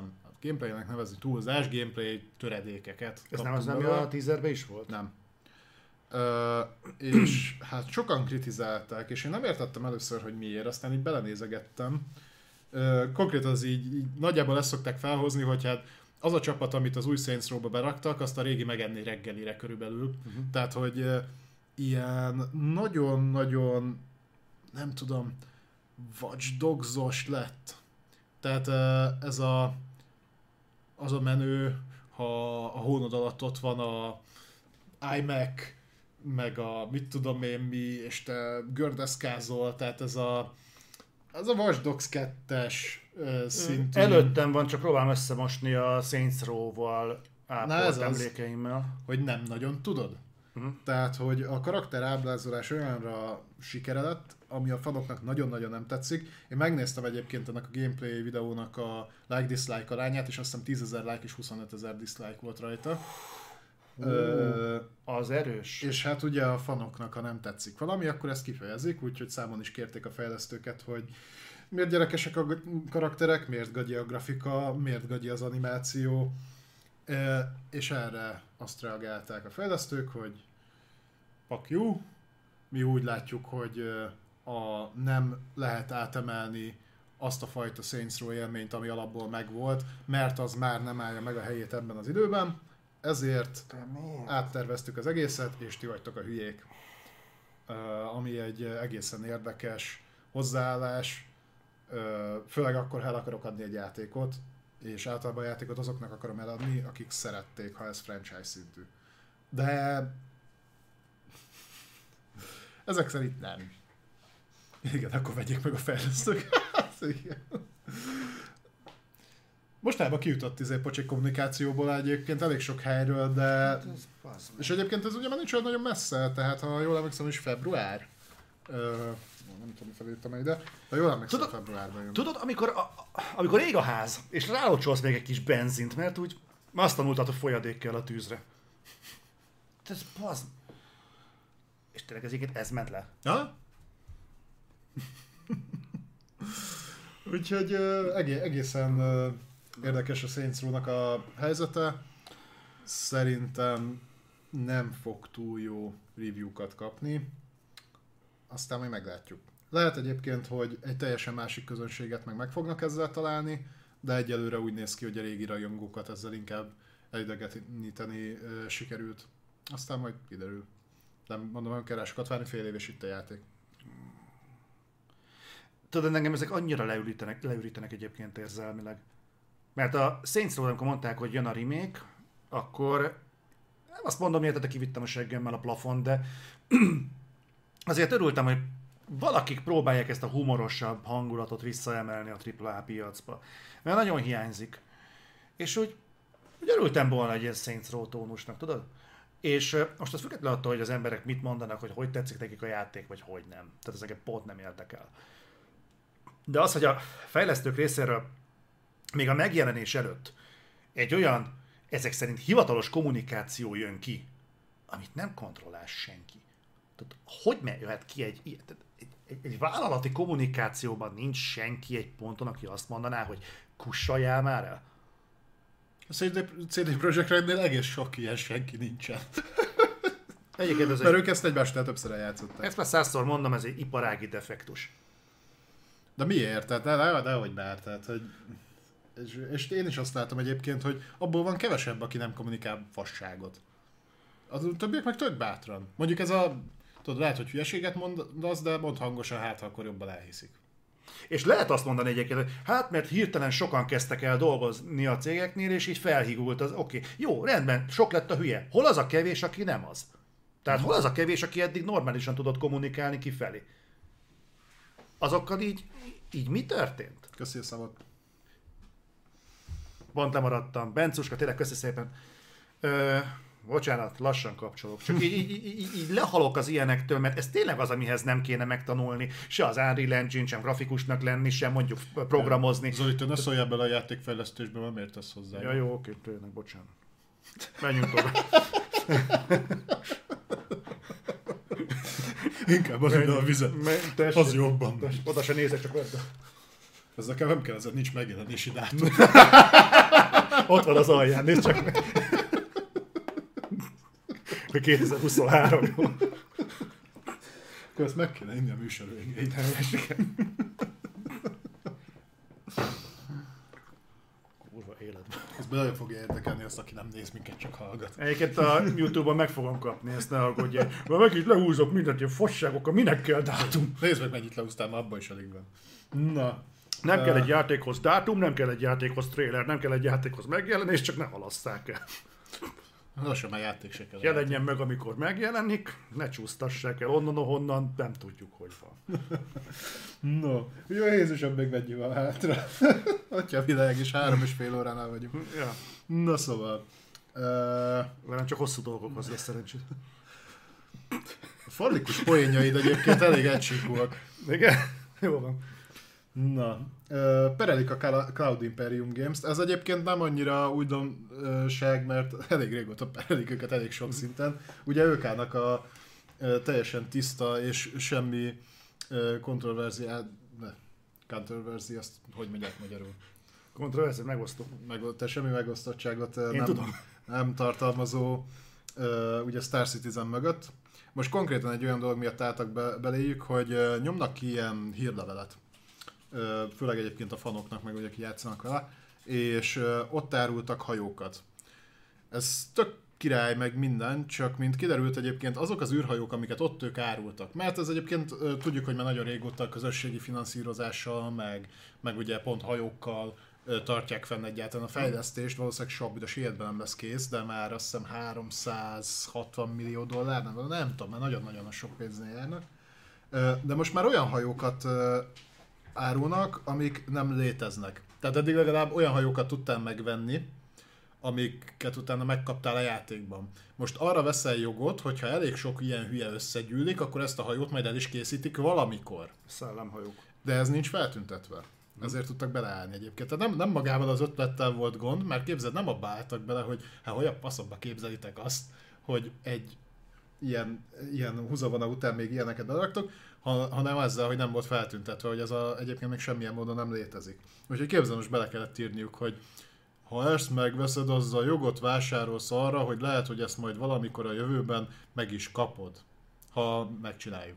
Speaker 2: gameplaynek nevezni túlzás, gameplay töredékeket.
Speaker 1: Ez nem az, ami a teaserben is volt?
Speaker 2: Nem. Ö, és hát sokan kritizálták, és én nem értettem először, hogy miért, aztán így belenézegettem. Ö, konkrétan az így, így nagyjából ezt szokták felhozni, hogy hát az a csapat, amit az új Saints Row-ba beraktak, azt a régi megenni reggelire körülbelül. Uh-huh. Tehát, hogy uh, ilyen nagyon-nagyon, nem tudom, Watch Dogs-os lett. Tehát uh, ez a, az a menő, ha a hónod alatt ott van a iMac, meg a mit tudom én mi, és te gördeszkázol, tehát ez a az a Watch Dogs kettes uh, szintű.
Speaker 1: Előttem van, csak próbálom összemosni a Saints Row-val ápolt emlékeimmel.
Speaker 2: Az, hogy nem nagyon tudod. Uh-huh. Tehát, hogy a karakter ábrázolás olyanra sikere lett, ami a fanoknak nagyon-nagyon nem tetszik. Én megnéztem egyébként ennek a gameplay videónak a like-dislike arányát, és azt hiszem tízezer like és huszonötezer dislike volt rajta.
Speaker 1: Uh, Ö, az erős.
Speaker 2: És hát ugye a fanoknak, ha nem tetszik valami, akkor ezt kifejezik, úgyhogy számon is kérték a fejlesztőket, hogy miért gyerekesek a karakterek, miért gagyi a grafika, miért gagyi az animáció, e, és erre azt reagálták a fejlesztők, hogy fuck you, mi úgy látjuk, hogy a, nem lehet átemelni azt a fajta Saints Row élményt, ami alapból megvolt, mert az már nem állja meg a helyét ebben az időben, ezért átterveztük az egészet, és ti vagytok a hülyék. Uh, ami egy egészen érdekes hozzáállás, uh, főleg akkor, ha el akarok adni egy játékot, és általában a játékot azoknak akarom eladni, akik szerették, ha ez franchise szintű. De ezek szerint nem. Igen, akkor vegyék meg a fejlesztők. Mostanában kijutott izé pocsék kommunikációból egyébként elég sok helyről, de... És egyébként ez ugye már nincs olyan nagyon messze, tehát ha jól emlékszem is február. Ö, nem tudom, felírtam ide, de jól emlékszem tudod, februárban jön.
Speaker 1: Tudod, amikor, a, amikor ég a ház, és rálocsolsz még egy kis benzint, mert úgy azt tanultad, hogy folyadék kell a tűzre. Ez bazd. És tényleg ez egyébként ez ment le.
Speaker 2: Ha? Úgyhogy uh, egészen uh, érdekes a Saints Row-nak a helyzete. Szerintem nem fog túl jó review-kat kapni. Aztán majd meglátjuk. Lehet egyébként, hogy egy teljesen másik közönséget meg meg fognak ezzel találni, de egyelőre úgy néz ki, hogy a régi rajongókat ezzel inkább elidegeníteni uh, sikerült. Aztán majd kiderül. Nem mondom, olyan kell rá sokat várni, fél év és itt a játék.
Speaker 1: Tudod, engem ezek annyira leürítenek, leürítenek egyébként érzelmileg. Mert a Saints Row, amikor mondták, hogy jön a remake, akkor nem azt mondom, hogy érted, kivittem a seggemmel a plafon, de azért örültem, hogy valakik próbálják ezt a humorosabb hangulatot visszaemelni a á á á piacba. Mert nagyon hiányzik. És úgy, úgy örültem volna egy ilyen Saints Row tónusnak, tudod? És most az függetlenül attól, hogy az emberek mit mondanak, hogy hogy tetszik nekik a játék, vagy hogy nem. Tehát ezeket pont nem érdekel. De az, hogy a fejlesztők részéről még a megjelenés előtt egy olyan, ezek szerint hivatalos kommunikáció jön ki, amit nem kontrollál senki. Tehát hogy jöhet ki egy ilyen? Egy, egy, egy vállalati kommunikációban nincs senki egy ponton, aki azt mondaná, hogy kussaljál már el?
Speaker 2: A cé dé Projekt Rednél egész sok ilyen senki nincsen.
Speaker 1: Egyébként ez
Speaker 2: Mert
Speaker 1: egy...
Speaker 2: ők ezt egymásnál többször eljátszották.
Speaker 1: Ezt már százszor mondom, ez egy iparági defektus.
Speaker 2: De miért? Tehát de, de hogy már, tehát, hogy... És, és én is azt látom egyébként, hogy abból van kevesebb, aki nem kommunikál fasságot. A többiek meg tök bátran. Mondjuk ez a... Tudod, lehet, hogy hülyeséget mondasz, de mondd hangosan, hát ha akkor jobban elhiszik.
Speaker 1: És lehet azt mondani egyébként, hogy hát mert hirtelen sokan kezdtek el dolgozni a cégeknél, és így felhigult az, oké, okay, jó, rendben, sok lett a hülye. Hol az a kevés, aki nem az? Tehát hol az a kevés, aki eddig normálisan tudott kommunikálni kifelé? Azokkal így, így mi történt?
Speaker 2: Köszi a szavot.
Speaker 1: Pont lemaradtam. Bencuska, tényleg köszi szépen. Ö, bocsánat, lassan kapcsolok. Csak így, így, így, így lehalok az ilyenektől, mert ez tényleg az, amihez nem kéne megtanulni. Se az Unreal Engine, sem grafikusnak lenni, sem mondjuk programozni.
Speaker 2: Zoli, te ne szóljál bele a játékfejlesztésbe, mert miért tesz hozzá?
Speaker 1: Ja, jó, oké, tényleg, bocsánat. Menjünk tovább.
Speaker 2: Inkább az ide a vizet.
Speaker 1: Tessék,
Speaker 2: az jobban.
Speaker 1: Tessék, oda se nézek, csak vedd.
Speaker 2: Ez nekem nem kell, ez nincs megjelenési dátum.
Speaker 1: Ott van az alján, nézd csak meg. kétezer-huszonhárom.
Speaker 2: Akkor ezt meg kéne inni a műsor végéig.
Speaker 1: Kurva életben.
Speaker 2: Ez nagyon fogja érdekelni azt, aki nem néz minket, csak hallgat.
Speaker 1: Egyébként a YouTube-on meg fogom kapni, ezt ne aggódjál. Mert meg itt lehúzok mindent, ilyen fasságokkal, minek kell dátum?
Speaker 2: Nézd meg, mennyit lehúztál, már abban is elég van. Na.
Speaker 1: Nem
Speaker 2: Uh,
Speaker 1: kell egy játékhoz dátum, nem kell egy játékhoz trailer, nem kell egy játékhoz megjelenés, csak ne halasszák el.
Speaker 2: Lassan már játék se kell.
Speaker 1: Jelenjen meg, amikor megjelenik, ne csúsztassák el onnan, ahonnan, nem tudjuk, hogy van.
Speaker 2: No, jó Jézusom, még mennyivel hátra. Atya világ is, három és fél óránál vagyunk.
Speaker 1: Ja.
Speaker 2: Na szóval. Uh,
Speaker 1: Velem csak hosszú dolgokhoz lesz szerencsét.
Speaker 2: a farlikus poénjaid egyébként elég egysíkúak.
Speaker 1: Igen? Jó van.
Speaker 2: Na, uh, perelik a Cloud Imperium Games-t. Ez egyébként nem annyira újdonság, mert elég régóta perelik őket elég sok szinten. Ugye ők állnak a uh, teljesen tiszta és semmi uh, kontroverziát, ne, kontroverzi, azt hogy mondják magyarul?
Speaker 1: Kontroverzi, megosztó.
Speaker 2: Meg, te semmi megosztottságot uh,
Speaker 1: Én
Speaker 2: nem,
Speaker 1: tudom.
Speaker 2: nem tartalmazó uh, ugye Star Citizen mögött. Most konkrétan egy olyan dolog miatt álltak be, beléjük, hogy uh, nyomnak ki ilyen hírlevelet. Főleg egyébként a fanoknak, meg ugye aki játszanak vele, és ott árultak hajókat. Ez tök király, meg minden, csak mint kiderült egyébként azok az űrhajók, amiket ott ők árultak. Mert ez egyébként tudjuk, hogy már nagyon régóta a közösségi finanszírozással, meg, meg ugye pont hajókkal tartják fenn egyáltalán a fejlesztést, valószínűleg Sabbid a sietben nem lesz kész, de már azt hiszem háromszázhatvan millió dollár, nem, nem tudom, mert nagyon-nagyon sok pénznél járnak. De most már olyan hajókat árulnak, amik nem léteznek. Tehát eddig legalább olyan hajókat tudtál megvenni, amiket utána megkaptál a játékban. Most arra veszel jogot, hogyha elég sok ilyen hülye összegyűlik, akkor ezt a hajót majd el is készítik valamikor.
Speaker 1: Szellemhajók.
Speaker 2: De ez nincs feltüntetve. Ezért tudtak beleállni egyébként. Tehát nem, nem magával az ötlettel volt gond, mert képzeld, nem abba álltak bele, hogy hát olyan passzabba képzelitek azt, hogy egy ilyen, ilyen húzavona után még ilyeneket beraktok, hanem ezzel, hogy nem volt feltüntetve, hogy ez a, egyébként még semmilyen módon nem létezik. Úgyhogy képzeld, most bele kellett írniuk, hogy ha ezt megveszed, azzal jogot vásárolsz arra, hogy lehet, hogy ezt majd valamikor a jövőben meg is kapod, ha megcsináljuk.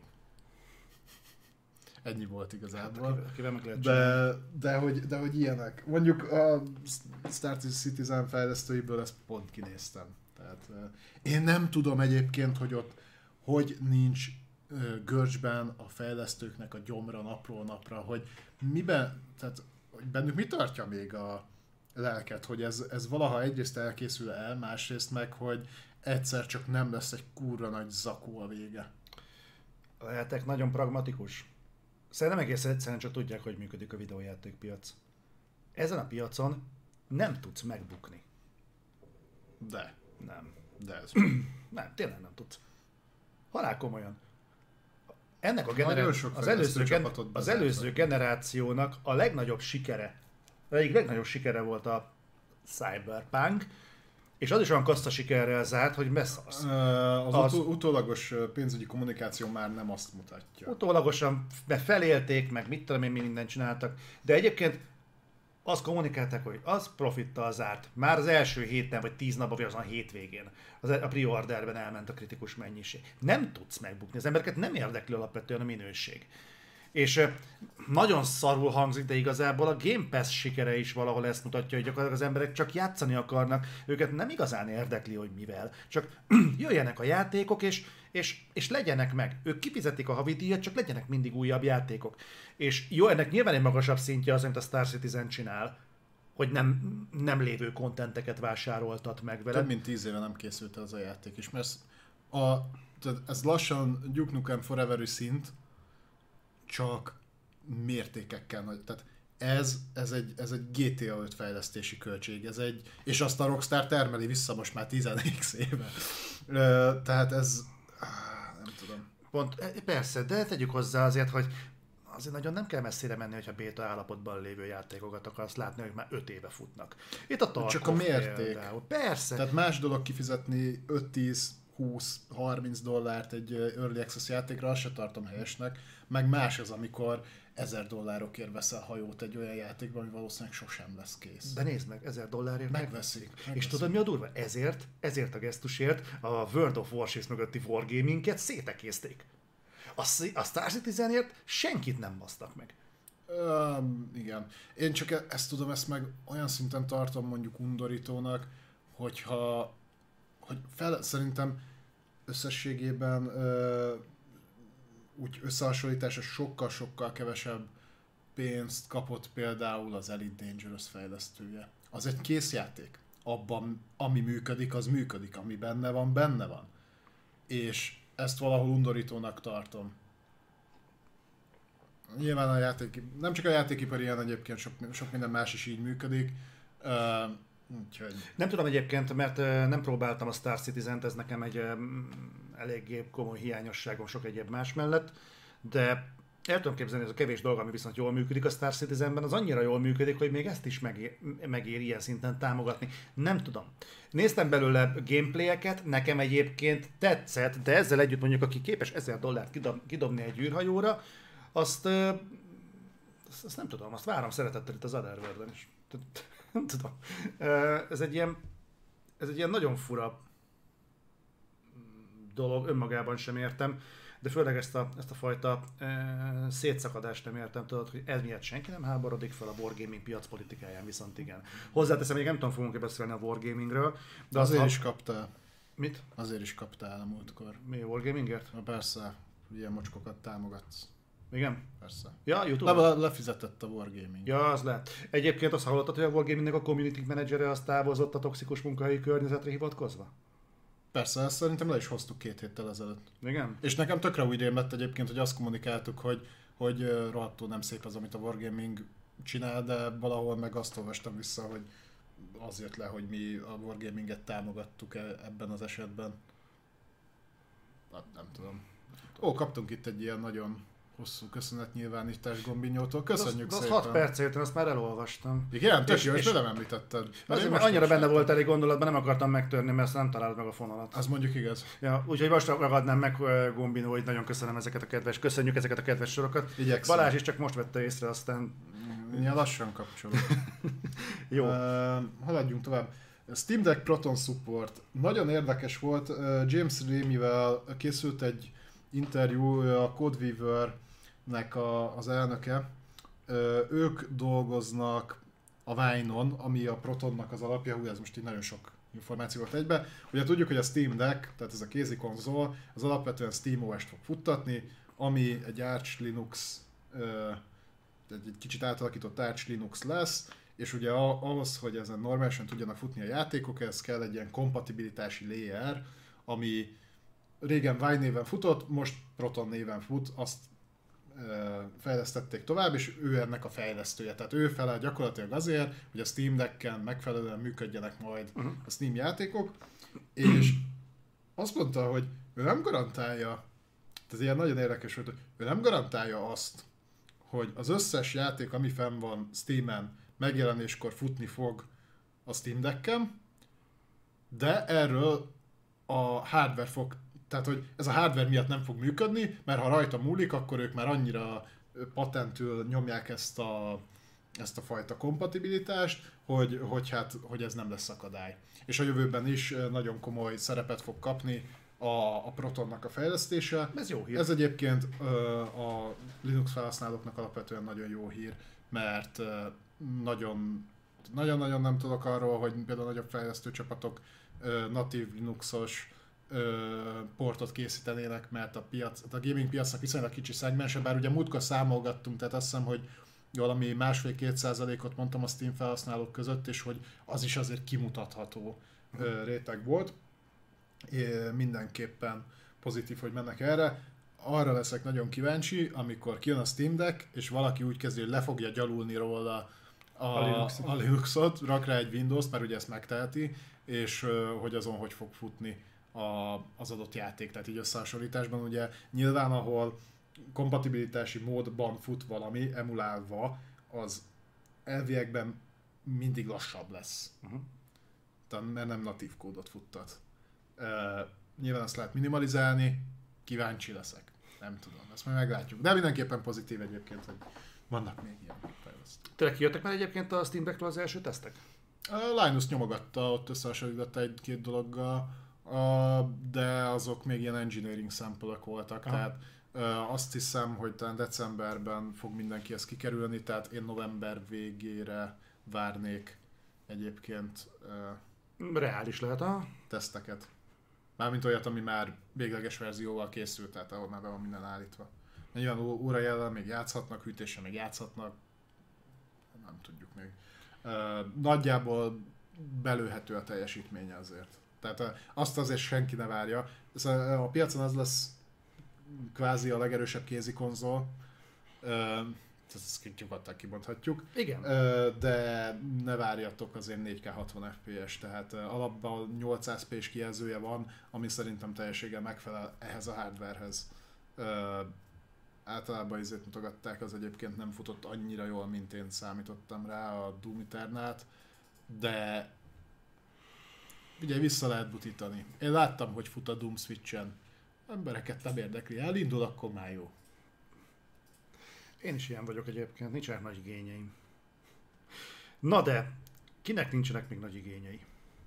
Speaker 2: Ennyi volt igazából.
Speaker 1: Hát, akivel meg lehet
Speaker 2: de, de, hogy, de hogy ilyenek. Mondjuk a Star Citizen fejlesztőiből ezt pont kinéztem. Tehát, én nem tudom egyébként, hogy ott hogy nincs görcsben a fejlesztőknek a gyomra napról napra, hogy miben, tehát hogy bennük mi tartja még a lelket, hogy ez, ez valaha egyrészt elkészül el, másrészt meg, hogy egyszer csak nem lesz egy kurva nagy zakó a vége.
Speaker 1: Lehetek nagyon pragmatikus. Szerintem egész egyszerűen csak tudják, hogy működik a videójátékpiac. Ezen a piacon nem tudsz megbukni.
Speaker 2: De.
Speaker 1: Nem.
Speaker 2: De ez.
Speaker 1: Nem, tényleg nem tudsz. Halál komolyan. Ennek a
Speaker 2: Nagyon
Speaker 1: generá-
Speaker 2: sok
Speaker 1: az, előző, gen-
Speaker 2: csapatot
Speaker 1: az
Speaker 2: bezártak.
Speaker 1: előző generációnak a legnagyobb sikere, a egyik legnagyobb sikere volt a Cyberpunk, és az is olyan kaszta sikerrel zárt, hogy beszarsz.
Speaker 2: Az,
Speaker 1: Az-
Speaker 2: utó, utólagos pénzügyi kommunikáció már nem azt mutatja.
Speaker 1: Utólagosan be felélték, meg mit tudom én, mi mindent csináltak, de egyébként azt kommunikálták, hogy az profittal zárt. Már az első héten, vagy tíz napban, vagy azon a hétvégén az a pre-orderben elment a kritikus mennyiség. Nem tudsz megbukni, az embereket nem érdekli alapvetően a minőség. És eh, nagyon szarul hangzik, de igazából a Game Pass sikere is valahol ezt mutatja, hogy gyakorlatilag az emberek csak játszani akarnak, őket nem igazán érdekli, hogy mivel. Csak jöjjenek a játékok, és, és, és legyenek meg. Ők kifizetik a havidíjat, csak legyenek mindig újabb játékok. És jó, ennek nyilván egy magasabb szintje az, amit a Star Citizen csinál, hogy nem, nem lévő kontenteket vásároltat meg vele.
Speaker 2: Több mint tíz éve nem készült el az a játék is, mert ez, a, tehát ez lassan Duke Nukem Forever-ű szint, csak mértékekkel nagy. Tehát ez, ez, egy, ez egy gé té á öt fejlesztési költség, ez egy, és azt a Rockstar termeli vissza most már tizenegy éve. Tehát ez, nem tudom.
Speaker 1: Pont, persze, de tegyük hozzá azért, hogy azért nagyon nem kell messzire menni, hogyha béta állapotban lévő játékokat akarsz látni, hogy már öt éve futnak. Itt a Tarkov
Speaker 2: Csak a mérték.
Speaker 1: például. Persze.
Speaker 2: Tehát más dolog kifizetni öt, tíz, húsz-harminc dollárt egy Early Access játékra, azt se tartom helyesnek, meg más az, amikor ezer dollárokért veszel hajót egy olyan játékban, ami valószínűleg sosem lesz kész.
Speaker 1: De nézd meg, ezer dollárért
Speaker 2: megveszik. megveszik.
Speaker 1: És tudod mi a durva? Ezért, ezért a gesztusért a World of Warships mögötti Wargaminget szétekézték. A, a Star Citizenért senkit nem basztak meg.
Speaker 2: Um, igen. Én csak e- ezt tudom, ezt meg olyan szinten tartom mondjuk undorítónak, hogyha hogy fel, szerintem összességében ö, úgy összehasonlításra sokkal-sokkal kevesebb pénzt kapott például az Elite Dangerous fejlesztője. Az egy kész játék. Abban, ami működik, az működik. Ami benne van, benne van. És ezt valahol undorítónak tartom. Nyilván a játék, nem csak a játékipar ilyen, egyébként sok, sok minden más is így működik. Uh, úgyhogy...
Speaker 1: Nem tudom egyébként, mert nem próbáltam a Star Citizen-t, ez nekem egy um, eléggé komoly hiányosságom sok egyéb más mellett, de el tudom képzelni, ez a kevés dolog, ami viszont jól működik a Star Citizenben, az annyira jól működik, hogy még ezt is megér, megér ilyen szinten támogatni. Nem tudom. Néztem belőle gameplayeket, nekem egyébként tetszett, de ezzel együtt mondjuk, aki képes ezer dollárt kidob, kidobni egy űrhajóra, azt, azt, azt nem tudom, azt várom szeretettel itt az Otherworld-en is. Nem tudom. Ez egy ilyen, ez egy ilyen nagyon fura dolog, önmagában sem értem, de főleg ezt a, ezt a fajta e, szétszakadást nem értem, tudod, hogy ez miatt senki nem háborodik fel, a Wargaming piac politikáján viszont igen. Hozzáteszem, még nem tudom, fogunk-e beszélni a Wargamingről, de
Speaker 2: azért
Speaker 1: az,
Speaker 2: is kaptál.
Speaker 1: Mit?
Speaker 2: Azért is kaptál a múltkor.
Speaker 1: Mi, a Wargamingért?
Speaker 2: Na persze, ilyen mocskokat támogatsz.
Speaker 1: Igen?
Speaker 2: Persze.
Speaker 1: Ja, YouTube.
Speaker 2: Le, lefizetett a Wargaming.
Speaker 1: Ja, az lehet. Egyébként azt hallottad, hogy a Wargamingnek a community menedzsere az távozott a toxikus munkahelyi környezetre hivatkozva?
Speaker 2: Persze, ezt szerintem le is hoztuk két héttel ezelőtt.
Speaker 1: Igen?
Speaker 2: És nekem tökre úgy rém lett egyébként, hogy azt kommunikáltuk, hogy, hogy rohadtul nem szép az, amit a Wargaming csinál, de valahol meg azt olvastam vissza, hogy az jött le, hogy mi a Wargaminget támogattuk ebben az esetben. Hát nem tudom. Ó, kaptunk itt egy ilyen nagyon hosszú köszönetnyilvánítás Gombinyótól. Köszönjük
Speaker 1: az, az
Speaker 2: szépen.
Speaker 1: hat percet, én azt már elolvastam.
Speaker 2: Igen, tök
Speaker 1: És-
Speaker 2: jó, és,
Speaker 1: és-
Speaker 2: és nem említetted.
Speaker 1: Azért,
Speaker 2: én
Speaker 1: mert
Speaker 2: most
Speaker 1: annyira benne
Speaker 2: olvastam.
Speaker 1: volt elég gondolatban, nem akartam megtörni, mert azt nem találod meg a fonalat.
Speaker 2: Az mondjuk igaz.
Speaker 1: Ja, úgyhogy most ragadnám meg uh, Gombinó, hogy nagyon köszönöm ezeket a kedves, köszönjük ezeket a kedves sorokat.
Speaker 2: Igyekszem.
Speaker 1: Balázs is csak most vette észre, aztán
Speaker 2: Ilyen lassan kapcsolok.
Speaker 1: jó.
Speaker 2: Uh, haladjunk tovább. Steam Deck Proton Support. Nagyon érdekes volt. Uh, James Ramey-vel készült egy interjú, ő a Codeweaver-nek a, az elnöke. Uh, ők dolgoznak a Wine-on, ami a Protonnak az alapja. Hú, ez most így nagyon sok információ volt egybe. Ugye tudjuk, hogy a Steam Deck, tehát ez a kézi konzol, az alapvetően SteamOS-t fog futtatni, ami egy Arch Linux, uh, egy kicsit átalakított Arch Linux lesz, és ugye ahhoz, hogy ezen normálisan tudjanak futni a játékok, ez kell egy ilyen kompatibilitási layer, ami régen Wine néven futott, most Proton néven fut, azt e, fejlesztették tovább, és ő ennek a fejlesztője. Tehát ő felel gyakorlatilag azért, hogy a Steam Decken megfelelően működjenek majd uh-huh. a Steam játékok, és azt mondta, hogy ő nem garantálja, ez ilyen nagyon érdekes volt, hogy ő nem garantálja azt, hogy az összes játék, ami fenn van Steamen, megjelenéskor futni fog a Steam Decken, de erről a hardware fog, tehát hogy ez a hardware miatt nem fog működni, mert ha rajta múlik, akkor ők már annyira patentül nyomják ezt a, ezt a fajta kompatibilitást, hogy, hogy, hát, hogy ez nem lesz akadály. És a jövőben is nagyon komoly szerepet fog kapni a, a Protonnak a fejlesztése.
Speaker 1: Ez jó hír.
Speaker 2: Ez egyébként ö, a Linux felhasználóknak alapvetően nagyon jó hír, mert ö, nagyon, nagyon-nagyon nem tudok arról, hogy például nagyobb fejlesztő csapatok ö, natív Linuxos ö, portot készítenének, mert a, piac, a gaming piacnak viszonylag kicsi szegmense, bár ugye múltkor számolgattunk, tehát azt hiszem, hogy valami másfél-két százalékot mondtam a Steam felhasználók között, és hogy az is azért kimutatható ö, réteg volt. É, mindenképpen pozitív, hogy mennek erre. Arra leszek nagyon kíváncsi, amikor kijön a Steam Deck, és valaki úgy kezdi, hogy le fogja gyalulni róla a,
Speaker 1: A Linuxot.
Speaker 2: a Linuxot, rak rá egy Windows-t, mert ugye ezt megteheti, és uh, hogy azon hogy fog futni a, az adott játék. Tehát így összehasonlításban ugye nyilván, ahol kompatibilitási módban fut valami, emulálva, az elviekben mindig lassabb lesz. Uh-huh. Tehát mert nem natív kódot futtat. Uh, nyilván azt lehet minimalizálni, kíváncsi leszek. Nem tudom, ezt majd meglátjuk. De mindenképpen pozitív egyébként, hogy vannak még ilyen fejlesztők.
Speaker 1: Tényleg kijöttek már egyébként a Steam Deckről az első tesztek?
Speaker 2: A Linus nyomogatta, ott összehasonlította egy-két dologgal, de azok még ilyen engineering sample-ok voltak, aha. Tehát azt hiszem, hogy talán decemberben fog mindenki ezt kikerülni, tehát én november végére várnék egyébként
Speaker 1: reális lehet a
Speaker 2: teszteket. Mármint olyat, ami már végleges verzióval készült, tehát ahol már be van minden állítva. Nyilván órajellel még játszhatnak, hűtéssel még játszhatnak, nem tudjuk még. Nagyjából belőhető a teljesítménye azért. Tehát azt azért senki ne várja. A piacon az lesz kvázi a legerősebb kézi konzol, ezt nyugodtan kimondhatjuk.
Speaker 1: Igen.
Speaker 2: De ne várjatok azért négy ká hatvan ef pé es, tehát alapban nyolcszáz pé-s kijelzője van, ami szerintem teljességgel megfelel ehhez a hardwarehez. Általában izét mutogatták, az egyébként nem futott annyira jól, mint én számítottam rá a Doom Eternalt, de ugye vissza lehet butítani. Én láttam, hogy fut a Doom Switchen. Embereket nem érdekli, elindul, akkor már jó.
Speaker 1: Én is ilyen vagyok egyébként, nincsenek nagy igényeim. Na de, kinek nincsenek még nagy igényei?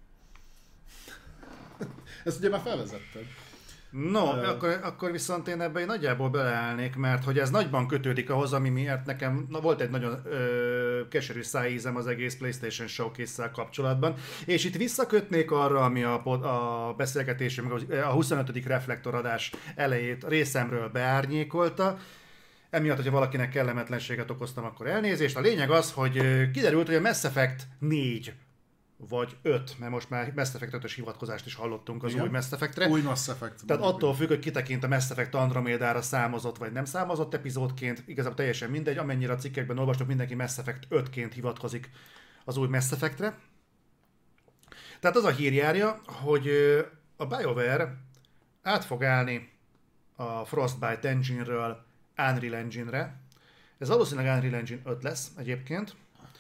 Speaker 2: Ezt ugye már felvezetted.
Speaker 1: No, uh, akkor, akkor viszont én ebben nagyjából beleállnék, mert hogy ez nagyban kötődik ahhoz, ami miatt nekem na, volt egy nagyon ö, keserű szájízem az egész PlayStation Showcase-szel kapcsolatban, és itt visszakötnék arra, ami a, a beszélgetésünk, a huszonötödik reflektoradás elejét részemről beárnyékolta. Emiatt, hogyha valakinek kellemetlenséget okoztam, akkor elnézést. A lényeg az, hogy kiderült, hogy a Mass Effect négy vagy öt, mert most már Mass Effect ötös hivatkozást is hallottunk az igen. új Mass Effectre.
Speaker 2: Új Mass Effect.
Speaker 1: Tehát attól függ, hogy kitekint a Mass Effect Andromédára számozott vagy nem számozott epizódként, igazából teljesen mindegy, amennyire a cikkekben olvastok, mindenki Mass Effect ötként hivatkozik az új Mass Effectre. Tehát az a hír járja, hogy a BioWare át fog állni a Frostbite Engine-ről Unreal Engine-re. Ez valószínűleg Unreal Engine öt lesz egyébként.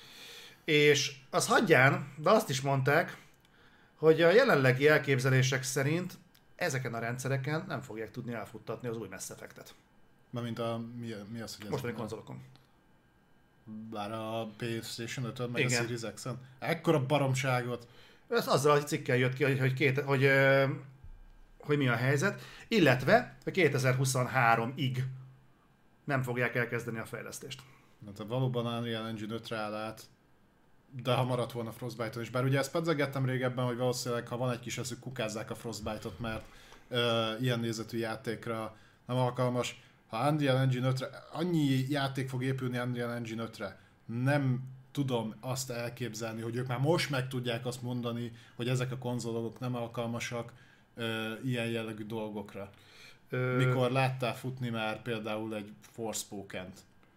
Speaker 1: És az hagyján, de azt is mondták, hogy a jelenlegi elképzelések szerint ezeken a rendszereken nem fogják tudni elfuttatni az új Mass Effectet.
Speaker 2: Mármint a, mi, mi az, hogy ez
Speaker 1: mostani konzolokon.
Speaker 2: Bár a PlayStation ötön, meg igen. A Series X-en. Ekkora baromságot.
Speaker 1: Ez azzal a cikkel jött ki, hogy, hogy, két, hogy, hogy mi a helyzet, illetve hogy kétezer-huszonháromig nem fogják elkezdeni a fejlesztést.
Speaker 2: Hát valóban Unreal Engine ötre áll át, de ha maradt volna Frostbite-on is. Bár ugye ezt pedzegettem régebben, hogy valószínűleg ha van egy kis eszük, kukázzák a Frostbite-ot, mert uh, ilyen nézetű játékra nem alkalmas. Ha Unreal Engine ötre, annyi játék fog épülni Unreal Engine ötre, nem tudom azt elképzelni, hogy ők már most meg tudják azt mondani, hogy ezek a konzolok nem alkalmasak uh, ilyen jellegű dolgokra. Ö... Mikor láttál futni már például egy Forspoken-t.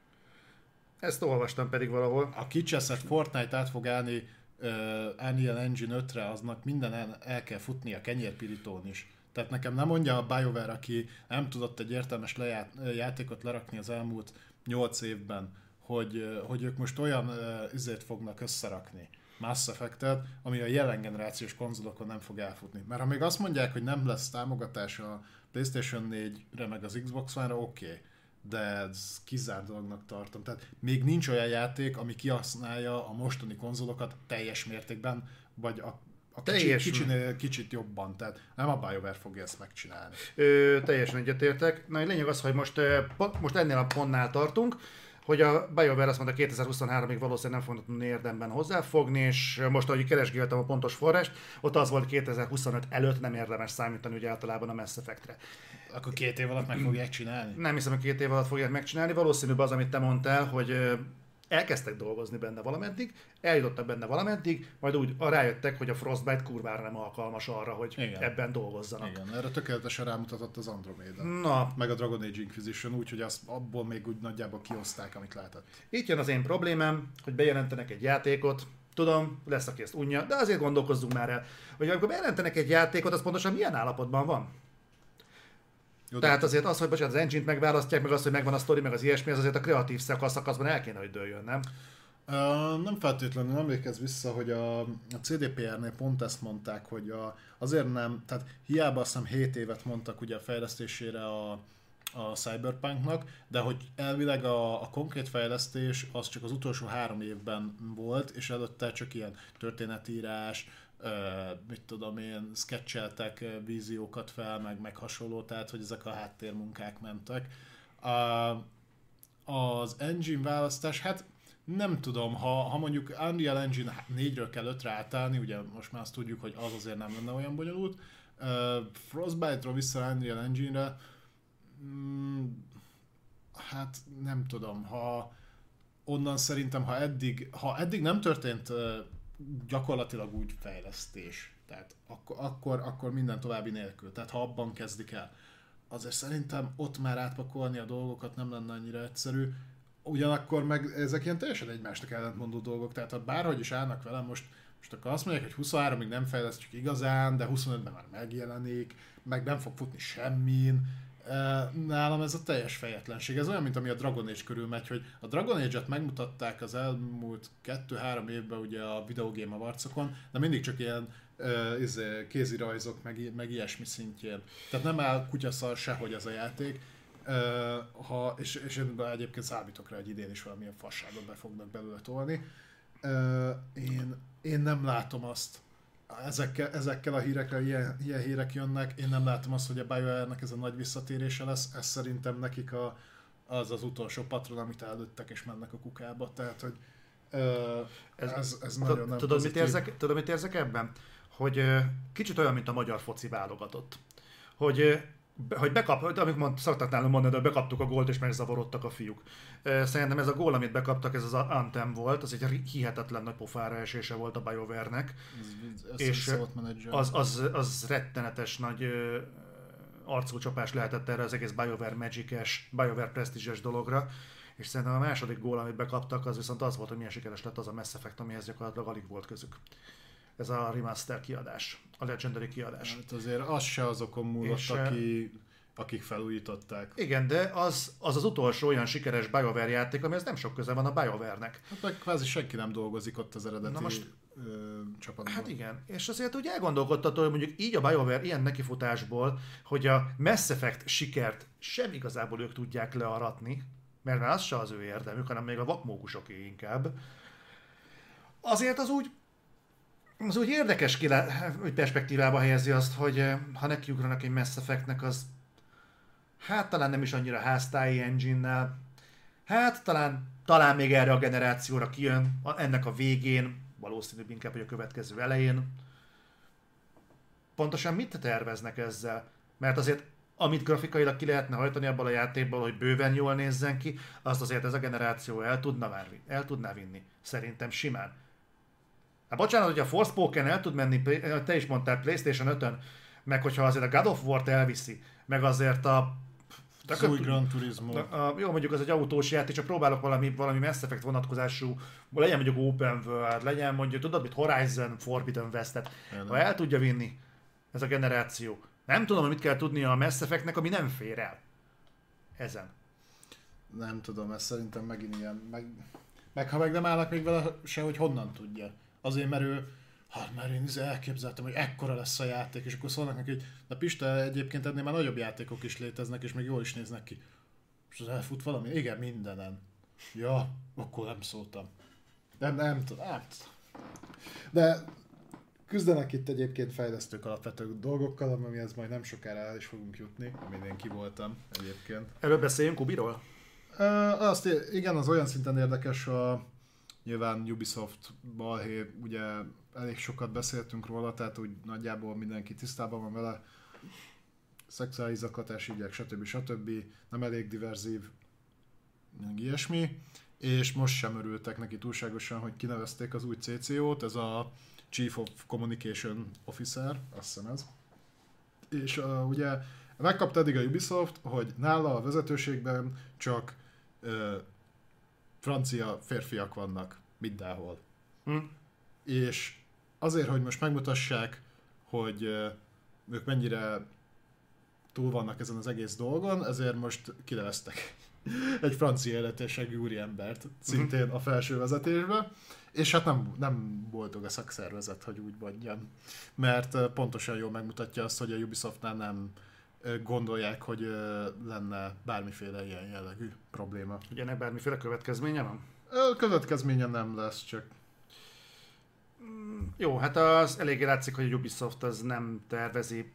Speaker 1: Ezt olvastam pedig valahol.
Speaker 2: A kicseszett Fortnite át fog állni uh, Unreal Engine ötre, aznak minden el, el kell futni a kenyérpirítón is. Tehát nekem nem mondja a BioWare, aki nem tudott egy értelmes leját, játékot lerakni az elmúlt nyolc évben, hogy, uh, hogy ők most olyan uh, üzét fognak összerakni, Mass Effect-et, ami a jelen generációs konzolokon nem fog elfutni. Mert ha még azt mondják, hogy nem lesz támogatás a PlayStation négyre meg az Xbox One-ra, oké. Okay. De ez kizárt dolognak tartom. Tehát még nincs olyan játék, ami kihasználja a mostani konzolokat teljes mértékben, vagy a, a kicsit, kicsit, kicsit jobban. Tehát nem a BioWare fogja ezt megcsinálni.
Speaker 1: Ö, teljesen egyetértek. Na, a lényeg az, hogy most, most ennél a pontnál tartunk, hogy a BioWare azt mondta, kétezer-huszonháromig valószínűleg nem fognak tudni érdemben hozzáfogni, és most, ahogy keresgéltem a pontos forrást, ott az volt, kétezer-huszonöt előtt nem érdemes számítani ugye általában a Mass Effectre.
Speaker 2: Akkor két év alatt meg fogják csinálni?
Speaker 1: Nem hiszem, hogy két év alatt fogják megcsinálni. Valószínűbb az, amit te mondtál, hogy elkezdtek dolgozni benne valameddig, eljutottak benne valameddig, majd úgy rájöttek, hogy a Frostbite kurvára nem alkalmas arra, hogy igen. ebben dolgozzanak.
Speaker 2: Igen, erre tökéletesen rámutatott az Andromeda.
Speaker 1: Na.
Speaker 2: Meg a Dragon Age Inquisition, úgyhogy azt abból még úgy nagyjából kioszták, amit lehetett.
Speaker 1: Itt jön az én problémám, hogy bejelentenek egy játékot, tudom, lesz, aki ezt unja, de azért gondolkozzunk már el, hogy amikor bejelentenek egy játékot, az pontosan milyen állapotban van. Jó, tehát azért az, hogy bocsánat, az engine-t megválasztják, meg az, hogy megvan a sztori, meg az ilyesmi, az azért a kreatív szakaszban el kéne, hogy dőljön, nem?
Speaker 2: Uh, nem feltétlenül emlékezz vissza, hogy a, a cé dé pé er-nél pont ezt mondták, hogy a, azért nem, tehát hiába azt hiszem hét évet mondtak ugye a fejlesztésére a, a Cyberpunknak, de hogy elvileg a, a konkrét fejlesztés az csak az utolsó három évben volt, és előtte csak ilyen történetírás, uh, mit tudom én, sketcheltek víziókat fel, meg, meg hasonló, tehát hogy ezek a háttérmunkák mentek. Uh, az engine választás, hát nem tudom, ha, ha mondjuk Unreal Engine négyről kell ötre átállni, ugye most már azt tudjuk, hogy az azért nem lenne olyan bonyolult. Uh, Frostbite-ról vissza Unreal Engine-re, mm, hát nem tudom, ha onnan szerintem, ha eddig, ha eddig nem történt uh, gyakorlatilag úgy fejlesztés, tehát akkor, akkor, akkor minden további nélkül, tehát ha abban kezdik el, azért szerintem ott már átpakolni a dolgokat nem lenne annyira egyszerű. Ugyanakkor meg ezek ilyen teljesen egymásnak ellentmondó dolgok, tehát ha bárhogy is állnak velem, most, most akkor azt mondják, hogy huszonháromig nem fejlesztjük igazán, de huszonötben már megjelenik, meg nem fog futni semmin. Nálam ez a teljes fejetlenség. Ez olyan, mint ami a Dragon Age körül megy, hogy a Dragon Age-et megmutatták az elmúlt kettő-három évben ugye a Video Game Awardsokon, de mindig csak ilyen uh, kézirajzok, meg, meg ilyesmi szintjén. Tehát nem áll kutyaszal sehogy az a játék. Uh, ha, és, és én egyébként számítok rá, hogy idén is valamilyen fasságot be fognak belőle tolni. Uh, én, én nem látom azt, ezekkel, ezekkel a hírekkel, ilyen, ilyen hírek jönnek, én nem látom azt, hogy a BioWare-nek ez a nagy visszatérése lesz, ez szerintem nekik a, az az utolsó patron, amit előttek és mennek a kukába, tehát hogy uh, ez, ez, ez nagyon nem
Speaker 1: tudod, mit érzek, tudod, mit érzek ebben? Hogy uh, kicsit olyan, mint a magyar foci válogatott. Hogy uh, hogy bekap, amit mond, szoktak nálunk mondani, hogy bekaptuk a gólt és megzavarodtak a fiúk. Szerintem ez a gól, amit bekaptak, ez az Anthem volt, az egy hihetetlen nagy pofára esése volt a BioWare-nek.
Speaker 2: Ez,
Speaker 1: és az, az, az rettenetes nagy arcúcsapás lehetett erre az egész BioWare Magic-es, BioWare Prestige-es dologra. És szerintem a második gól, amit bekaptak, az viszont az volt, hogy milyen sikeres lett az a Mass Effect, amihez gyakorlatilag alig volt közük. Ez a remaster kiadás, a Legendary kiadás.
Speaker 2: Hát azért az se azokon múlott, és, aki, akik felújították.
Speaker 1: Igen, de az, az az utolsó olyan sikeres BioWare játék, amihez nem sok köze van a BioWare-nek.
Speaker 2: Hát meg kvázi senki nem dolgozik ott az eredeti most, ö, csapatban.
Speaker 1: Hát igen, és azért úgy elgondolkodtató, hogy mondjuk így a BioWare ilyen nekifutásból, hogy a Mass Effect sikert sem igazából ők tudják learatni, mert már az se az ő érdemük, hanem még a vakmókusoké inkább. Azért az úgy Az úgy érdekes kile, hogy perspektívába helyezi azt, hogy ha nekiugranak egy Mass Effectnek, az hát talán nem is annyira háztáji engine-nel, hát talán, talán még erre a generációra kijön, ennek a végén, valószínűbb inkább, hogy a következő elején. Pontosan mit terveznek ezzel? Mert azért, amit grafikailag ki lehetne hajtani abból a játékból, hogy bőven jól nézzen ki, azt azért ez a generáció el, tudna már, el tudná vinni. Szerintem simán. Hát bocsánat, hogy a Forspoken el tud menni, te is mondtál PlayStation ötön, meg hogyha azért a God of War-t elviszi, meg azért a...
Speaker 2: Az új Gran Turismo.
Speaker 1: A, a, jó, mondjuk az egy autós játék, csak próbálok valami, valami Mass Effect vonatkozású, legyen mondjuk Open World, legyen mondjuk, tudod mit, Horizon Forbidden West-et, ha el tudja vinni ez a generáció. Nem tudom, mit kell tudnia a Mass Effectnek, ami nem fér el ezen.
Speaker 2: Nem tudom, ez szerintem megint ilyen, meg, meg ha meg nem állnak még vele se, hogy honnan tudja. Azért, mert ő, hát mert én elképzeltem, hogy ekkora lesz a játék, és akkor szólnak neki, hogy na Pista, egyébként ennél már nagyobb játékok is léteznek, és még jól is néznek ki. És az elfut valami? Igen, mindenen. Ja, akkor nem szóltam. Nem, nem tudom, nem tudom. De küzdenek itt egyébként fejlesztők alapvető dolgokkal, amihez majd nem sokára el is fogunk jutni, amin én ki voltam egyébként.
Speaker 1: Erről beszéljünk Ubiról?
Speaker 2: Uh, azt, igen, az olyan szinten érdekes, a nyilván Ubisoft balhé, ugye elég sokat beszéltünk róla, tehát úgy nagyjából mindenki tisztában van vele. Szexuális zaklatás, ügyek, stb. stb. Nem elég diverzív, ilyesmi. És most sem örültek neki túlságosan, hogy kinevezték az új cé cé ó-t, ez a Chief of Communication Officer, azt hiszem ez. És uh, ugye megkapta eddig a Ubisoft, hogy nála a vezetőségben csak uh, francia férfiak vannak mindenhol. Hm. És azért, hogy most megmutassák, hogy uh, ők mennyire túl vannak ezen az egész dolgon, ezért most kineveztek egy francia eredetűségű úriembert szintén a felső vezetésbe, és hát nem, nem boldog a szakszervezet, hogy úgy mondjam, mert pontosan jól megmutatja azt, hogy a Ubisoftnál nem gondolják, hogy lenne bármiféle ilyen jellegű probléma.
Speaker 1: Ugye ennek bármiféle következménye van?
Speaker 2: A következménye nem lesz, csak...
Speaker 1: Jó, hát az eléggé látszik, hogy a Ubisoft az nem tervezi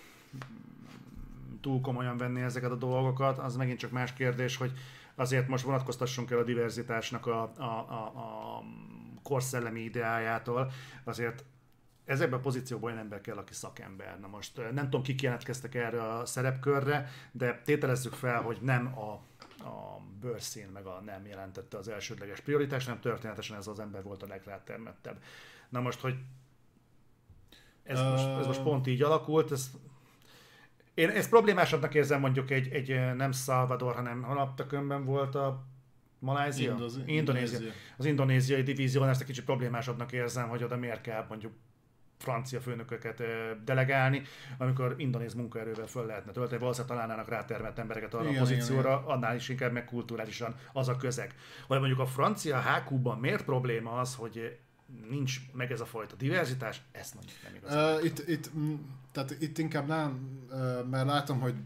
Speaker 1: túl komolyan venni ezeket a dolgokat. Az megint csak más kérdés, hogy azért most vonatkoztassunk el a diverzitásnak a, a, a, a korszellemi ideájától. Azért ezekben a pozícióban olyan ember kell, aki szakember. Na most nem tudom, kik jelentkeztek erre a szerepkörre, de tételezzük fel, hogy nem a, a bőrszín meg a nem jelentette az elsődleges prioritást, hanem történetesen ez az ember volt a legrátermettebb. Na most, hogy ez, uh... most, ez most pont így alakult, ez, én ezt problémásabbnak érzem mondjuk egy, egy nem Salvador, hanem Halaptakönben volt a Malázia?
Speaker 2: Indozi-
Speaker 1: Indonézia.
Speaker 2: Indonézia.
Speaker 1: Az indonéziai divízión ezt egy kicsit problémásabbnak érzem, hogy oda miért kell mondjuk francia főnököket delegálni, amikor indonéz munkaerővel föl lehetne tölteni, valószínűleg találnának rátermett embereket arra igen, a pozícióra, igen, igen. Annál is inkább meg kulturálisan az a közeg. Vagy mondjuk a francia há kú-ban miért probléma az, hogy nincs meg ez a fajta diverzitás, ezt mondjuk nem igaz.
Speaker 2: Uh, itt, itt, tehát itt inkább nem, uh, mert látom, hogy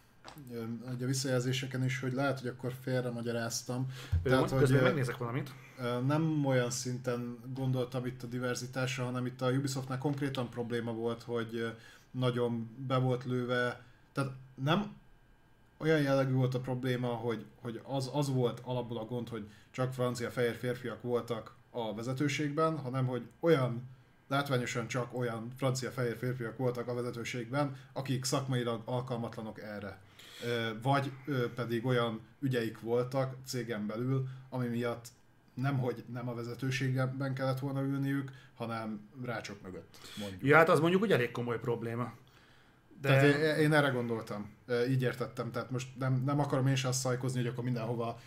Speaker 2: uh, a visszajelzéseken is, hogy lehet, hogy akkor félre magyaráztam.
Speaker 1: Tehát, hogy uh, megnézek valamit.
Speaker 2: Uh, nem olyan szinten gondoltam itt a diverzitásra, hanem itt a Ubisoftnál konkrétan probléma volt, hogy uh, nagyon be volt lőve, tehát nem olyan jellegű volt a probléma, hogy, hogy az, az volt alapból a gond, hogy csak francia fehér férfiak voltak a vezetőségben, hanem hogy olyan, látványosan csak olyan francia fehér férfiak voltak a vezetőségben, akik szakmailag alkalmatlanok erre. Vagy pedig olyan ügyeik voltak cégen belül, ami miatt nemhogy nem a vezetőségben kellett volna ülniük, hanem rácsok mögött, mondjuk.
Speaker 1: Ja, hát az mondjuk ugye elég komoly probléma.
Speaker 2: De... Tehát én erre gondoltam, így értettem, tehát most nem, nem akarom én sem azt szajkozni, hogy akkor mindenhova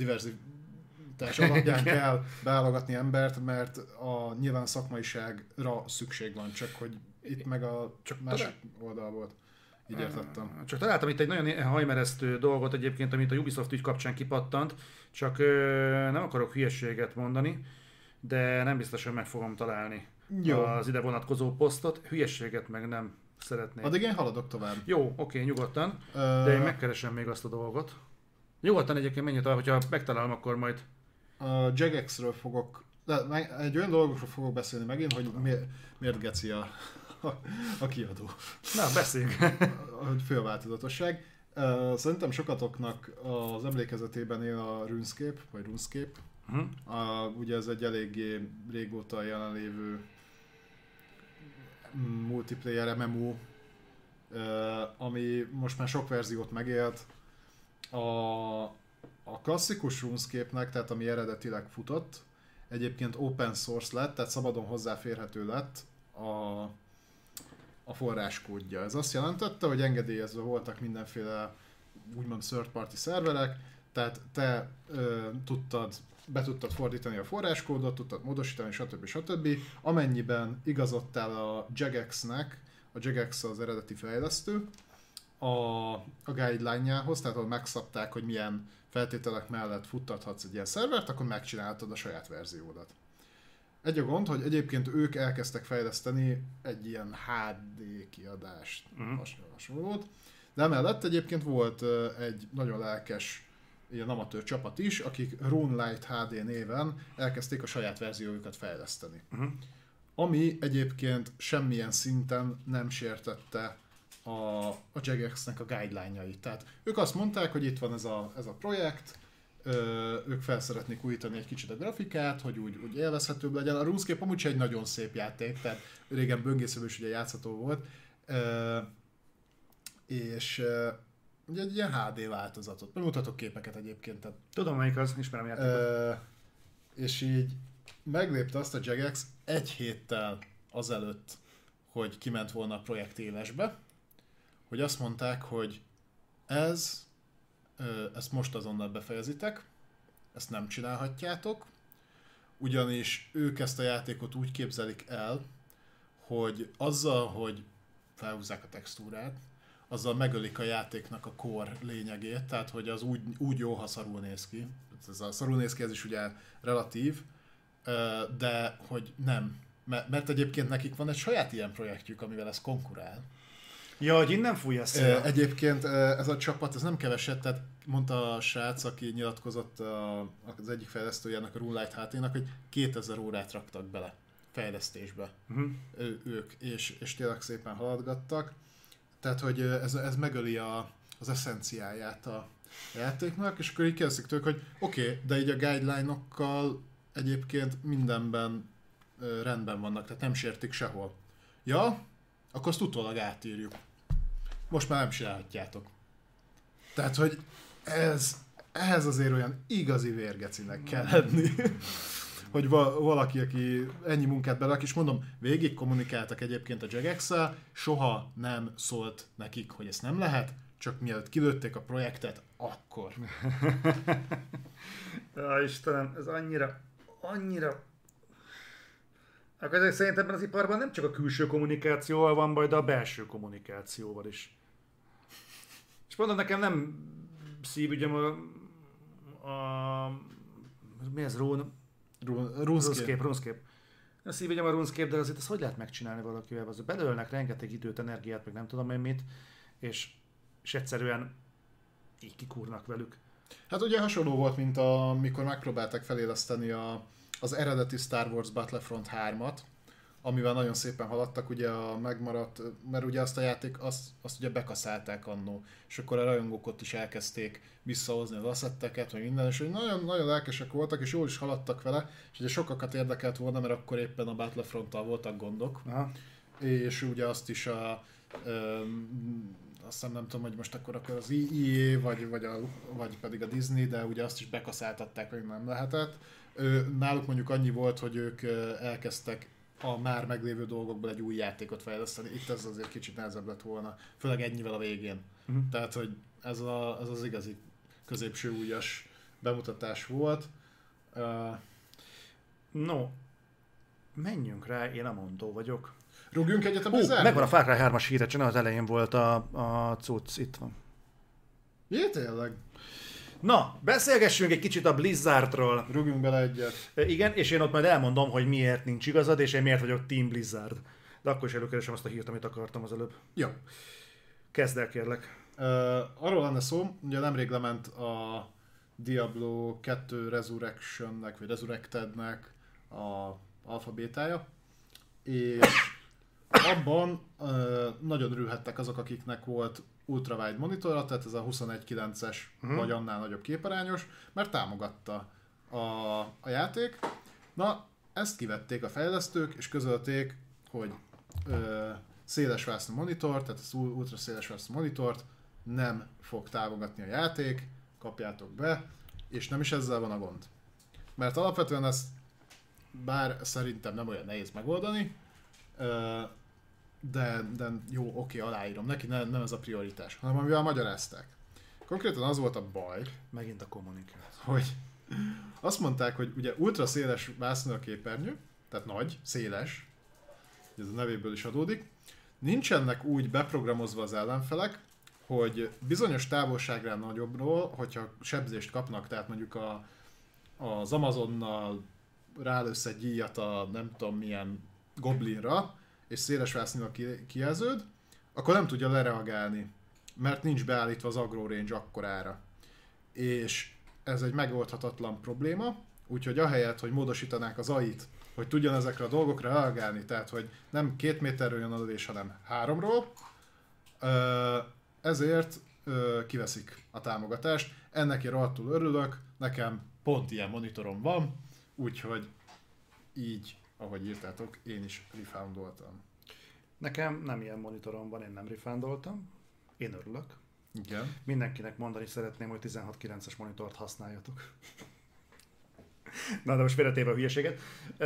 Speaker 2: diverzitás alapján kell beállgatni embert, mert a nyilván szakmaiságra szükség van, csak hogy itt meg a csak másik oldal volt. Így értettem.
Speaker 1: Csak találtam itt egy nagyon hajmeresztő dolgot egyébként, amit a Ubisoft ügy kapcsán kipattant, csak nem akarok hülyeséget mondani, de nem biztos, hogy meg fogom találni Jó. az ide vonatkozó posztot. Hülyeséget meg nem szeretnék.
Speaker 2: Addig én haladok tovább.
Speaker 1: Jó, oké, nyugodtan, uh... de én megkeresem még azt a dolgot. Nyugodtan egyébként menjél tovább, hogyha megtalálom, akkor majd...
Speaker 2: A Jagex-ről fogok, de egy olyan dolgokról fogok beszélni megint, hogy miért, miért geci a, a, a kiadó.
Speaker 1: Na, beszéljünk.
Speaker 2: Hogy félváltozatosság. Szerintem sokatoknak az emlékezetében él a RuneScape, vagy RuneScape. Uh-huh. A, ugye ez egy eléggé régóta jelenlévő multiplayer em em o, ami most már sok verziót megélt. A, a klasszikus RuneScape-nek, tehát ami eredetileg futott, egyébként open source lett, tehát szabadon hozzáférhető lett a, a forráskódja. Ez azt jelentette, hogy engedélyezve voltak mindenféle úgymond third party szerverek, tehát te ö, tudtad, be tudtad fordítani a forráskódot, tudtad módosítani, stb. stb. Amennyiben igazodtál a Jagex-nek, a Jagex az eredeti fejlesztő, a, a guideline-jához, tehát ahol megszabták, hogy milyen feltételek mellett futtathatsz egy ilyen szervert, akkor megcsináltad a saját verziódat. Egy a gond, hogy egyébként ők elkezdtek fejleszteni egy ilyen há dé kiadást, uh-huh. hasonlót, de emellett egyébként volt egy nagyon lelkes ilyen amatőr csapat is, akik RuneLite há dé néven elkezdték a saját verziójukat fejleszteni. Uh-huh. Ami egyébként semmilyen szinten nem sértette a, a Jagex-nek a guideline-jait. Tehát ők azt mondták, hogy itt van ez a, ez a projekt, ö, ők fel szeretnék újítani egy kicsit a grafikát, hogy úgy, úgy élvezhetőbb legyen. A RuneScape amúgy egy nagyon szép játék, tehát régen böngészőből is ugye játszható volt. Ö, és ö, ugye egy ilyen há dé változatot. Mutatok képeket egyébként. Tehát,
Speaker 1: tudom melyik az, ismerem a játékot. Ö,
Speaker 2: és így meglépte azt a Jagex egy héttel azelőtt, hogy kiment volna a projekt élesbe, hogy azt mondták, hogy ez, ezt most azonnal befejezitek, ezt nem csinálhatjátok, ugyanis ők ezt a játékot úgy képzelik el, hogy azzal, hogy felhúzzák a textúrát, azzal megölik a játéknak a core lényegét, tehát hogy az úgy, úgy jó, ha szarul néz ki. Ez a szarul néz ki, ez is ugye relatív, de hogy nem. Mert egyébként nekik van egy saját ilyen projektjük, amivel ez konkurál.
Speaker 1: Ja, hogy innen fújja szél.
Speaker 2: Egyébként ez a csapat, ez nem keveset, tehát mondta a srác, aki nyilatkozott az egyik fejlesztőjének, a Runelight há té-nak, hogy kétezer órát raktak bele fejlesztésbe uh-huh. ő, ők, és, és tényleg szépen haladgattak. Tehát, hogy ez, ez megöli a, az eszenciáját a játéknak, és akkor így kérdezik tőlük, hogy oké, okay, de így a guideline-okkal egyébként mindenben ö, rendben vannak, tehát nem sértik sehol. Ja, akkor azt utólag átírjuk. Most már nem csinálhatjátok. Tehát, hogy ez, ehhez azért olyan igazi vérgecinek kell lenni. Hogy va- valaki, aki ennyi munkát berak, és mondom, végig kommunikáltak egyébként a Jagex-szel, soha nem szólt nekik, hogy ezt nem lehet, csak mielőtt kilőtték a projektet, akkor.
Speaker 1: Ja, Istenem, ez annyira, annyira... Akkor ezek szerint ebben az iparban nem csak a külső kommunikációval van baj, de a belső kommunikációval is. És mondom, nekem nem szívügyem a... a mi ez, Rune? RuneScape, RuneScape. A szívügyem a RuneScape, de azért ezt hogy lehet megcsinálni valakivel? Az belőlnek rengeteg időt, energiát, meg nem tudom én mit, és, és egyszerűen így kikúrnak velük.
Speaker 2: Hát ugye hasonló volt, mint amikor megpróbálták feléleszteni a, az eredeti Star Wars Battlefront hármat, amivel nagyon szépen haladtak, ugye a megmaradt, mert ugye azt a játék, azt, azt ugye bekaszálták annó, és akkor a rajongók ott is elkezdték visszahozni az asszetteket, vagy minden, és nagyon, nagyon lelkesek voltak, és jól is haladtak vele, és ugye sokakat érdekelt volna, mert akkor éppen a Battlefronttal voltak gondok, aha. És ugye azt is a, ö, aztán nem tudom, hogy most akkor, akkor az í á, vagy, vagy, a, vagy pedig a Disney, de ugye azt is bekaszáltatták, hogy nem lehetett. Ö, náluk mondjuk annyi volt, hogy ők elkezdtek a már meglévő dolgokból egy új játékot fejleszteni. Itt ez azért kicsit nehezebb lett volna, főleg ennyivel a végén. Uh-huh. Tehát, hogy ez, a, ez az igazi középső újas bemutatás volt. Uh,
Speaker 1: no, menjünk rá, én a mondó vagyok.
Speaker 2: Rúgjunk egyet a
Speaker 1: Blizzard? Megvan a Far Cry hármas híre, csak az elején volt a, a cucc, itt van.
Speaker 2: Jé, tényleg?
Speaker 1: Na, beszélgessünk egy kicsit a Blizzardról.
Speaker 2: Rúgjunk bele egyet.
Speaker 1: Igen, és én ott majd elmondom, hogy miért nincs igazad, és én miért vagyok Team Blizzard. De akkor is előkeresem azt a hírt, amit akartam az előbb.
Speaker 2: Jó.
Speaker 1: Kezd el, kérlek.
Speaker 2: Uh, arról lenne szó, ugye nemrég lement a Diablo kettő Resurrectionnek, vagy Resurrectednek a alfa bétája, és abban uh, nagyon örülhettek azok, akiknek volt ultrawide monitora, tehát ez a huszonegy kilences uh-huh. vagy annál nagyobb képarányos, mert támogatta a, a játék. Na, ezt kivették a fejlesztők, és közölték, hogy ö, szélesvásznú monitor, tehát az ultra szélesvásznú monitort nem fog támogatni a játék, kapjátok be, és nem is ezzel van a gond. Mert alapvetően ezt, bár szerintem nem olyan nehéz megoldani, ö, De, de jó, oké, aláírom neki, nem, nem ez a prioritás, hanem amivel magyarázták. Konkrétan az volt a baj,
Speaker 1: megint a kommunikáció,
Speaker 2: hogy azt mondták, hogy ugye ultra széles vászon a képernyő, tehát nagy, széles, ez a nevéből is adódik, nincsenek úgy beprogramozva az ellenfelek, hogy bizonyos távolságra nagyobbról, hogyha sebzést kapnak, tehát mondjuk a, az Amazonnal rálősz egy gyíjat a nem tudom milyen goblinra, és szélesvásznúval kijelződ, akkor nem tudja lereagálni, mert nincs beállítva az agro range akkorára. És ez egy megoldhatatlan probléma, úgyhogy ahelyett, hogy módosítanák az á í-t, hogy tudjon ezekre a dolgokra reagálni, tehát hogy nem két méterről jön a lövés, hanem háromról, ezért kiveszik a támogatást. Ennek én rohadtul örülök, nekem pont ilyen monitorom van, úgyhogy így, ahogy írtátok, én is refoundoltam.
Speaker 1: Nekem nem ilyen monitorom van, én nem refoundoltam. Én örülök.
Speaker 2: Igen.
Speaker 1: Mindenkinek mondani szeretném, hogy tizenhat kilences monitort használjatok. Na, de most félretéve a hülyeséget.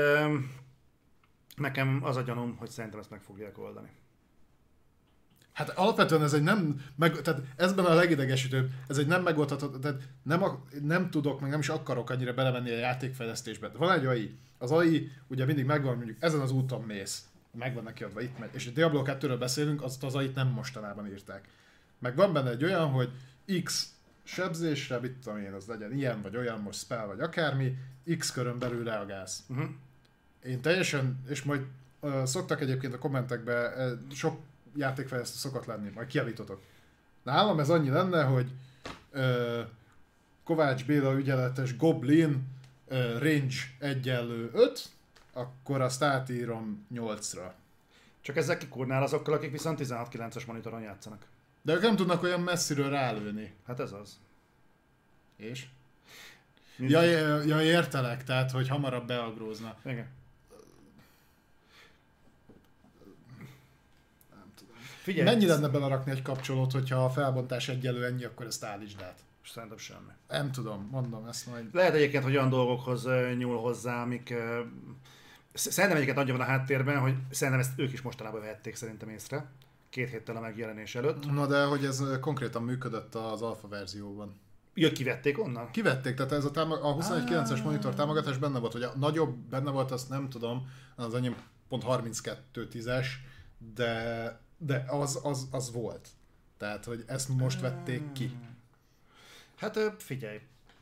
Speaker 1: Nekem az a gyanúm, hogy szerintem ezt meg fogják oldani.
Speaker 2: Hát alapvetően ez egy nem, meg, tehát ezben a legidegesítőbb, ez egy nem megoldható, tehát nem, a, nem tudok, meg nem is akarok annyira belemenni a játékfejlesztésbe. Van egy á í, az á í ugye mindig megvan, mondjuk ezen az úton mész, megvan neki adva, itt megy, és a Diablo kettőről beszélünk, azt az á í-t nem mostanában írták. Meg van benne egy olyan, hogy X sebzésre, mit tudom én, az legyen ilyen vagy olyan, most spell vagy akármi, X körön belül reagálsz. Uh-huh. Én teljesen, és majd uh, szoktak egyébként a kommentekbe, uh, sok játékfejlesztő szokott lenni, majd kijavítotok. Nálam ez annyi lenne, hogy uh, Kovács Béla ügyeletes Goblin uh, range egyenlő öt, akkor azt átírom nyolcra.
Speaker 1: Csak ezzel kikurnál azokkal, akik viszont tizenhat kilences monitoron játszanak.
Speaker 2: De ők nem tudnak olyan messziről rálőni.
Speaker 1: Hát ez az.
Speaker 2: És? Ja, ja, értelek, tehát, hogy hamarabb beagrózna.
Speaker 1: Igen.
Speaker 2: Nem tudom.
Speaker 1: Figyelj,
Speaker 2: mennyi lenne belerakni egy kapcsolót, hogyha a felbontás egyelő ennyi, akkor ezt állítsd át?
Speaker 1: Szerintem semmi.
Speaker 2: Nem tudom, mondom ezt majd.
Speaker 1: Lehet egyébként, hogy olyan dolgokhoz nyúl hozzá, amik... Szerintem egyébként adja van a háttérben, hogy szerintem ezt ők is mostanában vehették szerintem észre. Két héttel a megjelenés előtt.
Speaker 2: Na de hogy ez konkrétan működött az alfa verzióban.
Speaker 1: Ja, kivették onnan?
Speaker 2: Kivették, tehát ez a, támog- a huszonegy kilences monitor támogatás benne volt, hogy a nagyobb benne volt, azt nem tudom, az enyém pont harminckettő tízes, de, de az, az, az volt. Tehát, hogy ezt most vették ki.
Speaker 1: Hát figyelj.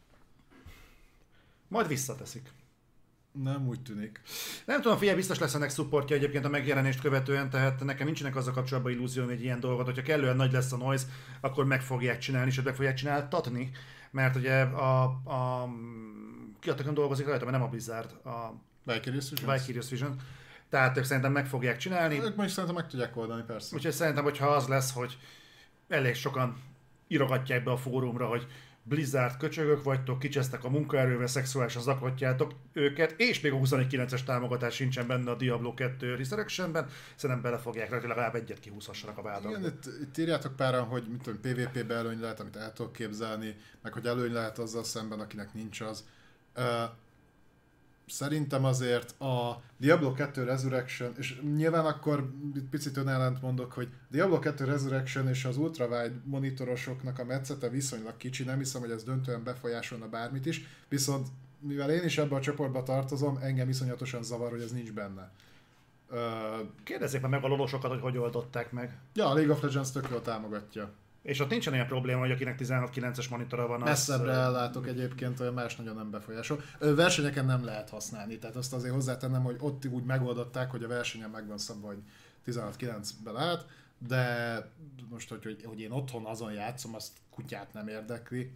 Speaker 1: Majd visszateszik.
Speaker 2: Nem úgy tűnik.
Speaker 1: Nem tudom, figyelj, biztos lesz ennek szupportja egyébként a megjelenést követően, tehát nekem nincsenek azzal kapcsolatban illúzióm egy ilyen dolgot, hogyha kellően nagy lesz a noise, akkor meg fogják csinálni, sőt meg fogják csináltatni, mert ugye a, a kiadtakon dolgozik rajta, mert nem a Blizzard, a
Speaker 2: Vicarious Vision.
Speaker 1: Vicarious Vision. Tehát ők szerintem meg fogják csinálni.
Speaker 2: Ők most szerintem meg tudják oldani, persze.
Speaker 1: Úgyhogy szerintem, hogyha az lesz, hogy elég sokan írogatják be a fórumra, hogy Blizzard köcsögök vagytok, kicsesztek a munkaerővel, szexuálisan zaklatjátok őket, és még a huszonegy kilences támogatás sincsen benne a Diablo kettő Resurrectionben, szerintem bele fogják rá, legalább egyet kihúzhassanak a vádakból.
Speaker 2: Igen, itt, itt írjátok páran, hogy mit tudom, pé vé pé-be előny lehet, amit el tudok képzelni, meg hogy előny lehet azzal szemben, akinek nincs az. Uh, Szerintem azért a Diablo kettő Resurrection, és nyilván akkor picit önellent mondok, hogy Diablo kettő Resurrection és az ultrawide monitorosoknak a metszete viszonylag kicsi, nem hiszem, hogy ez döntően befolyásolna bármit is, viszont mivel én is ebbe a csoportba tartozom, engem iszonyatosan zavar, hogy ez nincs benne. Uh,
Speaker 1: Kérdezzék meg meg a lolosokat, hogy hogy oldották meg.
Speaker 2: Ja, a League of Legends tök jól támogatja.
Speaker 1: És ott nincsen olyan probléma, hogy akinek tizenhat kilences monitora van, az...
Speaker 2: Messzebbre ellátok egyébként, olyan más nagyon nem befolyásol. Versenyeken nem lehet használni, tehát azt azért hozzátennem, hogy ott úgy megoldották, hogy a versenyen meg van szabva, hogy tizenhat kilencbe lát, de most, hogy, hogy, hogy én otthon azon játszom, azt kutyát nem érdekli.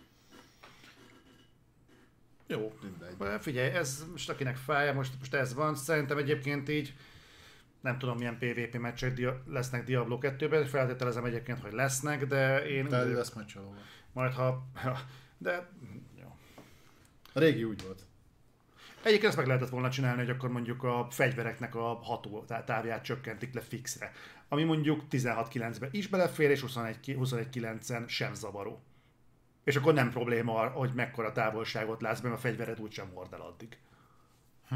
Speaker 1: Jó, mindegy. Figyelj, ez most akinek fáj, most, most ez van, szerintem egyébként így nem tudom milyen pé vé pé meccsek dia- lesznek Diablo kettőben, feltételezem egyébként, hogy lesznek, de én...
Speaker 2: De úgy, lesz meccselóval.
Speaker 1: Majd ha... De... Jó.
Speaker 2: A régi úgy volt.
Speaker 1: Egyébként ezt meg lehetett volna csinálni, hogy akkor mondjuk a fegyvereknek a ható távját csökkentik le fixre. Ami mondjuk tizenhat kilencben is belefér, és huszonegy kilencen sem zavaró. És akkor nem probléma, hogy mekkora távolságot látsz, mert a fegyvered úgysem hord el addig. Hm.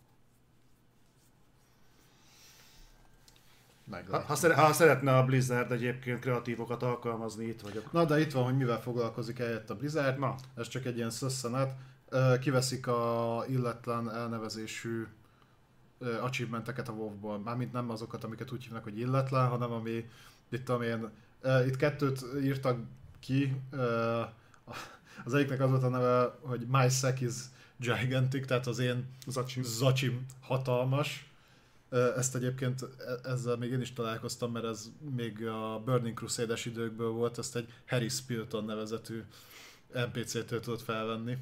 Speaker 1: Ha, ha, szere, ha szeretne a Blizzard egyébként kreatívokat alkalmazni, itt vagyok.
Speaker 2: Na de itt van, hogy mivel foglalkozik eljött a Blizzard. Na. Ez csak egy ilyen szösszenet. Kiveszik a illetlen elnevezésű achievementeket a WoW-ból. Mármint nem azokat, amiket úgy hívnak, hogy illetlen, hanem ami, itt tudom én, itt kettőt írtak ki. Az egyiknek az volt a neve, hogy My Sack is Gigantic, tehát az én
Speaker 1: zacsim,
Speaker 2: zacsim hatalmas. Ezt egyébként ezzel még én is találkoztam, mert ez még a Burning Crusade-es időkből volt, ezt egy Harry Spilton nevezetű en pé cé-től tudott felvenni.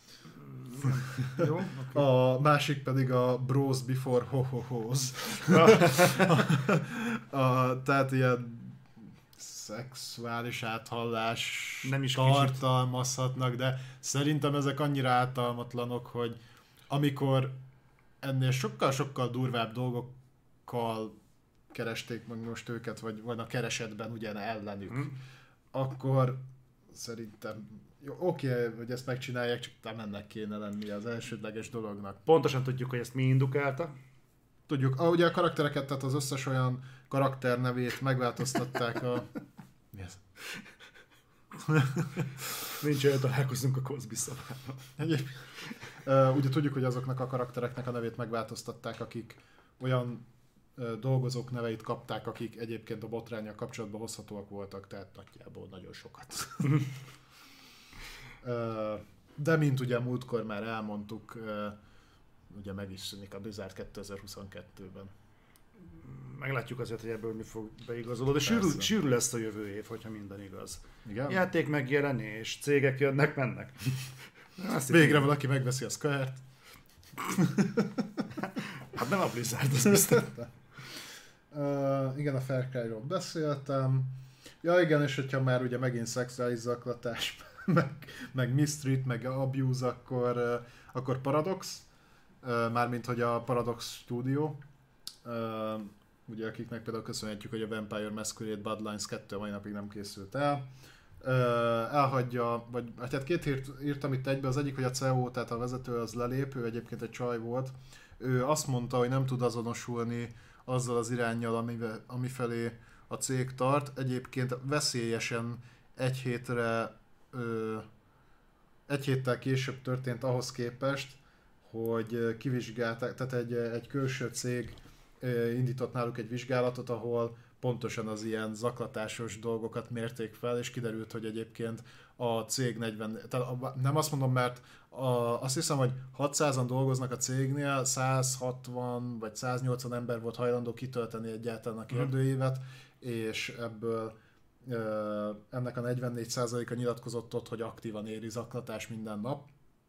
Speaker 1: Jó, okay.
Speaker 2: A másik pedig a Bros Before Ho-Ho-Hos. Tehát ilyen szexuális áthallás
Speaker 1: nem is
Speaker 2: tartalmazhatnak, de szerintem ezek annyira ártalmatlanok, hogy amikor ennél sokkal-sokkal durvább dolgokkal keresték meg most őket, vagy, vagy a keresetben ugyan ellenük, mm. akkor szerintem jó, oké, okay, hogy ezt megcsinálják, csak nem ennek kéne lenni az elsődleges dolognak.
Speaker 1: Pontosan tudjuk, hogy ezt mi indukálta.
Speaker 2: Tudjuk, ahogy a karaktereket, tehát az összes olyan karakter nevét megváltoztatták a... Mi ez?
Speaker 1: Nincs olyan, találkozunk a Cosby szavával.
Speaker 2: Uh, ugye tudjuk, hogy azoknak a karaktereknek a nevét megváltoztatták, akik olyan dolgozók neveit kapták, akik egyébként a botránnyal kapcsolatban hozhatóak voltak, tehát nagyjából nagyon sokat. De mint ugye múltkor már elmondtuk, ugye meg is szűnik a Blizzard kétezer-huszonkettőben.
Speaker 1: Meglátjuk azért, hogy ebből mi fog beigazolódni, de sűrű, sűrű lesz a jövő év, hogyha minden igaz.
Speaker 2: Igen?
Speaker 1: Játék megjelenés, cégek jönnek, mennek.
Speaker 2: Végre valaki megveszi a Square-t.
Speaker 1: Hát nem a Blizzard, az biztos.
Speaker 2: uh, igen, a Far Cry-ról beszéltem. Ja igen, és hogyha már ugye megint szexuális zaklatás, meg, meg mistreat, meg abuse, akkor, uh, akkor Paradox. Uh, mármint, hogy a Paradox Studio. Uh, ugye akiknek például köszönhetjük, hogy a Vampire Masquerade Bloodlines kettő mai napig nem készült el. Uh, elhagyja, vagy hát két hírt írtam itt egybe, az egyik, hogy a cé e o, tehát a vezető az lelép, ő egyébként egy csaj volt. Ő azt mondta, hogy nem tud azonosulni azzal az iránnyal, amivel, amifelé a cég tart. Egyébként veszélyesen egy hétre, ö, egy héttel később történt ahhoz képest, hogy kivizsgálták, tehát egy, egy külső cég indított náluk egy vizsgálatot, ahol pontosan az ilyen zaklatásos dolgokat mérték fel, és kiderült, hogy egyébként a cég negyven, tehát nem azt mondom, mert a, azt hiszem, hogy hatszázan dolgoznak a cégnél, száz hatvan vagy száz nyolcvan ember volt hajlandó kitölteni egyáltalán a kérdőívet, és ebből ennek a negyvennégy százaléka nyilatkozott ott, hogy aktívan éri zaklatás minden nap.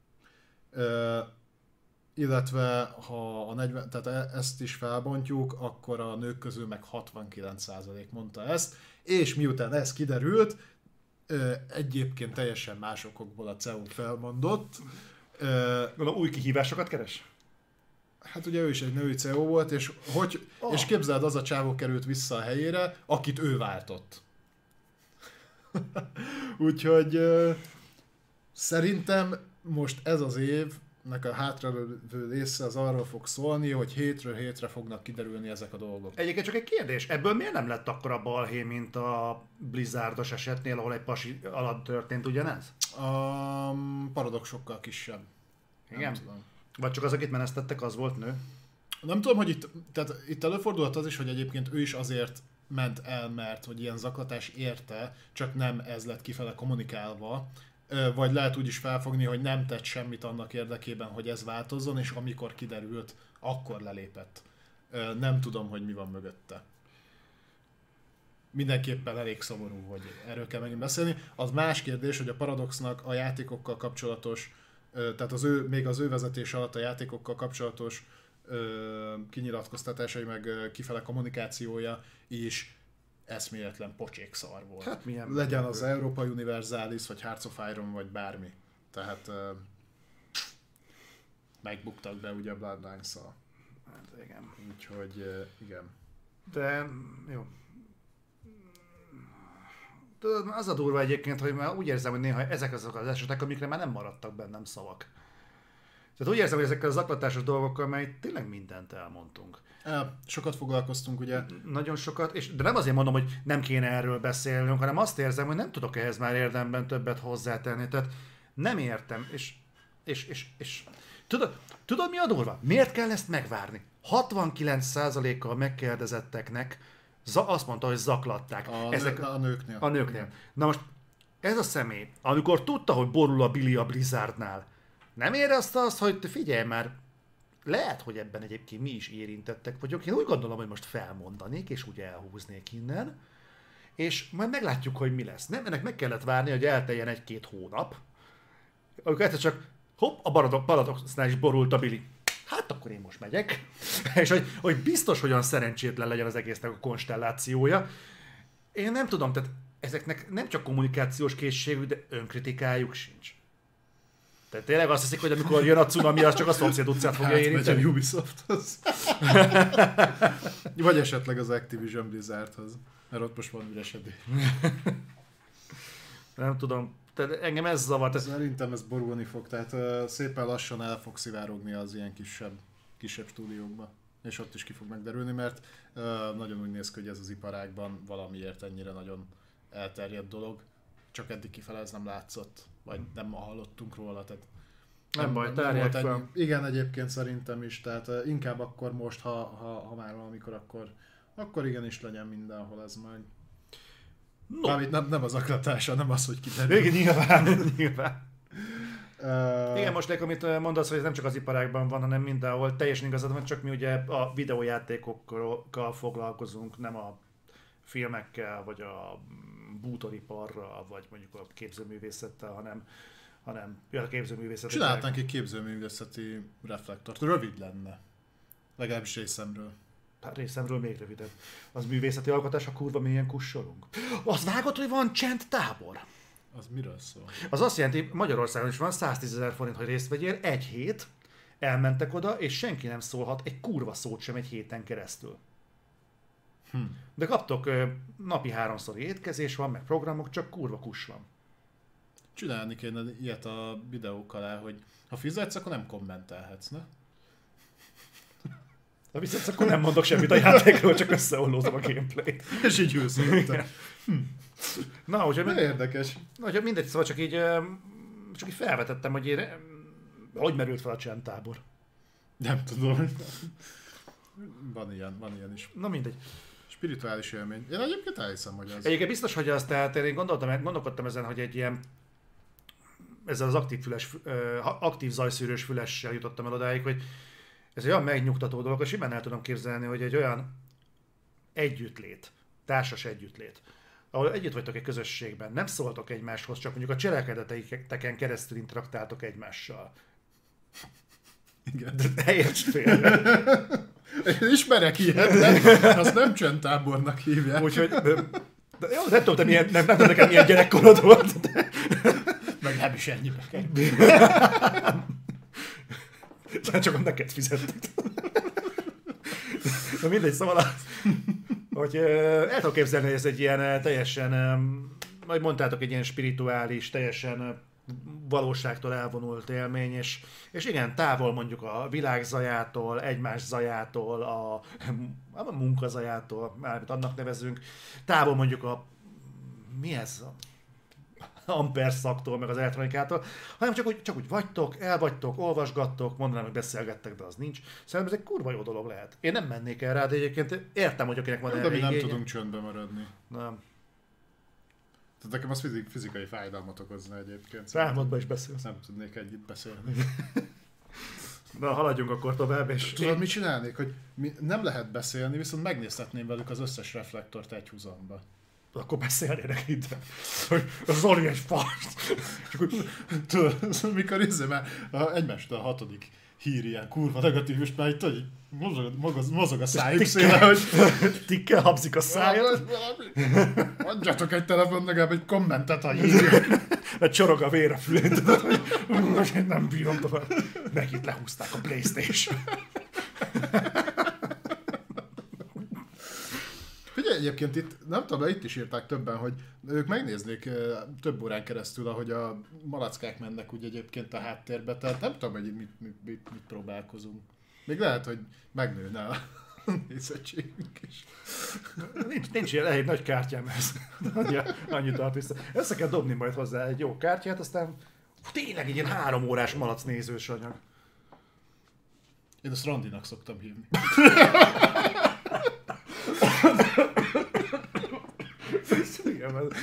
Speaker 2: Illetve ha a negyven, tehát ezt is felbontjuk, akkor a nők közül meg hatvankilenc százalék mondta ezt, és miután ez kiderült, egyébként teljesen más okokból a cé e o felmondott.
Speaker 1: Gondolom új kihívásokat keres?
Speaker 2: Hát ugye ő is egy női cé e o volt, és, hogy, oh. és képzeld, az a csávó került vissza a helyére, akit ő váltott. Úgyhogy szerintem most ez az év, nek a hátralévő része az arról fog szólni, hogy hétről hétre fognak kiderülni ezek a dolgok.
Speaker 1: Egyébként csak egy kérdés, ebből miért nem lett akkora balhé, mint a Blizzardos esetnél, ahol egy pasi alatt történt ugyanez?
Speaker 2: A Paradox sokkal kisebb.
Speaker 1: Igen? Vagy csak az, akit menesztettek, az volt nő?
Speaker 2: Nem tudom, hogy itt, tehát itt előfordulhat az is, hogy egyébként ő is azért ment el, mert hogy ilyen zaklatás érte, csak nem ez lett kifele kommunikálva, vagy lehet úgy is felfogni, hogy nem tett semmit annak érdekében, hogy ez változzon, és amikor kiderült, akkor lelépett. Nem tudom, hogy mi van mögötte. Mindenképpen elég szomorú, hogy erről kell megint beszélni. Az más kérdés, hogy a Paradoxnak a játékokkal kapcsolatos, tehát az ő, még az ő vezetés alatt a játékokkal kapcsolatos kinyilatkoztatásai, meg kifele kommunikációja is eszméletlen pocsék szar volt.
Speaker 1: Hát milyen
Speaker 2: legyen az Europa Universalis, vagy Hearts of Iron, vagy bármi. Tehát uh, megbuktak be ugye a Bloodlines-szal.
Speaker 1: Hát igen.
Speaker 2: Úgyhogy uh, igen.
Speaker 1: De jó. Tudod, az a durva egyébként, hogy már úgy érzem, hogy néha ezek azok az esetek, amikre már nem maradtak bennem szavak. Tehát úgy érzem, hogy ezekkel a zaklatásos dolgokkal, mely tényleg mindent elmondtunk.
Speaker 2: El, sokat foglalkoztunk, ugye?
Speaker 1: Nagyon sokat, és, de nem azért mondom, hogy nem kéne erről beszélnünk, hanem azt érzem, hogy nem tudok ehhez már érdemben többet hozzátenni. Tehát nem értem, és, és, és, és tudod, tudod mi a durva? Miért kell ezt megvárni? hatvankilenc százaléka megkérdezetteknek azt mondta, hogy zaklatták.
Speaker 2: A,
Speaker 1: Ezek,
Speaker 2: nő, a nőknél.
Speaker 1: A nőknél. Na most ez a személy, amikor tudta, hogy borul a Billy a Blizzardnál, nem érezte azt, hogy figyelj már, lehet, hogy ebben egyébként mi is érintettek vagyok. Én úgy gondolom, hogy most felmondanék, és úgy elhúznék innen, és majd meglátjuk, hogy mi lesz. Nem, ennek meg kellett várni, hogy elteljen egy-két hónap, amikor egyszer csak hopp, a Paradoxnál is borult a Billy. Hát akkor én most megyek. És hogy, hogy biztos, hogy olyan szerencsétlen legyen az egésznek a konstellációja. Én nem tudom, tehát ezeknek nem csak kommunikációs készségük, de önkritikájuk sincs. Tehát tényleg azt hiszik, hogy amikor jön a cunami, az csak a szomszéd utcát fogja
Speaker 2: hát,
Speaker 1: érinteni?
Speaker 2: a Ubisofthoz. Vagy esetleg az Activision Blizzardhoz. Mert ott most van üresedés.
Speaker 1: Nem tudom. Tehát engem ez zavart. Ez...
Speaker 2: Szerintem ez borulni fog. Tehát uh, szépen lassan el fog szivárogni az ilyen kisebb, kisebb stúdiókba. És ott is ki fog megderülni, mert uh, nagyon úgy néz ki, hogy ez az iparágban valamiért ennyire nagyon elterjedt dolog. Csak eddig kifele ez nem látszott. Vagy nem hallottunk róla. Tehát
Speaker 1: Nem baj, tárják
Speaker 2: volt
Speaker 1: fel.
Speaker 2: ennyi. Igen, egyébként szerintem is, tehát uh, inkább akkor most, ha, ha, ha már valamikor, akkor, akkor igenis legyen mindenhol ez majd.
Speaker 1: No.
Speaker 2: Mármint nem, nem az aklatása, nem az, hogy kiderül.
Speaker 1: Igen, nyilván, nyilván.
Speaker 2: Uh,
Speaker 1: Igen, most amit mondasz, hogy ez nem csak az iparágban van, hanem mindenhol. Teljesen igazad van, csak mi ugye a videójátékokkal foglalkozunk, nem a filmekkel, vagy a bútoriparral, vagy mondjuk a képzőművészettel, hanem, hanem ja, a képzőművészettel.
Speaker 2: Csináltánk egy képzőművészeti reflektort. Rövid lenne. Legalábbis részemről.
Speaker 1: Hát részemről még rövidebb. Az művészeti alkotás, a kurva mélyen kussolunk. Azt vágod, hogy van csendtábor?
Speaker 2: Az miről szól?
Speaker 1: Az azt jelenti, Magyarországon is van száztízezer forint, hogy részt vegyél, egy hét, elmentek oda, és senki nem szólhat egy kurva szót sem egy héten keresztül.
Speaker 2: Hm.
Speaker 1: De kaptok ö, napi háromszor étkezés van, meg programok, csak kurva kus van.
Speaker 2: Csinálni kéne ilyet a videók alá, hogy ha fizetsz, akkor nem kommentelhetsz, ne?
Speaker 1: Ha viszont akkor nem mondok semmit a játékról, csak összeollózom a gameplayt.
Speaker 2: És így ülsz rajta.
Speaker 1: Na, úgyhogy
Speaker 2: De érdekes.
Speaker 1: úgyhogy mindegy, szóval csak így, ö, csak így felvetettem, hogy én, hogy merült fel a csendtábor.
Speaker 2: Nem tudom. Van ilyen, van ilyen is.
Speaker 1: Na mindegy.
Speaker 2: Spirituális élmény. Én egyébként elhiszem, hogy az.
Speaker 1: Egyébként biztos, hogy az, tehát én gondoltam, gondolkodtam ezen, hogy egy ilyen ezzel az aktív, füles, aktív zajszűrős fülessel jutottam el odáig, hogy ez egy olyan megnyugtató dolog, hogy simán el tudom képzelni, hogy egy olyan együttlét, társas együttlét, ahol együtt vagytok egy közösségben, nem szóltok egymáshoz, csak mondjuk a cselekedeteiteken keresztül interaktáltok egymással.
Speaker 2: Igen.
Speaker 1: De ne értsd félre.
Speaker 2: Én ismerek ilyet, de azt nem csendtábornak hívják.
Speaker 1: Úgyhogy, de jó, nem tudom, te milyen, nem, nem tudom, nekem milyen gyerekkorod volt, de...
Speaker 2: Meg nem is ennyibe kell.
Speaker 1: Csak neked fizettek. Na mindegy, szóval az, hogy el tudom képzelni, hogy ez egy ilyen teljesen, majd mondtátok, egy ilyen spirituális, teljesen valóságtól elvonult élmény, és, és igen, távol mondjuk a világ zajától, egymás zajától, a, a munka zajától, mármint annak nevezünk, távol mondjuk a, mi ez? amperszaktól, meg az elektronikától, hanem csak úgy, csak úgy vagytok, elvagytok, olvasgattok, mondanám, hogy beszélgettek, de az nincs. Szerintem ez egy kurva jó dolog lehet. Én nem mennék el rá, de egyébként értem, hogy akinek van
Speaker 2: de
Speaker 1: erre
Speaker 2: mi nem
Speaker 1: igénye.
Speaker 2: tudunk csöndbe maradni.
Speaker 1: Nem.
Speaker 2: Tehát nekem az fizik, fizikai fájdalmat okozna egyébként.
Speaker 1: Számodba is beszélsz.
Speaker 2: Nem tudnék együtt beszélni.
Speaker 1: Na, haladjunk akkor tovább, és...
Speaker 2: Tudod, mit csinálnék? Hogy mi nem lehet beszélni, viszont megnézhetném velük az összes reflektort egy húzamba.
Speaker 1: Akkor beszélnének itt, hogy a Zoli egy fasz.
Speaker 2: Tudod, mikor izé már a, egymástól a hatodik hír ilyen kurva negatív, és már itt hogy mozog, mozog, mozog a szájuk széle, hogy...
Speaker 1: Tikkel habzik a száját.
Speaker 2: Adjatok egy telefon, legalább egy kommentet, ha írjak.
Speaker 1: Egy csorog a vér a fülén, tudod, hogy én nem bírom tovább. Megint lehúzták a PlayStation.
Speaker 2: Figyelj, egyébként itt, nem tudom, itt is írták többen, hogy ők megnéznék több órán keresztül, ahogy a malackák mennek úgy egyébként a háttérbe, tehát nem tudom, hogy mit, mit, mit, mit próbálkozunk. Még lehet, hogy megnőne a nézettségünk is.
Speaker 1: Nincs, nincs ilyen elég nagy kártyám ez. Annyi, annyit tart vissza. Össze kell dobni majd hozzá egy jó kártyát, aztán tényleg egy ilyen három órás malac nézős anyag.
Speaker 2: Én azt randinak szoktam hívni.
Speaker 1: Igen, mert...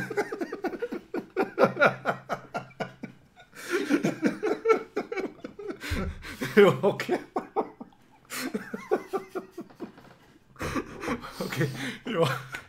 Speaker 1: Jó, oké. Oké, jó.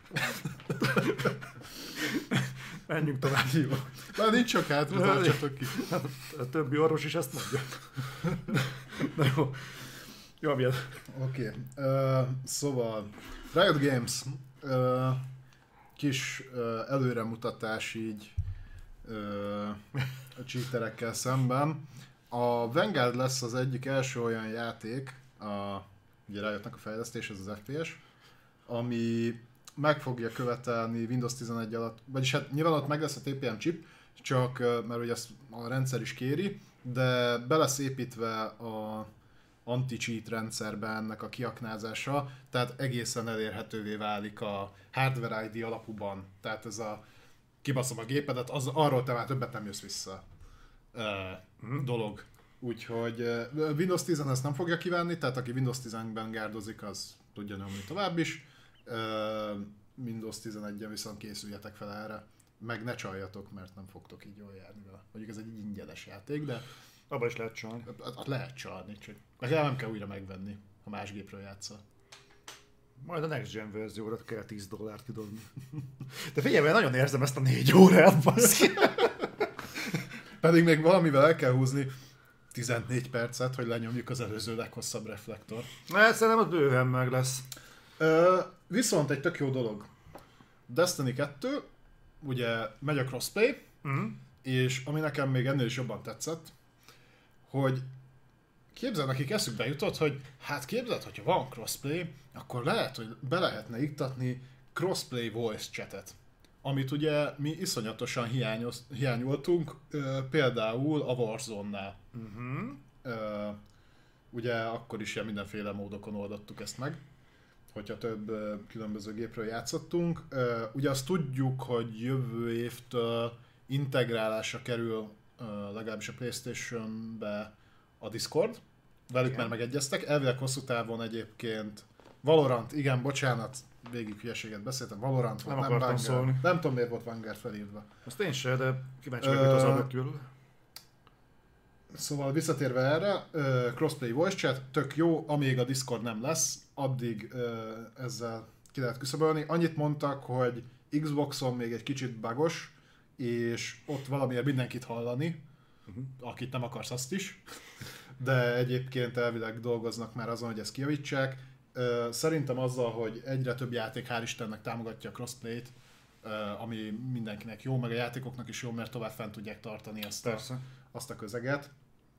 Speaker 1: Menjünk tovább.
Speaker 2: Jó. Már nincs sok hátra, tartsatok ki.
Speaker 1: A többi orvos is ezt mondja. Na jó. Jó, miért?
Speaker 2: Oké. Okay. Uh, szóval, Riot Games. Uh, kis uh, előremutatás így uh, a cheaterekkel szemben. A Vanguard lesz az egyik első olyan játék, a, ugye Riotnak a fejlesztés, ez az ef pé es, ami meg fogja követelni Windows tizenegy alatt, vagyis hát nyilván ott meg lesz a té pé em chip, csak mert ugye ezt a rendszer is kéri, de be lesz építve a anti-cheat rendszerbe ennek a kiaknázása, tehát egészen elérhetővé válik a hardware i dé alapúban. Tehát ez a kibaszom a gépedet, az, arról te már többet nem jössz vissza. uh, dolog. Úgyhogy uh, Windows tíz ezt nem fogja kívánni, tehát aki Windows tízben gárdozik, az tudja nyomni tovább is. Uh, Windows tizenegyen viszont készüljetek fel erre. Meg ne csaljatok, mert nem fogtok így jól járni vele. Mondjuk ez egy ingyenes játék, de...
Speaker 1: Abba is lehet csalni.
Speaker 2: Lehet csalni, csak legalább nem kell újra megvenni, ha más gépről játszol.
Speaker 1: Majd a Next Gen verzióra kell tíz dollárt kidobni. De figyelj, mert nagyon érzem ezt a négy órát, baszki.
Speaker 2: Pedig még valamivel el kell húzni tizennégy percet, hogy lenyomjuk az előző leghosszabb reflektor.
Speaker 1: Hát szerintem az bőven meg lesz.
Speaker 2: Ö, viszont egy tök jó dolog. Destiny kettő, ugye megy a crossplay, uh-huh. és ami nekem még ennél is jobban tetszett, hogy képzeld, akik eszükbe jutott, hogy hát képzeld, hogyha van crossplay, akkor lehet, hogy be lehetne iktatni crossplay voice chatet. Amit ugye mi iszonyatosan hiányoz, hiányoltunk, ö, például a Warzone-nál. Uh-huh. Ö, ugye akkor is ilyen mindenféle módokon oldottuk ezt meg, hogyha több ö, különböző gépről játszottunk. Ö, ugye azt tudjuk, hogy jövő évtől integrálásra kerül ö, legalábbis a PlayStation-be a Discord. Velük igen. Már megegyeztek. Elvileg hosszú távon egyébként Valorant, igen, bocsánat, végig hülyeséget beszéltem, Valorant
Speaker 1: nem
Speaker 2: volt,
Speaker 1: nem akartam szólni.
Speaker 2: Nem tudom, miért volt Vanguard felírva.
Speaker 1: Azt én sem, de kíváncsi meg, mit az adok körül.
Speaker 2: Szóval visszatérve erre, uh, crossplay voice chat, tök jó, amíg a Discord nem lesz, addig uh, ezzel ki lehet küszöbölni. Annyit mondtak, hogy Xboxon még egy kicsit bugos, és ott valamiért mindenkit hallani, uh-huh. akit nem akarsz, azt is. De egyébként elvileg dolgoznak már azon, hogy ezt kijavítsák. Szerintem azzal, hogy egyre több játék, hál' Istennek támogatja a crossplay-t, ami mindenkinek jó, meg a játékoknak is jó, mert tovább fent tudják tartani azt a, azt a közeget.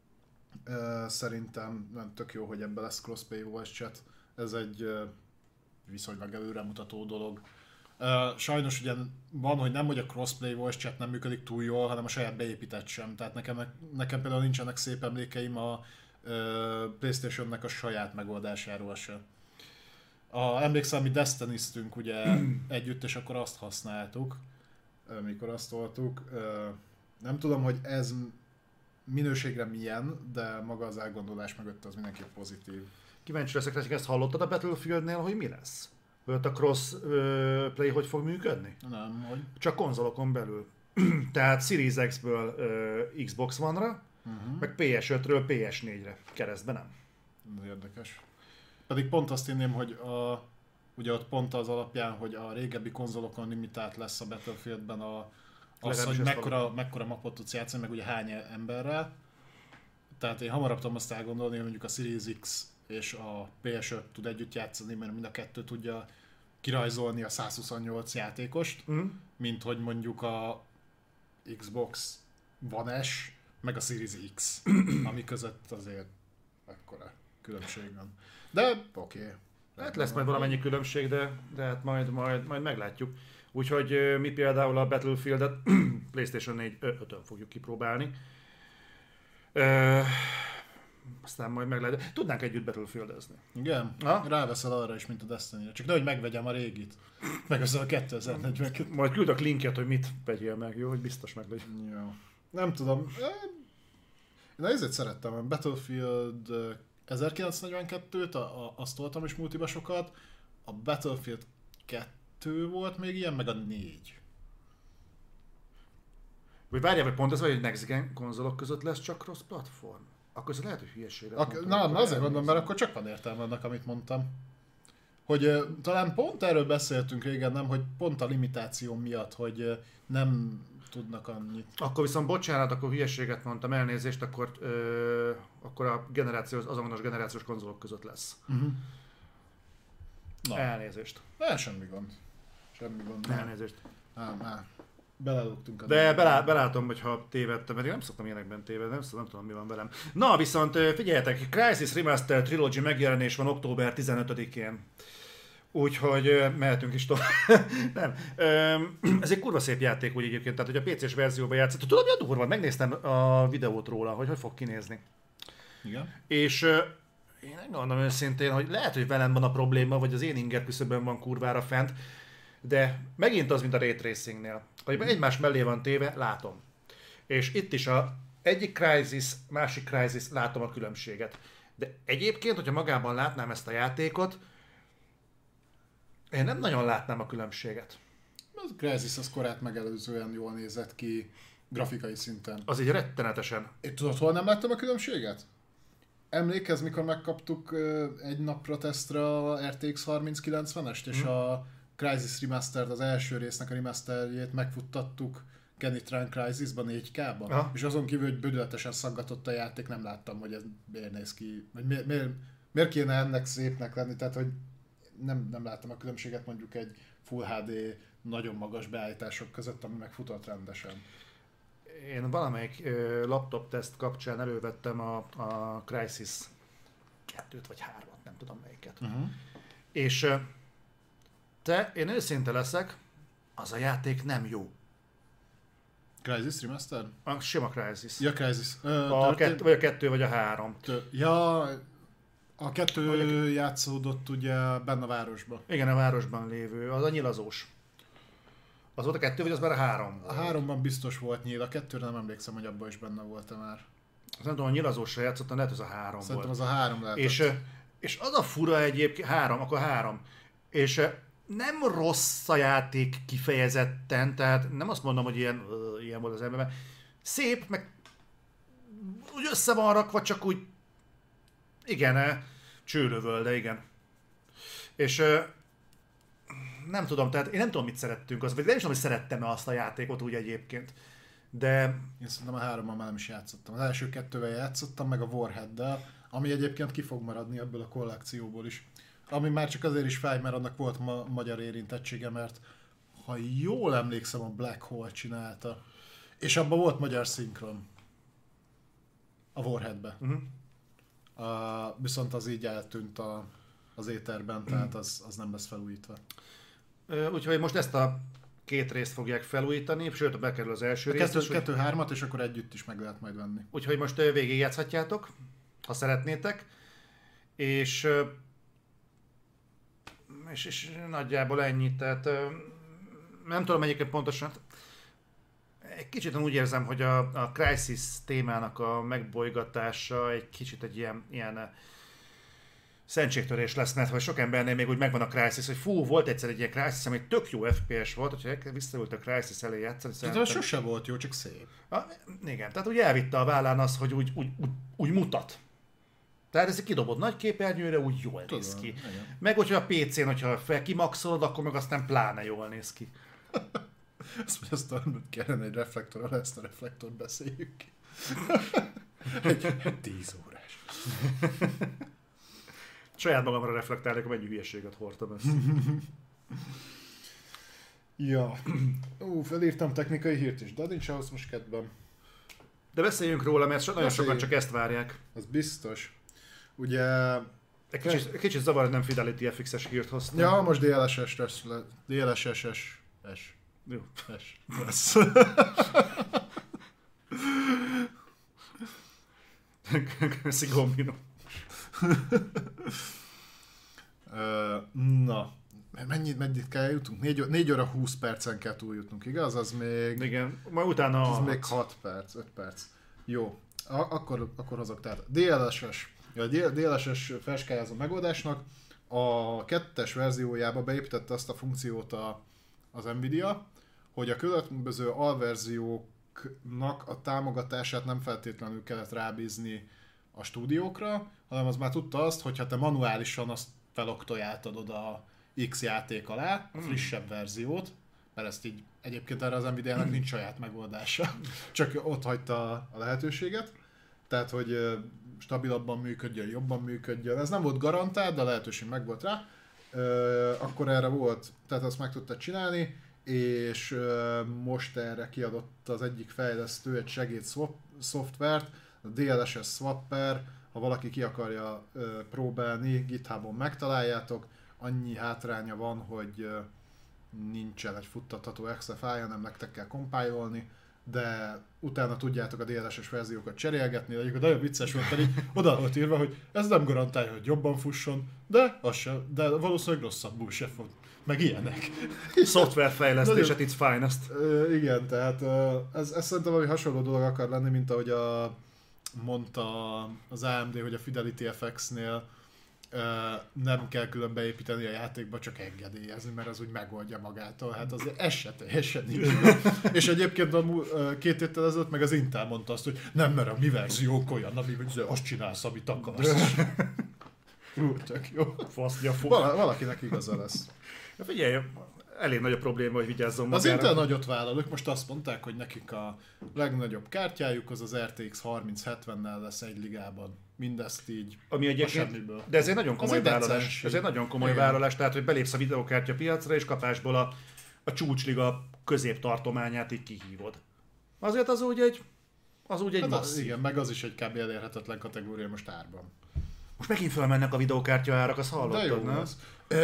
Speaker 2: Szerintem nem tök jó, hogy ebben lesz crossplay voice chat. Ez egy viszonylag előremutató dolog. Sajnos ugye van, hogy nem, hogy a crossplay voice chat nem működik túl jól, hanem a saját beépített sem. Tehát nekem, nekem például nincsenek szép emlékeim a PlayStation-nek a saját megoldásáról se. A, emlékszem, mi Destiny-ztünk ugye együtt, és akkor azt használtuk, mikor azt toltuk. Nem tudom, hogy ez minőségre milyen, de maga az elgondolás mögött az mindenképp pozitív.
Speaker 1: Kíváncsi leszek, hogy ezt hallottad a Battlefieldnél, hogy mi lesz? Hogy ott a cross-play hogy fog működni?
Speaker 2: Nem, hogy?
Speaker 1: Csak konzolokon belül. Tehát Series X-ből uh, Xbox One-ra, uh-huh. meg P S ötről P S négyre. Keresztben nem.
Speaker 2: Ez érdekes. Pedig pont azt hinném, hogy a, ugye ott pont az alapján, hogy a régebbi konzolokon limitált lesz a Battlefieldben a, az, hogy mekkora, mekkora mapot tudsz játszani, meg ugye hány emberrel. Tehát én hamarabb tudom azt elgondolni, hogy mondjuk a Series X és a P S öt tud együtt játszani, mert mind a kettő tudja kirajzolni a százhuszonnyolc játékost, mm. mint hogy mondjuk a Xbox One S, meg a Series X, ami között azért akkora különbség van. De oké. Okay.
Speaker 1: Hát lesz majd valamennyi különbség, de, de hát majd, majd, majd meglátjuk. Úgyhogy mi például a Battlefieldet PlayStation négy ötön fogjuk kipróbálni. Ö, aztán majd meglátjuk. Tudnánk együtt Battlefieldezni.
Speaker 2: Igen? Ha? Ráveszel arra is, mint a Destiny-re. Csak nehogy megvegyem a régit. Meg az a kétezer-negyven.
Speaker 1: Majd küldök linket, hogy mit vegyél meg, jó? Hogy biztos meglegyen.
Speaker 2: Jó. Nem tudom. Én ezért szerettem a Battlefield ezerkilencszáznegyvenkettőt, a, a, azt toltam is multiba sokat. A Battlefield kettő volt még ilyen, meg a négy.
Speaker 1: Vagy várjál, hogy pont ez vagy, hogy Next Gen konzolok között lesz csak cross platform? Akkor ez lehet, hogy hülyeségre.
Speaker 2: Ak- na, na azért mondom, mert akkor csak van értelme annak, amit mondtam. Hogy uh, talán pont erről beszéltünk régen, nem, hogy pont a limitáció miatt, hogy uh, nem tudnak annyit.
Speaker 1: Akkor viszont bocsánat, akkor hülyeséget mondtam, elnézést, akkor, ö, akkor a generációs, azonos generációs konzolok között lesz. Uh-huh. Na. Elnézést.
Speaker 2: Ne, semmi gond. Semmi gond.
Speaker 1: Elnézést.
Speaker 2: Á, á. Belelugtunk.
Speaker 1: De belá, belátom, hogyha tévedtem, mert én nem szoktam ilyenekben tévedni, nem, nem tudom, mi van velem. Na, viszont figyeljetek, Crysis Remastered Trilogy megjelenés van október tizenötödikén. Úgyhogy mehetünk is tovább. Nem. Ez egy kurva szép játék úgy egyébként, tehát hogy a pé cés verzióban játszott. Tudod, mi a durva? Megnéztem a videót róla, hogy hogy fog kinézni.
Speaker 2: Igen.
Speaker 1: És én megmondom őszintén, hogy lehet, hogy velem van a probléma, vagy az én inger küszöbön van kurvára fent, de megint az, mint a Ray Tracingnél. Hogy egymás mellé van téve, látom. És itt is a egyik Crysis, másik Crysis, látom a különbséget. De egyébként, hogyha magában látnám ezt a játékot, én nem nagyon látnám a különbséget.
Speaker 2: A Crysis az korát megelőzően jól nézett ki grafikai szinten.
Speaker 1: Az így rettenetesen.
Speaker 2: Én tudod, hol nem láttam a különbséget? Emlékezz, mikor megkaptuk uh, egy napra tesztre a er té iksz harminc kilencvenest, és hmm. a Crysis Remastered, az első résznek a remasterjét megfuttattuk Kenitran Crysisban négy ká-ban. Aha. És azon kívül, hogy bődületesen szaggatott a játék, nem láttam, hogy ez miért néz ki, vagy miért, miért, miért kéne ennek szépnek lenni, tehát hogy nem, nem láttam a különbséget mondjuk egy Full há dé nagyon magas beállítások között, ami megfutott rendesen.
Speaker 1: Én valamelyik ö, laptop teszt kapcsán elővettem a, a Crysis kettőt vagy hármat, nem tudom melyiket. Uh-huh. És ö, te, én őszinte leszek, az a játék nem jó.
Speaker 2: Crysis Remastered?
Speaker 1: A sima Crysis.
Speaker 2: Ja, Crysis. Ö,
Speaker 1: a kett, vagy a kettő vagy a három.
Speaker 2: Tö- ja, a kettő a... játszódott ugye benne a városban.
Speaker 1: Igen, a városban lévő, az a nyilazós. Az volt a kettő, vagy az már a három volt?
Speaker 2: A háromban biztos volt nyíl, a kettőre nem emlékszem, hogy abban is benne volt-e már.
Speaker 1: Azt nem tudom, a nyilazósra játszottam, lehet, az a három
Speaker 2: Szerintem
Speaker 1: volt.
Speaker 2: az a három lehetett.
Speaker 1: És, és az a fura egyébként, három, akkor három. És nem rossz a játék kifejezetten, tehát nem azt mondom, hogy ilyen, uh, ilyen volt az ember, mert szép, meg úgy össze van rakva, csak úgy, igen, csőrövöl, de igen. És uh, nem tudom, tehát én nem tudom, mit szerettünk, az, vagy nem is tudom, hogy szerettem-e azt a játékot úgy egyébként, de...
Speaker 2: Én szerintem a hárommal már nem is játszottam. Az első kettővel játszottam, meg a Warheaddel, ami egyébként ki fog maradni ebből a kollekcióból is. Ami már csak azért is fáj, mert annak volt ma- magyar érintettsége, mert ha jól emlékszem, a Black Hole csinálta. És abban volt magyar szinkron. A Warheadbe. Uh-huh. Uh, viszont az így eltűnt a, az éterben, tehát az, az nem lesz felújítva.
Speaker 1: Úgyhogy most ezt a két részt fogják felújítani, sőt, bekerül az első rész.
Speaker 2: Kettő, kettő hármat, és akkor együtt is meg lehet majd venni.
Speaker 1: Úgyhogy most végigjátszhatjátok, ha szeretnétek, és, és, és nagyjából ennyit, tehát nem tudom melyiket pontosan. Egy kicsit úgy érzem, hogy a, a Crysis témának a megbolygatása egy kicsit egy ilyen, ilyen szentségtörés lesz, mert hogy sok embernél még úgy megvan a Crysis, hogy fú, volt egyszer egy ilyen Crysis, ami tök jó ef pé es volt, hogyha visszaült a Crysis elé játszani.
Speaker 2: De az sose volt jó, csak szép.
Speaker 1: A, igen, tehát úgy elvitte a vállán az, hogy úgy, úgy, úgy, úgy mutat. Tehát ezt kidobod nagy képernyőre, úgy jól Tudom, néz ki. Igen. Meg hogyha a pé cén, hogyha fel kimaxolod, akkor meg aztán pláne jól néz ki.
Speaker 2: Azt mondja, aztán kellene egy reflektorral, ezt a reflektort beszéljük ki. egy tíz órás.
Speaker 1: Saját magamra reflektálnék, mennyi hülyeséget hordtam ezt.
Speaker 2: Ja. Ú, felírtam technikai hírt is, de nincs ahhoz most kedvem.
Speaker 1: De beszéljünk róla, mert so- nagyon sokan csak ezt várják.
Speaker 2: Az biztos. Ugye...
Speaker 1: Egy kicsit, kicsit zavar, hogy nem Fidelity ef iksz-es hírt hoztam.
Speaker 2: Ja, most dé el es es lesz. dé el es es-es. S.
Speaker 1: Jó.
Speaker 2: S. Lesz.
Speaker 1: Köszi Gombino.
Speaker 2: Na, mennyit, mennyit kell eljutunk? négy óra húsz percen kell túljutnunk, igaz? Az még...
Speaker 1: Igen, majd utána...
Speaker 2: Az még hat perc, öt perc. Jó, A- akkor, akkor hozok. Tehát dé el es es, a dé el es es felskályázó megoldásnak a kettes verziójába beépítette azt a funkciót a, az Nvidia, hogy a különböző alverzióknak a támogatását nem feltétlenül kellett rábízni a stúdiókra, hanem az már tudta azt, hogyha te manuálisan azt feloktoláltad oda a X játék alá, a frissebb verziót, mert ezt így egyébként erre az Nvidia-nak nincs saját megoldása, csak ott hagyta a lehetőséget, tehát hogy stabilabban működjön, jobban működjön. Ez nem volt garantált, de a lehetőség meg volt rá. Akkor erre volt, tehát azt meg tudta csinálni, és most erre kiadott az egyik fejlesztő egy segéd szoftvert, a dé el es es Swapper, ha valaki ki akarja ö, próbálni, GitHubon megtaláljátok, annyi hátránya van, hogy ö, nincsen egy futtatható exe file, nem nektek kell compile-olni, de utána tudjátok a dé el es-es verziókat cserélgetni, de egyébként nagyon vicces volt, pedig oda volt írva, hogy ez nem garantálja, hogy jobban fusson, de, az sem, de valószínűleg rosszabbul se fog. Meg ilyenek.
Speaker 1: Szoftverfejlesztés at its finest.
Speaker 2: Uh, igen, tehát uh, ez, ez szerintem valami hasonló dolog akar lenni, mint ahogy a, mondta az á em dé, hogy a Fidelity ef iksz-nél uh, nem kell külön beépíteni a játékba, csak engedélyezni, mert az úgy megoldja magától. Hát azért ez se teljesen nincs. És egyébként a uh, két héttel ezelőtt meg az Intel mondta azt, hogy nem, mert a mi verziók olyan, ami azt csinálsz, amit akarsz. Ú, tök jó.
Speaker 1: Fasznya fog.
Speaker 2: Val- valakinek igaza lesz.
Speaker 1: Figyelj, elég nagy a probléma, hogy vigyázzon
Speaker 2: Az
Speaker 1: magára.
Speaker 2: Intel nagyot vállal, ők most azt mondták, hogy nekik a legnagyobb kártyájuk az az er té iksz harminc hetvennel lesz egy ligában. Mindezt így
Speaker 1: Ami
Speaker 2: a
Speaker 1: egyébként,
Speaker 2: semmiből.
Speaker 1: de ez egy nagyon komoly
Speaker 2: egy
Speaker 1: vállalás.
Speaker 2: decenség.
Speaker 1: Ez egy nagyon komoly
Speaker 2: Igen.
Speaker 1: vállalás, tehát hogy belépsz a videókártya piacra, és kapásból a, a csúcsliga középtartományát így kihívod. Azért az úgy egy, az úgy egy
Speaker 2: Hát az,
Speaker 1: masszív.
Speaker 2: igen, meg az is egy kb. Elérhetetlen kategória most árban.
Speaker 1: Most megint felmennek a videókártya árak, azt
Speaker 2: De
Speaker 1: hallottad,
Speaker 2: jó
Speaker 1: nem?
Speaker 2: az. Ö,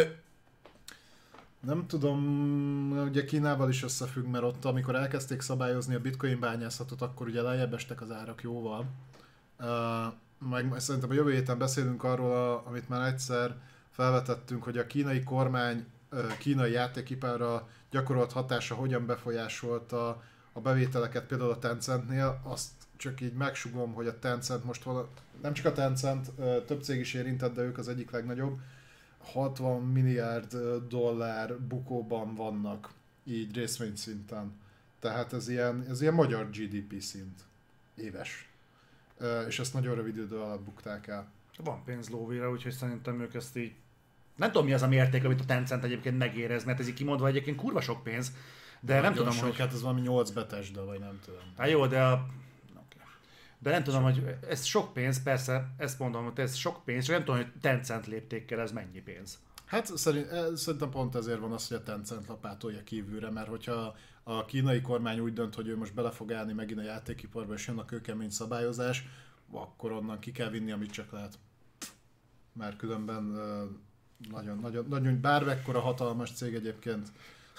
Speaker 2: nem tudom, ugye Kínával is összefügg, mert ott amikor elkezdték szabályozni a bitcoin bányászatot, akkor ugye lejjebb estek az árak jóval. Uh, meg szerintem a jövő héten beszélünk arról, a, amit már egyszer felvetettünk, hogy a kínai kormány uh, kínai játékipára gyakorolt hatása hogyan befolyásolta a bevételeket például a Tencentnél. Azt csak így megsugom, hogy a Tencent most vala, nem csak a Tencent, uh, több cég is érintett, de ők az egyik legnagyobb. hatvan milliárd dollár bukóban vannak, így részvényszinten. Tehát ez ilyen, ez ilyen magyar gé dé pé szint, éves. És ezt nagyon rövid idő alatt bukták el.
Speaker 1: Van pénz lóvére, úgyhogy szerintem ők ezt így... Nem tudom mi az a mérték, amit a Tencent egyébként megérez, mert ez így kimondva egyébként kurva sok pénz, de nagyon nem tudom,
Speaker 2: sok,
Speaker 1: hogy...
Speaker 2: Hát ez valami nyolc betesda, vagy nem tudom.
Speaker 1: Hát jó, de a... De nem tudom, hogy ez sok pénz, persze, ezt mondom, hogy ez sok pénz, csak nem tudom, hogy Tencent léptékkel ez mennyi pénz.
Speaker 2: Hát szerint, szerintem pont ezért van az, hogy a Tencent lapátolja kívülre, mert hogyha a kínai kormány úgy dönt, hogy ő most bele fog állni megint a játékiparba, és jön a kőkemény szabályozás, akkor onnan ki kell vinni, amit csak lehet. Mert különben nagyon, nagyon, nagyon bármekkora hatalmas cég egyébként.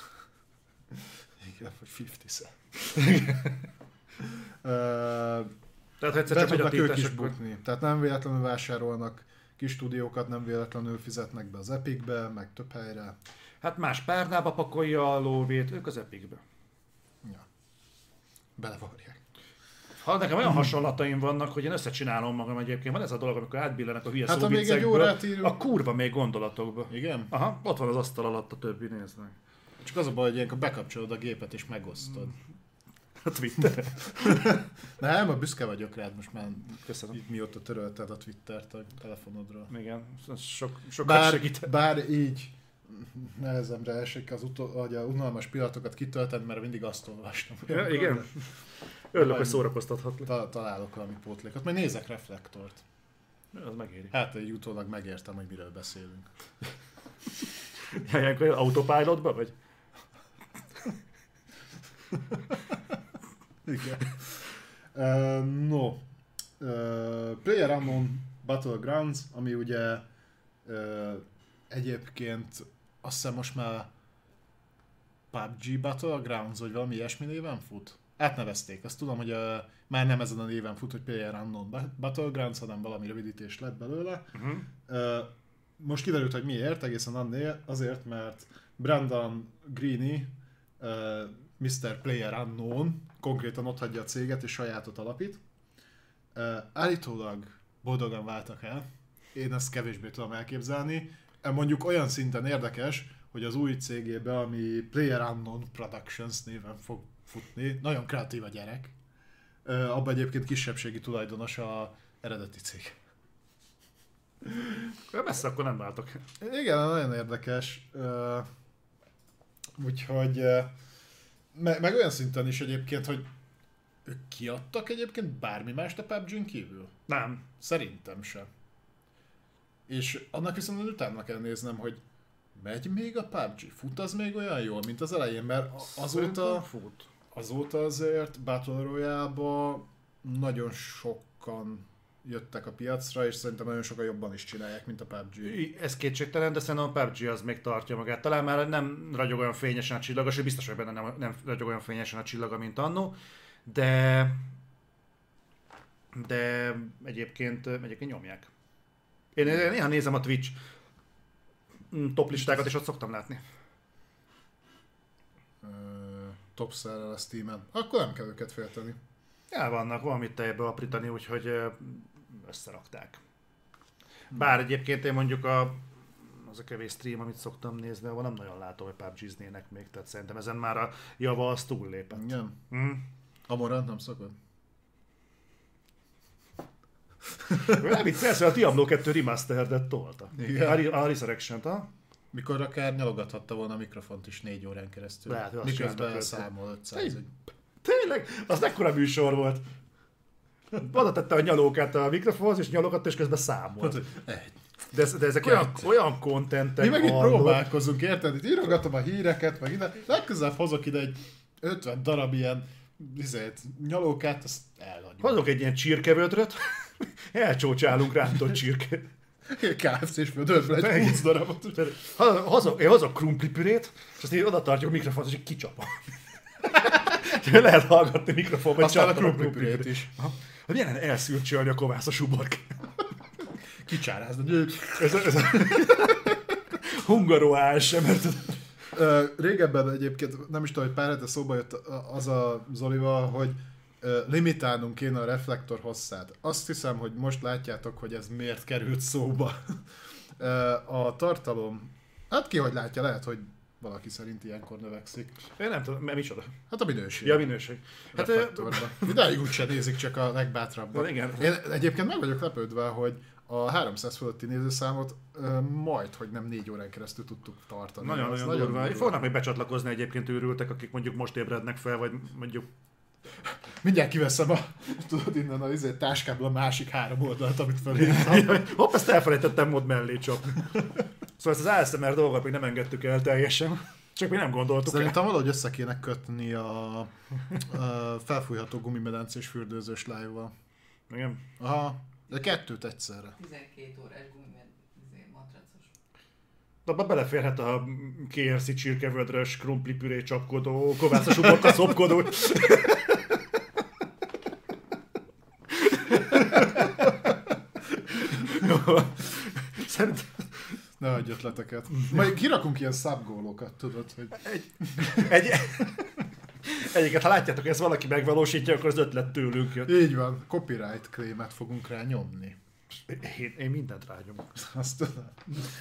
Speaker 2: Igen, vagy ötven cent.
Speaker 1: Tehát egyszer
Speaker 2: Be
Speaker 1: csak megy a
Speaker 2: tudnak ők
Speaker 1: tiltás,
Speaker 2: is
Speaker 1: akkor...
Speaker 2: bukni. Tehát nem véletlenül vásárolnak kis stúdiókat, nem véletlenül fizetnek be az Epicbe, meg több helyre.
Speaker 1: Hát más párnába pakolja a lóvét, ők az Epicbe.
Speaker 2: Ja. Belevarják.
Speaker 1: Ha nekem olyan hasonlataim vannak, hogy én összecsinálom magam egyébként, van ez a dolog, amikor átbillenek a hülye
Speaker 2: Hát ha még egy
Speaker 1: szóviccekből,
Speaker 2: órát írunk...
Speaker 1: a kurva még gondolatokba.
Speaker 2: Igen?
Speaker 1: Aha, ott van az asztal alatt a többi, nézd meg.
Speaker 2: Csak az a baj, hogy ilyenkor bekapcsolod a gépet és megosztod.
Speaker 1: A Twitter.
Speaker 2: Nem, a büszke vagyok rád most már.
Speaker 1: Köszönöm.
Speaker 2: Itt mióta törölted a Twittert a telefonodról.
Speaker 1: Igen, ez sok, sokat
Speaker 2: Bár,
Speaker 1: segít.
Speaker 2: bár így nehezemre esik az utol, hogy a unalmas pillanatokat kitölted, mert mindig azt olvastam.
Speaker 1: Ja, igen. Örülök, hogy szórakoztathatlak.
Speaker 2: Ta- találok valami pótlékot, majd nézek Reflektort.
Speaker 1: Az megéri.
Speaker 2: Hát egy utólag megértem, hogy miről beszélünk.
Speaker 1: Ja, ilyenkor autopilotba vagy?
Speaker 2: Igen. Uh, no. Uh, PlayerUnknown Battlegrounds, ami ugye uh, egyébként azt hiszem most már pé u bé gé Battlegrounds, vagy valami ilyesmi néven fut. Átnevezték, azt tudom, hogy uh, már nem ezen a néven fut, hogy PlayerUnknown Battlegrounds, hanem valami rövidítés lett belőle.
Speaker 1: Uh-huh.
Speaker 2: Uh, most kiderült, hogy miért, egészen annél, azért, mert Brandon Greene, uh, miszter PlayerUnknown konkrétan ott hagyja a céget és sajátot alapít. Uh, állítólag boldogan váltak el, én ezt kevésbé tudom elképzelni. Mondjuk olyan szinten érdekes, hogy az új cégébe, ami PlayerUnknown Productions néven fog futni, nagyon kreatív a gyerek. Uh, abban egyébként kisebbségi tulajdonos a eredeti cég.
Speaker 1: Messze akkor nem váltok.
Speaker 2: Igen, nagyon érdekes. Uh, úgyhogy uh, meg, meg olyan szinten is egyébként, hogy ők kiadtak egyébként bármi mást a pé u bé gén kívül?
Speaker 1: Nem.
Speaker 2: Szerintem sem. És annak viszont utána kell néznem, hogy megy még a pé u bé gé? Fut az még olyan jól, mint az elején? Mert azóta,
Speaker 1: fut.
Speaker 2: azóta azért Battle Royale-ba nagyon sokan jöttek a piacra, és szerintem nagyon sokan jobban is csinálják, mint a pé u bé gé.
Speaker 1: Ez kétségtelen, de szerintem a pé u bé gé az még tartja magát. Talán már nem ragyog olyan fényesen a csillaga, és biztos, hogy benne nem, nem ragyog olyan fényesen a csillaga, mint annó. de de egyébként, egyébként nyomják. Én, én néha nézem a Twitch toplistákat, és ott szoktam látni.
Speaker 2: Uh, top seller a Steam-en. Akkor nem kell őket félteni.
Speaker 1: El vannak, valamit tejbe aprítani, úgyhogy összerakták. Bár egyébként én mondjuk a, az a kevés stream, amit szoktam nézni, ahol nem nagyon látom, hogy pé u bé gé-znének még, tehát szerintem ezen már a java az túllépett.
Speaker 2: Igen.
Speaker 1: Hm?
Speaker 2: Amorant nem szokod?
Speaker 1: Nem viccelsz, a Diablo kettő remasteredet tolta.
Speaker 2: Igen.
Speaker 1: A, a Resurrection-t, ha?
Speaker 2: Mikor akár nyalogathatta volna a mikrofont is négy órán keresztül.
Speaker 1: Lehet, hogy azt
Speaker 2: miközben
Speaker 1: csináltak
Speaker 2: elszámol ötszáz.
Speaker 1: Tényleg? Az mekkora műsor volt? Oda tette a nyalókát a mikrofonhoz, és nyalogatta, és közben számolt.
Speaker 2: Egy.
Speaker 1: De, ez, de ezek olyan, olyan kontentek.
Speaker 2: Mi meg itt
Speaker 1: hallod.
Speaker 2: próbálkozunk, érted? Itt írogatom a híreket, meg ide. Legközelebb hozok ide egy ötven darab ilyen izét, nyalókát, azt elhagyom.
Speaker 1: Hozok egy ilyen csirkevödröt, elcsócsálunk rántott csirkét.
Speaker 2: ká ef cés földörből egy húsz darabot.
Speaker 1: Hozok, én hozok krumplipürét, és azt így oda tartjuk a mikrofont, és így kicsapom. Lehet hallgatni mikrofonba, hogy
Speaker 2: aztán a
Speaker 1: csapom
Speaker 2: krumplipürét is.
Speaker 1: Hogy milyen elszülcsölni a kovász a subork.
Speaker 2: Kicsárázni.
Speaker 1: Ez a, ez a hungaroás sem, mert...
Speaker 2: Uh, régebben egyébként, nem is tudom, hogy pár hete szóba jött az a Zolival, hogy uh, limitálnunk kéne a reflektor hosszát. Azt hiszem, hogy most látjátok, hogy ez miért került szóba. uh, a tartalom, hát ki hogy látja, lehet, hogy valaki szerint ilyenkor növekszik.
Speaker 1: Én nem tudom, mert micsoda?
Speaker 2: Hát a minőség.
Speaker 1: Ja, a minőség. Hát,
Speaker 2: reflektorban. Idáig úgyse nézik, csak a legbátrabban.
Speaker 1: Igen.
Speaker 2: Én egyébként meg vagyok lepődve, hogy a háromszáz fölötti nézőszámot uh, majd, hogy nem négy órán keresztül tudtuk tartani.
Speaker 1: Nagyon-nagyon nagyon durva. durva. Fognak még becsatlakozni egyébként őrültek, akik mondjuk most ébrednek fel, vagy mondjuk...
Speaker 2: Mindjárt kiveszem a, tudod, innen a izé, táskából a másik három oldalt, amit felírtam.
Speaker 1: Hopp, ezt elfelejtettem mód mellé csapni. Szóval ezt az á es em er dolgot még nem engedtük el teljesen. Csak mi nem gondoltuk.
Speaker 2: Szerintem valahogy össze kéne kötni a, a felfújható gumimedencés fürdőzős live-val.
Speaker 1: Igen.
Speaker 2: Aha, de kettőt egyszerre.
Speaker 3: tizenkét órás gumimatracos.
Speaker 1: Abba beleférhet a ká ef cé csirkevödrös, krumplipüré csapkodó, kovászos uborka szopkodó. Szerintem...
Speaker 2: Ne adj ötleteket. Majd kirakunk ilyen szabgólokat, tudod, hogy...
Speaker 1: Egy... Egy... Egyiket, ha látjátok, ezt valaki megvalósítja, akkor az ötlet tőlünk jött.
Speaker 2: Így van, copyright claimet fogunk rá nyomni.
Speaker 1: Én, én mindent rágyomok.
Speaker 2: Azt tudom.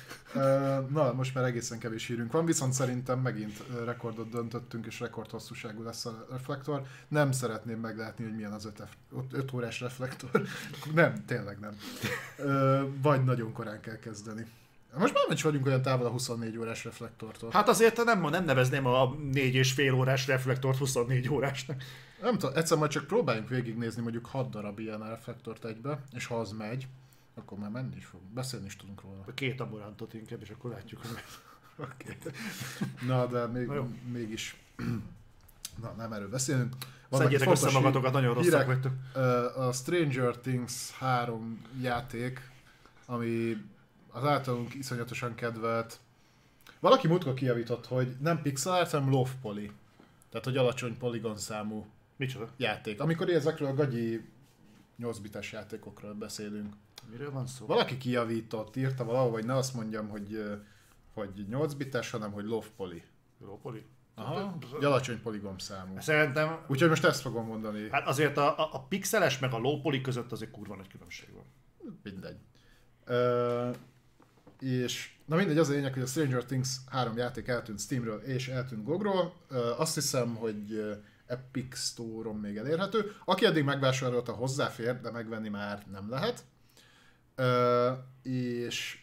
Speaker 2: Na, most már egészen kevés hírünk van, viszont szerintem megint rekordot döntöttünk, és rekordhosszúságú lesz a reflektor. Nem szeretném meglátni, hogy milyen az öt órás reflektor. Nem, tényleg nem. Vagy nagyon korán kell kezdeni. Most már is vagyunk olyan távol a huszonnégy órás reflektortól.
Speaker 1: Hát azért nem, nem nevezném a négy és fél órás reflektort huszonnégy órásnak.
Speaker 2: Nem tudom, egyszer majd csak próbáljunk végignézni mondjuk hat darab ilyen reflektort egybe, és ha az megy, akkor már menni is fogunk. Beszélni is tudunk róla.
Speaker 1: Két amorantot inkább, és akkor látjuk, hogy
Speaker 2: Oké. Na, de még, mégis... Na, nem erről beszélünk.
Speaker 1: Szedjétek össze magatokat, nagyon rosszak vagytok.
Speaker 2: A Stranger Things három játék, ami az általunk iszonyatosan kedvelt. Valaki múltkor kijavított, hogy nem pixel art, hanem low poly. Tehát, hogy alacsony poligon számú
Speaker 1: Micsoda?
Speaker 2: játék. Amikor ezekről a gagyi nyolc bites játékokról beszélünk.
Speaker 1: Miről van szó?
Speaker 2: Valaki kijavított, írta valahol, hogy ne azt mondjam, hogy, hogy nyolc bites, hanem hogy low poly.
Speaker 1: Low poly?
Speaker 2: Aha, egy alacsony poligon számú.
Speaker 1: Szerintem...
Speaker 2: Úgyhogy most ezt fogom mondani.
Speaker 1: Hát azért a, a, a pixeles meg a low poly között azért kurva nagy különbség van.
Speaker 2: Mindegy. Uh, és na mindegy, az a lényeg, hogy a Stranger Things három játék eltűnt Steamről és eltűnt gé o gé-ról. Uh, azt hiszem, hogy Epic Store-on még elérhető. Aki eddig megvásárolta, hozzáfér, de megvenni már nem lehet. Uh, és,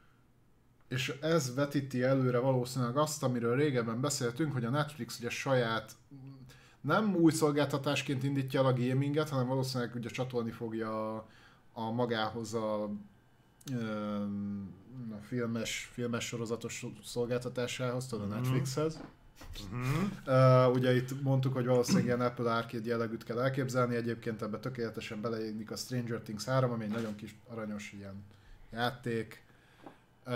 Speaker 2: és ez vetíti előre valószínűleg azt, amiről régebben beszéltünk, hogy a Netflix ugye saját nem új szolgáltatásként indítja el a gaminget, hanem valószínűleg ugye csatolni fogja a, a magához a, a filmes, filmes sorozatos szolgáltatásához, tudod, a Netflixhez. Mm-hmm. Uh, ugye itt mondtuk, hogy valószínűleg ilyen Apple Arcade jellegűt kell elképzelni, egyébként ebbe tökéletesen beleégnik a Stranger Things három, ami egy nagyon kis aranyos ilyen játék. Uh,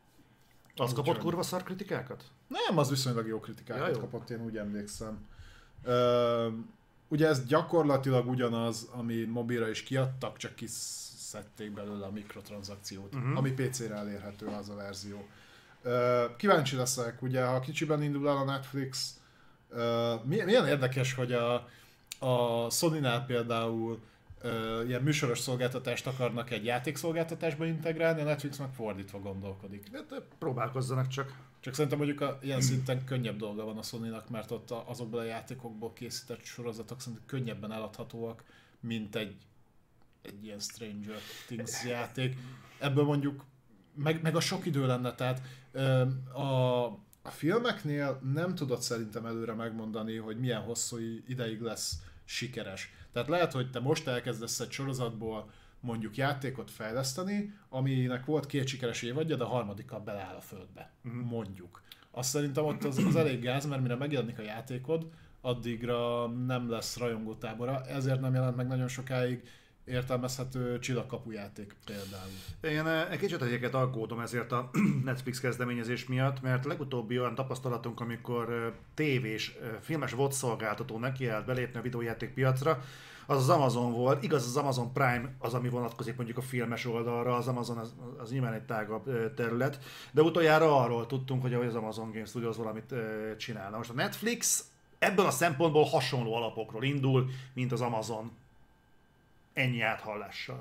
Speaker 1: az kapott kurva szar kritikákat?
Speaker 2: Nem, az viszonylag jó kritikákat
Speaker 1: ja, jó.
Speaker 2: kapott, én úgy emlékszem. Ö, ugye ez gyakorlatilag ugyanaz, ami mobilra is kiadtak, csak kiszedték belőle a mikrotranszakciót, uh-huh. ami pé cére elérhető az a verzió. Ö, kíváncsi leszek, ugye ha kicsiben indul el a Netflix, ö, milyen érdekes, hogy a, a Sony-nál például ö, ilyen műsoros szolgáltatást akarnak egy játékszolgáltatásba integrálni, a Netflix meg fordítva gondolkodik.
Speaker 1: Hát, próbálkozzanak csak.
Speaker 2: Csak szerintem mondjuk a, ilyen szinten könnyebb dolga van a Sony-nak, mert ott a, azokból a játékokból készített sorozatok szerintem könnyebben eladhatóak, mint egy, egy ilyen Stranger Things játék. Ebből mondjuk, meg, meg a sok idő lenne, tehát a, a filmeknél nem tudod szerintem előre megmondani, hogy milyen hosszú ideig lesz sikeres. Tehát lehet, hogy te most elkezdesz egy sorozatból mondjuk játékot fejleszteni, aminek volt két sikeres évadja, de a harmadikkal beleáll a földbe. Uh-huh. Mondjuk. Azt szerintem ott az, az elég gáz, mert mire megjelenik a játékod, addigra nem lesz rajongótábora, ezért nem jelent meg nagyon sokáig értelmezhető csillagkapu játék például.
Speaker 1: Én egy kicsit egyébként aggódom ezért a Netflix kezdeményezés miatt, mert legutóbbi olyan tapasztalatunk, amikor tévés, filmes vé o dé szolgáltató neki állt belépni a videójáték piacra, az az Amazon volt. Igaz, az Amazon Prime az, ami vonatkozik mondjuk a filmes oldalra, az Amazon az, az nyilván egy tágabb terület, de utoljára arról tudtunk, hogy az Amazon Game Studios valamit csinálna. Most a Netflix ebből a szempontból hasonló alapokról indul, mint az Amazon. Ennyi áthallással.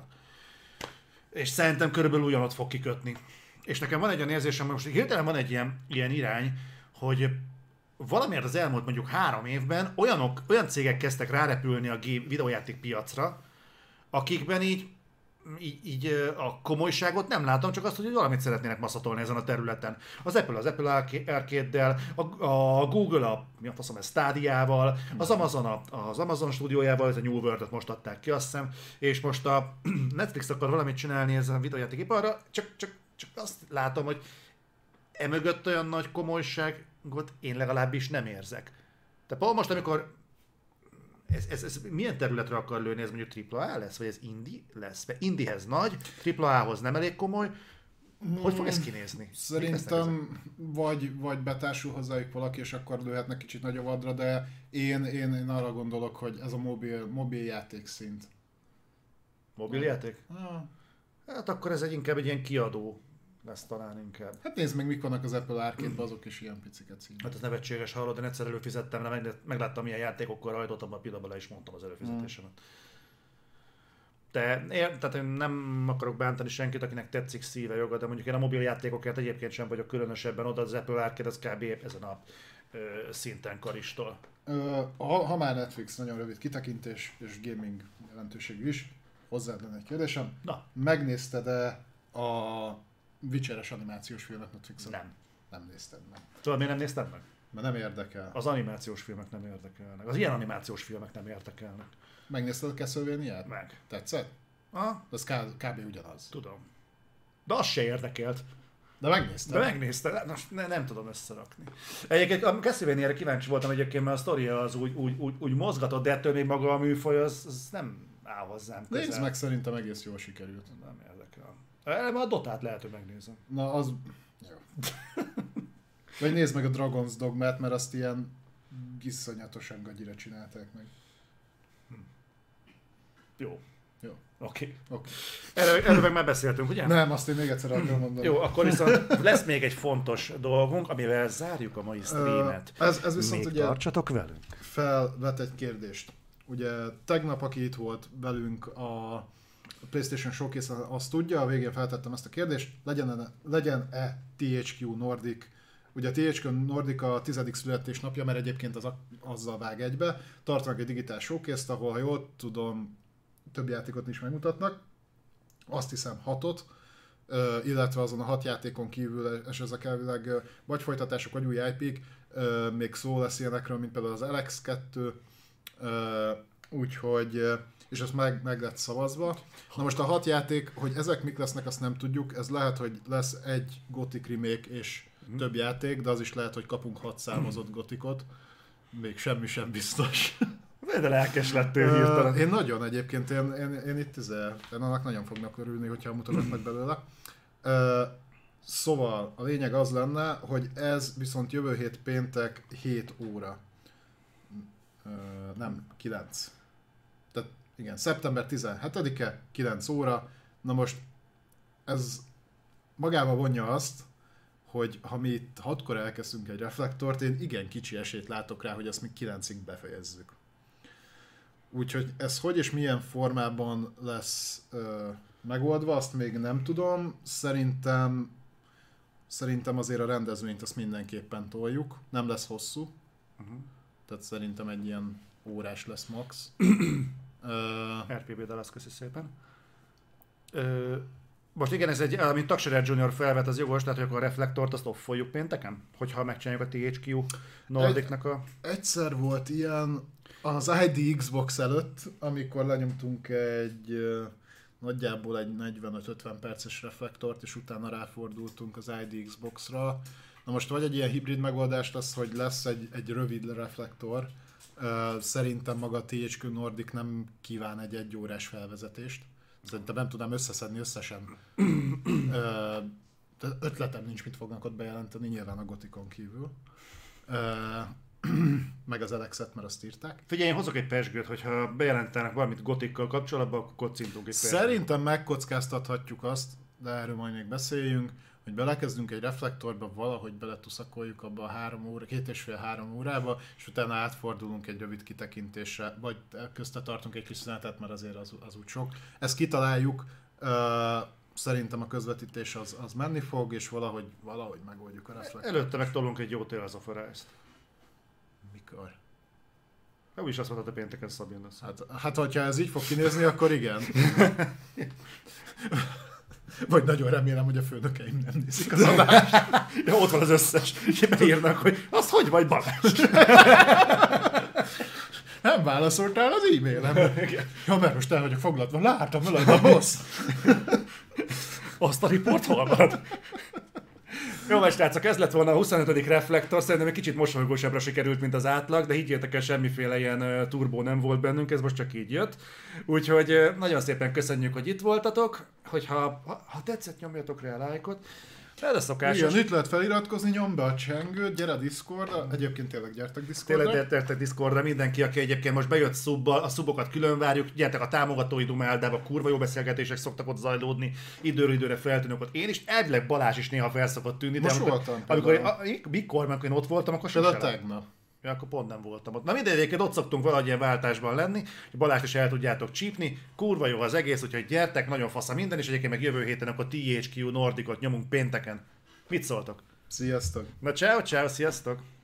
Speaker 1: És szerintem körülbelül ugyanott fog kikötni. És nekem van egy olyan érzésem, hogy most hirtelen van egy ilyen, ilyen irány, hogy valamiért az elmúlt mondjuk három évben olyanok, olyan cégek kezdtek rárepülni a videójáték piacra, akikben így, így, így a komolyságot nem látom, csak azt, hogy valamit szeretnének maszatolni ezen a területen. Az Apple az Apple Arcade-del, a, a Google a, mi a faszom, ez Stadia-val, az Amazon a, az Amazon stúdiójával, ez a New World-et most adták ki, azt hiszem, és most a Netflix akar valamit csinálni ezen a videójátékiparra, csak, csak, csak azt látom, hogy emögött olyan nagy komolyságot én legalábbis nem érzek. Tehát pont most, amikor ez, ez, ez milyen területre akar lőni, ez mondjuk tripla á lesz, vagy ez indie lesz? Mert indiehez nagy, tripla ához nem elég komoly. Hogy fog ez kinézni?
Speaker 2: Szerintem vagy, vagy betársul hozzájuk valaki, és akkor lőhetnek kicsit nagyobb adra, de én, én, én arra gondolok, hogy ez a mobil, mobil játék szint.
Speaker 1: Mobil játék?
Speaker 2: Ah.
Speaker 1: Hát akkor ez egy inkább egy ilyen kiadó lesz talán inkább.
Speaker 2: Hát nézd meg, mik vannak az Apple Arcade-ban, azok is ilyen piciket címek.
Speaker 1: Hát ez nevetséges, hallod, én egyszer előfizettem, de meg, megláttam milyen játékokkal rajtoltam, a pillanatban le is mondtam az előfizetésemet. Hmm. De én, tehát én nem akarok bántani senkit, akinek tetszik szíve joga, de mondjuk én a mobil játékokért egyébként sem vagyok különösebben oda, az Apple Arcade az kb. Ezen a ö, szinten karistol.
Speaker 2: Ö, ha, ha már Netflix, nagyon rövid kitekintés és gaming jelentőségű is, hozzád lenne egy kérdésem.
Speaker 1: Na.
Speaker 2: Megnézted-e a Witcher-es animációs filmet Netflixen?
Speaker 1: Nem.
Speaker 2: Nem nézted meg.
Speaker 1: Tudod, miért nem nézted meg?
Speaker 2: Mert nem érdekel.
Speaker 1: Az animációs filmek nem érdekelnek. Az ilyen animációs filmek nem érdekelnek.
Speaker 2: Megnézted a Castlevania-t?
Speaker 1: Meg.
Speaker 2: Tetszett?
Speaker 1: Aha.
Speaker 2: Az kb. Ugyanaz.
Speaker 1: Tudom. De az se érdekelt.
Speaker 2: De megnézted?
Speaker 1: De megnézted. Most ne, nem tudom összerakni. Egyébként a Castlevania-re kíváncsi voltam egyébként, mert a sztoria az úgy, úgy, úgy, úgy mozgatott, de ettől még maga a műfaj az, az nem áll hozzám közel.
Speaker 2: Nézd meg, szerintem egész jól sikerült.
Speaker 1: Nem érdekel. Már a Dotát lehet, hogy megnézem.
Speaker 2: Na az... Jó. Vagy nézd meg a Dragon's Dogmát, mert azt ilyen iszonyatosan gagyira csinálták meg.
Speaker 1: Hm. Jó.
Speaker 2: Jó.
Speaker 1: Oké. Okay.
Speaker 2: Okay.
Speaker 1: Erről, erről meg már beszéltünk, ugye?
Speaker 2: Nem, azt én még egyszer akarom mondani.
Speaker 1: Jó, akkor viszont lesz még egy fontos dolgunk, amivel zárjuk a mai streamet.
Speaker 2: Uh, ez, ez viszont
Speaker 1: még
Speaker 2: ugye
Speaker 1: tartsatok velünk.
Speaker 2: Felvet egy kérdést. Ugye tegnap, aki itt volt velünk a PlayStation Showcase, azt tudja, a végén feltettem ezt a kérdést, legyen-e, legyen-e té há kú Nordic. Ugye a té há kú Nordic a tizedik születésnapja, mert egyébként az a, azzal vág egybe. Tartanak egy digitális showcase-t, ahol, ha jól tudom, több játékot is megmutatnak. Azt hiszem hatot, illetve azon a hat játékon kívül, és ezek elvileg vagy folytatások, vagy új í pé-k, még szó lesz ilyenekről, mint például az Alex kettő, úgyhogy, és ez meg, meg lett szavazva. Na most a hat játék, hogy ezek mik lesznek, azt nem tudjuk, ez lehet, hogy lesz egy Gothic remake és több játék, de az is lehet, hogy kapunk hat számozott Gothicot, még semmi sem biztos.
Speaker 1: De lelkes lettél hirtelen.
Speaker 2: Én nagyon egyébként, én, én, én itt izé, én annak nagyon fognak örülni, hogyha mutatnak belőle. Szóval a lényeg az lenne, hogy ez viszont jövő hét péntek hét óra. Ö, nem, kilenc. Tehát igen, szeptember tizenhetedike, kilenc óra. Na most ez magába vonja azt, hogy ha mi itt hatkor elkezdünk egy reflektort, én igen kicsi esélyt látok rá, hogy ezt még kilencig befejezzük. Úgyhogy ez hogy és milyen formában lesz ö, megoldva, azt még nem tudom. Szerintem szerintem azért a rendezvényt azt mindenképpen toljuk. Nem lesz hosszú. Uh-huh. Tehát szerintem egy ilyen órás lesz max. uh,
Speaker 1: er pé bé Dallas, köszi szépen. Ö, most igen, ez egy, amit Taxerer Junior felvet, az jogos, tehát hogy akkor a reflektort azt offoljuk pénteken? Hogyha megcsináljuk a té há kú Nordicnak a...
Speaker 2: Egyszer volt ilyen az i dé Xbox előtt, amikor lenyomtunk egy nagyjából egy negyvenöt-ötven perces reflektort, és utána ráfordultunk az i dé Xbox-ra. Na most vagy egy ilyen hibrid megoldás lesz, hogy lesz egy, egy rövid reflektor. Szerintem maga a té há kú Nordic nem kíván egy egyórás felvezetést. Szerintem nem tudnám összeszedni összesen. Ötletem nincs, mit fognak ott bejelenteni, nyilván a Gothicon kívül. Meg az Alexet, mert azt írták.
Speaker 1: Figyelj, én hozok egy persgőt, hogyha bejelentenek valamit Gothical kapcsolatban, akkor kocintunk egy persgőt.
Speaker 2: Szerintem megkockáztathatjuk azt, de erről majd még beszéljünk, hogy belekezdünk egy reflektorba, valahogy beletuszakoljuk abba a három óra, két és fél három órába, és utána átfordulunk egy rövid kitekintésre, vagy közte tartunk egy kis szünetet, mert azért az, az úgy sok. Ezt kitaláljuk, uh, szerintem a közvetítés az, az menni fog, és valahogy, valahogy megoldjuk a reflektort.
Speaker 1: Előtte meg tolunk egy jó Tales of Arise-t.
Speaker 2: Mikor?
Speaker 1: Ja, úgy is azt mondtad, a pénteken Szabin lesz.
Speaker 2: Hát, hát, hogyha ez így fog kinézni, akkor igen. Vagy nagyon remélem, hogy a főnökeim nem nézik az adást.
Speaker 1: Ja, ott van az összes. És beírnak, hogy azt hogy vagy Balázs?
Speaker 2: Nem válaszoltál az e-mailemre. Ja, mert most el vagyok foglaltva. Látom veled a boss.
Speaker 1: Azt a riport hol van? Jó, vagy srácok, ez lett volna a huszonötödik reflektor, szerintem egy kicsit mosolygósabbra sikerült, mint az átlag, de higgyétek el, semmiféle ilyen uh, turbó nem volt bennünk, ez most csak így jött. Úgyhogy uh, nagyon szépen köszönjük, hogy itt voltatok, hogyha ha, ha tetszett, nyomjatok rá a lájkot. Ez a szokásos.
Speaker 2: Igen, itt lehet feliratkozni, nyomd be a csengőt, gyere a Discordra, egyébként tényleg gyertek Discordra.
Speaker 1: Tényleg gyertek Discordra, mindenki, aki egyébként most bejött szubbal, a szubbokat külön várjuk, gyertek a támogatói Dumáldába, kurva jó beszélgetések szoktak ott zajlódni, időről időre feltűnök ott. Én is, elvileg Balázs is néha fel szokott tűnni,
Speaker 2: most
Speaker 1: de amikor,
Speaker 2: voltam,
Speaker 1: amikor én, a, mikor, amikor én ott voltam, akkor
Speaker 2: Például
Speaker 1: sosem.
Speaker 2: tegnap.
Speaker 1: Ja, akkor pont nem voltam ott. Na mindegy, egyébként ott szoktunk valahogy ilyen váltásban lenni, hogy Balást is el tudjátok csípni, kurva jó az egész, úgyhogy gyertek, nagyon fasz a minden, és egyébként meg jövő héten akkor té há kú Nordicot nyomunk pénteken. Mit szóltok?
Speaker 2: Sziasztok!
Speaker 1: Na ciao, ciao, sziasztok!